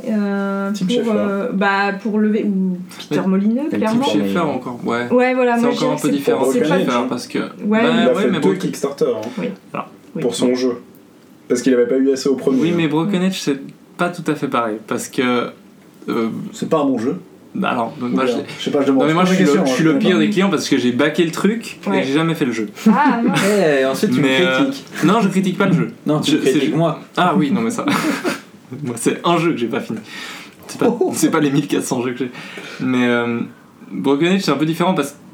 [SPEAKER 5] pour lever... Ou Peter Molineux, clairement.
[SPEAKER 3] Tim Schafer encore, ouais.
[SPEAKER 5] Ouais, voilà,
[SPEAKER 3] c'est
[SPEAKER 5] moi
[SPEAKER 3] encore un peu différent.
[SPEAKER 5] C'est pas
[SPEAKER 3] parce que...
[SPEAKER 8] il a fait 2 Kickstarter pour son jeu. Parce qu'il avait pas eu assez au premier.
[SPEAKER 3] Oui, mais Broken Age, c'est pas tout à fait pareil. Parce que...
[SPEAKER 7] c'est pas un bon jeu.
[SPEAKER 3] Alors, moi,
[SPEAKER 7] je sais pas, je demande.
[SPEAKER 3] Non, mais moi, je suis le pire des clients parce que j'ai backé le truc et j'ai jamais fait le jeu.
[SPEAKER 5] Ah, non.
[SPEAKER 6] Et ensuite, tu me critiques.
[SPEAKER 3] Non, je critique pas le jeu.
[SPEAKER 6] Non, tu critiques moi.
[SPEAKER 3] Ah oui, non, mais ça. Moi, c'est un jeu que j'ai pas fini. C'est pas les 1400 jeux que j'ai. Mais Broken Age, c'est un peu différent parce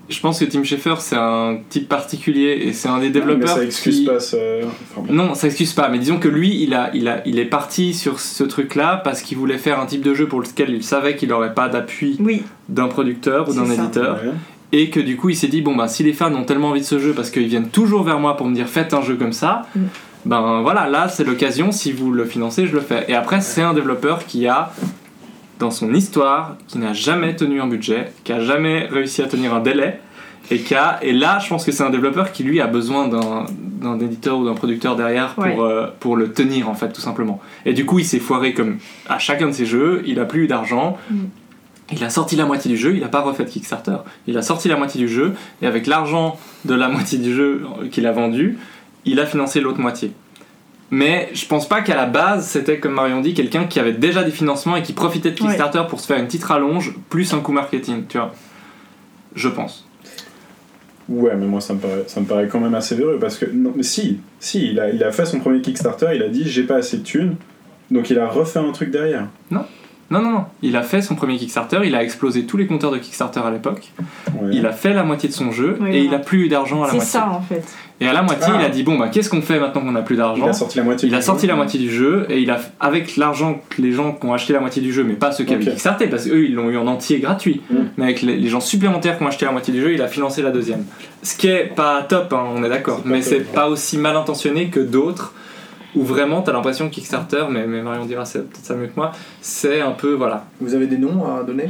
[SPEAKER 3] je pense que Tim Schafer c'est un type particulier et c'est un des développeurs
[SPEAKER 4] mais ça excuse
[SPEAKER 3] qui...
[SPEAKER 4] pas ça.
[SPEAKER 3] Non, ça excuse pas, mais disons que lui il est parti sur ce truc là parce qu'il voulait faire un type de jeu pour lequel il savait qu'il n'aurait pas d'appui d'un producteur ou d'un éditeur.
[SPEAKER 4] Ouais.
[SPEAKER 3] Et que du coup il s'est dit bon bah si les fans ont tellement envie de ce jeu parce qu'ils viennent toujours vers moi pour me dire faites un jeu comme ça, ben voilà, là c'est l'occasion, si vous le financez je le fais. Et après c'est un développeur qui a dans son histoire, qui n'a jamais tenu un budget, qui a jamais réussi à tenir un délai et là je pense que c'est un développeur qui lui a besoin d'un éditeur ou d'un producteur derrière pour le tenir en fait tout simplement. Et du coup il s'est foiré comme à chacun de ses jeux, il a plus eu d'argent. Il a sorti la moitié du jeu, il n'a pas refait de Kickstarter. Il a sorti la moitié du jeu, et avec l'argent de la moitié du jeu qu'il a vendu, il a financé l'autre moitié. Mais je pense pas qu'à la base, c'était, comme Marion dit, quelqu'un qui avait déjà des financements et qui profitait de Kickstarter pour se faire une petite rallonge, plus un coup marketing, tu vois. Je pense.
[SPEAKER 4] Ouais, mais moi ça me paraît quand même assez véreux, parce que... Non, mais si il a fait son premier Kickstarter, il a dit j'ai pas assez de thunes, donc il a refait un truc derrière.
[SPEAKER 3] Non, il a fait son premier Kickstarter, il a explosé tous les compteurs de Kickstarter à l'époque, il a fait la moitié de son jeu, et il a plus eu d'argent à la moitié.
[SPEAKER 5] C'est ça en fait.
[SPEAKER 3] Et à la moitié, il a dit bon bah qu'est-ce qu'on fait maintenant qu'on n'a plus d'argent ?
[SPEAKER 4] Il a sorti la moitié
[SPEAKER 3] du jeu, et il a, avec l'argent que les gens qui ont acheté la moitié du jeu, mais pas ceux qui avaient Kickstarter, parce qu'eux ils l'ont eu en entier gratuit, mais avec les gens supplémentaires qui ont acheté la moitié du jeu, il a financé la deuxième. Ce qui est pas top, hein, on est d'accord, mais c'est pas aussi mal intentionné que d'autres. Où vraiment t'as l'impression que Kickstarter, mais Marion dira peut-être ça mieux que moi, c'est un peu voilà.
[SPEAKER 7] Vous avez des noms à donner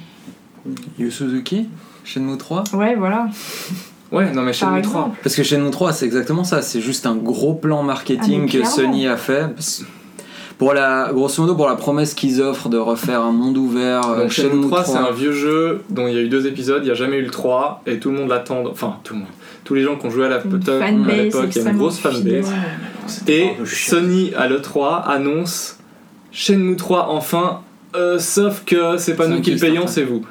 [SPEAKER 6] Yu Suzuki, Shenmue 3.
[SPEAKER 5] Ouais, voilà.
[SPEAKER 3] Ouais, non mais Shenmue 3.
[SPEAKER 6] Parce que Shenmue 3 c'est exactement ça, c'est juste un gros plan marketing que Sony a fait. Grosso modo pour la promesse qu'ils offrent de refaire un monde ouvert.
[SPEAKER 3] Donc Shenmue 3 c'est un vieux jeu dont il y a eu 2 épisodes, il n'y a jamais eu le 3 et tout le monde l'attend, enfin tout le monde. Tous les gens qui ont joué à l'époque, il y a une grosse fanbase. Et Sony à l'E3 annonce Shenmue 3 enfin, sauf que c'est pas nous qui le payons, c'est vous.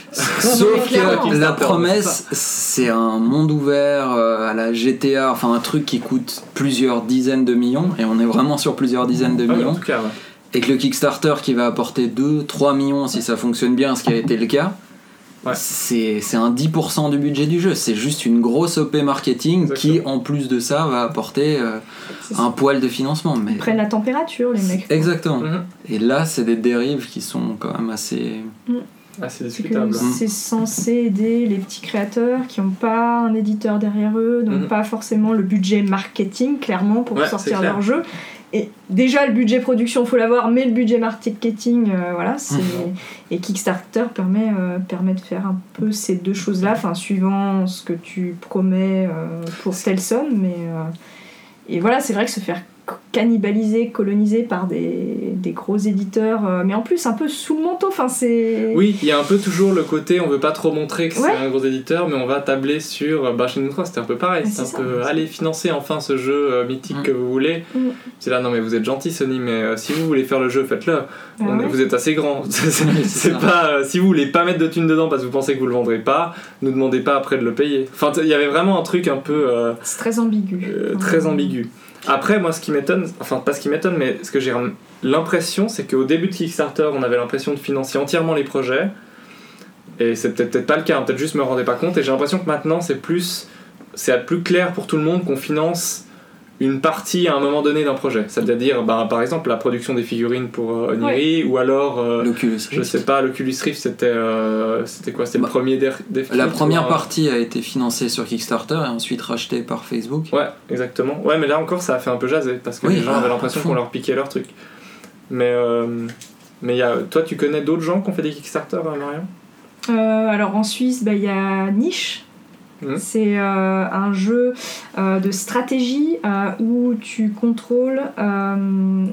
[SPEAKER 6] Sauf que la promesse, c'est un monde ouvert à la GTA, enfin un truc qui coûte plusieurs dizaines de millions, et on est vraiment sur plusieurs dizaines de millions.
[SPEAKER 3] En tout cas,
[SPEAKER 6] et que le Kickstarter qui va apporter 2-3 millions si ça fonctionne bien, ce qui a été le cas. C'est un 10% du budget du jeu, c'est juste une grosse OP marketing qui en plus de ça va apporter un poil de financement. Mais...
[SPEAKER 5] Ils prennent la température les mecs.
[SPEAKER 6] Exactement. Et là c'est des dérives qui sont quand même assez
[SPEAKER 3] discutables.
[SPEAKER 5] C'est censé aider les petits créateurs qui n'ont pas un éditeur derrière eux, donc pas forcément le budget marketing clairement pour sortir leur jeu. Et déjà le budget production faut l'avoir, mais le budget marketing et Kickstarter permet de faire un peu ces deux choses là, enfin suivant ce que tu promets pour telle somme, mais et voilà, c'est vrai que se faire cannibalisé, colonisé par des gros éditeurs, mais en plus un peu sous le manteau, enfin c'est...
[SPEAKER 3] Oui, il y a un peu toujours le côté, on veut pas trop montrer que c'est un gros éditeur, mais on va tabler sur... Shenmue 3 c'était un peu pareil, c'est un peu, allez financer enfin ce jeu mythique que vous voulez. C'est là, non mais vous êtes gentil Sony, mais si vous voulez faire le jeu, faites-le. Vous êtes assez grand. c'est pas, si vous voulez pas mettre de thunes dedans parce que vous pensez que vous le vendrez pas, nous demandez pas après de le payer. Enfin, il y avait vraiment un truc un peu...
[SPEAKER 5] c'est très ambigu.
[SPEAKER 3] Très ambigu. Après, moi, ce qui m'étonne, enfin pas ce qui m'étonne, mais ce que j'ai l'impression, c'est qu'au début de Kickstarter, on avait l'impression de financer entièrement les projets, et c'est peut-être pas le cas, peut-être juste me rendais pas compte, et j'ai l'impression que maintenant c'est plus clair pour tout le monde qu'on finance une partie à un moment donné d'un projet, c'est-à-dire par exemple la production des figurines pour Oniri, ou alors
[SPEAKER 6] l'Oculus Rift.
[SPEAKER 3] Je sais pas, l'Oculus Rift c'était quoi, c'était le premier des
[SPEAKER 6] la première partie a été financée sur Kickstarter et ensuite rachetée par Facebook.
[SPEAKER 3] Ouais, exactement. Ouais, mais là encore ça a fait un peu jaser parce que les gens avaient l'impression qu'on leur piquait leur truc. Mais toi tu connais d'autres gens qui ont fait des Kickstarter, Marion? Alors
[SPEAKER 5] en Suisse, il y a Niche. C'est un jeu de stratégie où tu contrôles on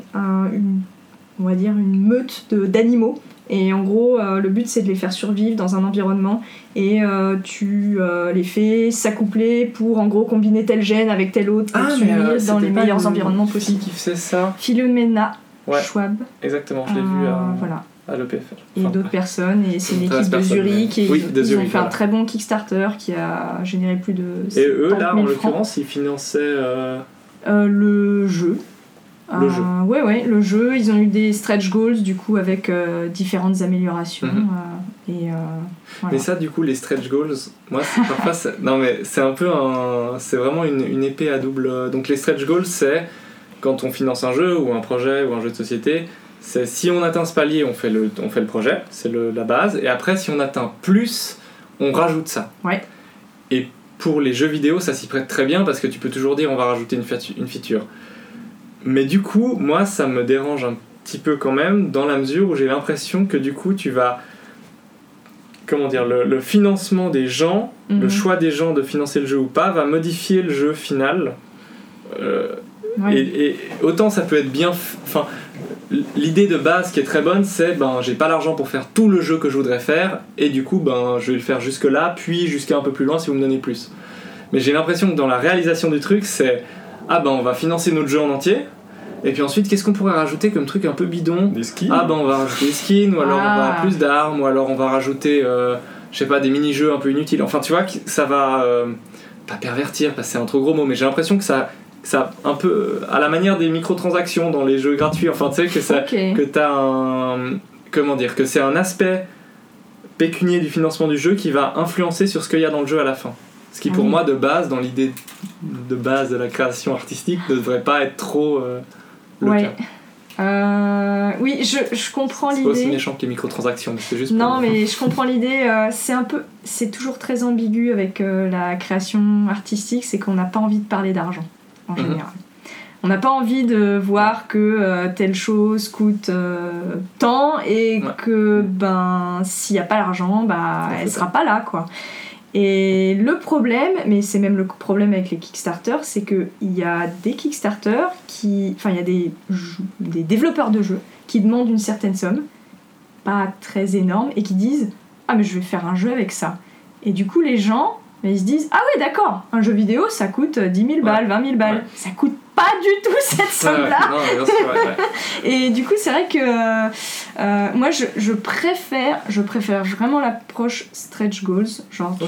[SPEAKER 5] va dire une meute d'animaux, et en gros le but c'est de les faire survivre dans un environnement, et tu les fais s'accoupler pour en gros combiner tel gène avec tel autre pour survivre dans les meilleurs environnements possibles.
[SPEAKER 3] Qui faisait ça?
[SPEAKER 5] Philomena Schwab.
[SPEAKER 3] Exactement, je l'ai vu à l'EPFL.
[SPEAKER 5] Et d'autres personnes, et c'est une équipe de Zurich, et ils ont fait un très bon Kickstarter qui a généré plus de 70 000
[SPEAKER 3] Et eux, là, en
[SPEAKER 5] francs.
[SPEAKER 3] l'occurrence, ils finançaient...
[SPEAKER 5] le jeu.
[SPEAKER 3] Le jeu.
[SPEAKER 5] Ouais, le jeu. Ils ont eu des stretch goals, du coup, avec différentes améliorations. Voilà.
[SPEAKER 8] Mais ça, du coup, les stretch goals, moi, non, mais c'est un peu c'est vraiment une épée à double. Donc, les stretch goals, c'est quand on finance un jeu ou un projet ou un jeu de société, c'est si on atteint ce palier, on fait le projet, c'est la base. Et après, si on atteint plus, on rajoute ça.
[SPEAKER 5] Ouais.
[SPEAKER 8] Et pour les jeux vidéo, ça s'y prête très bien parce que tu peux toujours dire on va rajouter une feature. Mais du coup, moi, ça me dérange un petit peu quand même, dans la mesure où j'ai l'impression que du coup, tu vas... Comment dire, le financement des gens, le choix des gens de financer le jeu ou pas, va modifier le jeu final. Et autant ça peut être bien... Enfin, l'idée de base qui est très bonne, c'est j'ai pas l'argent pour faire tout le jeu que je voudrais faire, et du coup, je vais le faire jusque là, puis jusqu'à un peu plus loin si vous me donnez plus. Mais j'ai l'impression que dans la réalisation du truc, c'est... on va financer notre jeu en entier, et puis ensuite, qu'est-ce qu'on pourrait rajouter comme truc un peu bidon ?
[SPEAKER 4] Des skins.
[SPEAKER 8] On va rajouter des skins, ou alors on va avoir plus d'armes, ou alors on va rajouter, je sais pas, des mini-jeux un peu inutiles. Enfin, tu vois, ça va... pas pervertir, parce que c'est un trop gros mot, mais j'ai l'impression que ça un peu à la manière des microtransactions dans les jeux gratuits. Enfin, tu sais, que t'as un... Comment dire ? Que c'est un aspect pécunier du financement du jeu qui va influencer sur ce qu'il y a dans le jeu à la fin. Ce qui, pour moi, de base, dans l'idée de base de la création artistique, ne devrait pas être trop... le cas.
[SPEAKER 5] Oui, je comprends l'idée.
[SPEAKER 8] C'est pas aussi méchant que les microtransactions, c'est juste
[SPEAKER 5] non, mais je comprends l'idée. C'est toujours très ambigu avec la création artistique, c'est qu'on n'a pas envie de parler d'argent en général. On n'a pas envie de voir que telle chose coûte tant et que s'il n'y a pas l'argent, elle sera pas là, quoi. Et le problème, mais c'est même le problème avec les Kickstarter, c'est qu'il y a des Kickstarter il y a des développeurs de jeux qui demandent une certaine somme, pas très énorme, et qui disent « Ah, mais je vais faire un jeu avec ça ». Et du coup, les gens, ils se disent « Ah ouais, d'accord, un jeu vidéo, ça coûte 10 000 balles, 20 000 balles. Ouais. Ça coûte pas du tout cette somme-là. » Et du coup, c'est vrai que moi, je préfère vraiment l'approche stretch goals. Genre,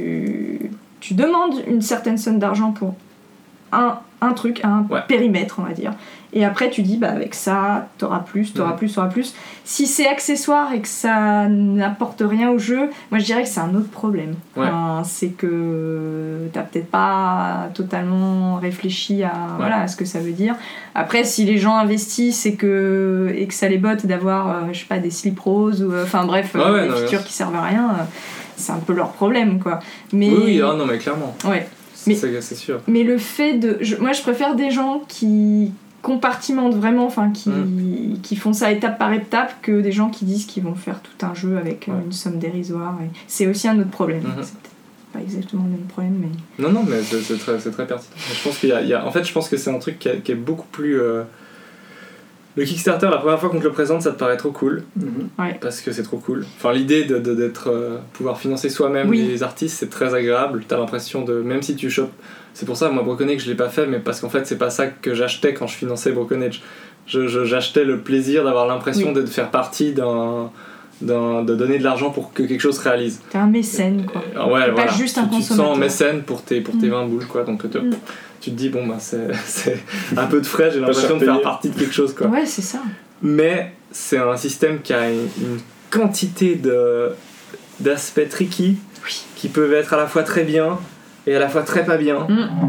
[SPEAKER 5] tu demandes une certaine somme d'argent pour un truc, un périmètre, on va dire. Et après, tu dis, avec ça, t'auras plus. Si c'est accessoire et que ça n'apporte rien au jeu, moi, je dirais que c'est un autre problème.
[SPEAKER 8] Ouais.
[SPEAKER 5] C'est que t'as peut-être pas totalement réfléchi à ce que ça veut dire. Après, si les gens investissent et que ça les botte d'avoir, je sais pas, des slip roses ou... des features qui servent à rien, c'est un peu leur problème, quoi. Mais...
[SPEAKER 8] Oui, non, mais clairement.
[SPEAKER 5] Ouais.
[SPEAKER 8] C'est sûr.
[SPEAKER 5] Mais le fait de... Moi, je préfère des gens qui compartimentent vraiment, qui font ça étape par étape, que des gens qui disent qu'ils vont faire tout un jeu avec une somme dérisoire. Et c'est aussi un autre problème. C'est peut-être pas exactement le même problème, mais...
[SPEAKER 8] Non, mais c'est très pertinent. Je pense qu'il y a... En fait, je pense que c'est un truc qui est beaucoup plus... Le Kickstarter, la première fois qu'on te le présente, ça te paraît trop cool. Parce que c'est trop cool. Enfin, l'idée d'être pouvoir financer soi-même les artistes, c'est très agréable. T'as l'impression de... Même si tu chopes... C'est pour ça, moi, Broken Age, je l'ai pas fait, mais parce qu'en fait, c'est pas ça que j'achetais quand je finançais Broken Age. J'achetais le plaisir d'avoir l'impression de faire partie de donner de l'argent pour que quelque chose se réalise.
[SPEAKER 5] T'es un mécène, quoi.
[SPEAKER 8] T'es
[SPEAKER 5] pas juste un consommateur.
[SPEAKER 8] Tu te sens mécène pour tes 20 boules, quoi. Donc, tu te dis, c'est un peu de frais, j'ai l'impression de faire partie de quelque chose, quoi.
[SPEAKER 5] Ouais, c'est ça.
[SPEAKER 8] Mais c'est un système qui a une quantité d'aspects tricky qui peuvent être à la fois très bien et à la fois très pas bien.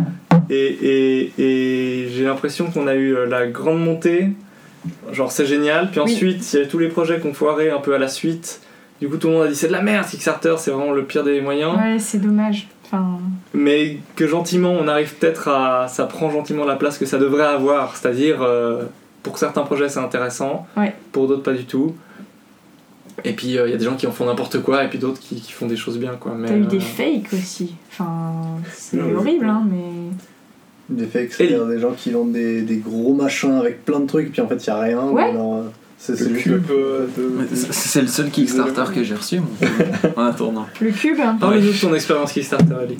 [SPEAKER 8] Et j'ai l'impression qu'on a eu la grande montée, genre c'est génial, puis ensuite il y a tous les projets qu'on foirait un peu à la suite. Du coup tout le monde a dit c'est de la merde, Kickstarter c'est vraiment le pire des moyens.
[SPEAKER 5] Ouais, c'est dommage.
[SPEAKER 8] Mais que gentiment on arrive peut-être à... Ça prend gentiment la place que ça devrait avoir, c'est-à-dire pour certains projets c'est intéressant, pour d'autres pas du tout. Et puis il y a des gens qui en font n'importe quoi et puis d'autres qui font des choses bien, quoi. Mais,
[SPEAKER 5] t'as eu des fakes aussi, c'est horrible, mais...
[SPEAKER 7] Des fakes, c'est-à-dire des gens qui vendent des gros machins avec plein de trucs puis en fait il n'y a rien. Alors, c'est le cube
[SPEAKER 6] c'est le seul Kickstarter que j'ai reçu en attendant.
[SPEAKER 5] Le cube.
[SPEAKER 8] Parle-nous de ton expérience Kickstarter, Ali.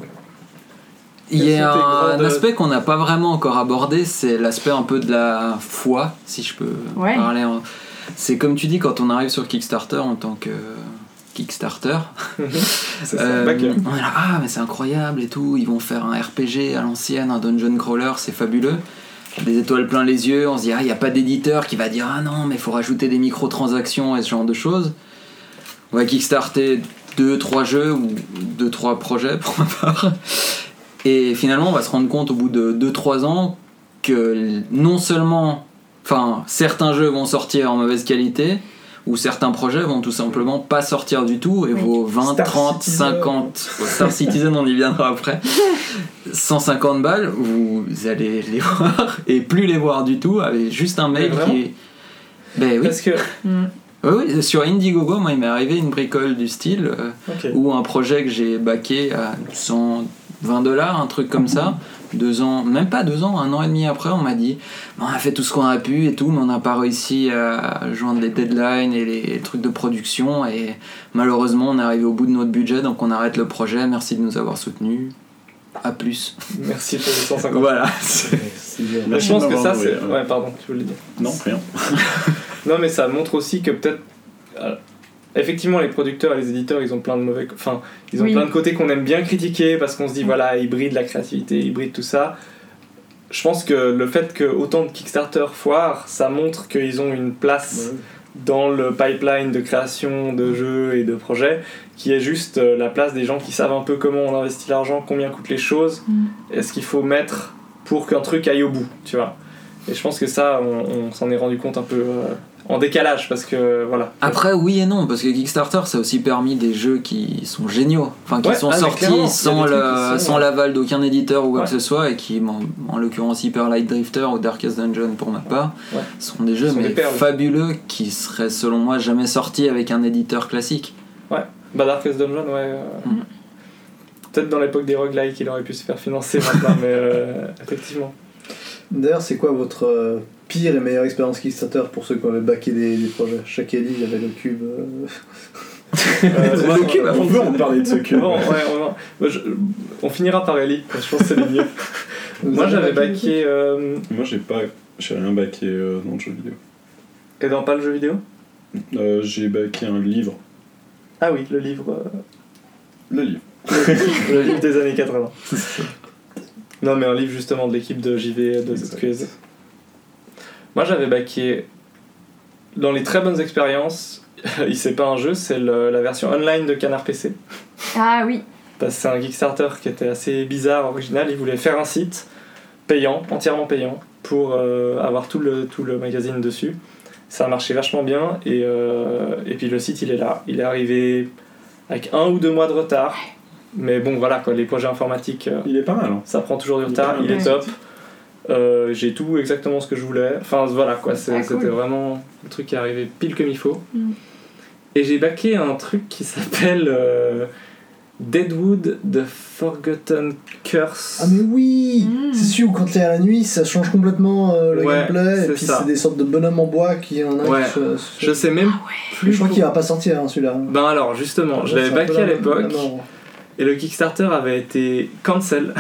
[SPEAKER 6] Il y a un aspect qu'on n'a pas vraiment encore abordé, c'est l'aspect un peu de la foi, si je peux parler. C'est comme tu dis, quand on arrive sur Kickstarter en tant que Kickstarter,
[SPEAKER 8] c'est ça, on est
[SPEAKER 6] là, mais c'est incroyable et tout, ils vont faire un RPG à l'ancienne, un dungeon crawler, c'est fabuleux. des étoiles plein les yeux, on se dit il n'y a pas d'éditeur qui va dire ah non mais il faut rajouter des microtransactions et ce genre de choses. On va kickstarter 2-3 jeux ou 2-3 projets pour ma part. Et finalement, on va se rendre compte au bout de 2-3 ans que non seulement, certains jeux vont sortir en mauvaise qualité, ou certains projets vont tout simplement pas sortir du tout, et vos 20,
[SPEAKER 7] Star
[SPEAKER 6] 30,
[SPEAKER 7] Citizen.
[SPEAKER 6] 50, Star Citizen, on y viendra après, 150 balles, vous allez les voir, et plus les voir du tout, avec juste un mail
[SPEAKER 8] Mais
[SPEAKER 6] qui est... Ben oui.
[SPEAKER 8] Parce que.
[SPEAKER 6] Oui, sur Indiegogo, moi il m'est arrivé une bricole du style
[SPEAKER 8] Ok.
[SPEAKER 6] ou un projet que j'ai backé à $120, un truc comme ça. 2 ans, même pas 2 ans, 1 an et demi après, on m'a dit on a fait tout ce qu'on a pu et tout, mais on n'a pas réussi à joindre les deadlines et les trucs de production. Et malheureusement, on est arrivé au bout de notre budget, donc on arrête le projet. Merci de nous avoir soutenus. À plus.
[SPEAKER 8] Merci pour les 150.
[SPEAKER 6] Voilà.
[SPEAKER 8] Mais je pense que ça, c'est. Ouais, pardon, tu voulais dire.
[SPEAKER 4] Non, rien.
[SPEAKER 8] Non, mais ça montre aussi que peut-être. Effectivement, les producteurs et les éditeurs, ils ont plein de mauvais. Enfin, ils ont plein de côtés qu'on aime bien critiquer parce qu'on se dit, voilà, ils brident la créativité, ils brident tout ça. Je pense que le fait que autant de Kickstarter foirent, ça montre qu'ils ont une place dans le pipeline de création de jeux et de projets qui est juste la place des gens qui savent un peu comment on investit l'argent, combien coûtent les choses, et ce qu'il faut mettre pour qu'un truc aille au bout, tu vois. Et je pense que ça, on s'en est rendu compte un peu en décalage parce que voilà.
[SPEAKER 6] Après, oui et non, parce que Kickstarter, ça a aussi permis des jeux qui sont géniaux, qui sont sortis sans l'aval d'aucun éditeur ou quoi que ce soit, et qui, en l'occurrence Hyper Light Drifter ou Darkest Dungeon pour ma part, sont des jeux fabuleux qui seraient selon moi jamais sortis avec un éditeur classique.
[SPEAKER 8] Ouais, Darkest Dungeon, peut-être dans l'époque des roguelikes il aurait pu se faire financer maintenant, mais effectivement.
[SPEAKER 7] D'ailleurs, c'est quoi votre pire et meilleure expérience Kickstarter pour ceux qui avaient backé des projets? Chaque Ellie, j'avais le cube.
[SPEAKER 4] Le cube, on peut en parler de ce cube.
[SPEAKER 8] Bon, on finira par Ellie, je pense que c'est le mieux. Moi j'avais backé.
[SPEAKER 4] Moi j'ai rien backé dans le jeu vidéo.
[SPEAKER 8] Et dans pas le jeu vidéo?
[SPEAKER 4] J'ai backé un livre.
[SPEAKER 8] Ah oui, le livre.
[SPEAKER 4] Le livre.
[SPEAKER 8] Le livre des années 80. Non, mais un livre justement de l'équipe de JV de ZQuiz. Moi j'avais backé dans les très bonnes expériences. C'est pas un jeu, c'est la version online de Canard PC.
[SPEAKER 5] Ah oui.
[SPEAKER 8] Parce que c'est un Kickstarter qui était assez bizarre, original. Ils voulaient faire un site payant, entièrement payant, pour avoir tout le magazine dessus. Ça a marché vachement bien, et puis le site il est là. Il est arrivé avec 1 ou 2 mois de retard. Mais bon, voilà quoi, les projets informatiques.
[SPEAKER 4] Il est pas mal, hein.
[SPEAKER 8] Ça prend toujours du retard, il est top. J'ai tout exactement ce que je voulais. Enfin voilà quoi, c'était vraiment le truc qui est arrivé pile comme il faut. Et j'ai backé un truc qui s'appelle Deadwood The Forgotten Curse.
[SPEAKER 7] Ah mais oui, c'est sûr, quand t'es à la nuit, ça change complètement le gameplay, et puis c'est des sortes de bonhommes en bois qui en a.
[SPEAKER 8] Je sais même plus.
[SPEAKER 7] Je crois qu'il va pas sortir celui-là.
[SPEAKER 8] Ben alors justement, je l'avais backé à l'époque. Et le Kickstarter avait été cancel,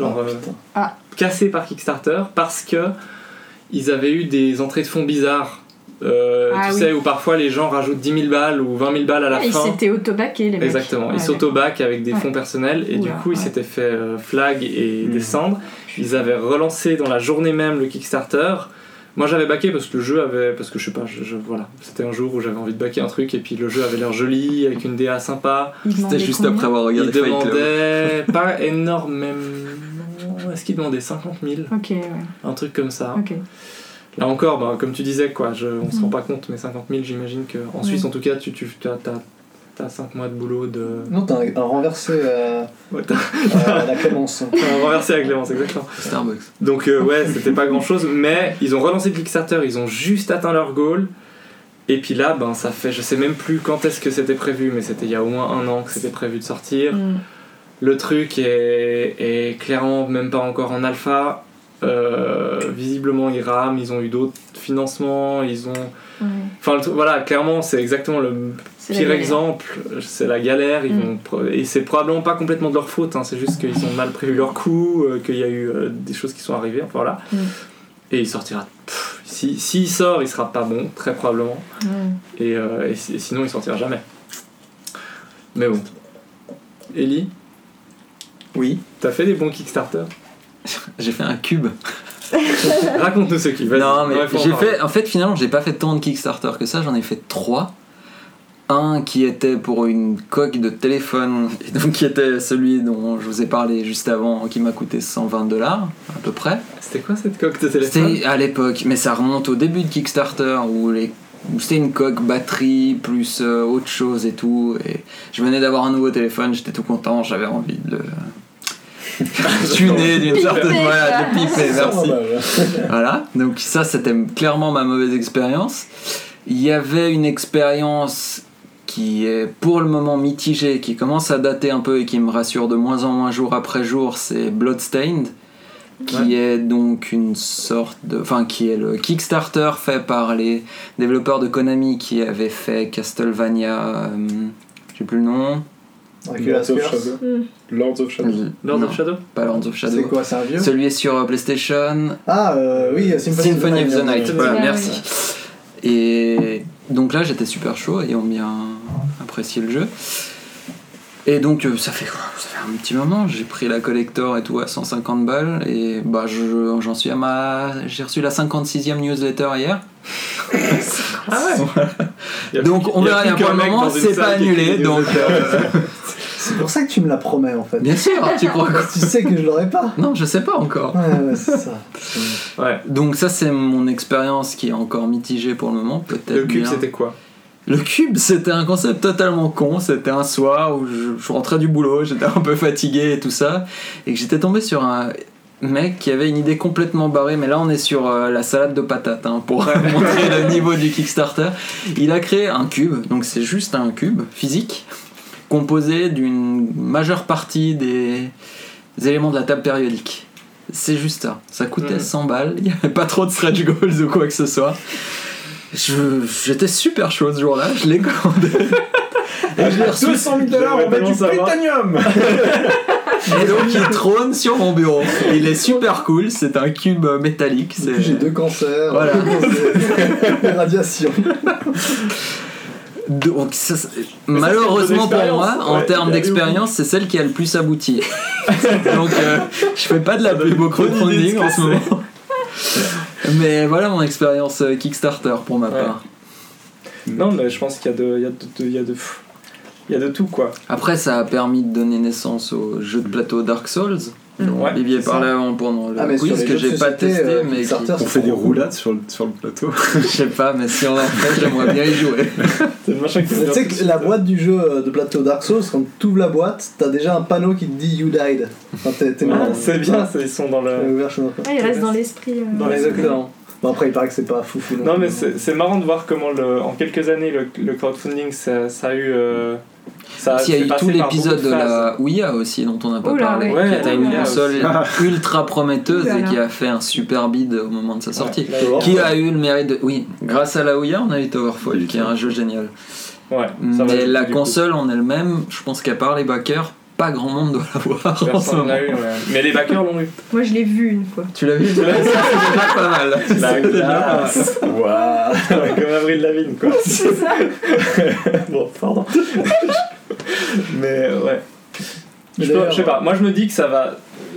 [SPEAKER 8] cassé par Kickstarter parce que ils avaient eu des entrées de fonds bizarres. Tu sais, où parfois les gens rajoutent 10 000 balles ou 20 000 balles à la fin.
[SPEAKER 5] Ils s'étaient auto-backés, les mecs.
[SPEAKER 8] Exactement, ils s'auto-back avec des fonds personnels, et du coup ils s'étaient fait flag et descendre. Ils avaient relancé dans la journée même le Kickstarter. Moi j'avais backé parce que le jeu avait. Parce que je sais pas, voilà. C'était un jour où j'avais envie de backer un truc, et puis le jeu avait l'air joli, avec une DA sympa.
[SPEAKER 6] C'était juste après avoir regardé Fight Club.
[SPEAKER 8] Il demandait pas énormément. Est-ce qu'il demandait 50 000 ? Un truc comme ça. Là encore, comme tu disais, quoi, on se rend pas compte, mais 50 000, j'imagine qu'en Suisse, en tout cas, t'as 5 mois de boulot de.
[SPEAKER 7] Non, t'as un renversé à la Clémence.
[SPEAKER 8] Un renversé à la Clémence, exactement.
[SPEAKER 6] Starbucks.
[SPEAKER 8] Donc, c'était pas grand chose, mais ils ont relancé le Kickstarter, ils ont juste atteint leur goal. Et puis là, ça fait, je sais même plus quand est-ce que c'était prévu, mais c'était il y a au moins 1 an que c'était prévu de sortir. Le truc est clairement même pas encore en alpha. Visiblement ils rament, ils ont eu d'autres financements, ils ont. Enfin, voilà, clairement, c'est exactement le pire exemple, c'est la galère. Et c'est probablement pas complètement de leur faute, hein, c'est juste qu'ils ont mal prévu leur coup, qu'il y a eu des choses qui sont arrivées, enfin voilà. Et il sortira. S'il sort, il sera pas bon, très probablement. Et sinon, il sortira jamais. Mais bon. Ellie ?
[SPEAKER 6] Oui.
[SPEAKER 8] T'as fait des bons Kickstarter ?
[SPEAKER 6] J'ai fait un cube.
[SPEAKER 8] Raconte-nous ce qui va.
[SPEAKER 6] Non, mais en fait, finalement, j'ai pas fait tant de Kickstarter que ça, j'en ai fait 3. Un qui était pour une coque de téléphone, et donc qui était celui dont je vous ai parlé juste avant, qui m'a coûté $120 à peu près.
[SPEAKER 8] C'était quoi cette coque de téléphone ?
[SPEAKER 6] C'était à l'époque, mais ça remonte au début de Kickstarter où c'était une coque batterie plus autre chose et tout. Et je venais d'avoir un nouveau téléphone, j'étais tout content, j'avais envie de le tuner d'une certaine manière, de piper, merci. Voilà, donc ça c'était clairement ma mauvaise expérience. Il y avait une expérience qui est pour le moment mitigée, qui commence à dater un peu et qui me rassure de moins en moins jour après jour, c'est Bloodstained, qui est donc une sorte de... Enfin, qui est le Kickstarter fait par les développeurs de Konami qui avaient fait Castlevania... j'ai plus le nom...
[SPEAKER 7] Lords of Shadow.
[SPEAKER 8] Lords of Shadow ?
[SPEAKER 6] Pas Lords of Shadow.
[SPEAKER 7] C'est quoi, c'est un vieux ?
[SPEAKER 6] Celui est sur PlayStation.
[SPEAKER 7] Ah, oui,
[SPEAKER 6] Symphony of the Night. Voilà, merci. Et donc là, j'étais super chaud, ayant bien apprécié le jeu. Et donc, ça fait un petit moment, j'ai pris la collector et tout à 150 balles, et bah, j'en suis à j'ai reçu la 56e newsletter hier.
[SPEAKER 8] Ah ouais.
[SPEAKER 6] Donc, on verra bien pour le moment, c'est pas annulé, donc...
[SPEAKER 7] C'est pour ça que tu me la promets en fait.
[SPEAKER 6] Bien sûr, tu crois quoi ?
[SPEAKER 7] Tu sais que je l'aurai pas.
[SPEAKER 6] Non, je sais pas encore.
[SPEAKER 7] Ouais, c'est ça.
[SPEAKER 8] Ouais.
[SPEAKER 6] Donc ça, c'est mon expérience qui est encore mitigée pour le moment. Peut-être
[SPEAKER 8] le cube,
[SPEAKER 6] bien.
[SPEAKER 8] c'était quoi ?
[SPEAKER 6] Le cube, c'était un concept totalement con. C'était un soir où je rentrais du boulot, j'étais un peu fatigué et tout ça, et que j'étais tombé sur un mec qui avait une idée complètement barrée, mais là on est sur la salade de patates pour montrer le niveau du Kickstarter. Il a créé un cube, donc c'est juste un cube physique composé d'une majeure partie des éléments de la table périodique. C'est juste ça. Ça coûtait 100 balles, il n'y avait pas trop de stretch goals ou quoi que ce soit. J'étais super chaud ce jour-là, je l'ai commandé. Et j'ai reçu
[SPEAKER 7] $200 on met du plutonium.
[SPEAKER 6] Et donc il trône sur mon bureau. Il est super cool, c'est un cube métallique.
[SPEAKER 7] J'ai 2 cancers,
[SPEAKER 6] voilà.
[SPEAKER 7] des radiations.
[SPEAKER 6] Donc malheureusement pour moi, en termes d'expérience, c'est celle qui a le plus abouti. Donc je fais pas de la pub au crowdfunding en ce moment. Mais voilà mon expérience Kickstarter pour ma part.
[SPEAKER 8] Non, mais je pense qu'il y a de tout quoi.
[SPEAKER 6] Après, ça a permis de donner naissance au jeu de plateau Dark Souls. Olivier parlait avant pendant le quiz que j'ai pas testé, mais
[SPEAKER 4] on fait des roulades sur le plateau.
[SPEAKER 6] Je sais pas, mais si on en fait, j'aimerais bien y jouer.
[SPEAKER 7] Tu sais que la boîte du jeu de plateau Dark Souls, quand tu ouvres la boîte, t'as déjà un panneau qui te dit You died. Enfin, t'es mort.
[SPEAKER 8] C'est bien, ils sont dans le.
[SPEAKER 5] Ils restent dans l'esprit.
[SPEAKER 7] Dans les octants. Bon, après, il paraît que c'est pas foufou.
[SPEAKER 8] Non, mais c'est marrant de voir comment en quelques années le crowdfunding ça a eu.
[SPEAKER 6] Il y a eu tout l'épisode de la Ouya aussi dont on n'a pas parlé, qui était une console ultra prometteuse et qui a fait un super bid au moment de sa sortie, qui a eu le mérite de... Oui, grâce à la Ouya on a eu Towerfall qui est un jeu génial. Mais la console en elle-même, je pense qu'à part les backers, pas grand monde doit l'avoir.
[SPEAKER 8] Personne l'a eu, mais les backers l'ont eu.
[SPEAKER 5] Moi je l'ai vu une fois.
[SPEAKER 6] Tu l'as vu? Ça, c'est déjà pas mal.
[SPEAKER 8] La glace. Waouh. Comme Avril Lavigne quoi.
[SPEAKER 5] C'est ça.
[SPEAKER 8] Bon, pardon. Mais ouais. Je sais pas, moi je me dis que ça va.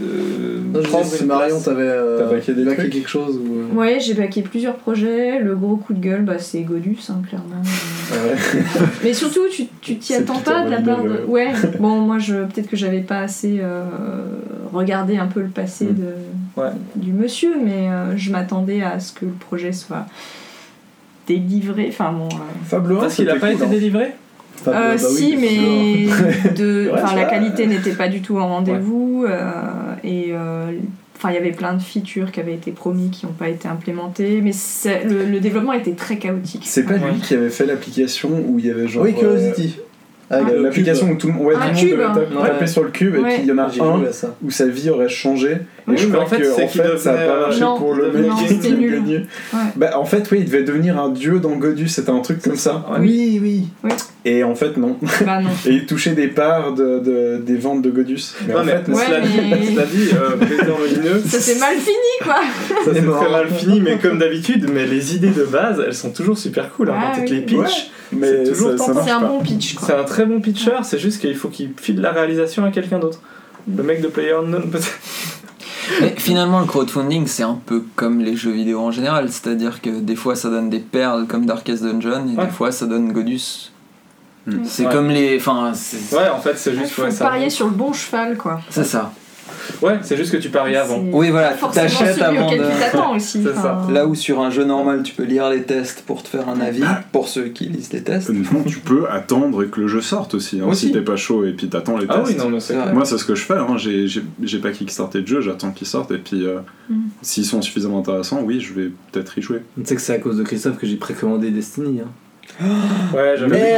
[SPEAKER 7] Si Marion t'avais backé quelque chose ou...
[SPEAKER 5] Ouais, j'ai backé plusieurs projets. Le gros coup de gueule, c'est Godus, clairement. Mais surtout, tu t'y attends pas de la part de. Ouais, bon, moi peut-être que j'avais pas assez regardé un peu le passé du monsieur, mais je m'attendais à ce que le projet soit délivré. Enfin bon.
[SPEAKER 7] Fabuleux.
[SPEAKER 8] Parce qu'il a pas été délivré?
[SPEAKER 5] Si, mais la qualité n'était pas du tout au rendez-vous et il y avait plein de features qui avaient été promis qui n'ont pas été implémentées, mais le développement était très chaotique.
[SPEAKER 4] C'est pas lui qui avait fait l'application où il y avait genre...
[SPEAKER 7] Oui, Curiosity.
[SPEAKER 4] L'application où tout le monde devait taper sur le cube et puis il y en a un où sa vie aurait changé et je crois que ça n'a pas marché pour le mec qui a gagné. Bah en fait il devait devenir un dieu dans Godus, c'était un truc comme ça.
[SPEAKER 7] Oui.
[SPEAKER 4] Et en fait non.
[SPEAKER 5] Bah, non.
[SPEAKER 4] Et il touchait des parts des ventes de Godus.
[SPEAKER 8] Mais en fait cela dit président Molineux,
[SPEAKER 5] ça s'est mal fini quoi.
[SPEAKER 8] Ça s'est très mal fini, mais comme d'habitude, mais les idées de base elles sont toujours super cool quand tu les pitches.
[SPEAKER 4] Mais
[SPEAKER 5] c'est un bon pitch quoi.
[SPEAKER 8] C'est un très bon pitcher, c'est juste qu'il faut qu'il file la réalisation à quelqu'un d'autre. Le mec de PlayerUnknown peut-être.
[SPEAKER 6] Mais finalement, le crowdfunding, c'est un peu comme les jeux vidéo en général, c'est-à-dire que des fois ça donne des perles comme Darkest Dungeon et des fois ça donne Godus. C'est comme les. Enfin,
[SPEAKER 8] ouais, en fait, c'est juste.
[SPEAKER 5] Faut parier sur le bon cheval, quoi.
[SPEAKER 6] C'est ça.
[SPEAKER 8] Ouais, c'est juste que tu paries avant.
[SPEAKER 6] Oui, voilà,
[SPEAKER 5] tu
[SPEAKER 6] t'achètes avant de.
[SPEAKER 5] Tu t'attends aussi.
[SPEAKER 8] C'est ça.
[SPEAKER 6] Là où sur un jeu normal, tu peux lire les tests pour te faire un avis, pour ceux qui lisent les tests.
[SPEAKER 4] Honnêtement, tu peux attendre que le jeu sorte aussi, hein, si t'es pas chaud et puis t'attends les tests.
[SPEAKER 8] Ah oui, non, mais c'est vrai.
[SPEAKER 4] Moi, c'est ce que je fais, hein. J'ai pas kickstarté de jeu, j'attends qu'ils sortent et puis s'ils sont suffisamment intéressants, oui, je vais peut-être y jouer.
[SPEAKER 7] Tu sais que c'est à cause de Christophe que j'ai précommandé Destiny. Hein.
[SPEAKER 8] Ouais, j'avais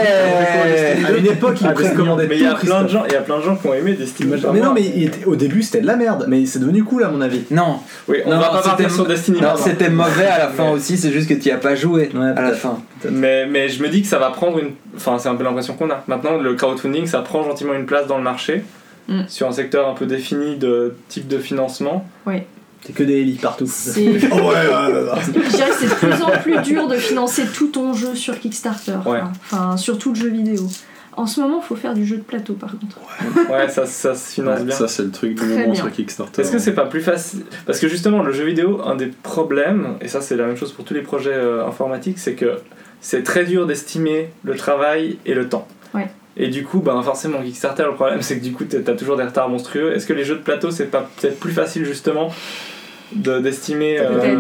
[SPEAKER 7] à une époque, il précommandait tout.
[SPEAKER 8] Mais il y a plein de gens qui ont aimé Destiny.
[SPEAKER 7] Mais non, mais au début, c'était de la merde, mais c'est devenu cool à mon avis.
[SPEAKER 6] Non.
[SPEAKER 8] Oui, on va pas partir sur Destiny.
[SPEAKER 6] Non, c'était mauvais à la fin aussi, c'est juste que tu y as pas joué à la fin.
[SPEAKER 8] Mais je me dis que ça va prendre une. Enfin, c'est un peu l'impression qu'on a. Maintenant, le crowdfunding, ça prend gentiment une place dans le marché, sur un secteur un peu défini de type de financement.
[SPEAKER 5] Oui.
[SPEAKER 7] C'est que des élites partout.
[SPEAKER 5] Je dirais que c'est de plus en plus dur de financer tout ton jeu sur Kickstarter.
[SPEAKER 8] Ouais.
[SPEAKER 5] Enfin, surtout le jeu vidéo. En ce moment, il faut faire du jeu de plateau, par contre.
[SPEAKER 8] Ouais, ça se finance bien.
[SPEAKER 4] Ça, c'est le truc du
[SPEAKER 5] Très
[SPEAKER 4] moment
[SPEAKER 5] bien.
[SPEAKER 4] sur Kickstarter.
[SPEAKER 8] Est-ce que c'est pas plus facile? Parce que justement, le jeu vidéo, un des problèmes, et ça c'est la même chose pour tous les projets informatiques, c'est que c'est très dur d'estimer le travail et le temps.
[SPEAKER 5] Ouais.
[SPEAKER 8] Et du coup, forcément, Kickstarter, le problème c'est que du coup, t'as toujours des retards monstrueux. Est-ce que les jeux de plateau, c'est pas peut-être plus facile justement d'estimer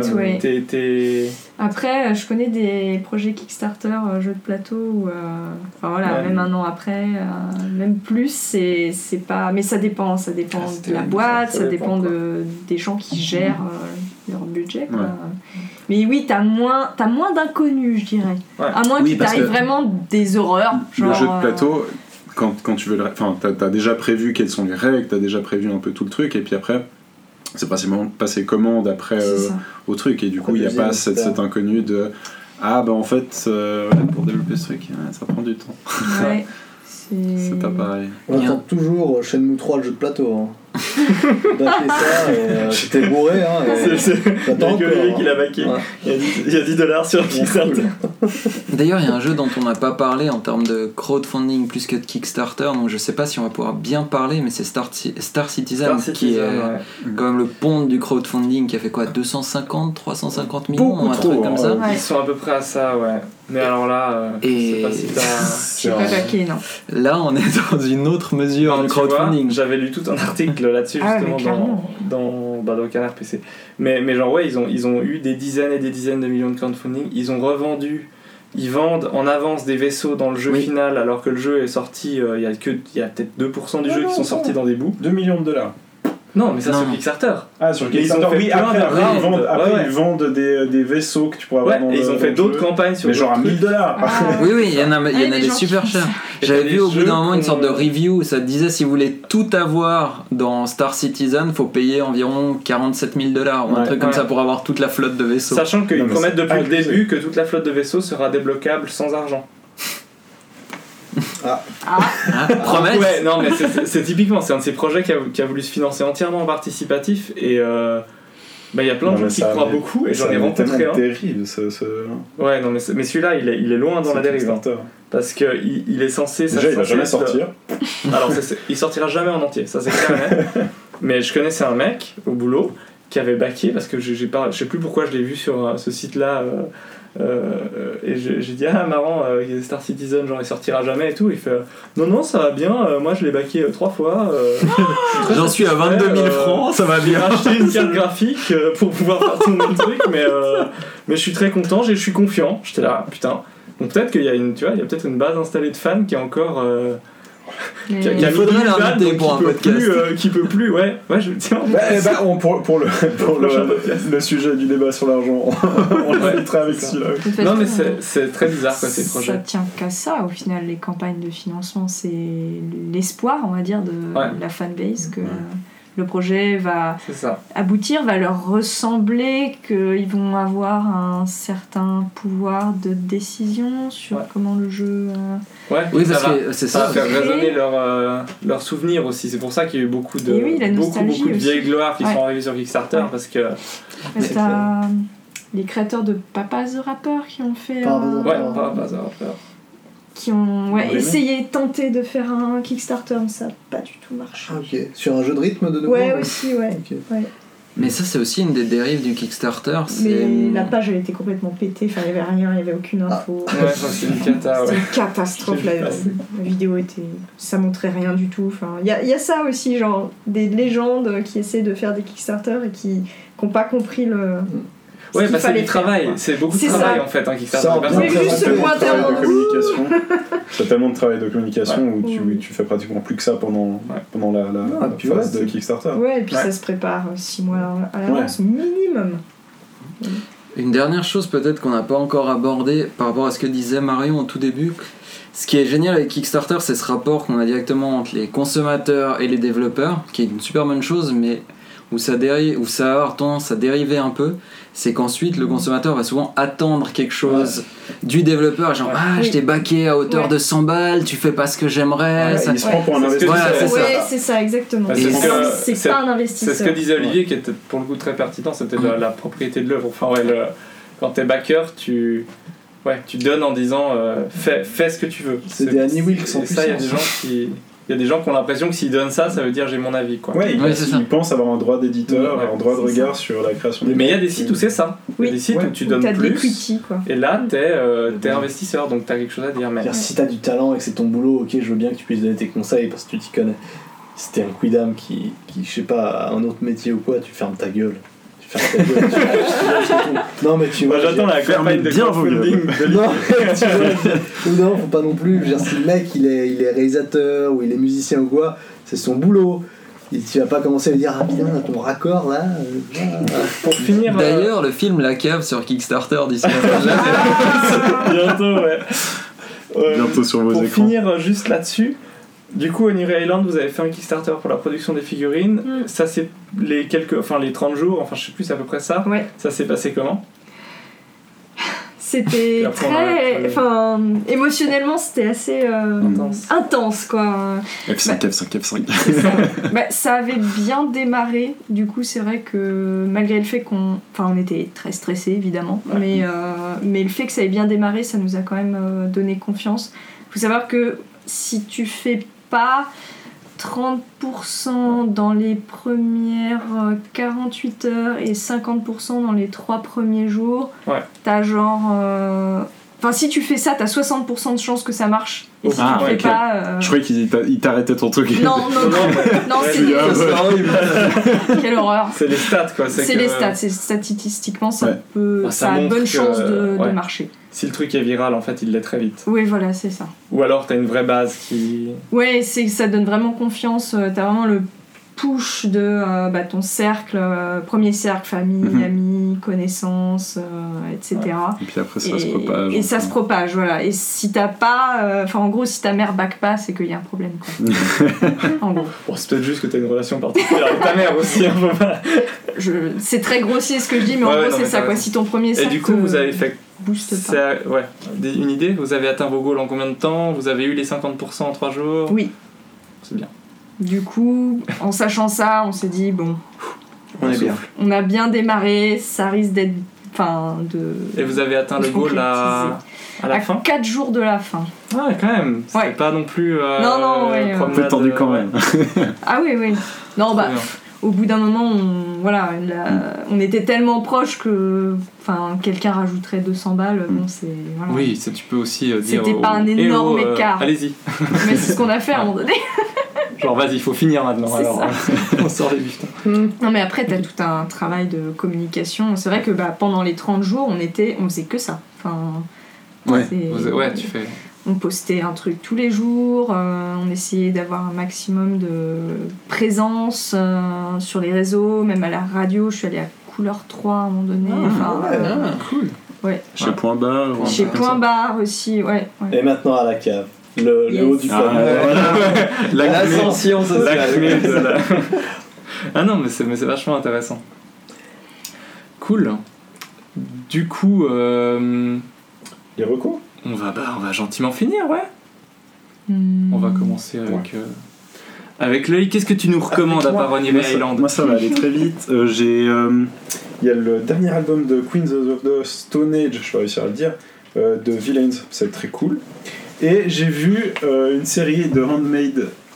[SPEAKER 8] tes...
[SPEAKER 5] Après, je connais des projets Kickstarter, jeux de plateau, où, même un an après, même plus, c'est pas... Mais ça dépend de la boîte, ça dépend des gens qui gèrent leur budget, quoi. Mais oui, t'as moins d'inconnus, je dirais. Ouais. À moins qu'il t'arrive vraiment des horreurs.
[SPEAKER 4] Genre, le jeu de plateau, quand tu veux... Enfin, t'as déjà prévu quelles sont les règles, t'as déjà prévu un peu tout le truc, et puis après... C'est passer commande après au truc, et du coup il n'y a pas cet inconnu de en fait pour développer ce truc ça prend du temps.
[SPEAKER 5] Ouais,
[SPEAKER 4] c'est pas pareil.
[SPEAKER 7] On entend toujours Shenmue 3 le jeu de plateau. Hein. Baquer ça et j'étais bourré. Hein,
[SPEAKER 8] c'est Olivier qui l'a baqué. Ouais. Il y a $10 sur Kickstarter.
[SPEAKER 6] D'ailleurs, il y a un jeu dont on n'a pas parlé en termes de crowdfunding plus que de Kickstarter, donc je sais pas si on va pouvoir bien parler, mais c'est Star Citizen qui est quand même le pont du crowdfunding, qui a fait quoi, 350 millions, un truc comme ça.
[SPEAKER 8] Ils sont à peu près à ça, ouais. Mais alors là, je sais pas si
[SPEAKER 5] j'ai pas baqué, non.
[SPEAKER 6] Là, on est dans une autre mesure du crowdfunding.
[SPEAKER 8] J'avais lu tout un article là-dessus justement dans Canard PC. Mais genre ouais, ils ont eu des dizaines et des dizaines de millions de crowdfunding. Ils ont revendu. Ils vendent en avance des vaisseaux dans le jeu final, alors que le jeu est sorti. Il y a peut-être 2% du jeu qui sont sortis dans des bouts.
[SPEAKER 4] $2 millions.
[SPEAKER 8] Non, mais ça sur Kickstarter.
[SPEAKER 4] Ah, sur Kickstarter, oui, après ils vendent des vaisseaux que tu pourras avoir dans
[SPEAKER 8] et ils ont fait d'autres campagnes sur
[SPEAKER 4] mais genre à $1000.
[SPEAKER 6] Oui, il y en a des super chers. J'avais vu au bout d'un moment une sorte de review où ça disait si vous voulez tout avoir dans Star Citizen, faut payer environ $47,000 ou un truc comme ça pour avoir toute la flotte de vaisseaux.
[SPEAKER 8] Sachant qu'ils promettent depuis le début que toute la flotte de vaisseaux sera débloquable sans argent.
[SPEAKER 6] Promesse.
[SPEAKER 8] Ouais, non, mais c'est typiquement, c'est un de ces projets qui a voulu se financer entièrement en participatif, et il y a plein de gens qui croient beaucoup, et j'en ai rencontré un.
[SPEAKER 4] C'est terrible,
[SPEAKER 8] Ouais, non, mais celui-là, il est loin dans la dérive. Parce qu'il est censé.
[SPEAKER 4] Déjà, il va jamais sortir.
[SPEAKER 8] Alors, il sortira jamais en entier, ça c'est clair. Mais je connaissais un mec au boulot qui avait backé, parce que je sais plus pourquoi je l'ai vu sur ce site-là. Et j'ai dit marrant, Star Citizen genre il sortira jamais et tout. Il fait non ça va bien, moi je l'ai backé 3 fois,
[SPEAKER 6] j'en suis à 22 000 francs, ça va bien.
[SPEAKER 8] J'ai racheté une carte graphique pour pouvoir faire tourner le truc, mais je suis très content, je suis confiant. J'étais là putain, donc peut-être qu'il y a il y a peut-être une base installée de fans qui est encore
[SPEAKER 6] il faudrait l'inviter pour un podcast
[SPEAKER 8] qui peut plus je le tiens
[SPEAKER 4] pour le sujet du débat sur l'argent on l'invitera avec celui-là.
[SPEAKER 8] Non mais c'est très bizarre quoi, ces projets.
[SPEAKER 5] Ça tient qu'à ça au final, les campagnes de financement, c'est l'espoir on va dire de la fanbase que le projet va aboutir, va leur ressembler, qu'ils vont avoir un certain pouvoir de décision sur comment le jeu...
[SPEAKER 6] Oui, parce que c'est ça.
[SPEAKER 8] Ça va faire résonner leurs souvenirs aussi. C'est pour ça qu'il y a eu beaucoup de vieilles gloires qui sont arrivées sur Kickstarter, parce que...
[SPEAKER 5] T'as les créateurs de Papa the Rapper qui ont fait...
[SPEAKER 8] Papa the Rapper.
[SPEAKER 5] Qui ont tenté de faire un Kickstarter, mais ça n'a pas du tout marché.
[SPEAKER 7] Ok, sur un jeu de rythme de nouveau.
[SPEAKER 5] Ouais, aussi, ouais. Okay.
[SPEAKER 6] Mais ça, c'est aussi une des dérives du Kickstarter.
[SPEAKER 5] Mais la page, elle était complètement pétée. Enfin, il n'y avait rien, il n'y avait aucune info.
[SPEAKER 8] Ouais, c'est une cata, ouais.
[SPEAKER 5] C'était une catastrophe. La vidéo était... Ça montrait rien du tout. Enfin, il y a ça aussi, genre, des légendes qui essaient de faire des Kickstarter et qui n'ont pas compris le...
[SPEAKER 8] Ouais, bah c'est du travail, c'est beaucoup de travail en fait, un Kickstarter.
[SPEAKER 5] Mais juste se pointer en mode
[SPEAKER 4] T'as tellement de travail de communication où tu fais pratiquement plus que ça pendant la phase de Kickstarter.
[SPEAKER 5] Ouais, et puis ça se prépare 6 mois à l'avance, minimum.
[SPEAKER 6] Une dernière chose peut-être qu'on n'a pas encore abordé par rapport à ce que disait Marion au tout début. Ce qui est génial avec Kickstarter, c'est ce rapport qu'on a directement entre les consommateurs et les développeurs, qui est une super bonne chose, mais où ça va avoir tendance à dériver un peu, c'est qu'ensuite le consommateur va souvent attendre quelque chose du développeur, genre je t'ai backé à hauteur de 100 balles, tu fais pas ce que j'aimerais.
[SPEAKER 4] Il se prend pour un investisseur.
[SPEAKER 5] C'est ça, exactement.
[SPEAKER 8] C'est
[SPEAKER 5] pas un investisseur.
[SPEAKER 8] C'est ce que disait Olivier qui était pour le coup très pertinent, c'était la propriété de l'œuvre. Enfin, quand t'es backer, tu donnes en disant fais ce que tu veux.
[SPEAKER 7] C'est des Annie Wilkes en plus.
[SPEAKER 8] Ça, il y a des gens qui ont l'impression que s'ils donnent ça veut dire j'ai mon avis, quoi.
[SPEAKER 4] Ouais, ils pensent avoir un droit d'éditeur, un droit de regard sur la création des...
[SPEAKER 8] Mais il y a des sites où c'est ça. Il y a des sites où tu donnes plus.
[SPEAKER 5] Equity, quoi.
[SPEAKER 8] Et là, t'es investisseur, donc t'as quelque chose à dire. Mais...
[SPEAKER 7] Si t'as du talent et que c'est ton boulot, ok, je veux bien que tu puisses donner tes conseils parce que tu t'y connais. Si t'es un quidam qui, je sais pas, a un autre métier ou quoi, tu fermes ta gueule. Non mais tu vois,
[SPEAKER 8] j'attends la campagne de crowdfunding.
[SPEAKER 7] Non, faut pas non plus. Si le mec il est réalisateur ou il est musicien ou quoi, c'est son boulot. Et tu vas pas commencer à lui dire bien ton raccord là.
[SPEAKER 8] Pour finir.
[SPEAKER 6] D'ailleurs, le film La Cave sur Kickstarter d'ici
[SPEAKER 8] bientôt,
[SPEAKER 4] bientôt sur vos écrans.
[SPEAKER 8] Pour finir juste là-dessus. Du coup, Honey Island, vous avez fait un Kickstarter pour la production des figurines. Ça, c'est les 30 jours, je sais plus, c'est à peu près ça.
[SPEAKER 5] Ouais.
[SPEAKER 8] Ça s'est passé comment ?
[SPEAKER 5] C'était très... émotionnellement, c'était assez intense, quoi.
[SPEAKER 4] F5.
[SPEAKER 5] Ça avait bien démarré. Du coup, c'est vrai que malgré le fait qu'on était très stressés, évidemment, mais le fait que ça ait bien démarré, ça nous a quand même donné confiance. Il faut savoir que si tu fais pas 30% dans les premières 48 heures et 50% dans les 3 premiers jours, t'as genre... si tu fais ça, t'as 60% de chances que ça marche. Et si tu le fais pas...
[SPEAKER 4] Je croyais qu'il t'arrêtait ton truc.
[SPEAKER 5] Non, quelle horreur.
[SPEAKER 8] C'est les stats, quoi.
[SPEAKER 5] C'est les stats. Statistiquement, ça a de bonnes chances de marcher.
[SPEAKER 8] Si le truc est viral, en fait, il l'est très vite.
[SPEAKER 5] Oui, voilà, c'est ça.
[SPEAKER 8] Ou alors, t'as une vraie base qui...
[SPEAKER 5] Ouais, ça donne vraiment confiance. T'as vraiment le push de ton cercle, premier cercle, famille, amis, connaissances, etc.
[SPEAKER 4] Et puis après, ça se propage.
[SPEAKER 5] Et ça se propage, voilà. Et si t'as pas... en gros, si ta mère back pas, c'est qu'il y a un problème, quoi. En gros.
[SPEAKER 8] Bon, c'est peut-être juste que t'as une relation particulière avec ta mère aussi, faut pas...
[SPEAKER 5] C'est très grossier ce que je dis, mais en gros, c'est ça, quoi. Si ton premier cercle...
[SPEAKER 8] Et du coup, vous avez fait...
[SPEAKER 5] booste pas.
[SPEAKER 8] Une idée ? Vous avez atteint vos goals en combien de temps ? Vous avez eu les 50% en 3 jours ?
[SPEAKER 5] Oui.
[SPEAKER 8] C'est bien.
[SPEAKER 5] Du coup, en sachant ça, on s'est dit, bon, on a bien démarré, ça risque d'être...
[SPEAKER 8] Et vous avez atteint le goal à la fin ?
[SPEAKER 5] 4 jours de la fin.
[SPEAKER 8] Ah, quand même. C'était pas non plus...
[SPEAKER 4] un peu tendu quand même.
[SPEAKER 5] Ah oui. Non, au bout d'un moment, on était tellement proches que quelqu'un rajouterait 200 balles. Bon, c'est, voilà.
[SPEAKER 3] Oui, ça, tu peux aussi dire...
[SPEAKER 5] C'était pas un énorme écart.
[SPEAKER 8] Allez-y.
[SPEAKER 5] Mais c'est ce qu'on a fait à un moment donné.
[SPEAKER 8] Genre, vas-y, il faut finir maintenant.
[SPEAKER 5] C'est
[SPEAKER 8] alors, on sort les bifetons.
[SPEAKER 5] Non, mais après, t'as tout un travail de communication. C'est vrai que pendant les 30 jours, on faisait que ça.
[SPEAKER 3] Tu fais...
[SPEAKER 5] On postait un truc tous les jours, on essayait d'avoir un maximum de présence sur les réseaux, même à la radio. Je suis allée à Couleur 3 à un moment donné.
[SPEAKER 8] Cool.
[SPEAKER 5] Ouais.
[SPEAKER 4] Chez Point Barre.
[SPEAKER 5] Chez Point Barre aussi, ouais.
[SPEAKER 7] Et maintenant à la cave. Le haut du fleuve.
[SPEAKER 6] L'ascension sociale.
[SPEAKER 8] Ah non, mais c'est vachement intéressant. Cool. Du coup...
[SPEAKER 4] Les recours ?
[SPEAKER 8] On va gentiment finir, On va commencer avec Loïc. Qu'est-ce que tu nous recommandes à part Honey Island ?
[SPEAKER 4] Moi, ça va aller très vite. Il y a le dernier album de Queens of the Stone Age, je vais réussir à le dire, de Villains, c'est très cool. Et j'ai vu une série de Handmade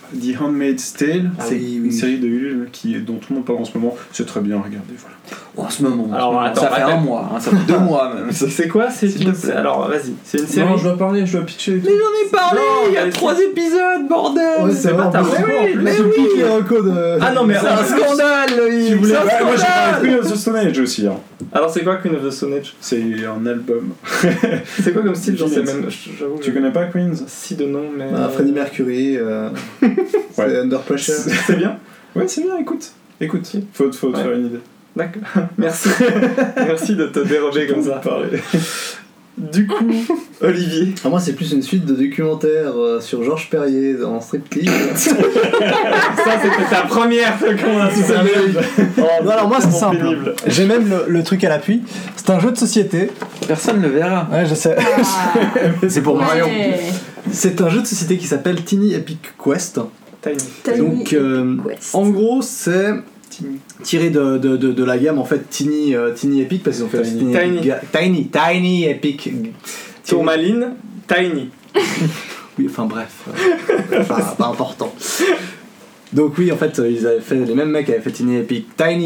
[SPEAKER 4] The Handmaid's Tale,
[SPEAKER 7] Ah
[SPEAKER 4] c'est
[SPEAKER 7] oui,
[SPEAKER 4] une
[SPEAKER 7] oui.
[SPEAKER 4] série de Hulu dont tout le monde parle en ce moment. C'est très bien, regardez, voilà.
[SPEAKER 6] En ce moment.
[SPEAKER 8] Alors, attends,
[SPEAKER 6] ça fait
[SPEAKER 8] attends.
[SPEAKER 6] 1 mois, hein, ça fait 2 mois même.
[SPEAKER 8] C'est quoi?
[SPEAKER 6] S'il te plaît.
[SPEAKER 8] Alors, vas-y. C'est une série.
[SPEAKER 4] Non, je dois parler, je dois pitcher.
[SPEAKER 6] Mais j'en ai parlé, il y a
[SPEAKER 8] allez,
[SPEAKER 6] 3 épisodes, bordel.
[SPEAKER 7] Ouais, c'est
[SPEAKER 8] pas
[SPEAKER 7] vrai,
[SPEAKER 8] ta
[SPEAKER 7] en plus,
[SPEAKER 8] raison, en plus.
[SPEAKER 7] mais
[SPEAKER 6] Tu
[SPEAKER 7] oui,
[SPEAKER 6] piques
[SPEAKER 7] les recos de.
[SPEAKER 8] Ah non, mais
[SPEAKER 6] C'est un scandale, Loïc.
[SPEAKER 4] Tu voulais...
[SPEAKER 6] C'est un
[SPEAKER 4] Ouais, moi j'ai
[SPEAKER 6] scandale.
[SPEAKER 4] parlé de Queen of the Stone Age aussi. Hein.
[SPEAKER 8] Alors, c'est quoi Queen of the Stone Age?
[SPEAKER 4] C'est un album.
[SPEAKER 8] C'est quoi comme style? J'en sais
[SPEAKER 4] Genius.
[SPEAKER 8] même. J'avoue.
[SPEAKER 4] Tu connais pas Queens?
[SPEAKER 8] Si de nom, mais.
[SPEAKER 7] Freddie Mercury, c'est
[SPEAKER 4] Ouais.
[SPEAKER 7] Under Pressure.
[SPEAKER 8] C'est bien?
[SPEAKER 4] Ouais, c'est bien, écoute. Faut te
[SPEAKER 8] Ouais.
[SPEAKER 4] faire une idée.
[SPEAKER 8] D'accord. Merci. Merci de te dérober comme ça. Du coup, Olivier.
[SPEAKER 7] Ah, moi, c'est plus une suite de documentaires sur Georges Perrier dans Striptease.
[SPEAKER 8] Ça, c'était ta première recommandation.
[SPEAKER 1] Non, alors moi c'est simple.
[SPEAKER 8] pénible.
[SPEAKER 1] J'ai même le truc à l'appui. C'est un jeu de société.
[SPEAKER 6] Personne ne le verra.
[SPEAKER 1] Ouais, je sais. C'est pour Marion.
[SPEAKER 2] Ouais.
[SPEAKER 7] C'est un jeu de société qui s'appelle Tiny Epic Quest.
[SPEAKER 8] Tiny.
[SPEAKER 7] Donc, en gros, c'est tiré de la gamme en fait Tiny Epic parce qu'ils ont fait
[SPEAKER 8] Tiny.
[SPEAKER 7] Tiny Epic.
[SPEAKER 8] Tourmaline, Tiny.
[SPEAKER 7] Oui, enfin bref, enfin, pas important. Donc oui, en fait, ils avaient fait, les mêmes mecs avaient fait Tiny Epic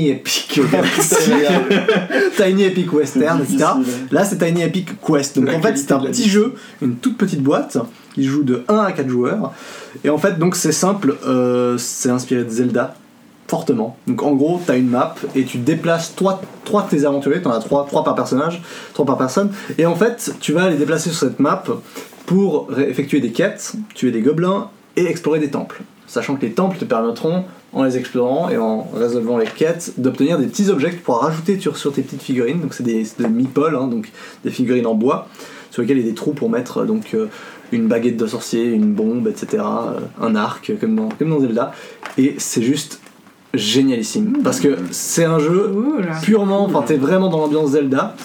[SPEAKER 7] Tiny Epic Western, etc. Là, c'est Tiny Epic Quest. Donc en fait, c'est un petit jeu, une toute petite boîte qui joue de 1 à 4 joueurs. Et en fait, donc c'est simple, c'est inspiré de Zelda. Fortement. Donc en gros, t'as une map et tu déplaces trois de tes aventuriers, t'en as 3 par personnage, 3 par personne, et en fait, tu vas les déplacer sur cette map pour effectuer des quêtes, tuer des gobelins et explorer des temples. Sachant que les temples te permettront, en les explorant et en résolvant les quêtes, d'obtenir des petits objets que tu pourras rajouter sur tes petites figurines. Donc c'est des meeples, hein, donc des figurines en bois, sur lesquelles il y a des trous pour mettre donc une baguette de sorcier, une bombe, etc., un arc, comme dans Zelda. Et c'est juste génialissime parce que c'est un jeu purement, enfin t'es vraiment dans l'ambiance Zelda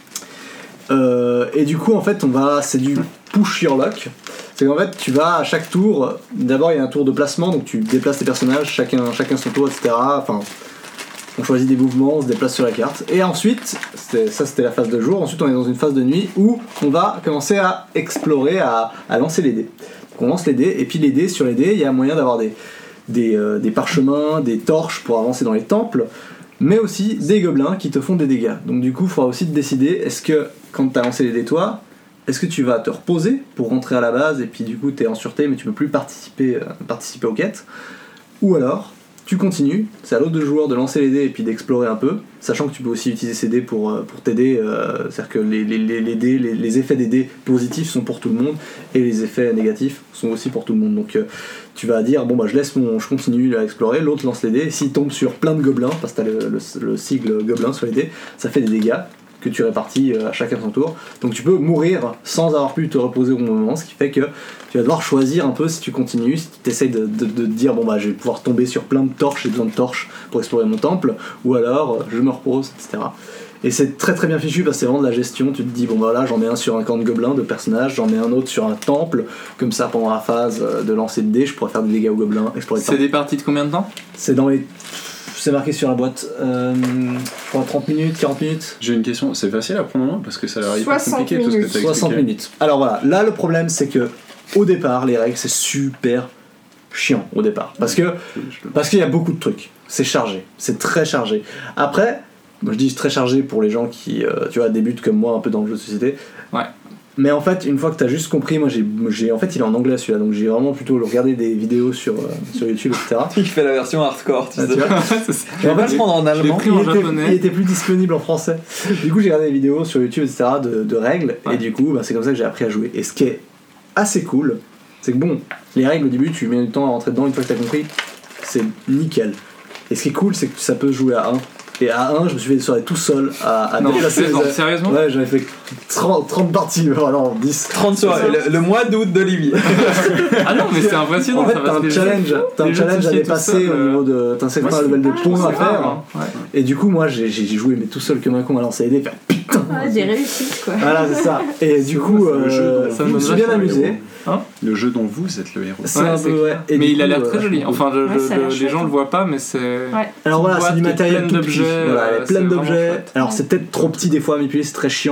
[SPEAKER 7] et du coup en fait c'est du push your luck, c'est qu'en fait tu vas à chaque tour, d'abord il y a un tour de placement donc tu déplaces tes personnages chacun son tour, etc. Enfin on choisit des mouvements, on se déplace sur la carte et ensuite c'était la phase de jour, ensuite on est dans une phase de nuit où on va commencer à explorer, à lancer les dés. Donc on lance les dés et puis sur les dés il y a moyen d'avoir des parchemins, des torches pour avancer dans les temples, mais aussi des gobelins qui te font des dégâts. Donc du coup, il faudra aussi te décider, est-ce que quand tu as lancé les dés toi, est-ce que tu vas te reposer pour rentrer à la base et puis du coup tu es en sûreté mais tu peux plus participer aux quêtes, ou alors tu continues, c'est à l'autre de joueur de lancer les dés et puis d'explorer un peu, sachant que tu peux aussi utiliser ces dés pour t'aider, c'est-à-dire que les dés, les effets des dés positifs sont pour tout le monde et les effets négatifs sont aussi pour tout le monde. Donc tu vas dire bon bah je continue à explorer, l'autre lance les dés, et s'il tombe sur plein de gobelins, parce que t'as le sigle gobelin sur les dés, ça fait des dégâts que tu répartis à chacun son tour. Donc tu peux mourir sans avoir pu te reposer au bon moment, ce qui fait que tu vas devoir choisir un peu si tu continues, si tu essayes de te dire bon bah je vais pouvoir tomber sur plein de torches, j'ai besoin de torches pour explorer mon temple, ou alors je me repose, etc. Et c'est très très bien fichu parce que c'est vraiment de la gestion, tu te dis bon bah là j'en ai un sur un camp de gobelins, de personnages, j'en ai un autre sur un temple, comme ça pendant la phase de lancer de dés, je pourrais faire des dégâts aux gobelins, explorer le
[SPEAKER 3] C'est
[SPEAKER 7] temple.
[SPEAKER 3] des parties de combien de temps?
[SPEAKER 7] C'est marqué sur la boîte, je crois 30 minutes, 40 minutes.
[SPEAKER 4] J'ai une question, c'est facile à prendre en main parce que ça a l'air hyper
[SPEAKER 5] 60
[SPEAKER 4] compliqué tout ce que
[SPEAKER 5] minutes.
[SPEAKER 4] t'as
[SPEAKER 7] 60
[SPEAKER 4] expliqué.
[SPEAKER 7] minutes. Alors voilà, là le problème c'est que au départ, les règles c'est super chiant au départ. Parce qu'il y a beaucoup de trucs. C'est chargé, c'est très chargé. Après, moi je dis très chargé pour les gens qui tu vois, débutent comme moi un peu dans le jeu de société.
[SPEAKER 3] Ouais.
[SPEAKER 7] Mais en fait, une fois que t'as juste compris, moi j'ai en fait il est en anglais celui-là, donc j'ai vraiment plutôt regardé des vidéos sur YouTube, etc.
[SPEAKER 6] Il fait la version hardcore, tu
[SPEAKER 7] Ah,
[SPEAKER 6] sais.
[SPEAKER 7] tu vois.
[SPEAKER 6] Je vais pas le prendre en allemand.
[SPEAKER 3] pris en japonais.
[SPEAKER 7] Il était plus disponible en français. Du coup, j'ai regardé des vidéos sur YouTube, etc. de règles,
[SPEAKER 3] Ouais.
[SPEAKER 7] et du coup, bah, c'est comme ça que j'ai appris à jouer. Et ce qui est assez cool, c'est que bon, les règles au début, tu mets du temps à rentrer dedans, une fois que t'as compris, c'est nickel. Et ce qui est cool, c'est que ça peut se jouer à 1. Et à 1, je me suis fait des soirées tout seul à
[SPEAKER 3] Non,
[SPEAKER 7] déplacer
[SPEAKER 3] non,
[SPEAKER 7] les-
[SPEAKER 3] sérieusement?
[SPEAKER 7] Ouais, j'avais fait 30 parties, alors 10.
[SPEAKER 6] 30 soirées, le mois d'août d'Olivier.
[SPEAKER 3] Ah non, mais c'est impressionnant.
[SPEAKER 7] En fait,
[SPEAKER 3] ça,
[SPEAKER 7] t'as
[SPEAKER 3] parce
[SPEAKER 7] un
[SPEAKER 3] que les
[SPEAKER 7] challenge,
[SPEAKER 3] jeux-
[SPEAKER 7] t'as
[SPEAKER 3] les
[SPEAKER 7] un
[SPEAKER 3] jeux de
[SPEAKER 7] challenge à
[SPEAKER 3] société tout
[SPEAKER 7] dépasser
[SPEAKER 3] seul,
[SPEAKER 7] au niveau de. T'as un certain
[SPEAKER 3] moi,
[SPEAKER 7] level de points à
[SPEAKER 3] c'est rare,
[SPEAKER 7] faire.
[SPEAKER 3] hein. Ouais.
[SPEAKER 7] Et du coup, moi, j'ai joué mais tout seul comme un con à lancer les dés, faire putain.
[SPEAKER 5] Des réussites quoi.
[SPEAKER 7] Voilà, c'est ça. Et du coup,
[SPEAKER 4] le jeu dont
[SPEAKER 3] ça
[SPEAKER 7] je me
[SPEAKER 3] me
[SPEAKER 7] suis
[SPEAKER 3] donne
[SPEAKER 7] bien
[SPEAKER 3] vachement
[SPEAKER 7] amusé.
[SPEAKER 4] Le jeu dont vous êtes le héros.
[SPEAKER 7] C'est
[SPEAKER 3] Ouais,
[SPEAKER 7] un
[SPEAKER 3] c'est
[SPEAKER 7] peu, ouais. Et
[SPEAKER 3] Mais
[SPEAKER 7] du
[SPEAKER 3] il a
[SPEAKER 7] coup,
[SPEAKER 3] l'air très joli. Enfin,
[SPEAKER 5] Ouais, ça a l'air
[SPEAKER 3] les
[SPEAKER 5] chouette,
[SPEAKER 3] gens
[SPEAKER 5] hein.
[SPEAKER 3] le voient pas, mais c'est.
[SPEAKER 5] Ouais.
[SPEAKER 7] Alors voilà, c'est du
[SPEAKER 3] boîte qui est
[SPEAKER 7] matériel
[SPEAKER 3] pleine
[SPEAKER 7] tout petit.
[SPEAKER 3] d'objets,
[SPEAKER 7] Voilà, il y a
[SPEAKER 3] c'est
[SPEAKER 7] plein
[SPEAKER 3] vraiment
[SPEAKER 7] d'objets.
[SPEAKER 3] chouette.
[SPEAKER 7] Alors c'est peut-être trop petit des fois à manipuler, c'est très chiant parce que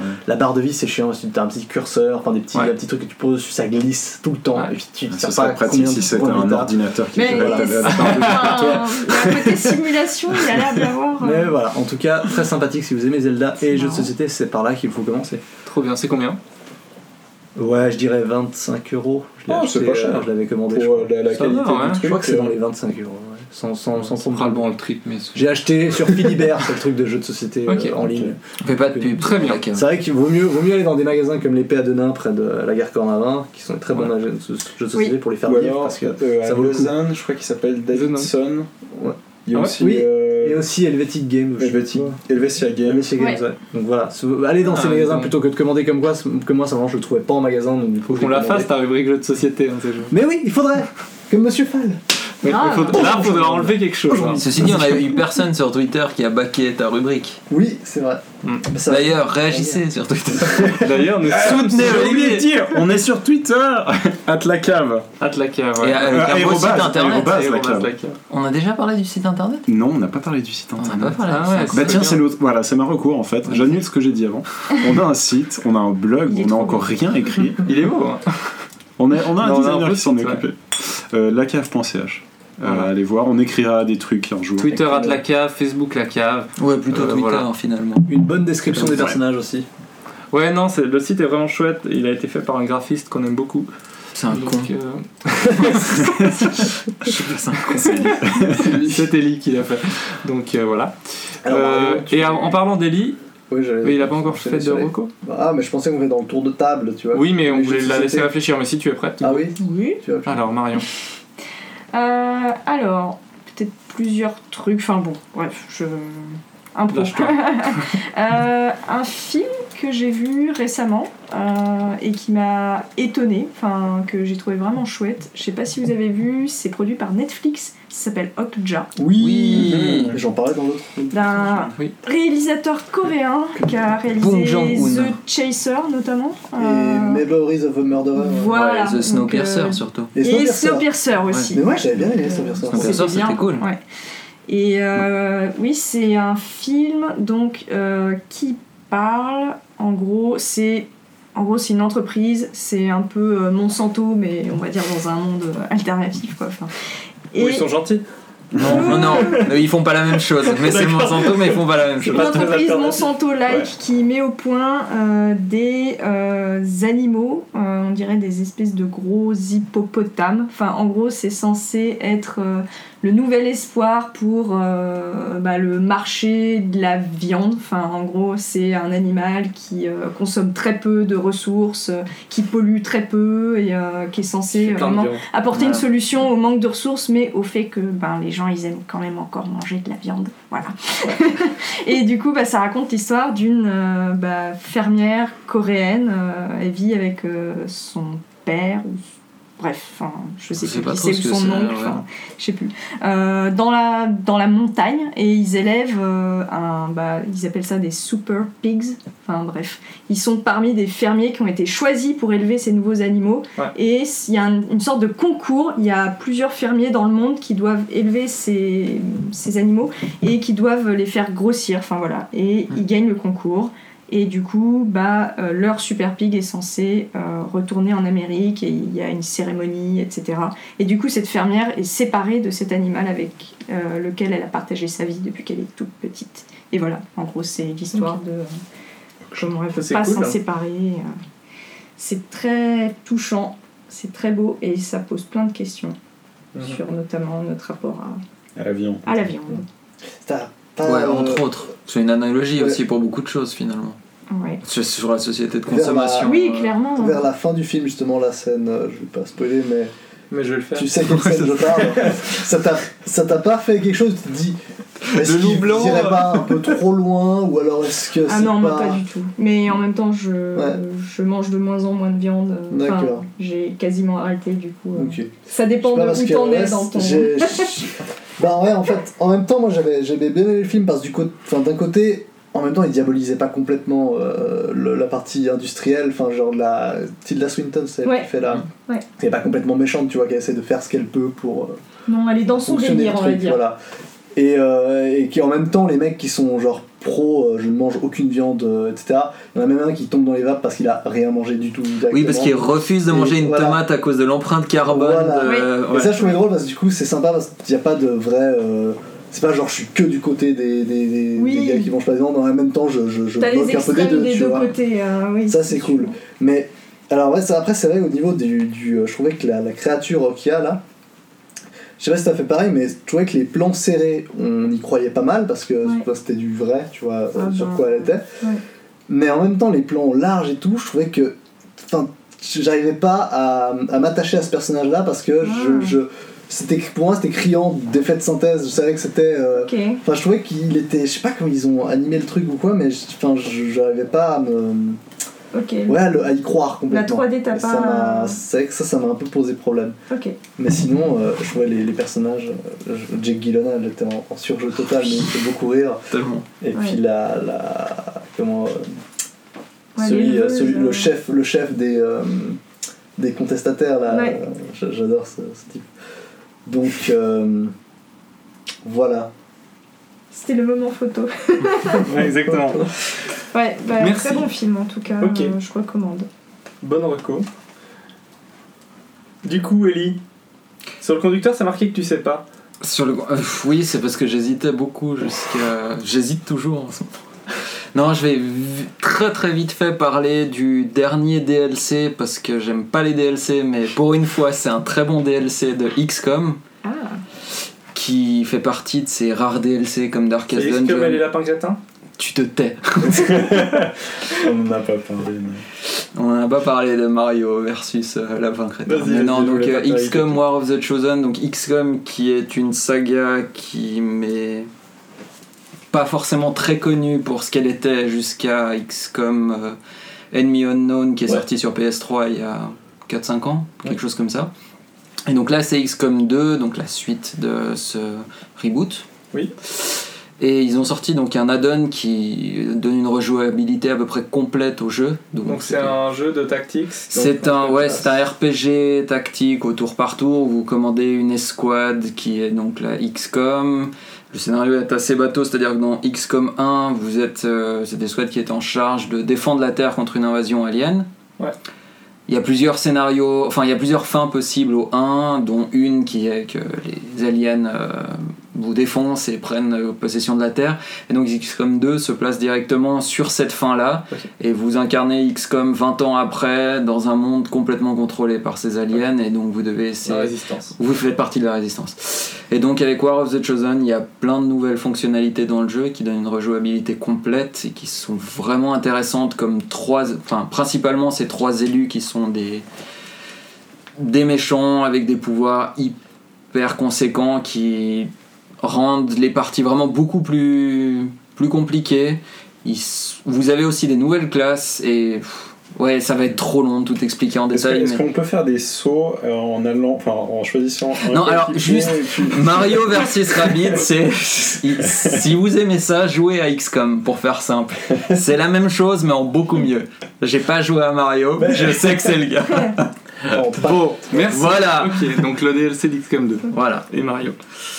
[SPEAKER 7] La barre de vie, c'est chiant aussi. T'as un petit curseur, enfin des petits trucs que tu poses dessus, ça glisse tout le temps. Et puis tu
[SPEAKER 4] ce serait pratique si c'était un ordinateur qui
[SPEAKER 5] mais
[SPEAKER 4] gérait la barre de vie.
[SPEAKER 5] le côté simulation, il a l'air d'avoir.
[SPEAKER 7] Mais voilà, en tout cas, très sympathique si vous aimez Zelda et les jeux de société, c'est par là qu'il faut commencer.
[SPEAKER 3] Trop bien, c'est combien?
[SPEAKER 7] Ouais, je dirais 25€. Je l'ai acheté,
[SPEAKER 4] c'est pas cher.
[SPEAKER 7] Je l'avais commandé.
[SPEAKER 4] Pour
[SPEAKER 7] je
[SPEAKER 4] la qualité
[SPEAKER 3] va, ouais.
[SPEAKER 4] du
[SPEAKER 7] je
[SPEAKER 4] truc.
[SPEAKER 7] crois que c'est dans les 25€. Ouais. Sans
[SPEAKER 3] On fera le bon le trip, mais.
[SPEAKER 7] J'ai acheté sur Philibert, c'est le truc de jeux de société en ligne.
[SPEAKER 6] On fait pas de pub.
[SPEAKER 3] Très bien.
[SPEAKER 7] C'est vrai qu'il vaut mieux aller dans des magasins comme l'épée à Denain près de la gare Cornavin, qui sont des très bons jeux de société pour les faire
[SPEAKER 4] Ou
[SPEAKER 7] vivre.
[SPEAKER 4] alors,
[SPEAKER 7] Parce que
[SPEAKER 4] à
[SPEAKER 7] ça vaut le coup.
[SPEAKER 4] Lausanne, je crois qu'il s'appelle Davidson.
[SPEAKER 7] Ouais.
[SPEAKER 4] Il y a
[SPEAKER 3] Ah ouais
[SPEAKER 4] aussi.
[SPEAKER 7] Oui. Et aussi Helvetic Games.
[SPEAKER 4] Helvetia Games.
[SPEAKER 7] Helvetic Games, ouais. Donc voilà, allez dans ces magasins plutôt que de commander comme moi, ça vraiment je le trouvais pas en magasin. Donc du coup,
[SPEAKER 3] Faut qu'on la fasse ta rubrique jeux de société, hein, ces jeux.
[SPEAKER 7] Mais oui, il faudrait. Comme Monsieur Fall.
[SPEAKER 3] Ouais, là, il faudrait enlever quelque chose. Hein.
[SPEAKER 6] Ceci dit, on a eu personne sur Twitter qui a backé ta rubrique.
[SPEAKER 7] Oui, c'est vrai.
[SPEAKER 6] D'ailleurs, réagissez sur Twitter.
[SPEAKER 3] D'ailleurs, nous
[SPEAKER 6] soutenez Olivier.
[SPEAKER 4] On est sur Twitter. @lacave.
[SPEAKER 3] @lacave.
[SPEAKER 6] Et avec un beau site internet.
[SPEAKER 4] @lacave.
[SPEAKER 6] On a déjà parlé du site internet?
[SPEAKER 4] Non, on n'a pas parlé du site internet.
[SPEAKER 6] On n'a pas parlé.
[SPEAKER 3] Ah ouais,
[SPEAKER 4] Bah tiens, c'est l'autre. Voilà, c'est ma recours en fait. J'annule ce que j'ai dit avant. On a un site, on a un blog, on n'a encore rien écrit.
[SPEAKER 3] Il est beau. Hein.
[SPEAKER 4] On a un designer qui s'en est
[SPEAKER 3] site,
[SPEAKER 4] occupé. Lacave.ch. Allez voir, on écrira des trucs un jour.
[SPEAKER 3] Twitter @lacave, Facebook lacave.
[SPEAKER 6] Ouais, plutôt Twitter
[SPEAKER 3] voilà.
[SPEAKER 6] Finalement.
[SPEAKER 7] Une bonne description des personnages aussi.
[SPEAKER 3] Ouais, non, le site est vraiment chouette. Il a été fait par un graphiste qu'on aime beaucoup.
[SPEAKER 6] C'est un con.
[SPEAKER 3] Je sais pas, c'est un con. C'est Ellie qui l'a fait. Donc voilà. Et en parlant d'Ellie, mais il a pas encore fait de reco.
[SPEAKER 7] Ah, mais je pensais qu'on était dans le tour de table, tu vois.
[SPEAKER 3] Oui, mais on voulait la laisser réfléchir. Mais si tu es prête.
[SPEAKER 7] Ah oui.
[SPEAKER 5] Oui.
[SPEAKER 3] Alors Marion.
[SPEAKER 5] Alors, peut-être plusieurs trucs. Enfin bon, bref, un pro. Un film que j'ai vu récemment et qui m'a étonnée, enfin que j'ai trouvé vraiment chouette. Je sais pas si vous avez vu, c'est produit par Netflix. Ça s'appelle Okja.
[SPEAKER 7] Oui. J'en parlais dans l'autre.
[SPEAKER 5] D'un réalisateur coréen qui a réalisé The Chaser notamment.
[SPEAKER 7] Et Memories of a Murderer.
[SPEAKER 5] Voilà.
[SPEAKER 6] The Snowpiercer surtout.
[SPEAKER 5] Et Snowpiercer aussi.
[SPEAKER 7] Mais moi j'avais bien aimé Snowpiercer.
[SPEAKER 6] Snowpiercer c'était cool.
[SPEAKER 5] Ouais. Et oui, c'est un film donc qui parle, en gros, c'est une entreprise, c'est un peu Monsanto, mais on va dire dans un monde alternatif, quoi. Enfin,
[SPEAKER 3] Et ils sont gentils.
[SPEAKER 6] Non, ils font pas la même chose. Mais c'est Monsanto, mais ils font pas la même chose.
[SPEAKER 5] Une entreprise Monsanto-like qui met au point des animaux, on dirait des espèces de gros hippopotames. Enfin, en gros, c'est censé être le nouvel espoir pour le marché de la viande. Enfin, en gros, c'est un animal qui consomme très peu de ressources, qui pollue très peu et qui est censé vraiment apporter une solution au manque de ressources, mais au fait que les gens ils aiment quand même encore manger de la viande. Voilà. Et du coup, ça raconte l'histoire d'une fermière coréenne. Elle vit avec son père ou bref, je sais plus qui c'est, ou son oncle, je sais plus. Dans la montagne, et ils élèvent ils appellent ça des super pigs. Enfin bref, ils sont parmi des fermiers qui ont été choisis pour élever ces nouveaux animaux. Ouais. Et il y a une sorte de concours. Il y a plusieurs fermiers dans le monde qui doivent élever ces animaux et qui doivent les faire grossir. Enfin voilà, et ils gagnent le concours. Et du coup, leur super pig est censé retourner en Amérique et il y a une cérémonie, etc. Et du coup, cette fermière est séparée de cet animal avec lequel elle a partagé sa vie depuis qu'elle est toute petite. Et voilà, en gros, c'est l'histoire de comment elle ne peut pas s'en séparer. C'est très touchant, c'est très beau et ça pose plein de questions sur notamment notre rapport
[SPEAKER 4] à la viande.
[SPEAKER 5] À la viande.
[SPEAKER 6] Ouais, entre autres. C'est une analogie aussi pour beaucoup de choses finalement.
[SPEAKER 5] Ouais.
[SPEAKER 6] Sur la société de consommation.
[SPEAKER 5] Oui, clairement.
[SPEAKER 7] Vers la fin du film, justement, la scène, je vais pas spoiler, mais
[SPEAKER 3] je vais le faire.
[SPEAKER 7] Tu sais quelle scène je parle. Ça t'a pas fait quelque chose, tu te dis, est-ce qu'il tirait pas un peu trop loin, ou alors est-ce que c'est
[SPEAKER 5] non, pas du tout. Mais en même temps, je mange de moins en moins de viande.
[SPEAKER 7] D'accord.
[SPEAKER 5] J'ai quasiment arrêté du coup.
[SPEAKER 7] Okay.
[SPEAKER 5] Ça dépend de où t'en es dans ton...
[SPEAKER 7] ouais, en fait, en même temps, moi j'avais bien aimé le film parce que d'un côté, en même temps, il diabolisait pas complètement la partie industrielle, genre Tilda Swinton, c'est elle qui fait là. Ouais. Elle est pas complètement méchante, tu vois, qu'elle essaie de faire ce qu'elle peut pour.
[SPEAKER 5] Non, elle est dans son délire, on va dire.
[SPEAKER 7] Voilà. Et qui en même temps, les mecs qui sont pro, je ne mange aucune viande, etc. Il y en a même un qui tombe dans les vapes parce qu'il a rien mangé du tout.
[SPEAKER 6] Oui, parce qu'il refuse de manger une tomate à cause de l'empreinte carbone.
[SPEAKER 7] Voilà. Et ça, je trouvais drôle parce que du coup, c'est sympa parce qu'il n'y a pas de vrai. C'est pas genre je suis que du côté des gars qui mangent pas de viande, en même temps je bloque un peu des deux.
[SPEAKER 5] Des deux côtés, oui,
[SPEAKER 7] ça c'est cool. Mais alors, ouais, après, c'est vrai, au niveau je trouvais que la créature qu'il y a là. Je sais pas si t'as fait pareil, mais je trouvais que les plans serrés, on y croyait pas mal parce que c'était du vrai, tu vois, sur quoi elle était.
[SPEAKER 5] Ouais.
[SPEAKER 7] Mais en même temps, les plans larges et tout, je trouvais que. Enfin, j'arrivais pas à m'attacher à ce personnage-là parce que pour moi, c'était criant d'effets de synthèse. Je savais que c'était. Enfin, je trouvais qu'il était. Je sais pas comment ils ont animé le truc ou quoi, mais j'arrivais pas à me. Ouais, à y croire complètement.
[SPEAKER 5] La 3D t'as pas...
[SPEAKER 7] C'est vrai que ça m'a un peu posé problème. Mais sinon, je trouvais les personnages, Jake Gyllenhaal était en surjeu total, mais il me fait beaucoup rire.
[SPEAKER 6] Tellement.
[SPEAKER 7] Et puis le chef des contestataires là, j'adore ce type. Donc voilà.
[SPEAKER 5] C'était le moment photo.
[SPEAKER 8] Ouais, exactement.
[SPEAKER 5] Ouais,
[SPEAKER 8] merci.
[SPEAKER 5] Très bon film en tout cas, je recommande.
[SPEAKER 8] Bonne reco. Du coup, Ellie, sur le conducteur, ça marquait que tu sais pas.
[SPEAKER 6] Sur le oui, c'est parce que j'hésitais beaucoup j'hésite toujours en ce moment. Non, je vais très très vite fait parler du dernier DLC parce que j'aime pas les DLC, mais pour une fois, c'est un très bon DLC de XCOM. Qui fait partie de ces rares DLC comme Darkest Dungeon.
[SPEAKER 8] XCOM et les lapins crétins ?
[SPEAKER 6] Tu te tais.
[SPEAKER 4] On n'en a pas parlé.
[SPEAKER 6] On n'en a pas parlé de Mario versus Lapin Crétin. Mais non, donc XCOM War of the Chosen, donc XCOM qui est une saga qui m'est pas forcément très connue pour ce qu'elle était jusqu'à XCOM Enemy Unknown qui est sorti sur PS3 il y a 4-5 ans, quelque chose comme ça. Et donc là c'est XCOM 2, donc la suite de ce reboot.
[SPEAKER 8] Oui.
[SPEAKER 6] Et ils ont sorti donc un add-on qui donne une rejouabilité à peu près complète au jeu.
[SPEAKER 8] Donc c'est un jeu de tactics.
[SPEAKER 6] C'est un RPG tactique au tour par tour. Vous commandez une escouade qui est donc la XCOM. Le scénario est assez bateau, c'est-à-dire que dans XCOM 1, vous êtes cette escouade qui est en charge de défendre la Terre contre une invasion alien.
[SPEAKER 8] Ouais.
[SPEAKER 6] Il y a plusieurs scénarios, enfin il y a plusieurs fins possibles au 1, dont une qui est que les aliens vous défoncent et prennent possession de la Terre. Et donc XCOM 2 se place directement sur cette fin-là. Et vous incarnez XCOM 20 ans après dans un monde complètement contrôlé par ces aliens. Et donc vous devez essayer...
[SPEAKER 8] La résistance.
[SPEAKER 6] Vous faites partie de la résistance. Et donc avec War of the Chosen, il y a plein de nouvelles fonctionnalités dans le jeu qui donnent une rejouabilité complète et qui sont vraiment intéressantes, comme principalement ces 3 élus qui sont des méchants avec des pouvoirs hyper conséquents qui rendent les parties vraiment beaucoup plus compliquées. Vous avez aussi des nouvelles classes et ouais, ça va être trop long de tout expliquer en détail.
[SPEAKER 4] Est-ce qu'on peut faire des sauts en choisissant
[SPEAKER 6] non, alors juste Mario versus Rabbids, c'est si vous aimez ça, jouez à XCOM pour faire simple. C'est la même chose mais en beaucoup mieux. J'ai pas joué à Mario, je sais que c'est le gars.
[SPEAKER 3] Bon, merci.
[SPEAKER 6] Voilà.
[SPEAKER 3] Ok, donc le DLC d'XCOM 2.
[SPEAKER 6] Voilà.
[SPEAKER 3] Et Mario.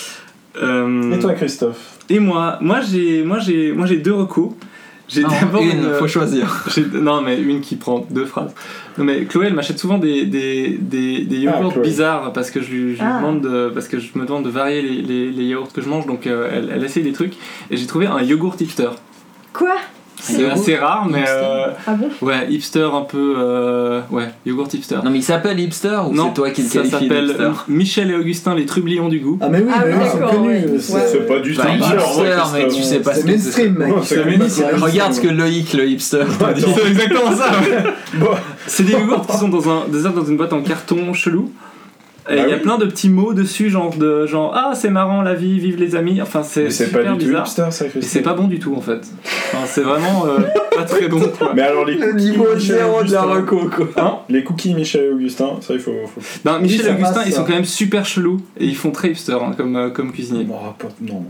[SPEAKER 4] Et toi, Christophe?
[SPEAKER 3] Et moi j'ai 2 recos. J'ai d'abord
[SPEAKER 6] faut choisir.
[SPEAKER 3] Non, mais une qui prend 2 phrases. Non, mais Chloé, elle m'achète souvent des yaourts bizarres parce que parce que je me demande de varier les yaourts que je mange, donc elle essaye des trucs. Et j'ai trouvé un yogourt hipster.
[SPEAKER 5] Quoi?
[SPEAKER 3] C'est assez rare, mais
[SPEAKER 5] ah bon?
[SPEAKER 3] ouais, hipster un peu yogourt hipster.
[SPEAKER 6] Non, mais il s'appelle hipster ou c'est toi qui le qualifie?
[SPEAKER 3] Ça s'appelle Michel et Augustin, les trublions du goût.
[SPEAKER 7] Ah mais oui, ils sont connus.
[SPEAKER 4] C'est pas du tout
[SPEAKER 6] hipster, mais tu sais pas ce que c'est.
[SPEAKER 7] C'est mainstream, mec.
[SPEAKER 6] Regarde ce que Loïc, le hipster, te dit.
[SPEAKER 3] C'est exactement ça. C'est des yogourts qui sont dans une boîte en carton chelou. Et il y a plein de petits mots dessus, genre ah c'est marrant la vie, vive les amis. Enfin c'est super
[SPEAKER 4] pas du
[SPEAKER 3] bizarre.
[SPEAKER 4] Tout hipster, ça,
[SPEAKER 3] et c'est pas bon du tout en fait. Enfin, c'est vraiment pas très bon quoi.
[SPEAKER 4] Mais alors les cookies
[SPEAKER 7] niveau 0 de la reco quoi.
[SPEAKER 3] Hein,
[SPEAKER 4] les cookies Michel et Augustin, ça il faut...
[SPEAKER 3] Ben, Michel et Augustin ils sont quand même super chelous et ils font très hipster comme cuisinier.
[SPEAKER 4] Non.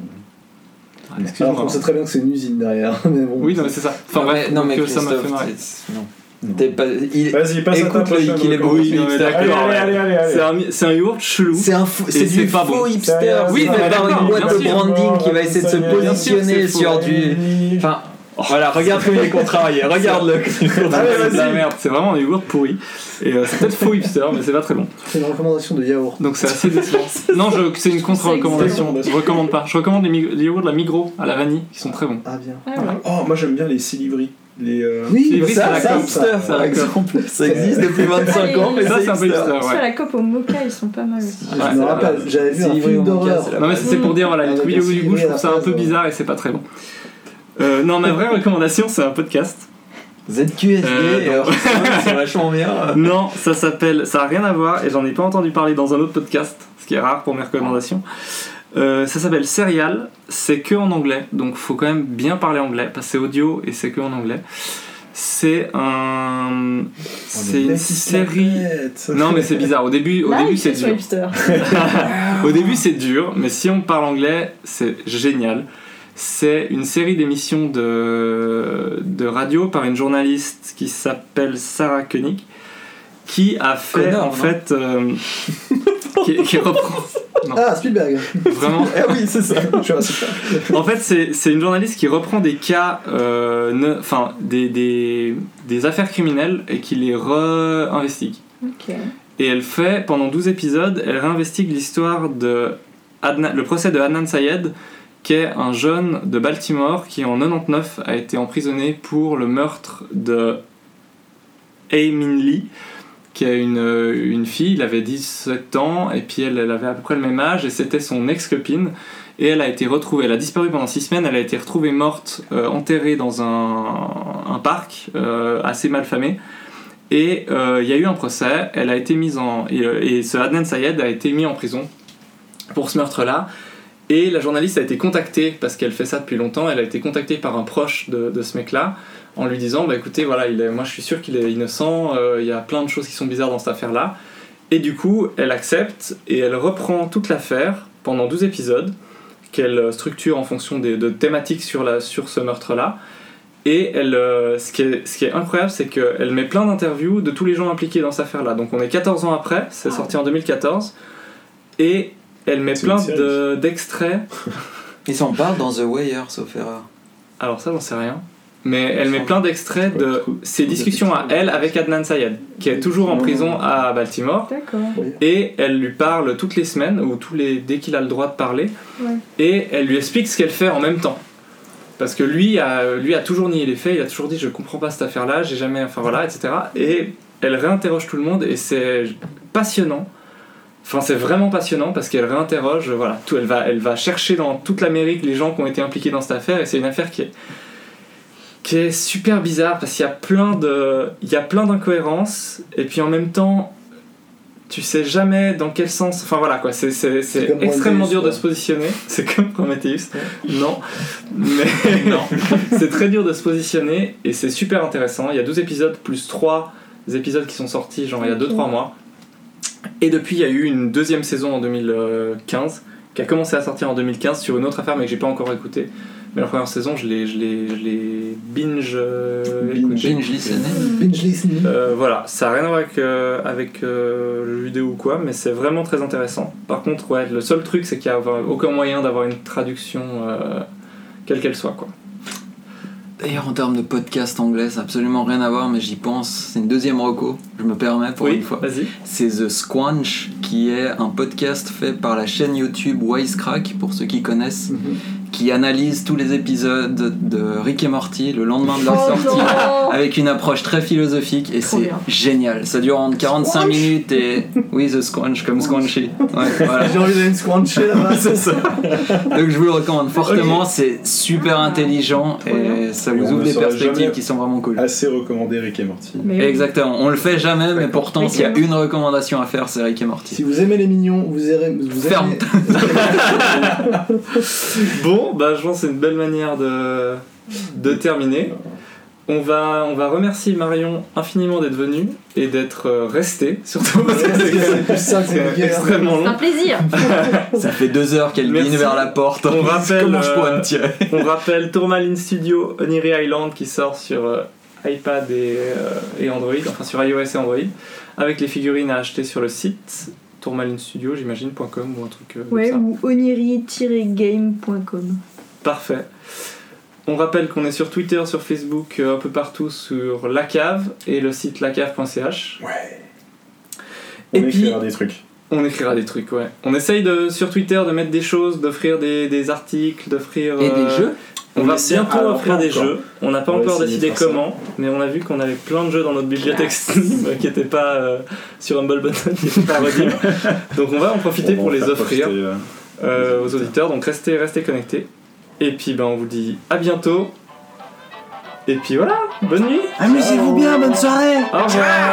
[SPEAKER 7] Alors on sait très bien que c'est une usine derrière. Mais bon,
[SPEAKER 3] oui non mais c'est ça. Enfin bref,
[SPEAKER 6] non mais
[SPEAKER 3] ça m'a fait marrer.
[SPEAKER 6] Non.
[SPEAKER 8] Vas-y, passe à ta
[SPEAKER 6] Écoute
[SPEAKER 8] prochaine
[SPEAKER 6] qu'il est beau.
[SPEAKER 3] Oui, non, mais d'accord,
[SPEAKER 8] Allez.
[SPEAKER 3] C'est un yaourt chelou.
[SPEAKER 6] C'est du
[SPEAKER 3] pas
[SPEAKER 6] faux
[SPEAKER 3] bon.
[SPEAKER 6] hipster.
[SPEAKER 3] Oui,
[SPEAKER 6] c'est
[SPEAKER 3] mais
[SPEAKER 6] par
[SPEAKER 3] d'accord,
[SPEAKER 6] une boîte
[SPEAKER 3] bien
[SPEAKER 6] de
[SPEAKER 3] sûr.
[SPEAKER 6] branding qui va essayer de se positionner sur du. Enfin, voilà, regarde comme il est contrarié. Regarde-le.
[SPEAKER 3] C'est de la merde, c'est vraiment un yaourt pourri. Et c'est peut-être faux hipster, mais c'est pas très bon.
[SPEAKER 7] C'est une recommandation de yaourt.
[SPEAKER 3] Donc c'est assez décevant. Non, c'est une contre-recommandation. Je recommande pas. Je recommande les yaourts de la Migros à la vanille qui sont très bons.
[SPEAKER 7] Ah bien.
[SPEAKER 3] Voilà.
[SPEAKER 8] Oh, moi j'aime bien les Silivri.
[SPEAKER 7] Oui,
[SPEAKER 3] Silivri,
[SPEAKER 6] ça,
[SPEAKER 3] c'est la COP.
[SPEAKER 6] hipster,
[SPEAKER 3] C'est la
[SPEAKER 6] par
[SPEAKER 3] COP.
[SPEAKER 6] exemple. Ça existe depuis 25 ans, mais
[SPEAKER 3] Ça, c'est un peu hipster,
[SPEAKER 5] Ceux à
[SPEAKER 3] ouais.
[SPEAKER 5] la COP au Mocha, ils sont pas mal aussi.
[SPEAKER 3] Ouais,
[SPEAKER 7] Je me rappelle, j'avais vu un
[SPEAKER 6] Silivri
[SPEAKER 7] film
[SPEAKER 6] au Mocha,
[SPEAKER 7] d'horreur.
[SPEAKER 6] c'est la
[SPEAKER 3] Non, mais c'est pour dire, voilà, les
[SPEAKER 7] Avec
[SPEAKER 3] trucs
[SPEAKER 7] un
[SPEAKER 3] du goût, je
[SPEAKER 7] Silivri à
[SPEAKER 3] trouve
[SPEAKER 7] la
[SPEAKER 3] ça un
[SPEAKER 7] place,
[SPEAKER 3] peu bizarre et c'est pas très bon. Non, ma vraie recommandation, c'est un podcast.
[SPEAKER 6] ZQSD, c'est vachement bien.
[SPEAKER 3] Non, ça a rien à voir et j'en ai pas entendu parler dans un autre podcast, ce qui est rare pour mes recommandations. Ça s'appelle Serial, c'est que en anglais, donc faut quand même bien parler anglais, parce que c'est audio et c'est que en anglais. C'est une série. Non, mais c'est bizarre. Au début c'est dur. Au début c'est dur, mais si on parle anglais, c'est génial. C'est une série d'émissions de radio par une journaliste qui s'appelle Sarah Koenig, qui a fait
[SPEAKER 6] Connor,
[SPEAKER 3] en fait qui reprend. Non.
[SPEAKER 7] Ah, Spielberg.
[SPEAKER 3] Vraiment.
[SPEAKER 6] Eh oui, c'est ça.
[SPEAKER 3] En fait, c'est une journaliste qui reprend des cas, des affaires criminelles et qui les réinvestigue.
[SPEAKER 5] Ok.
[SPEAKER 3] Et elle fait, pendant 12 épisodes, elle réinvestigue l'histoire le procès de Adnan Syed, qui est un jeune de Baltimore qui en 99 a été emprisonné pour le meurtre de Ae-Min Lee, qui est une fille. Il avait 17 ans et puis elle avait à peu près le même âge et c'était son ex-copine. Et elle a été retrouvée, elle a disparu pendant 6 semaines, elle a été retrouvée morte, enterrée dans un parc assez mal famé. Et il y a eu un procès, elle a été mise et ce Adnan Syed a été mis en prison pour ce meurtre-là. Et la journaliste a été contactée, parce qu'elle fait ça depuis longtemps, elle a été contactée par un proche de ce mec-là, en lui disant, bah écoutez, voilà, moi je suis sûr qu'il est innocent, il y a plein de choses qui sont bizarres dans cette affaire-là. Et du coup, elle accepte, et elle reprend toute l'affaire pendant 12 épisodes, qu'elle structure en fonction de thématiques sur ce meurtre-là. Et ce qui est incroyable, c'est qu'elle met plein d'interviews de tous les gens impliqués dans cette affaire-là. Donc on est 14 ans après, c'est sorti en 2014, et elle met plein d'extraits.
[SPEAKER 6] Ils s'en parlent dans The Wire, sauf erreur.
[SPEAKER 3] Alors ça, j'en sais rien. Mais elle met plein d'extraits de ses discussions à elle avec Adnan Syed, qui est toujours en prison à Baltimore.
[SPEAKER 5] D'accord.
[SPEAKER 3] Et elle lui parle toutes les semaines, ou dès qu'il a le droit de parler.
[SPEAKER 5] Ouais.
[SPEAKER 3] Et elle lui explique ce qu'elle fait en même temps. Parce que lui a toujours nié les faits, il a toujours dit je comprends pas cette affaire-là, j'ai jamais... Enfin voilà, etc. Et elle réinterroge tout le monde et c'est passionnant. Enfin, c'est vraiment passionnant parce qu'elle réinterroge, voilà, tout. Elle va chercher dans toute l'Amérique les gens qui ont été impliqués dans cette affaire et c'est une affaire qui est super bizarre parce qu'il y a plein d'incohérences et puis en même temps, tu sais jamais dans quel sens. Enfin voilà quoi, c'est extrêmement dur de se positionner. C'est comme Prometheus. Non, mais non, c'est très dur de se positionner et c'est super intéressant. Il y a 12 épisodes plus 3 épisodes qui sont sortis genre il y a 2-3 mois. Et depuis, il y a eu une deuxième saison en 2015 qui a commencé à sortir en 2015 sur une autre affaire mais que j'ai pas encore écouté. Mais la première saison, je l'ai binge
[SPEAKER 6] listening.
[SPEAKER 3] Voilà, ça n'a rien à voir avec le jeu vidéo ou quoi, mais c'est vraiment très intéressant. Par contre, ouais, le seul truc, c'est qu'il n'y a aucun moyen d'avoir une traduction quelle qu'elle soit, quoi.
[SPEAKER 6] D'ailleurs, en termes de podcast anglais, ça n'a absolument rien à voir, mais j'y pense. C'est une deuxième reco, je me permets pour une fois.
[SPEAKER 3] Vas-y.
[SPEAKER 6] C'est The Squanch, qui est un podcast fait par la chaîne YouTube Wisecrack, pour ceux qui connaissent, qui analyse tous les épisodes de Rick et Morty le lendemain de leur sortie, avec une approche très philosophique, et c'est génial. Ça dure en 45 minutes, et oui, The Squanch, comme Squanchy. Ouais, voilà.
[SPEAKER 7] J'ai envie d'aller me squancher là-bas.
[SPEAKER 6] C'est ça. Donc je vous le recommande fortement, c'est super intelligent, et ça vous ouvre des perspectives qui sont vraiment cool.
[SPEAKER 8] Assez recommandé Rick et Morty.
[SPEAKER 6] Exactement, on le fait jamais, mais pourtant s'il y a une recommandation à faire, c'est Rick et Morty.
[SPEAKER 7] Si vous aimez les mignons, vous aimez...
[SPEAKER 6] Ferme.
[SPEAKER 3] Bon, bah je pense que c'est une belle manière de terminer. On va remercier Marion infiniment d'être venue et d'être restée, surtout parce que c'est extrêmement long.
[SPEAKER 2] Un plaisir.
[SPEAKER 6] Ça fait 2 heures qu'elle guigne vers la porte.
[SPEAKER 3] On rappelle
[SPEAKER 6] Comment je pourrais me tirer.
[SPEAKER 3] On rappelle Tourmaline Studio, Oniri Island qui sort sur
[SPEAKER 8] iPad et Android, enfin sur iOS et Android, avec les figurines à acheter sur le site tourmalinestudio, j'imagine.com ou un truc
[SPEAKER 5] ouais,
[SPEAKER 8] comme ça.
[SPEAKER 5] ou oniri-game.com.
[SPEAKER 8] Parfait. On rappelle qu'on est sur Twitter, sur Facebook, un peu partout sur La Cave et le site lacave.ch.
[SPEAKER 4] Ouais.
[SPEAKER 8] Et
[SPEAKER 4] On
[SPEAKER 8] puis,
[SPEAKER 4] écrira des trucs.
[SPEAKER 8] On écrira des trucs, ouais. On essaye sur Twitter de mettre des choses, d'offrir des articles, d'offrir...
[SPEAKER 6] Et des jeux.
[SPEAKER 8] On va bientôt offrir des jeux. On n'a pas encore décidé comment, mais on a vu qu'on avait plein de jeux dans notre bibliothèque Steam qui n'étaient pas sur Humble Bundle, qui n'étaient pas redeem. Donc on va en profiter pour les offrir aux auditeurs. Donc restez connectés. Et puis on vous dit à bientôt. Et puis voilà, bonne nuit.
[SPEAKER 1] Amusez-vous bien, bonne soirée.
[SPEAKER 8] Au revoir.